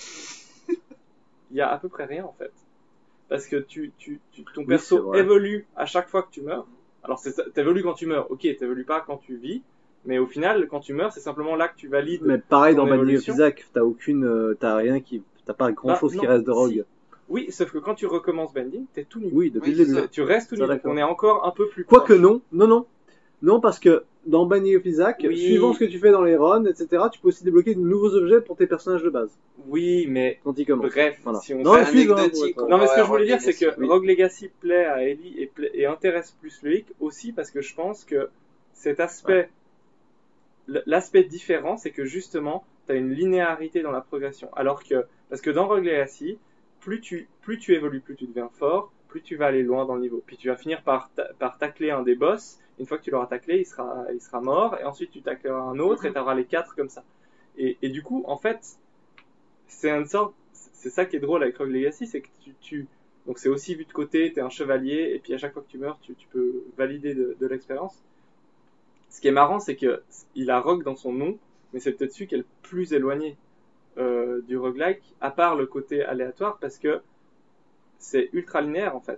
il y a à peu près rien en fait. Parce que tu, tu, tu, ton Oui, perso c'est vrai. évolue à chaque fois que tu meurs. Alors c'est ça, t'évolues quand tu meurs, ok, t'évolues pas quand tu vis, mais au final, quand tu meurs, c'est simplement là que tu valides. Mais pareil, ton dans Binding of évolution. Isaac, t'as aucune, euh, t'as rien qui, t'as pas grand Bah, chose qui non, reste de Rogue. si. Oui, sauf que quand tu recommences Bending, t'es tout nu. Oui, depuis Oui, le c'est début. ça. Tu restes tout Ça, nu, donc d'accord. on est encore un peu plus Quoique proche. non, non, non. Non, parce que dans Binding of Isaac, Oui. suivant ce que tu fais dans les runs, et cetera, tu peux aussi débloquer de nouveaux objets pour tes personnages de base, Oui, mais quand ils commencent. bref, Voilà. si on Non, fait- excuse, hein, anecdotique, pour être- Non, mais ce que je Rogue voulais dire, c'est que Legacy, oui. Rogue Legacy plaît à Ellie et, plaît- et intéresse plus Loïc aussi parce que je pense que cet aspect, l- l'aspect différent, c'est que justement, tu as une linéarité dans la progression. Alors que, parce que dans Rogue Legacy, plus tu, plus tu évolues, plus tu deviens fort, plus tu vas aller loin dans le niveau. Puis tu vas finir par, ta- par tacler un des boss. Une fois que tu l'auras taclé, il sera, il sera mort. Et ensuite, tu tacleras un autre et tu auras les quatre comme ça. Et, et du coup, en fait, c'est une sorte, c'est ça qui est drôle avec Rogue Legacy, c'est que tu, tu donc c'est aussi vu de côté, t'es un chevalier, et puis à chaque fois que tu meurs, tu, tu peux valider de, de l'expérience. Ce qui est marrant, c'est que il a Rogue dans son nom, mais c'est peut-être celui qui est le plus éloigné euh, du roguelike, à part le côté aléatoire, parce que c'est ultra linéaire en fait.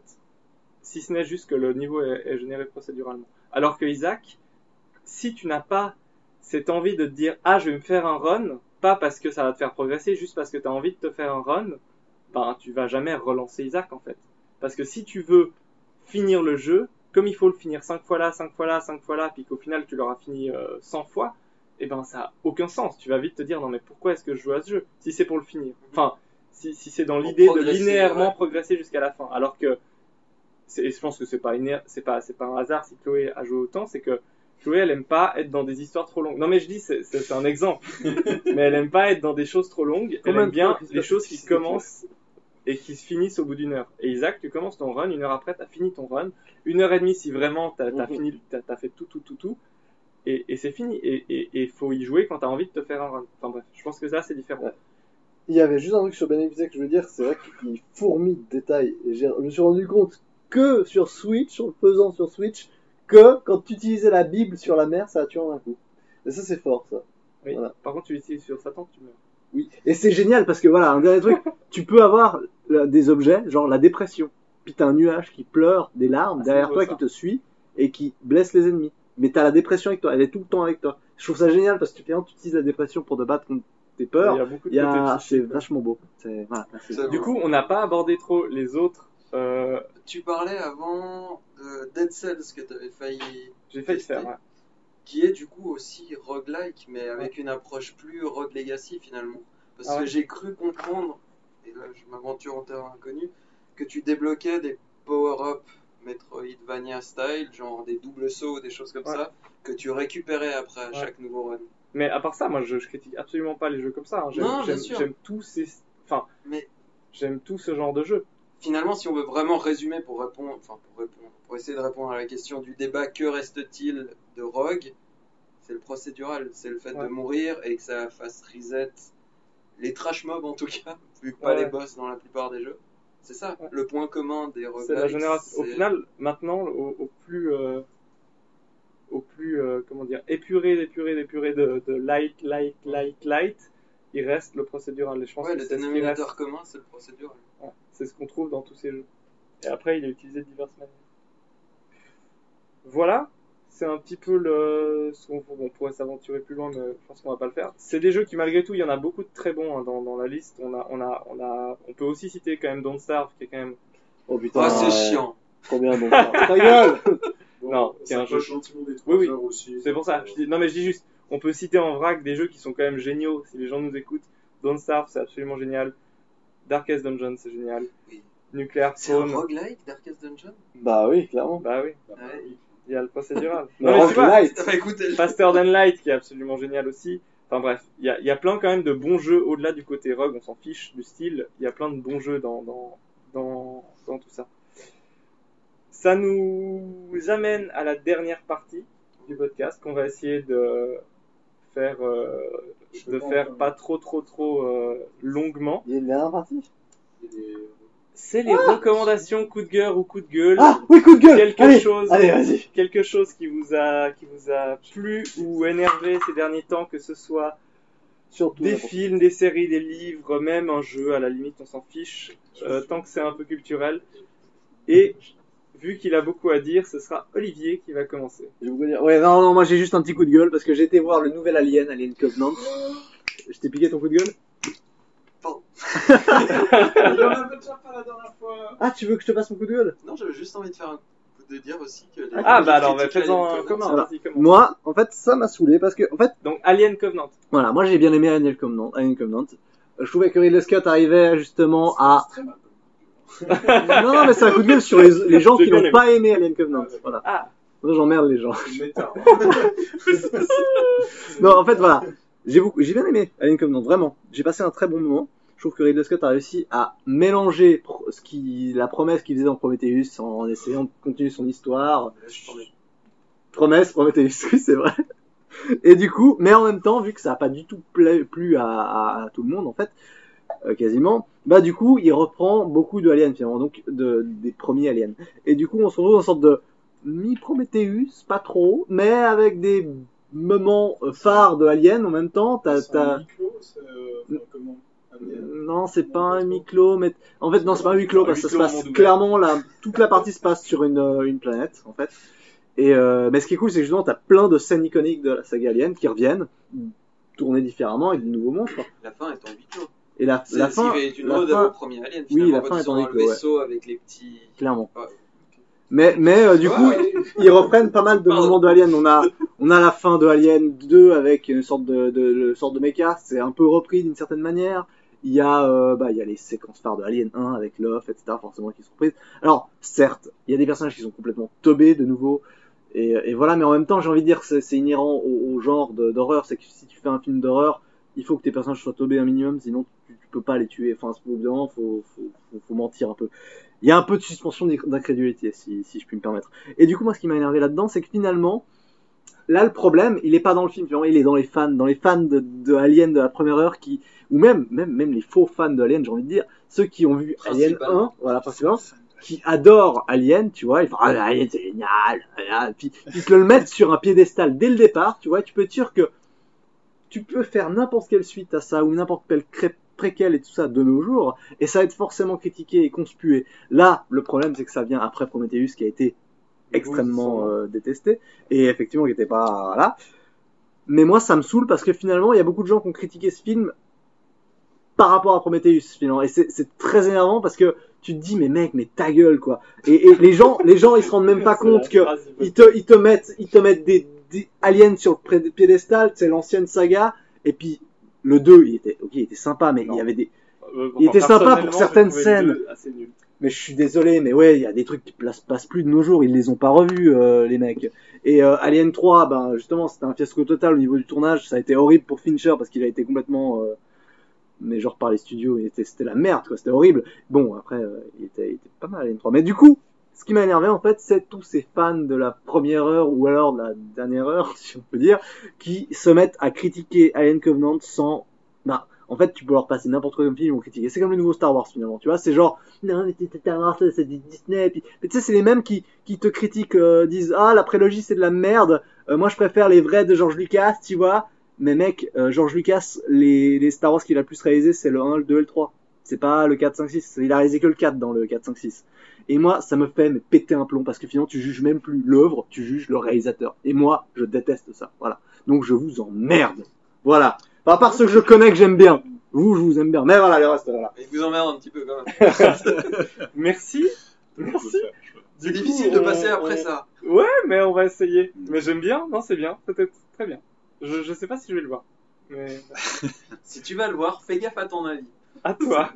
Si ce n'est juste que le niveau est, est généré procéduralement. Alors que Isaac, si tu n'as pas cette envie de te dire ah je vais me faire un run, pas parce que ça va te faire progresser, juste parce que tu as envie de te faire un run, ben tu vas jamais relancer Isaac en fait. Parce que si tu veux finir le jeu, comme il faut le finir cinq fois là, cinq fois là, cinq fois là, puis qu'au final tu l'auras fini euh, cent fois, et ben ça a aucun sens. Tu vas vite te dire non mais pourquoi est-ce que je joue à ce jeu si c'est pour le finir. Enfin, si, si c'est dans Pour l'idée de progresser, linéairement ouais. progresser jusqu'à la fin. Alors que c'est, et je pense que c'est pas iné- c'est pas c'est pas un hasard si Chloé a joué autant, c'est que Chloé elle aime pas être dans des histoires trop longues. Non mais je dis c'est, c'est, c'est un exemple, mais elle aime pas être dans des choses trop longues. Elle Combien aime de bien fois, les choses qui Christophe, commencent et qui se finissent au bout d'une heure. Et Isaac, tu commences ton run, une heure après, t'as fini ton run, une heure et demie si vraiment t'as, t'as Mhm. fini, t'as, t'as fait tout, tout, tout, tout, et, et c'est fini. Et il et, et faut y jouer quand t'as envie de te faire un run. Enfin bref, je pense que ça c'est différent. Ouais. Il y avait juste un truc sur Binding of Isaac que je veux dire, c'est vrai qu'il fourmille de détails. Et j'ai- je me suis rendu compte que sur Switch, en le faisant sur Switch, que quand tu utilisais la Bible sur la mer, ça a tué en un coup. Et ça, c'est fort, ça. Oui. Voilà. Par contre, tu l'utilises sur Satan, tu meurs. Oui. Et c'est génial parce que voilà, un dernier truc, tu peux avoir euh, des objets, genre la dépression. Puis t'as un nuage qui pleure des larmes Ah, c'est derrière beau, toi ça. qui te suit et qui blesse les ennemis. Mais t'as la dépression avec toi, elle est tout le temps avec toi. Je trouve ça génial parce que finalement tu utilises la dépression pour te battre contre tes Il peurs. y a beaucoup de Il y a, côtés c'est psychiques. vachement beau. C'est, voilà, c'est- Ça- Du coup, on n'a pas abordé trop les autres. Euh, Tu parlais avant de Dead Cells que tu avais failli. j'ai failli tester, faire. Ouais. Qui est du coup aussi roguelike, mais avec une approche plus Rogue Legacy finalement. Parce Ah que ouais. j'ai cru comprendre, et là je m'aventure en terrain inconnu, que tu débloquais des power-up Metroidvania style, genre des doubles sauts, des choses comme Ouais. ça, que tu récupérais après à Ouais. chaque nouveau run. Mais à part ça, moi, je, je critique absolument pas les jeux comme ça. hein. J'aime, Non, bien j'aime, sûr. j'aime tous ces, enfin, Mais j'aime tout ce genre de jeu. finalement, si on veut vraiment résumer pour répondre, enfin pour répondre, pour essayer de répondre à la question du débat, que reste-t-il de Rogue? C'est le procédural, c'est le fait Ouais. de mourir et que ça fasse reset les trash mobs en tout cas, vu que pas Ouais. les boss dans la plupart des jeux. C'est ça, Ouais. le point commun des roguelikes. C'est la génération. Au c'est- final, maintenant, au, au plus, euh, au au plus, euh, comment dire, épuré, épuré, épuré de, de light, light, light, light, il reste le procédural. Et je pense Ouais, que le c'est ce qui dénominateur reste. commun, c'est le procédural. Ouais, c'est ce qu'on trouve dans tous ces jeux. Et après, il est utilisé de diverses manières. Voilà, c'est un petit peu le. ce qu'on- bon, on pourrait s'aventurer plus loin, mais je pense qu'on va pas le faire. C'est des jeux qui, malgré tout, il y en a beaucoup de très bons hein, dans, dans la liste. On a, on a, on a, on peut aussi citer quand même Don't Starve, qui est quand même. Oh putain. Ah, c'est ouais. chiant. Combien donc ta gueule. Bon, Non, c'est ça un jeu. approche gentiment des trois Oui, oui. heures aussi. C'est pour ça. Je dis, non, mais je dis juste, on peut citer en vrac des jeux qui sont quand même géniaux. Si les gens nous écoutent, Don't Starve, c'est absolument génial. Darkest Dungeon, c'est génial. Oui. Nuclear C'est un Throne, roguelike, Darkest Dungeon? Bah oui, clairement. bah oui, Bah, Ouais. oui. il y a le procédural. Mais Non, mais tu vois, roguelite. Bah écoute, elle- Faster Than Light qui est absolument génial aussi. Enfin bref, il y a, il y a plein quand même de bons jeux au-delà du côté rogue, on s'en fiche du style. Il y a plein de bons jeux dans, dans, dans, dans tout ça. Ça nous amène à la dernière partie du podcast qu'on va essayer de faire, euh, Je de pense, faire hein. pas trop trop trop euh, longuement. Il y a une dernière partie. Il y a des- C'est les recommandations coup de cœur ou coup de gueule. Ah oui, coup de gueule. quelque allez, chose, allez, vas-y. quelque chose qui vous a, qui vous a plu ou énervé ces derniers temps, que ce soit Surtout. des films, des séries, des livres, même un jeu, à la limite, on s'en fiche, euh, tant que c'est un peu culturel. Et vu qu'il a beaucoup à dire, ce sera Olivier qui va commencer. Je vais vous dire. Ouais, non, non, moi j'ai juste un petit coup de gueule parce que j'ai été voir le nouvel Alien, Alien Covenant. Je t'ai piqué ton coup de gueule. Il y en avait déjà pas la dernière fois. Ah, tu veux que je te passe mon coup de gueule? Non, j'avais juste envie de faire un coup de dire aussi que les Ah les bah alors, bah, critiques fais-en Alien un Covenant, commun, Voilà. vas-y, commence. Moi, en fait, ça m'a saoulé parce que, en fait, Donc Alien Covenant. voilà, moi j'ai bien aimé Alien Covenant. Alien Covenant. Euh, Je trouvais que Ridley Scott arrivait justement à. C'est très mal. Non, non, mais c'est un coup de gueule sur les, les gens J'ai qui bien n'ont aimé. pas aimé Alien Covenant. Voilà. Ah, Moi, j'emmerde les gens. C'est méta. hein. Non, en fait, voilà. J'ai beaucoup, j'ai bien aimé Alien Covenant, vraiment. J'ai passé un très bon moment. Je trouve que Ridley Scott a réussi à mélanger pro- ce qui, la promesse qu'il faisait dans Prometheus en essayant de continuer son histoire. Promesse, Prometheus, oui, c'est vrai. Et du coup, mais en même temps, vu que ça a pas du tout pla- plu à, à, à tout le monde, en fait, euh, quasiment, bah, du coup, il reprend beaucoup de Aliens, finalement, donc, de, des premiers Aliens. Et du coup, on se retrouve dans une sorte de mi-Prometheus, pas trop, mais avec des moments euh, phares de Aliens en même temps. T'as, C'est t'as, un huis clos, c'est euh, enfin, comment Alien. non, c'est pas un huis clos, mais en fait, non, c'est pas un huis clos Un parce que huis ça se clos au passe monde clairement là, toute la partie se passe sur une, euh, une planète, en fait. Et euh, mais ce qui est cool, c'est que justement, t'as plein de scènes iconiques de la saga Alien qui reviennent, tournées différemment avec de nouveaux monstres. La fin est en huis clos. Et la, C'est la ce fin, qui est une la ode fin, au premier Alien. Oui, Finalement, la quand fin ils est sont en dans huis le clos, ouais. vaisseau avec les petits. clairement. Ouais. Mais, mais euh, du coup, Ouais. ils reprennent pas mal de Pardon. moments de Alien. On a, on a la fin de Alien deux avec une sorte de, de, de sorte de méca. C'est un peu repris d'une certaine manière. Il y a, euh, bah, il y a les séquences phares de Alien un avec Love, et cetera. Forcément, qui sont prises. Alors, certes, il y a des personnages qui sont complètement teubés de nouveau. Et, et voilà, mais en même temps, j'ai envie de dire que c'est, c'est inhérent au, au genre de, d'horreur. C'est que si tu fais un film d'horreur, il faut que tes personnages soient teubés un minimum, sinon tu, tu peux pas les tuer. Enfin, c'est évidemment, faut, faut, faut, faut mentir un peu. Il y a un peu de suspension d'incrédulité, si, si je puis me permettre. Et du coup, moi, ce qui m'a énervé là-dedans, c'est que finalement, là, le problème, il est pas dans le film, finalement, il est dans les fans, dans les fans de, de Alien de la première heure, qui, ou même, même, même les faux fans de Alien, j'ai envie de dire, ceux qui ont vu Alien Principalement. un, voilà, principalement, qui adorent Alien, tu vois, ils font, ah, Alien, c'est génial, voilà. Puis, ils te le mettent sur un piédestal dès le départ, tu vois, tu peux être sûr que tu peux faire n'importe quelle suite à ça, ou n'importe quelle crêpe préquel et tout ça de nos jours, et ça va être forcément critiqué et conspué. Là, le problème, c'est que ça vient après Prometheus, qui a été extrêmement euh, détesté, et effectivement, qui était pas là. Mais moi, ça me saoule parce que finalement, il y a beaucoup de gens qui ont critiqué ce film par rapport à Prometheus, finalement, et c'est, c'est très énervant parce que tu te dis, mais mec, mais ta gueule, quoi. Et, et les gens, les gens, ils se rendent même pas C'est compte la que phrase du ils te, ils te mettent, ils te mettent des, des aliens sur le piédestal, c'est l'ancienne saga, et puis le deux, il était, ok, il était sympa, mais Non. il y avait des, Euh, Il était sympa pour personnellement, certaines j'ai trouvé scènes. le deux assez nul. mais je suis désolé, mais ouais, il y a des trucs qui place, passent plus de nos jours, ils les ont pas revus, euh, les mecs. Et euh, Alien trois, ben justement, c'était un fiasco total au niveau du tournage, ça a été horrible pour Fincher parce qu'il a été complètement, euh, mais genre par les studios, il était, c'était la merde, quoi, c'était horrible. Bon, après, euh, il était, il était pas mal Alien trois, mais du coup, ce qui m'a énervé en fait, c'est tous ces fans de la première heure ou alors de la dernière heure, si on peut dire, qui se mettent à critiquer Alien Covenant sans, bah, en fait, tu peux leur passer n'importe quoi comme film, ils vont critiquer. C'est comme le nouveau Star Wars, finalement, tu vois. C'est genre, non, mais c'est Star Wars, c'est Disney. Et puis, mais tu sais, c'est les mêmes qui, qui te critiquent, euh, disent, ah, la prélogie, c'est de la merde. Euh, moi, je préfère les vrais de George Lucas, tu vois. Mais mec, euh, George Lucas, les, les Star Wars qu'il a le plus réalisé, c'est le un, le deux et le trois. C'est pas le quatre, cinq, six. Il a réalisé que le quatre dans le quatre, cinq, six. Et moi, ça me fait mais, péter un plomb parce que finalement, tu juges même plus l'œuvre, tu juges le réalisateur. Et moi, je déteste ça. Voilà. Donc, je vous emmerde. Voilà. Enfin, à part ceux que je connais que j'aime bien. Vous, je vous aime bien. Mais voilà, le reste, voilà. Il vous emmerde un petit peu quand même. Merci. Merci. C'est Du difficile coup, de on- passer après on- ça. Ouais, mais on va essayer. Mais j'aime bien. Non, c'est bien. Peut-être très bien. Je, je sais pas si je vais le voir. Mais Si tu vas le voir, fais gaffe à ton avis. à toi.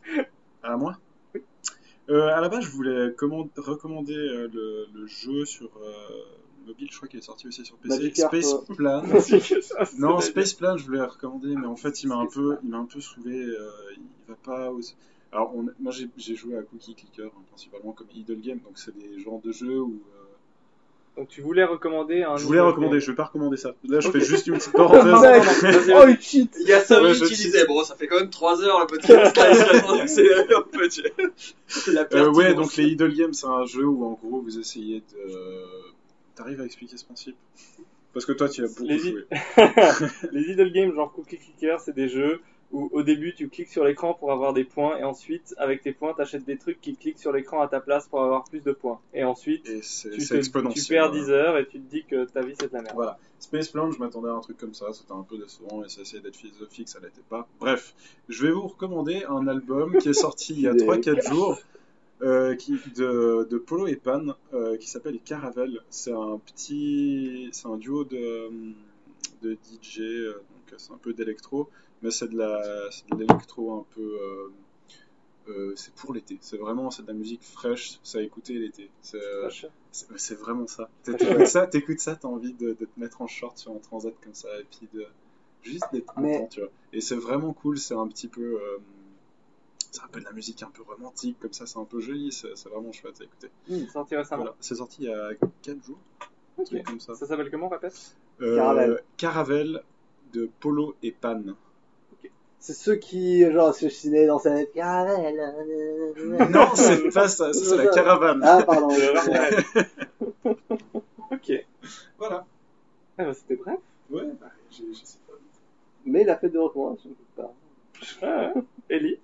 À moi euh, À la base, je voulais commande- recommander euh, le, le jeu sur euh, mobile, je crois qu'il est sorti aussi sur P C. Magikarp, Space euh. Plan. Ah, c'est Non, la- Space Plan, je voulais le recommander, mais en fait, il m'a un peu, il m'a un peu saoulé. euh, il va pas. Aux... Alors, on- moi, j'ai j'ai joué à Cookie Clicker hein, principalement comme idle game, donc c'est des genres de jeux où. euh, Donc tu voulais recommander un. Je voulais nouveau recommander, game. je vais pas recommander ça. Là, je Ok. fais juste une petite Pardon, parenthèse. pardon, vas-y, Oh, vas-y. il cheat. Il y a cinq Ouais, minutes, je tu sais. disais, bon, ça fait quand même trois heures le podcast. Là, il serait temps d'accélérer un peu. tu vois. La Euh, pertinence. ouais, donc les idle games, c'est un jeu où en gros vous essayez de. T'arrives à expliquer ce principe Parce que toi, tu as beaucoup Les joué. Les idle games genre Cookie Clicker, c'est des jeux où au début tu cliques sur l'écran pour avoir des points et ensuite avec tes points t'achètes des trucs qui cliquent sur l'écran à ta place pour avoir plus de points. Et ensuite Et c'est tu, c'est te- exponentiel. tu perds voilà. dix heures et tu te dis que ta vie c'est de la merde. Voilà. Space Plan, je m'attendais à un truc comme ça, c'était un peu décevant et ça essayait d'être philosophique, ça l'était pas. Bref, je vais vous recommander un album qui est sorti il y a trois quatre jours euh, qui, de, de Polo et Pan euh, qui s'appelle Caravelle. C'est un petit. C'est un duo de, de D J, euh, donc c'est un peu d'électro, mais c'est de la c'est de l'électro un peu. euh, euh, c'est pour l'été, c'est vraiment c'est de la musique fraîche, ça a écouté l'été. C'est euh, Vache. c'est c'est vraiment ça. T'écoutes ça, t'écoutes ça, t'as envie de, de te mettre en short sur un transat comme ça et puis de juste d'être content, Mais- tu vois. Et c'est vraiment cool, c'est un petit peu, euh, c'est un peu de la musique un peu romantique comme ça, c'est un peu joli, c'est c'est vraiment chouette à écouter. Hmm, sorti récemment. Voilà, c'est sorti il y a quatre jours, un Ok. truc comme ça. Ça s'appelle comment, répète? Euh, Caravelle. Caravelle de Polo et Pan. C'est ceux qui, genre, se ciné dans sa caravelle. Non, c'est pas ça, ça c'est la caravane. Ah, pardon. Ok. Voilà. Ah bah c'était bref. Ouais, bah, j'ai- je sais pas. Mais il a fait deux recommandations. Pas. Ah, ouais. Ellie.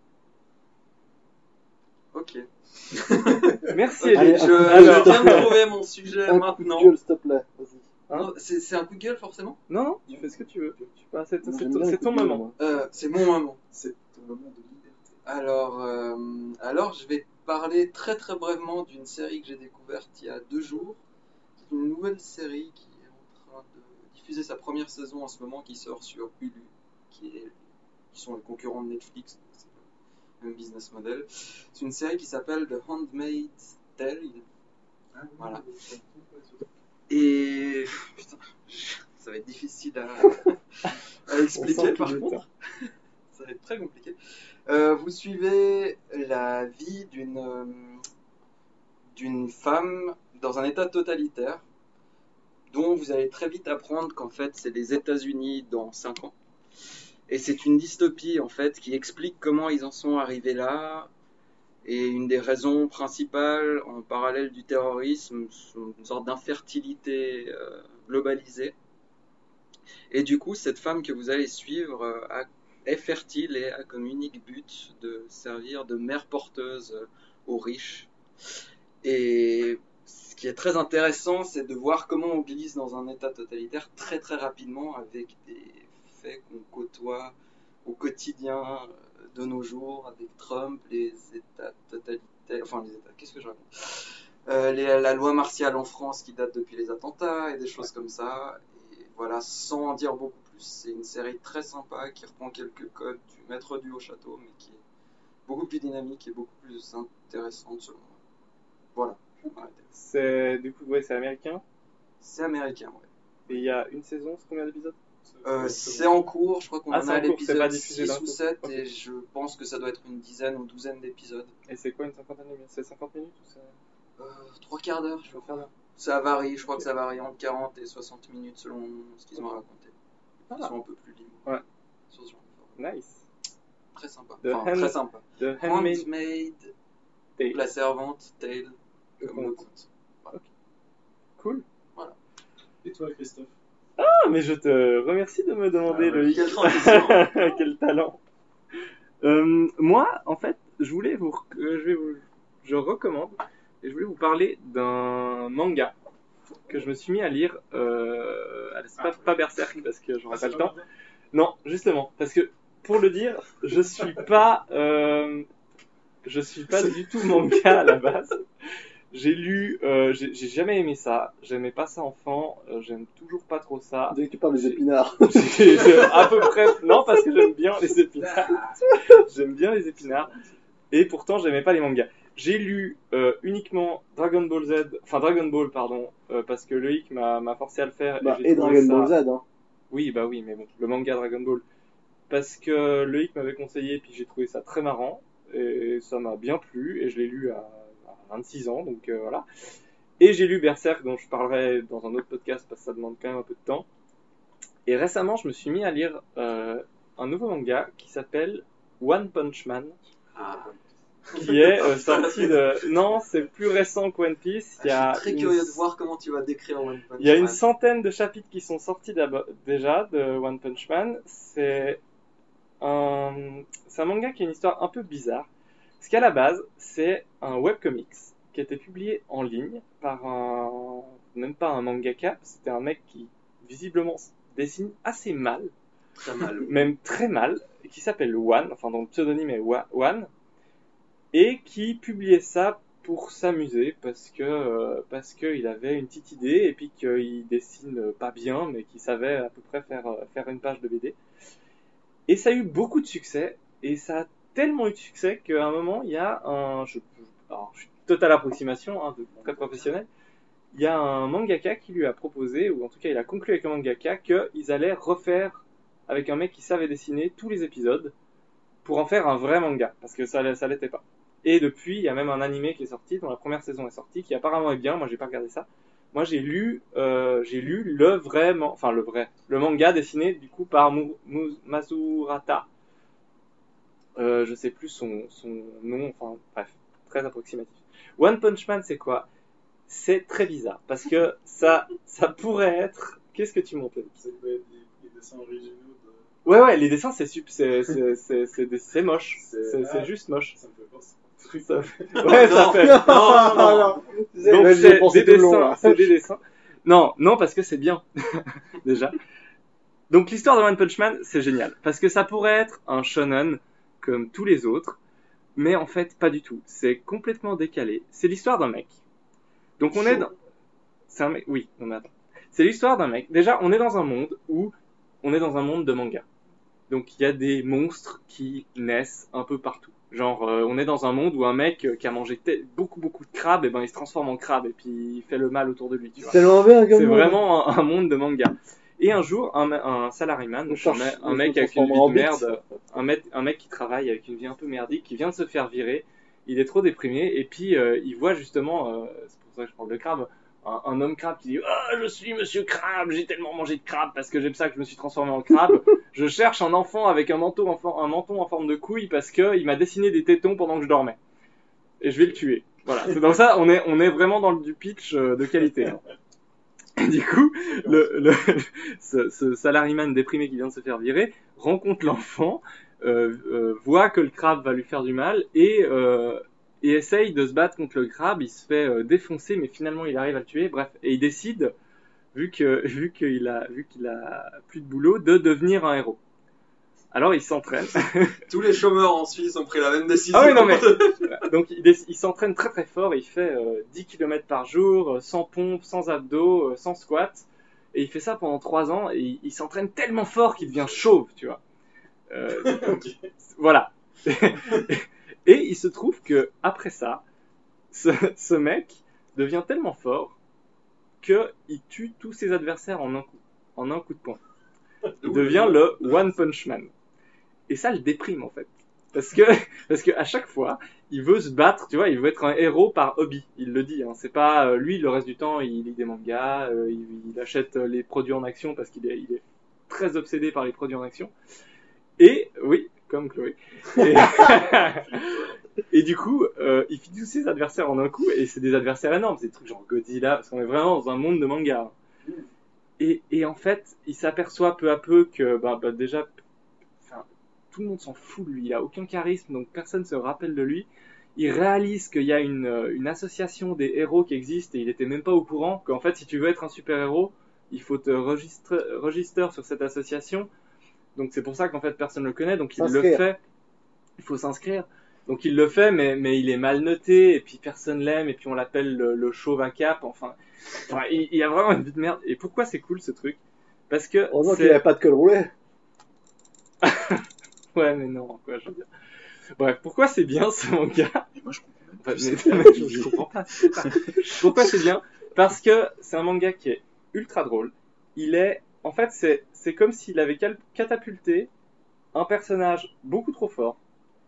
Ok. Merci Ok, Ellie. je, Alors. je viens de trouver mon sujet Un maintenant. coup de gueule, s'il te plaît. Vas-y. Hein Non, C'est c'est un coup de gueule forcément. Non, non, tu fais ce que tu veux. Tu peux- C'est c'est J'aime ton, bien les c'est ton coups de gueule, moment. moi. Euh, c'est mon moment. C'est ton moment de liberté. Alors, euh, alors, je vais parler très très brièvement d'une série que j'ai découverte il y a deux jours. C'est une nouvelle série qui est en train de diffuser sa première saison en ce moment, qui sort sur Hulu, qui, est, qui sont les concurrents de Netflix. donc C'est le même business model. C'est une série qui s'appelle The Handmaid's Tale. Voilà. Et putain, ça va être difficile à, à expliquer sent par qu'il est contre. Ça va être très compliqué. Euh, vous suivez la vie d'une euh, d'une femme dans un état totalitaire, dont vous allez très vite apprendre qu'en fait c'est les États-Unis dans cinq ans. Et c'est une dystopie en fait qui explique comment ils en sont arrivés là. Et une des raisons principales en parallèle du terrorisme, c'est une sorte d'infertilité euh, globalisée. Et du coup, cette femme que vous allez suivre euh, a- est fertile et a comme unique but de servir de mère porteuse euh, aux riches. Et ce qui est très intéressant, c'est de voir comment on glisse dans un état totalitaire très très rapidement avec des faits qu'on côtoie au quotidien euh, de nos jours avec Trump, les états totalitaires, enfin les états, qu'est-ce que je raconte euh, les, la loi martiale en France qui date depuis les attentats et des choses comme ça. Et voilà, sans en dire beaucoup plus, c'est une série très sympa qui reprend quelques codes du maître du haut château, mais qui est beaucoup plus dynamique et beaucoup plus intéressante selon moi. Voilà, je vais m'arrêter. C'est du coup ouais, c'est américain. C'est américain, ouais. Et il y a une saison, c'est combien d'épisodes? Euh, c'est en cours, je crois qu'on Ah, en c'est a à en cours, c'est pas l'épisode diffusé six d'un ou coup. sept, Ok. et je pense que ça doit être une dizaine ou douzaine d'épisodes. Et c'est quoi une cinquantaine de minutes? C'est cinquante minutes ou c'est... Euh, trois quarts d'heure, je Je vais faire là. Ça varie, je crois que ça varie entre quarante et soixante minutes selon ce qu'ils ont raconté. Ils Ah. sont un peu plus libres. Ouais. Sur ce genre de forme. Nice. Très sympa. The Enfin, Hand- très sympa. The Handmaid Handmaid, Tale. la servante, Tale, Le comme le conte. conte. Cool. Voilà. Et toi, Christophe? Ah, mais je te remercie de me demander, Ah, Loïc. Quelle transition. Quel talent. Euh, moi, en fait, je voulais vous, euh, je vais vous, je recommande et je voulais vous parler d'un manga que je me suis mis à lire. Euh, allez, c'est pas, pas Berserk parce que j'aurais pas le temps. Non, justement, parce que pour le dire, je suis pas, euh, je suis pas du tout manga à la base. J'ai lu, euh, j'ai j'ai jamais aimé ça. J'aimais pas ça enfant. Euh, j'aime toujours pas trop ça. Dès que tu parles des épinards. J'ai- j'ai- à peu près. Non, parce que j'aime bien les épinards. J'aime bien les épinards. Et pourtant, j'aimais pas les mangas. J'ai lu euh, uniquement Dragon Ball Z, enfin Dragon Ball, pardon, euh, parce que Loïc m'a m'a forcé à le faire. Bah, j'ai et trouvé Dragon ça- Ball Z, hein. Oui, bah oui, mais bon, le manga Dragon Ball. Parce que Loïc m'avait conseillé, puis j'ai trouvé ça très marrant, et ça m'a bien plu, et je l'ai lu à, à vingt-six ans, donc euh, voilà. Et j'ai lu Berserk, dont je parlerai dans un autre podcast, parce que ça demande quand même un peu de temps. Et récemment, je me suis mis à lire euh, un nouveau manga qui s'appelle One Punch Man, Ah, qui est euh, sorti de... Non, c'est plus récent que One Piece. Il y je a suis très une- curieux de voir comment tu vas décrire One Punch Il y a une Man. centaine de chapitres qui sont sortis d'abo- déjà de One Punch Man. C'est un... c'est un manga qui a une histoire un peu bizarre. Parce qu'à la base, c'est un webcomics qui a été publié en ligne par un... même pas un mangaka, c'était un mec qui visiblement dessine assez mal, Très mal. même très mal, et qui s'appelle One, enfin dont le pseudonyme est Wa- One, et qui publiait ça pour s'amuser parce que euh, parce qu'il avait une petite idée et puis qu'il dessine pas bien mais qu'il savait à peu près faire euh, faire une page de B D. Et ça a eu beaucoup de succès et ça a tellement eu de succès qu'à un moment il y a un je, alors, je suis totale approximation hein, de très professionnel. Il y a un mangaka qui lui a proposé, ou en tout cas il a conclu avec le mangaka, qu'ils allaient refaire avec un mec qui savait dessiner tous les épisodes pour en faire un vrai manga, parce que ça, ça l'était pas. Et depuis, il y a même un animé qui est sorti, dont la première saison est sortie, qui apparemment est bien, moi j'ai pas regardé ça. Moi j'ai lu, euh, j'ai lu le vrai, man- enfin le vrai, le manga dessiné du coup par Mu- Mu- Masurata. Euh, je sais plus son, son nom, enfin bref, très approximatif. One Punch Man c'est quoi? C'est très bizarre, parce que ça, ça pourrait être... Qu'est-ce que tu montes là? C'est quoi, les, les dessins originaux de... Ouais, ouais, les dessins, c'est sup- c'est, c'est, c'est, c'est, des- c'est moche. C'est- C'est, c'est ah. juste moche. Ça me fait penser à un truc. Ça fait- Ouais, ça Non. fait. Non, non, non. Tu sais, Donc, moi, j'y ai c'est pensé des tout le long, dessins. là. C'est des dessins. Non, non, parce que c'est bien. Déjà. Donc, l'histoire de One Punch Man, c'est génial. Parce que ça pourrait être un shonen comme tous les autres. Mais en fait, pas du tout. C'est complètement décalé. C'est l'histoire d'un mec. Donc, on est dans. C'est un mec. Oui, non, mais attends. C'est l'histoire d'un mec. Déjà, on est dans un monde où on est dans un monde de manga. Donc il y a des monstres qui naissent un peu partout. Genre, euh, on est dans un monde où un mec euh, qui a mangé te- beaucoup beaucoup de crabes, et ben il se transforme en crabe et puis il fait le mal autour de lui. Tu vois. C'est tellement bien comme C'est monde. vraiment un, un monde de manga. Et un jour, un, un salaryman, On donc un, cherche- me- un on mec se avec une vie transforme en de bite. merde, un mec, un mec qui travaille avec une vie un peu merdique, qui vient de se faire virer, il est trop déprimé, et puis euh, il voit justement, euh, c'est pour ça que je parle de crabe, un, un homme crabe qui dit « Oh, je suis monsieur crabe, j'ai tellement mangé de crabe parce que j'aime ça que je me suis transformé en crabe. Je cherche un enfant avec un menton en, for- un menton en forme de couille parce que il m'a dessiné des tétons pendant que je dormais. Et je vais le tuer. » Voilà, c'est dans ça, on est, on est vraiment dans le- du pitch euh, de qualité. Hein. Et du coup, le, le, ce, ce salaryman déprimé qui vient de se faire virer rencontre l'enfant, euh, euh, voit que le crabe va lui faire du mal et, euh, et essaye de se battre contre le crabe. Il se fait euh, défoncer, mais finalement il arrive à le tuer. Bref, et il décide, vu que vu qu'il a vu qu'il a plus de boulot, de devenir un héros. Alors il s'entraîne. Tous les chômeurs en Suisse ont pris la même décision. Ah oui, non, mais- Donc il, déc- il s'entraîne très très fort. Il fait euh, dix kilomètres par jour, euh, sans pompe, sans abdos, euh, sans squat. Et il fait ça pendant trois ans. Et il, il s'entraîne tellement fort qu'il devient chauve, tu vois. Euh, Ok. Voilà. Et il se trouve que après ça, ce, ce mec devient tellement fort que il tue tous ses adversaires en un coup, en un coup de poing. Il devient le One Punch Man. Et ça le déprime en fait, parce que parce que à chaque fois, il veut se battre, tu vois, il veut être un héros par hobby. Il le dit, hein. C'est pas euh, lui le reste du temps, il lit des mangas, euh, il, il achète euh, les produits en action parce qu'il est, il est très obsédé par les produits en action. Et oui, comme Chloé. Et, et du coup, euh, il finit tous ses adversaires en un coup, et c'est des adversaires énormes, c'est des trucs genre Godzilla, parce qu'on est vraiment dans un monde de manga. Et, et en fait, il s'aperçoit peu à peu que bah, bah, déjà, enfin, tout le monde s'en fout de lui. Il a aucun charisme, donc personne se rappelle de lui. Il réalise qu'il y a une, une association des héros qui existe et il était même pas au courant qu'en fait, si tu veux être un super-héros, il faut te registre, register sur cette association. Donc c'est pour ça qu'en fait personne le connaît. Donc il le fait. Il faut s'inscrire. Donc il le fait, mais, mais il est mal noté et puis personne l'aime et puis on l'appelle le, le chauve à cap. Enfin, enfin il, il y a vraiment une vie de merde. Et pourquoi c'est cool ce truc? Parce que heureusement qu'il avait pas de col roulé. Ouais, mais non, quoi, je veux dire. Bref, pourquoi c'est bien ce manga? Mais moi je comprends même Enfin, plus. mais- mais je comprends pas. c'est pas. Pourquoi c'est bien? Parce que c'est un manga qui est ultra drôle. Il est, en fait, c'est c'est comme s'il avait cal- catapulté un personnage beaucoup trop fort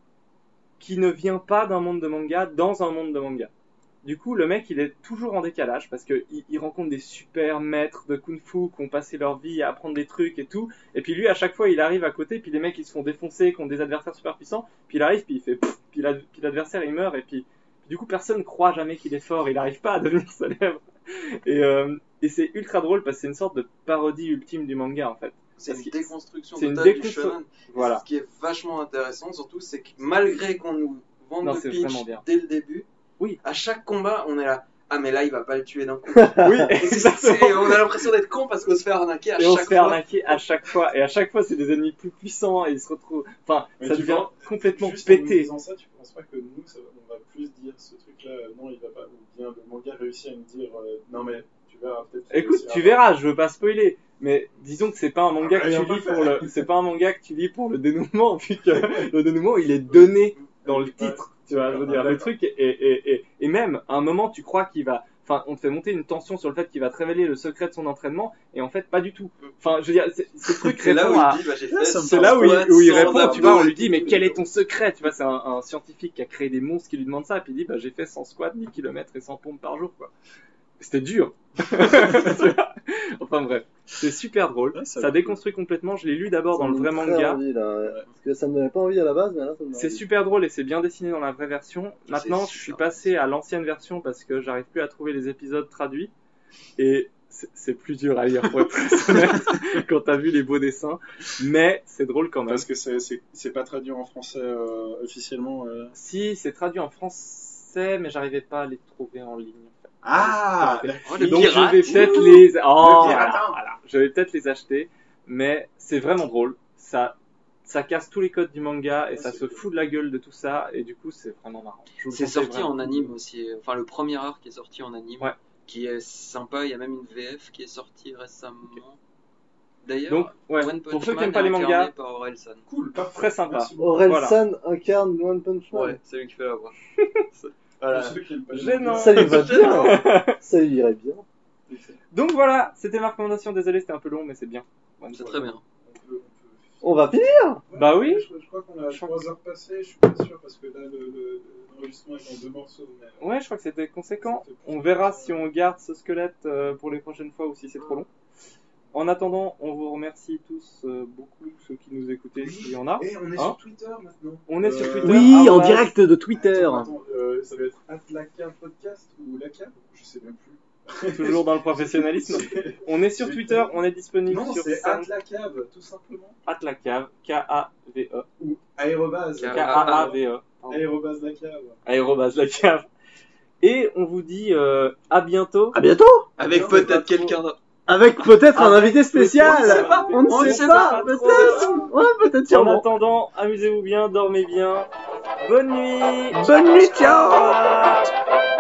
qui ne vient pas d'un monde de manga dans un monde de manga. Du coup, le mec, il est toujours en décalage parce que il, il rencontre des super maîtres de kung-fu qui ont passé leur vie à apprendre des trucs et tout. Et puis lui, à chaque fois, il arrive à côté, puis les mecs, ils se font défoncer, qui ont des adversaires super puissants. Puis il arrive, puis il fait pfff, puis, la- puis l'adversaire, il meurt. Et puis, puis du coup, personne croit jamais qu'il est fort. Il n'arrive pas à devenir célèbre. Et, euh, et c'est ultra drôle parce que c'est une sorte de parodie ultime du manga, en fait. C'est Parce une que- déconstruction c'est une totale du déconstru- shonen. Voilà. Ce qui est vachement intéressant, surtout, c'est que malgré qu'on nous vende Non, le c'est pitch vraiment bien. dès le début, Oui. à chaque combat, on est là. Ah, mais là, il va pas le tuer d'un coup. Oui, Et c'est- exactement. c'est- on a l'impression d'être con parce qu'on se fait arnaquer à Et on chaque se fait fois. arnaquer à chaque fois. Et à chaque fois, c'est des ennemis plus puissants et ils se retrouvent. Enfin, Mais ça tu devient vois, complètement Juste en nous pété. disant ça, tu penses pas que nous, ça va- on va plus dire ce truc-là, euh, non, il va pas, ou bien le manga réussit à nous dire, euh, non mais tu verras peut-être. qu'il Écoute, réussira tu pas. verras, je veux pas spoiler. Mais disons que c'est pas un manga que Rien tu pas lis faire. pour le, c'est pas un manga que tu lis pour le dénouement, vu que le dénouement, il est donné dans le titre. Tu vois, je veux dire, le truc est, est, est, est- et même, à un moment, tu crois qu'il va, enfin, on te fait monter une tension sur le fait qu'il va te révéler le secret de son entraînement, et en fait, pas du tout. Enfin, je veux dire, c'est- ce truc C'est là où répond à, il dit, bah, j'ai Là, fait ça me c'est cent là où il, squats, où il cent répond, tu abdos vois, on et lui dit, tout. mais quel est ton secret? Tu vois, c'est un, un scientifique qui a créé des monstres qui lui demandent ça, et puis il dit, bah, j'ai fait cent squats, dix kilomètres et cent pompes par jour, quoi. C'était dur. Tu vois, enfin bref, c'est super drôle. Ouais, ça Ça va. déconstruit complètement. Je l'ai lu d'abord Ça dans me le vrai donne très manga. envie, là, ouais. Parce que ça me donnait pas envie à la base, mais là ça me donne C'est envie. super drôle et c'est bien dessiné dans la vraie version. Maintenant, C'est je suis super passé à l'ancienne version parce que j'arrive plus à trouver les épisodes traduits. Et c'est c'est plus dur à lire pour être très honnête quand t'as vu les beaux dessins. Mais c'est drôle quand même. Parce que c'est- c'est c'est pas traduit en français euh, officiellement. euh. Si, c'est traduit en français, mais j'arrivais pas à les trouver en ligne. Ah Oh, les Donc pirates. je vais peut-être les, oh, Le voilà, piratin. voilà. Je vais peut-être les acheter, mais c'est vraiment drôle. Ça, ça casse tous les codes du manga et Ah, ça c'est se cool. fout de la gueule de tout ça et du coup c'est vraiment marrant. Je vous le C'est conseille sorti vraiment. en anime aussi. Enfin, le premier arc est sorti en anime. Ouais. Qui est sympa. Il y a même une V F qui est sortie récemment. D'ailleurs, Donc ouais, One pour Punch ceux qui Man n'aiment pas les est mangas, incarné par Orelsan. Cool, parfait. Très sympa. Merci beaucoup. Aurel Voilà. San incarne One Punch Man. Ouais, c'est lui qui fait la voix. Pour ceux qui aiment pas les Gênant. mangas, Ça lui va bien. Ça lui irait bien. donc voilà, c'était ma recommandation. Désolé, c'était un peu long, mais c'est bien. Bonne C'est soirée. très bien. on peut- on peut- On va finir. Ouais, Bah oui. Je, je crois qu'on a Je crois trois heures passées, je suis pas sûr parce que là le- le- l'enregistrement est en deux morceaux. Mais... Ouais, je crois que c'était conséquent. On verra si on garde ce squelette euh, pour les prochaines fois ou si c'est trop long. En attendant, on vous remercie tous euh, beaucoup, ceux qui nous écoutez, s'il y en a. Et on est Hein sur Twitter maintenant. On est sur Euh, Twitter. Oui, Ah, en ouais. direct de Twitter. Attends, attends, euh, ça doit être at la cave podcast ou la cave, je sais même plus. Toujours dans le professionnalisme. C'est- On est sur Twitter, on est disponible Non, sur c'est at Sound- la cave, tout simplement. at la cave, K A V E. Ou aérobase. K A A V E. Aérobase la cave. Aérobase la cave. Et on vous dit euh, à bientôt. À bientôt. Avec Non, mais pas peut-être trop. quelqu'un d'autre. Avec peut-être un invité spécial. On ne sait pas. On ne On ne sait sait pas. pas. Peut-être. Ouais, peut-être En sûrement. attendant, amusez-vous bien, dormez bien. Bonne nuit. Bonne nuit, ciao. Au revoir.